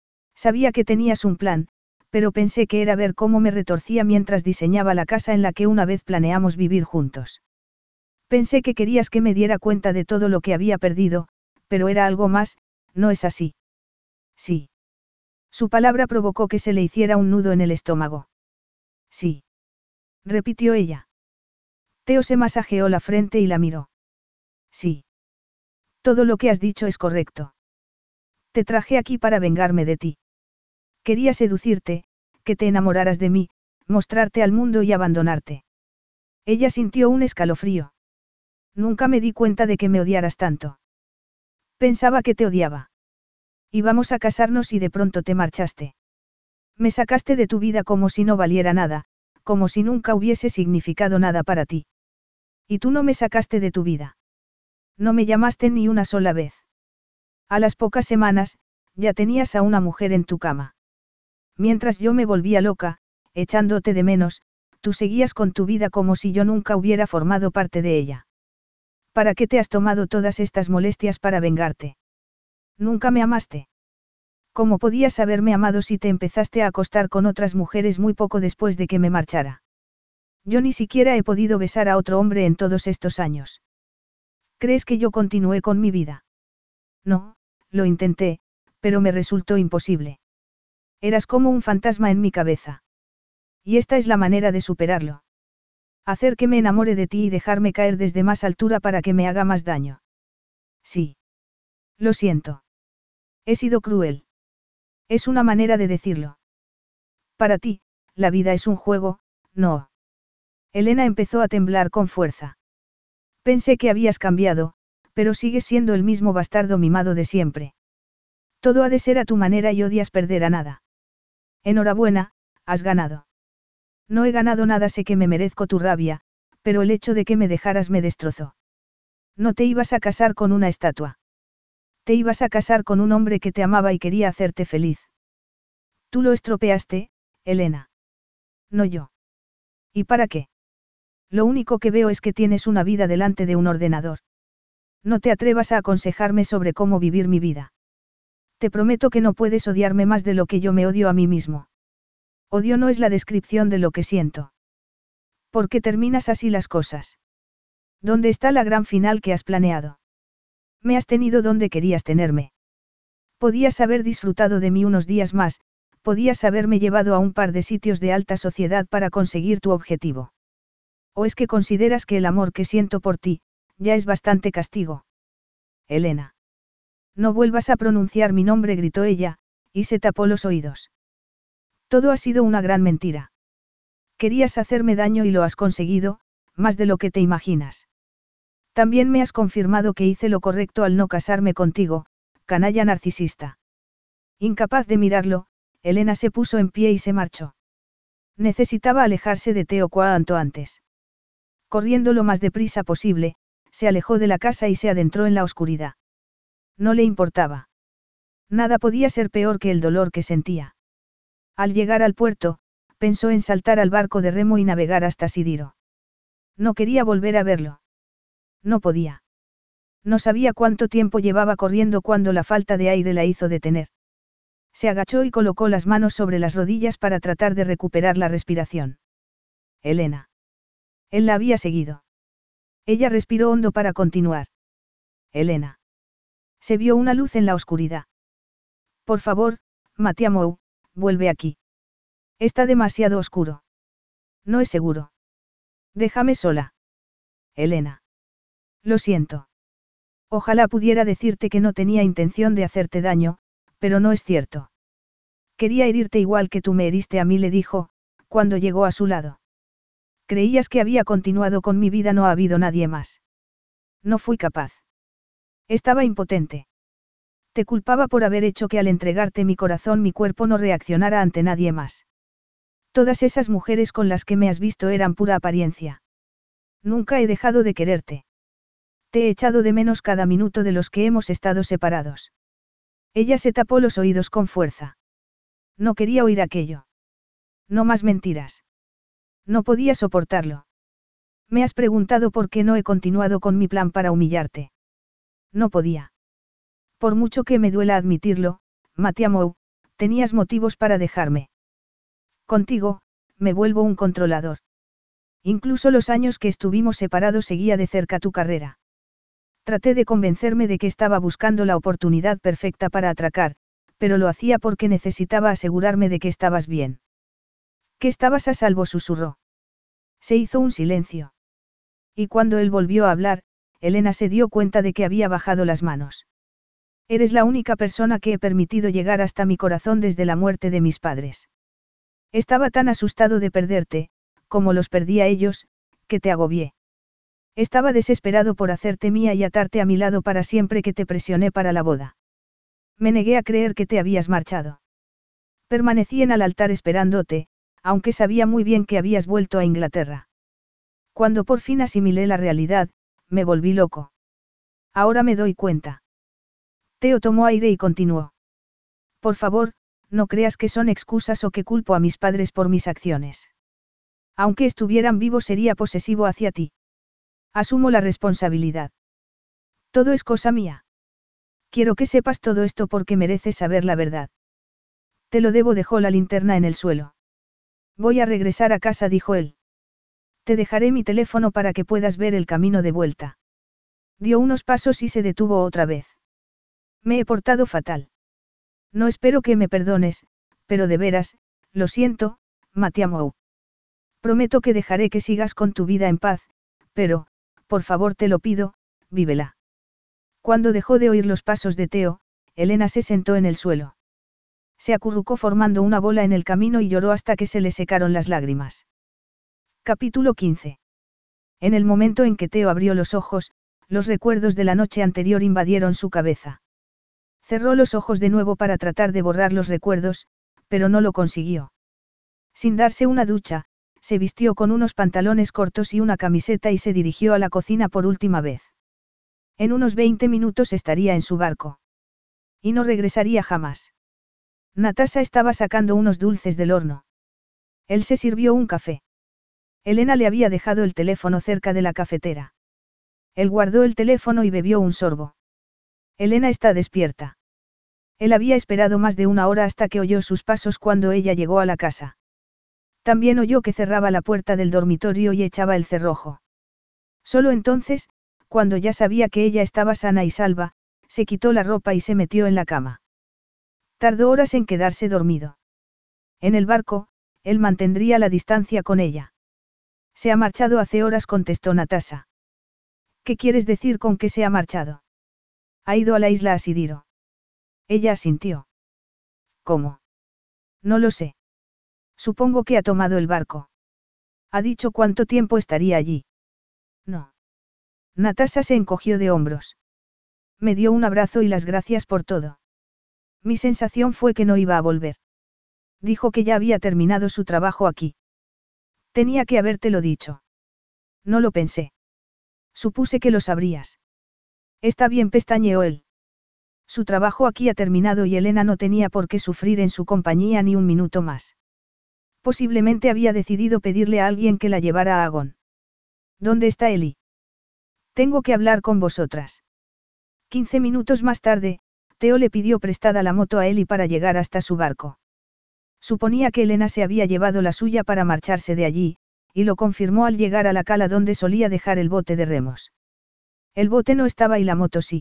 Sabía que tenías un plan, pero pensé que era ver cómo me retorcía mientras diseñaba la casa en la que una vez planeamos vivir juntos. Pensé que querías que me diera cuenta de todo lo que había perdido, pero era algo más, ¿no es así? Sí. Su palabra provocó que se le hiciera un nudo en el estómago. Sí. Repitió ella. Theo se masajeó la frente y la miró. Sí. Todo lo que has dicho es correcto. Te traje aquí para vengarme de ti. Quería seducirte, que te enamoraras de mí, mostrarte al mundo y abandonarte. Ella sintió un escalofrío. Nunca me di cuenta de que me odiaras tanto. Pensaba que te odiaba. Íbamos a casarnos y de pronto te marchaste. Me sacaste de tu vida como si no valiera nada, como si nunca hubiese significado nada para ti. Y tú no me sacaste de tu vida. No me llamaste ni una sola vez. A las pocas semanas, ya tenías a una mujer en tu cama. Mientras yo me volvía loca, echándote de menos, tú seguías con tu vida como si yo nunca hubiera formado parte de ella. ¿Para qué te has tomado todas estas molestias para vengarte? Nunca me amaste. ¿Cómo podías haberme amado si te empezaste a acostar con otras mujeres muy poco después de que me marchara? Yo ni siquiera he podido besar a otro hombre en todos estos años. ¿Crees que yo continué con mi vida? No, lo intenté, pero me resultó imposible. Eras como un fantasma en mi cabeza. Y esta es la manera de superarlo. Hacer que me enamore de ti y dejarme caer desde más altura para que me haga más daño. Sí. Lo siento. He sido cruel. Es una manera de decirlo. Para ti, la vida es un juego, no. Elena empezó a temblar con fuerza. Pensé que habías cambiado, pero sigues siendo el mismo bastardo mimado de siempre. Todo ha de ser a tu manera y odias perder a nada. Enhorabuena, has ganado. No he ganado nada, sé que me merezco tu rabia, pero el hecho de que me dejaras me destrozó. No te ibas a casar con una estatua. Te ibas a casar con un hombre que te amaba y quería hacerte feliz. Tú lo estropeaste, Elena. No yo. ¿Y para qué? Lo único que veo es que tienes una vida delante de un ordenador. No te atrevas a aconsejarme sobre cómo vivir mi vida. Te prometo que no puedes odiarme más de lo que yo me odio a mí mismo. Odio no es la descripción de lo que siento. ¿Por qué terminas así las cosas? ¿Dónde está la gran final que has planeado? Me has tenido donde querías tenerme. Podías haber disfrutado de mí unos días más, podías haberme llevado a un par de sitios de alta sociedad para conseguir tu objetivo. ¿O es que consideras que el amor que siento por ti, ya es bastante castigo? Elena. No vuelvas a pronunciar mi nombre, gritó ella, y se tapó los oídos. Todo ha sido una gran mentira. Querías hacerme daño y lo has conseguido, más de lo que te imaginas. También me has confirmado que hice lo correcto al no casarme contigo, canalla narcisista. Incapaz de mirarlo, Elena se puso en pie y se marchó. Necesitaba alejarse de Theo cuanto antes. Corriendo lo más deprisa posible, se alejó de la casa y se adentró en la oscuridad. No le importaba. Nada podía ser peor que el dolor que sentía. Al llegar al puerto, pensó en saltar al barco de remo y navegar hasta Sidiro. No quería volver a verlo. No podía. No sabía cuánto tiempo llevaba corriendo cuando la falta de aire la hizo detener. Se agachó y colocó las manos sobre las rodillas para tratar de recuperar la respiración. Elena. Él la había seguido. Ella respiró hondo para continuar. Elena. Se vio una luz en la oscuridad. Por favor, Matiamou, vuelve aquí. Está demasiado oscuro. No es seguro. Déjame sola. Elena. Lo siento. Ojalá pudiera decirte que no tenía intención de hacerte daño, pero no es cierto. Quería herirte igual que tú me heriste a mí, le dijo, cuando llegó a su lado. Creías que había continuado con mi vida, no ha habido nadie más. No fui capaz. Estaba impotente. Te culpaba por haber hecho que al entregarte mi corazón mi cuerpo no reaccionara ante nadie más. Todas esas mujeres con las que me has visto eran pura apariencia. Nunca he dejado de quererte. Te he echado de menos cada minuto de los que hemos estado separados. Ella se tapó los oídos con fuerza. No quería oír aquello. No más mentiras. No podía soportarlo. Me has preguntado por qué no he continuado con mi plan para humillarte. No podía. Por mucho que me duela admitirlo, Matiamou, tenías motivos para dejarme. Contigo, me vuelvo un controlador. Incluso los años que estuvimos separados seguía de cerca tu carrera. Traté de convencerme de que estaba buscando la oportunidad perfecta para atracar, pero lo hacía porque necesitaba asegurarme de que estabas bien. Que estabas a salvo, susurró. Se hizo un silencio. Y cuando él volvió a hablar, Elena se dio cuenta de que había bajado las manos. Eres la única persona que he permitido llegar hasta mi corazón desde la muerte de mis padres. Estaba tan asustado de perderte, como los perdí a ellos, que te agobié. Estaba desesperado por hacerte mía y atarte a mi lado para siempre, que te presioné para la boda. Me negué a creer que te habías marchado. Permanecí en el altar esperándote, aunque sabía muy bien que habías vuelto a Inglaterra. Cuando por fin asimilé la realidad, me volví loco. Ahora me doy cuenta. Theo tomó aire y continuó. Por favor, no creas que son excusas o que culpo a mis padres por mis acciones. Aunque estuvieran vivos sería posesivo hacia ti. Asumo la responsabilidad. Todo es cosa mía. Quiero que sepas todo esto porque mereces saber la verdad. Te lo debo, dejó la linterna en el suelo. Voy a regresar a casa, dijo él. Te dejaré mi teléfono para que puedas ver el camino de vuelta. Dio unos pasos y se detuvo otra vez. Me he portado fatal. No espero que me perdones, pero de veras, lo siento, Matiamou. Prometo que dejaré que sigas con tu vida en paz, pero, por favor te lo pido, vívela. Cuando dejó de oír los pasos de Theo, Elena se sentó en el suelo. Se acurrucó formando una bola en el camino y lloró hasta que se le secaron las lágrimas. Capítulo quince. En el momento en que Theo abrió los ojos, los recuerdos de la noche anterior invadieron su cabeza. Cerró los ojos de nuevo para tratar de borrar los recuerdos, pero no lo consiguió. Sin darse una ducha, se vistió con unos pantalones cortos y una camiseta y se dirigió a la cocina por última vez. En unos veinte minutos estaría en su barco. Y no regresaría jamás. Natasha estaba sacando unos dulces del horno. Él se sirvió un café. Elena le había dejado el teléfono cerca de la cafetera. Él guardó el teléfono y bebió un sorbo. Elena está despierta. Él había esperado más de una hora hasta que oyó sus pasos cuando ella llegó a la casa. También oyó que cerraba la puerta del dormitorio y echaba el cerrojo. Solo entonces, cuando ya sabía que ella estaba sana y salva, se quitó la ropa y se metió en la cama. Tardó horas en quedarse dormido. En el barco, él mantendría la distancia con ella. Se ha marchado hace horas, contestó Natasha. ¿Qué quieres decir con que se ha marchado? Ha ido a la isla Asidiro. Ella asintió. ¿Cómo? No lo sé. Supongo que ha tomado el barco. ¿Ha dicho cuánto tiempo estaría allí? No. Natasha se encogió de hombros. Me dio un abrazo y las gracias por todo. Mi sensación fue que no iba a volver. Dijo que ya había terminado su trabajo aquí. Tenía que habértelo dicho. No lo pensé. Supuse que lo sabrías. Está bien, pestañeó él. Su trabajo aquí ha terminado y Elena no tenía por qué sufrir en su compañía ni un minuto más. Posiblemente había decidido pedirle a alguien que la llevara a Agón. ¿Dónde está Eli? Tengo que hablar con vosotras. Quince minutos más tarde, Theo le pidió prestada la moto a Eli para llegar hasta su barco. Suponía que Elena se había llevado la suya para marcharse de allí, y lo confirmó al llegar a la cala donde solía dejar el bote de remos. El bote no estaba y la moto sí.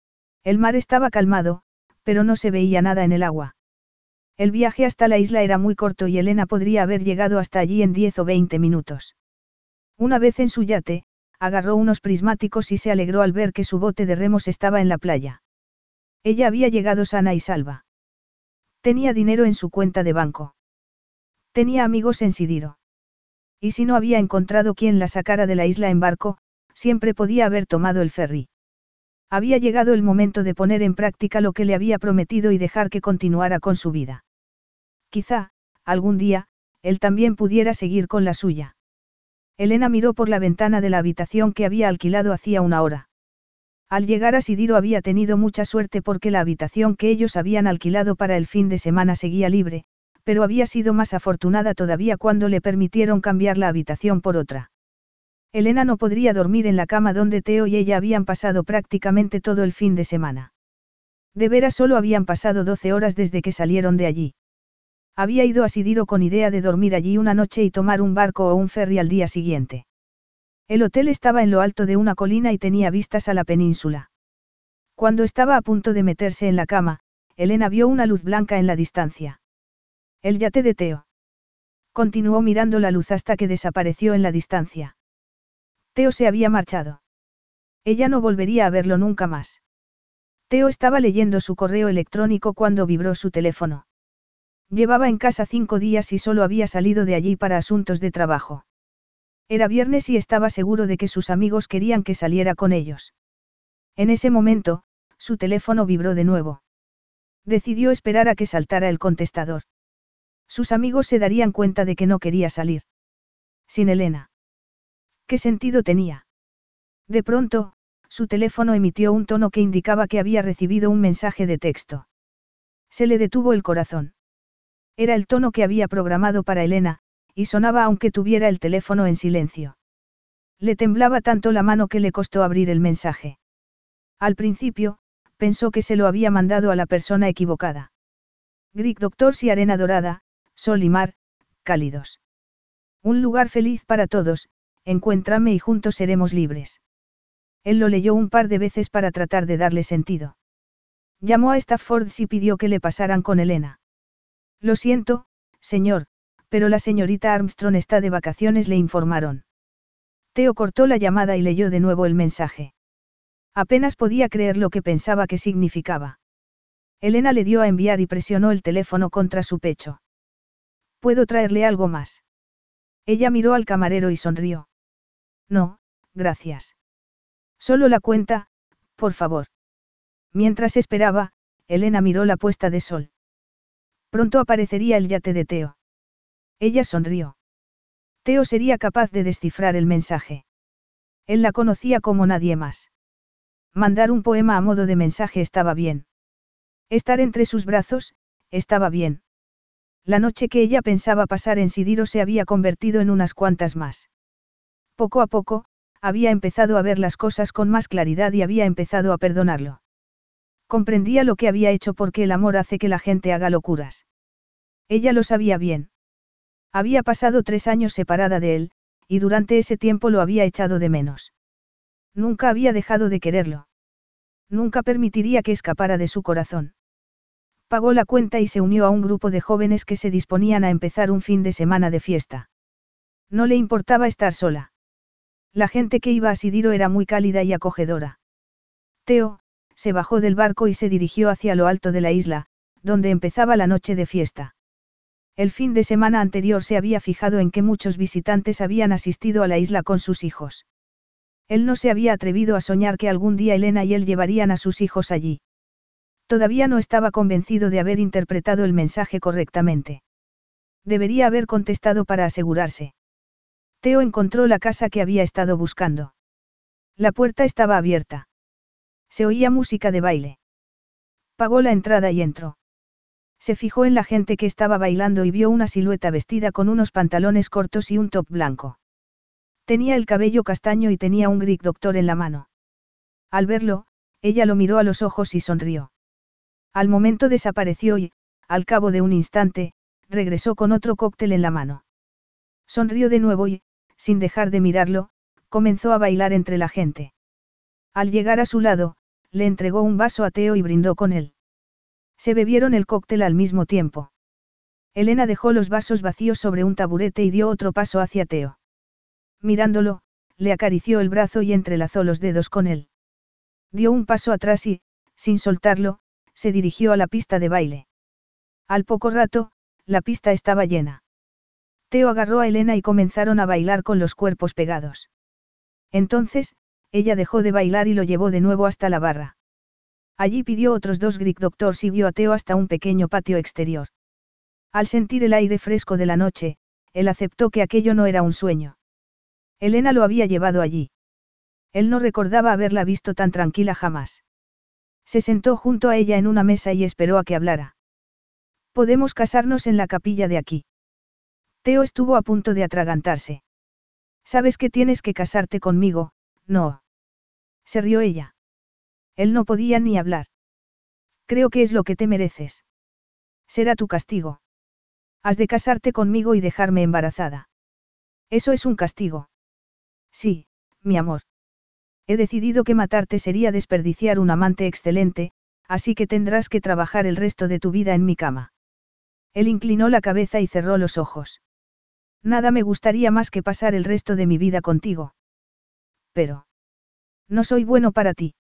El mar estaba calmado, pero no se veía nada en el agua. El viaje hasta la isla era muy corto y Elena podría haber llegado hasta allí en diez o veinte minutos. Una vez en su yate, agarró unos prismáticos y se alegró al ver que su bote de remos estaba en la playa. Ella había llegado sana y salva. Tenía dinero en su cuenta de banco. Tenía amigos en Sidiro. Y si no había encontrado quien la sacara de la isla en barco, siempre podía haber tomado el ferry. Había llegado el momento de poner en práctica lo que le había prometido y dejar que continuara con su vida. Quizá, algún día, él también pudiera seguir con la suya. Elena miró por la ventana de la habitación que había alquilado hacía una hora. Al llegar a Sidiro había tenido mucha suerte porque la habitación que ellos habían alquilado para el fin de semana seguía libre, pero había sido más afortunada todavía cuando le permitieron cambiar la habitación por otra. Elena no podría dormir en la cama donde Theo y ella habían pasado prácticamente todo el fin de semana. De veras solo habían pasado doce horas desde que salieron de allí. Había ido a Sidiro con idea de dormir allí una noche y tomar un barco o un ferry al día siguiente. El hotel estaba en lo alto de una colina y tenía vistas a la península. Cuando estaba a punto de meterse en la cama, Elena vio una luz blanca en la distancia. El yate de Theo. Continuó mirando la luz hasta que desapareció en la distancia. Theo se había marchado. Ella no volvería a verlo nunca más. Theo estaba leyendo su correo electrónico cuando vibró su teléfono. Llevaba en casa cinco días y solo había salido de allí para asuntos de trabajo. Era viernes y estaba seguro de que sus amigos querían que saliera con ellos. En ese momento, su teléfono vibró de nuevo. Decidió esperar a que saltara el contestador. Sus amigos se darían cuenta de que no quería salir. Sin Elena. ¿Qué sentido tenía? De pronto, su teléfono emitió un tono que indicaba que había recibido un mensaje de texto. Se le detuvo el corazón. Era el tono que había programado para Elena, y sonaba aunque tuviera el teléfono en silencio. Le temblaba tanto la mano que le costó abrir el mensaje. Al principio, pensó que se lo había mandado a la persona equivocada. Greek Doctors y arena dorada, sol y mar, cálidos. Un lugar feliz para todos, encuéntrame y juntos seremos libres. Él lo leyó un par de veces para tratar de darle sentido. Llamó a Stafford y pidió que le pasaran con Elena. Lo siento, señor, pero la señorita Armstrong está de vacaciones, le informaron. Theo cortó la llamada y leyó de nuevo el mensaje. Apenas podía creer lo que pensaba que significaba. Elena le dio a enviar y presionó el teléfono contra su pecho. ¿Puedo traerle algo más? Ella miró al camarero y sonrió. No, gracias. Solo la cuenta, por favor. Mientras esperaba, Elena miró la puesta de sol. Pronto aparecería el yate de Theo. Ella sonrió. Theo sería capaz de descifrar el mensaje. Él la conocía como nadie más. Mandar un poema a modo de mensaje estaba bien. Estar entre sus brazos, estaba bien. La noche que ella pensaba pasar en Sidiro se había convertido en unas cuantas más. Poco a poco, había empezado a ver las cosas con más claridad y había empezado a perdonarlo. Comprendía lo que había hecho porque el amor hace que la gente haga locuras. Ella lo sabía bien. Había pasado tres años separada de él, y durante ese tiempo lo había echado de menos. Nunca había dejado de quererlo. Nunca permitiría que escapara de su corazón. Pagó la cuenta y se unió a un grupo de jóvenes que se disponían a empezar un fin de semana de fiesta. No le importaba estar sola. La gente que iba a Sidiro era muy cálida y acogedora. Theo, se bajó del barco y se dirigió hacia lo alto de la isla, donde empezaba la noche de fiesta. El fin de semana anterior se había fijado en que muchos visitantes habían asistido a la isla con sus hijos. Él no se había atrevido a soñar que algún día Elena y él llevarían a sus hijos allí. Todavía no estaba convencido de haber interpretado el mensaje correctamente. Debería haber contestado para asegurarse. Theo encontró la casa que había estado buscando. La puerta estaba abierta. Se oía música de baile. Pagó la entrada y entró. Se fijó en la gente que estaba bailando y vio una silueta vestida con unos pantalones cortos y un top blanco. Tenía el cabello castaño y tenía un Greek Doctor en la mano. Al verlo, ella lo miró a los ojos y sonrió. Al momento desapareció y, al cabo de un instante, regresó con otro cóctel en la mano. Sonrió de nuevo y, sin dejar de mirarlo, comenzó a bailar entre la gente. Al llegar a su lado, le entregó un vaso a Theo y brindó con él. Se bebieron el cóctel al mismo tiempo. Elena dejó los vasos vacíos sobre un taburete y dio otro paso hacia Theo. Mirándolo, le acarició el brazo y entrelazó los dedos con él. Dio un paso atrás y, sin soltarlo, se dirigió a la pista de baile. Al poco rato, la pista estaba llena. Theo agarró a Elena y comenzaron a bailar con los cuerpos pegados. Entonces, ella dejó de bailar y lo llevó de nuevo hasta la barra. Allí pidió otros dos Greek Doctor y siguió a Theo hasta un pequeño patio exterior. Al sentir el aire fresco de la noche, él aceptó que aquello no era un sueño. Elena lo había llevado allí. Él no recordaba haberla visto tan tranquila jamás. Se sentó junto a ella en una mesa y esperó a que hablara. «Podemos casarnos en la capilla de aquí». Theo estuvo a punto de atragantarse. «Sabes que tienes que casarte conmigo, ¿no?». Se rió ella. Él no podía ni hablar. «Creo que es lo que te mereces. Será tu castigo. Has de casarte conmigo y dejarme embarazada». «Eso es un castigo». «Sí, mi amor. He decidido que matarte sería desperdiciar un amante excelente, así que tendrás que trabajar el resto de tu vida en mi cama». Él inclinó la cabeza y cerró los ojos. «Nada me gustaría más que pasar el resto de mi vida contigo. Pero no soy bueno para ti.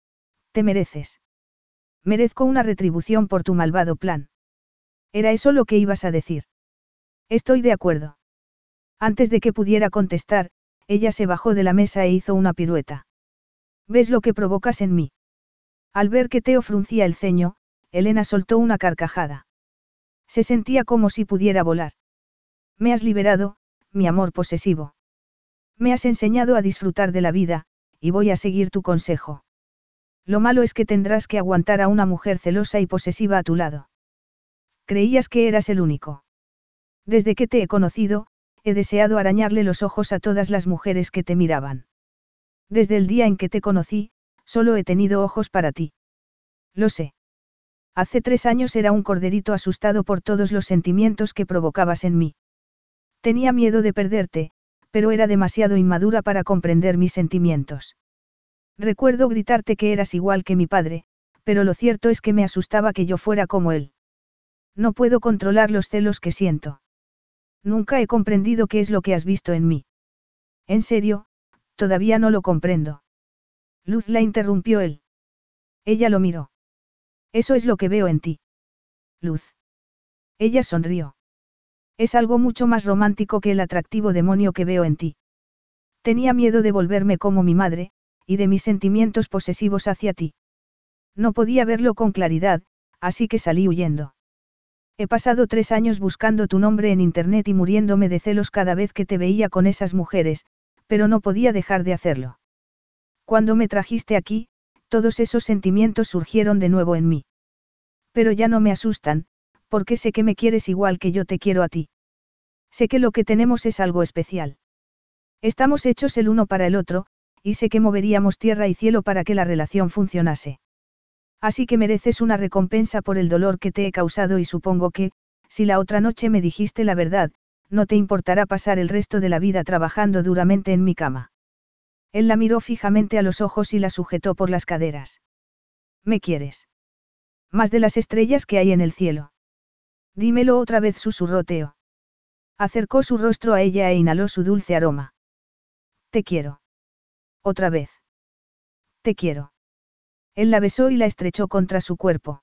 Te mereces. Merezco una retribución por tu malvado plan». ¿Era eso lo que ibas a decir? «Estoy de acuerdo». Antes de que pudiera contestar, ella se bajó de la mesa e hizo una pirueta. «¿Ves lo que provocas en mí?». Al ver que Theo fruncía el ceño, Elena soltó una carcajada. Se sentía como si pudiera volar. «Me has liberado, mi amor posesivo. Me has enseñado a disfrutar de la vida, y voy a seguir tu consejo. Lo malo es que tendrás que aguantar a una mujer celosa y posesiva a tu lado. Creías que eras el único. Desde que te he conocido, he deseado arañarle los ojos a todas las mujeres que te miraban. Desde el día en que te conocí, solo he tenido ojos para ti. Lo sé. Hace tres años era un corderito asustado por todos los sentimientos que provocabas en mí. Tenía miedo de perderte, pero era demasiado inmadura para comprender mis sentimientos. Recuerdo gritarte que eras igual que mi padre, pero lo cierto es que me asustaba que yo fuera como él. No puedo controlar los celos que siento. Nunca he comprendido qué es lo que has visto en mí. En serio, todavía no lo comprendo». Luz la interrumpió él. Ella lo miró. «Eso es lo que veo en ti». «Luz». Ella sonrió. «Es algo mucho más romántico que el atractivo demonio que veo en ti. Tenía miedo de volverme como mi madre, y de mis sentimientos posesivos hacia ti. No podía verlo con claridad, así que salí huyendo. He pasado tres años buscando tu nombre en internet y muriéndome de celos cada vez que te veía con esas mujeres, pero no podía dejar de hacerlo. Cuando me trajiste aquí, todos esos sentimientos surgieron de nuevo en mí. Pero ya no me asustan, porque sé que me quieres igual que yo te quiero a ti. Sé que lo que tenemos es algo especial. Estamos hechos el uno para el otro, y sé que moveríamos tierra y cielo para que la relación funcionase. Así que mereces una recompensa por el dolor que te he causado y supongo que, si la otra noche me dijiste la verdad, no te importará pasar el resto de la vida trabajando duramente en mi cama. Él la miró fijamente a los ojos y la sujetó por las caderas. ¿Me quieres? Más de las estrellas que hay en el cielo. Dímelo otra vez, susurró Theo. Acercó su rostro a ella e inhaló su dulce aroma. Te quiero. Otra vez. Te quiero. Él la besó y la estrechó contra su cuerpo.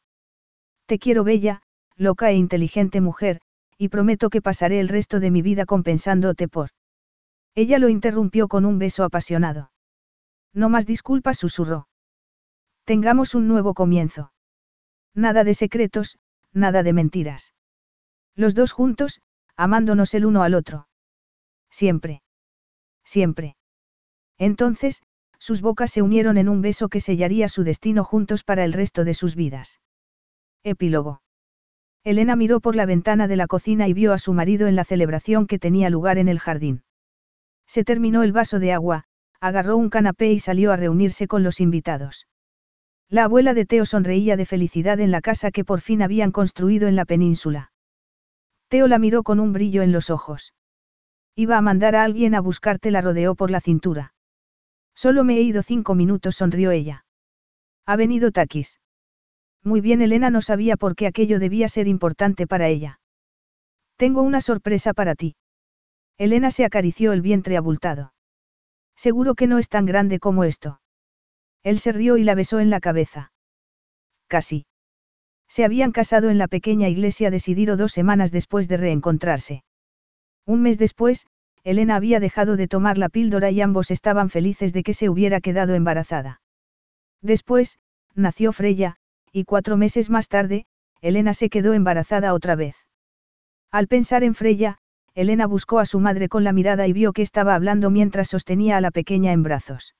Te quiero, bella, loca e inteligente mujer, y prometo que pasaré el resto de mi vida compensándote por. Ella lo interrumpió con un beso apasionado. No más disculpas, susurró. Tengamos un nuevo comienzo. Nada de secretos, nada de mentiras. Los dos juntos, amándonos el uno al otro. Siempre. Siempre. Entonces, sus bocas se unieron en un beso que sellaría su destino juntos para el resto de sus vidas. Epílogo. Elena miró por la ventana de la cocina y vio a su marido en la celebración que tenía lugar en el jardín. Se terminó el vaso de agua, agarró un canapé y salió a reunirse con los invitados. La abuela de Theo sonreía de felicidad en la casa que por fin habían construido en la península. Theo la miró con un brillo en los ojos. Iba a mandar a alguien a buscarte, la rodeó por la cintura. Solo me he ido cinco minutos, sonrió ella. Ha venido Takis. Muy bien, Elena no sabía por qué aquello debía ser importante para ella. Tengo una sorpresa para ti. Elena se acarició el vientre abultado. Seguro que no es tan grande como esto. Él se rió y la besó en la cabeza. Casi. Se habían casado en la pequeña iglesia de Sidiro dos semanas después de reencontrarse. Un mes después, Elena había dejado de tomar la píldora y ambos estaban felices de que se hubiera quedado embarazada. Después, nació Freya, y cuatro meses más tarde, Elena se quedó embarazada otra vez. Al pensar en Freya, Elena buscó a su madre con la mirada y vio que estaba hablando mientras sostenía a la pequeña en brazos.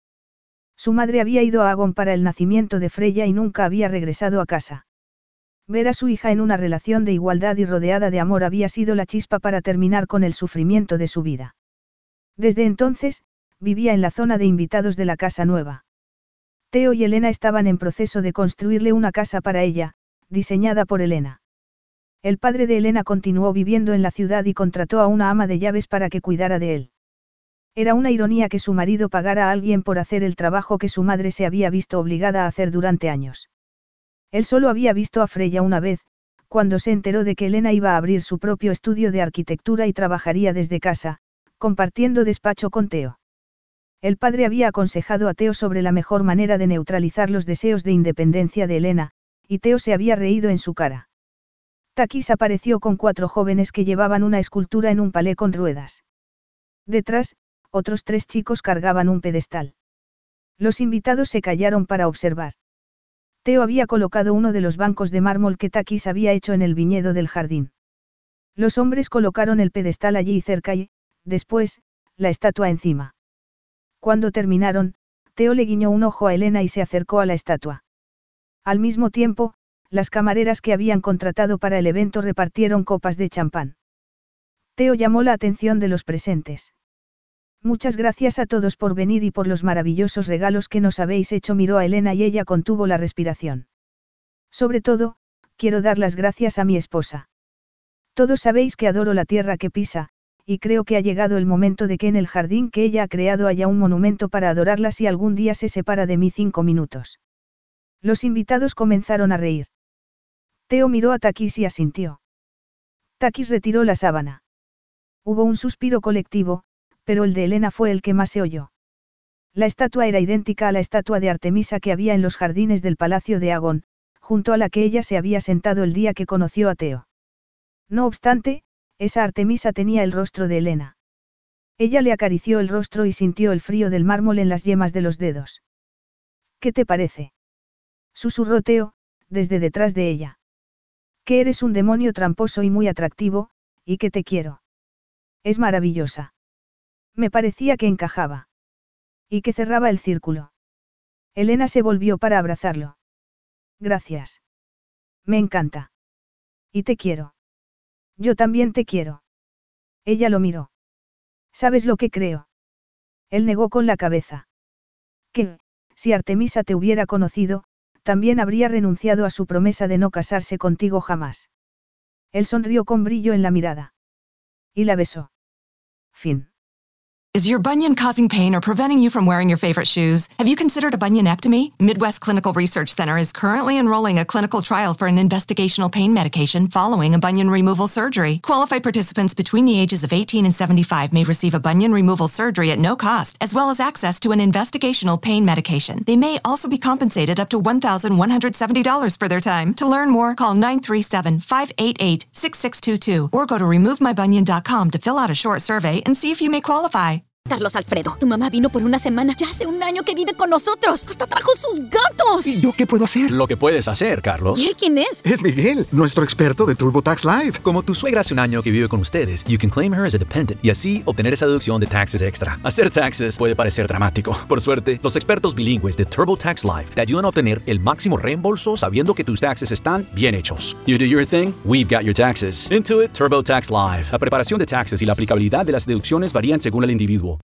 Su madre había ido a Agon para el nacimiento de Freya y nunca había regresado a casa. Ver a su hija en una relación de igualdad y rodeada de amor había sido la chispa para terminar con el sufrimiento de su vida. Desde entonces, vivía en la zona de invitados de la casa nueva. Theo y Elena estaban en proceso de construirle una casa para ella, diseñada por Elena. El padre de Elena continuó viviendo en la ciudad y contrató a una ama de llaves para que cuidara de él. Era una ironía que su marido pagara a alguien por hacer el trabajo que su madre se había visto obligada a hacer durante años. Él solo había visto a Freya una vez, cuando se enteró de que Elena iba a abrir su propio estudio de arquitectura y trabajaría desde casa, compartiendo despacho con Theo. El padre había aconsejado a Theo sobre la mejor manera de neutralizar los deseos de independencia de Elena, y Theo se había reído en su cara. Takis apareció con cuatro jóvenes que llevaban una escultura en un palé con ruedas. Detrás, otros tres chicos cargaban un pedestal. Los invitados se callaron para observar. Theo había colocado uno de los bancos de mármol que Takis había hecho en el viñedo del jardín. Los hombres colocaron el pedestal allí cerca y, después, la estatua encima. Cuando terminaron, Theo le guiñó un ojo a Elena y se acercó a la estatua. Al mismo tiempo, las camareras que habían contratado para el evento repartieron copas de champán. Theo llamó la atención de los presentes. Muchas gracias a todos por venir y por los maravillosos regalos que nos habéis hecho, miró a Elena y ella contuvo la respiración. Sobre todo, quiero dar las gracias a mi esposa. Todos sabéis que adoro la tierra que pisa, y creo que ha llegado el momento de que en el jardín que ella ha creado haya un monumento para adorarla si algún día se separa de mí cinco minutos. Los invitados comenzaron a reír. Theo miró a Takis y asintió. Takis retiró la sábana. Hubo un suspiro colectivo, pero el de Elena fue el que más se oyó. La estatua era idéntica a la estatua de Artemisa que había en los jardines del palacio de Agon, junto a la que ella se había sentado el día que conoció a Theo. No obstante, esa Artemisa tenía el rostro de Elena. Ella le acarició el rostro y sintió el frío del mármol en las yemas de los dedos. ¿Qué te parece? Susurró Theo, desde detrás de ella. Que eres un demonio tramposo y muy atractivo, y que te quiero. Es maravillosa. Me parecía que encajaba. Y que cerraba el círculo. Elena se volvió para abrazarlo. Gracias. Me encanta. Y te quiero. Yo también te quiero. Ella lo miró. ¿Sabes lo que creo? Él negó con la cabeza. Que, si Artemisa te hubiera conocido, también habría renunciado a su promesa de no casarse contigo jamás. Él sonrió con brillo en la mirada. Y la besó. Fin. Is your bunion causing pain or preventing you from wearing your favorite shoes? Have you considered a bunionectomy? Midwest Clinical Research Center is currently enrolling a clinical trial for an investigational pain medication following a bunion removal surgery. Qualified participants between the ages of eighteen and seventy-five may receive a bunion removal surgery at no cost, as well as access to an investigational pain medication. They may also be compensated up to one thousand one hundred seventy dollars for their time. To learn more, call nine three seven, five eight eight, six six two two or go to remove my bunion dot com to fill out a short survey and see if you may qualify. Carlos Alfredo, tu mamá vino por una semana. Ya hace un año que vive con nosotros. Hasta trajo sus gatos. ¿Y yo qué puedo hacer? Lo que puedes hacer, Carlos. ¿Y él quién es? Es Miguel, nuestro experto de TurboTax Live. Como tu suegra hace un año que vive con ustedes, you can claim her as a dependent y así obtener esa deducción de taxes extra. Hacer taxes puede parecer dramático. Por suerte, los expertos bilingües de TurboTax Live te ayudan a obtener el máximo reembolso sabiendo que tus taxes están bien hechos. You do your thing, we've got your taxes. Intuit TurboTax Live. La preparación de taxes y la aplicabilidad de las deducciones varían según el individuo.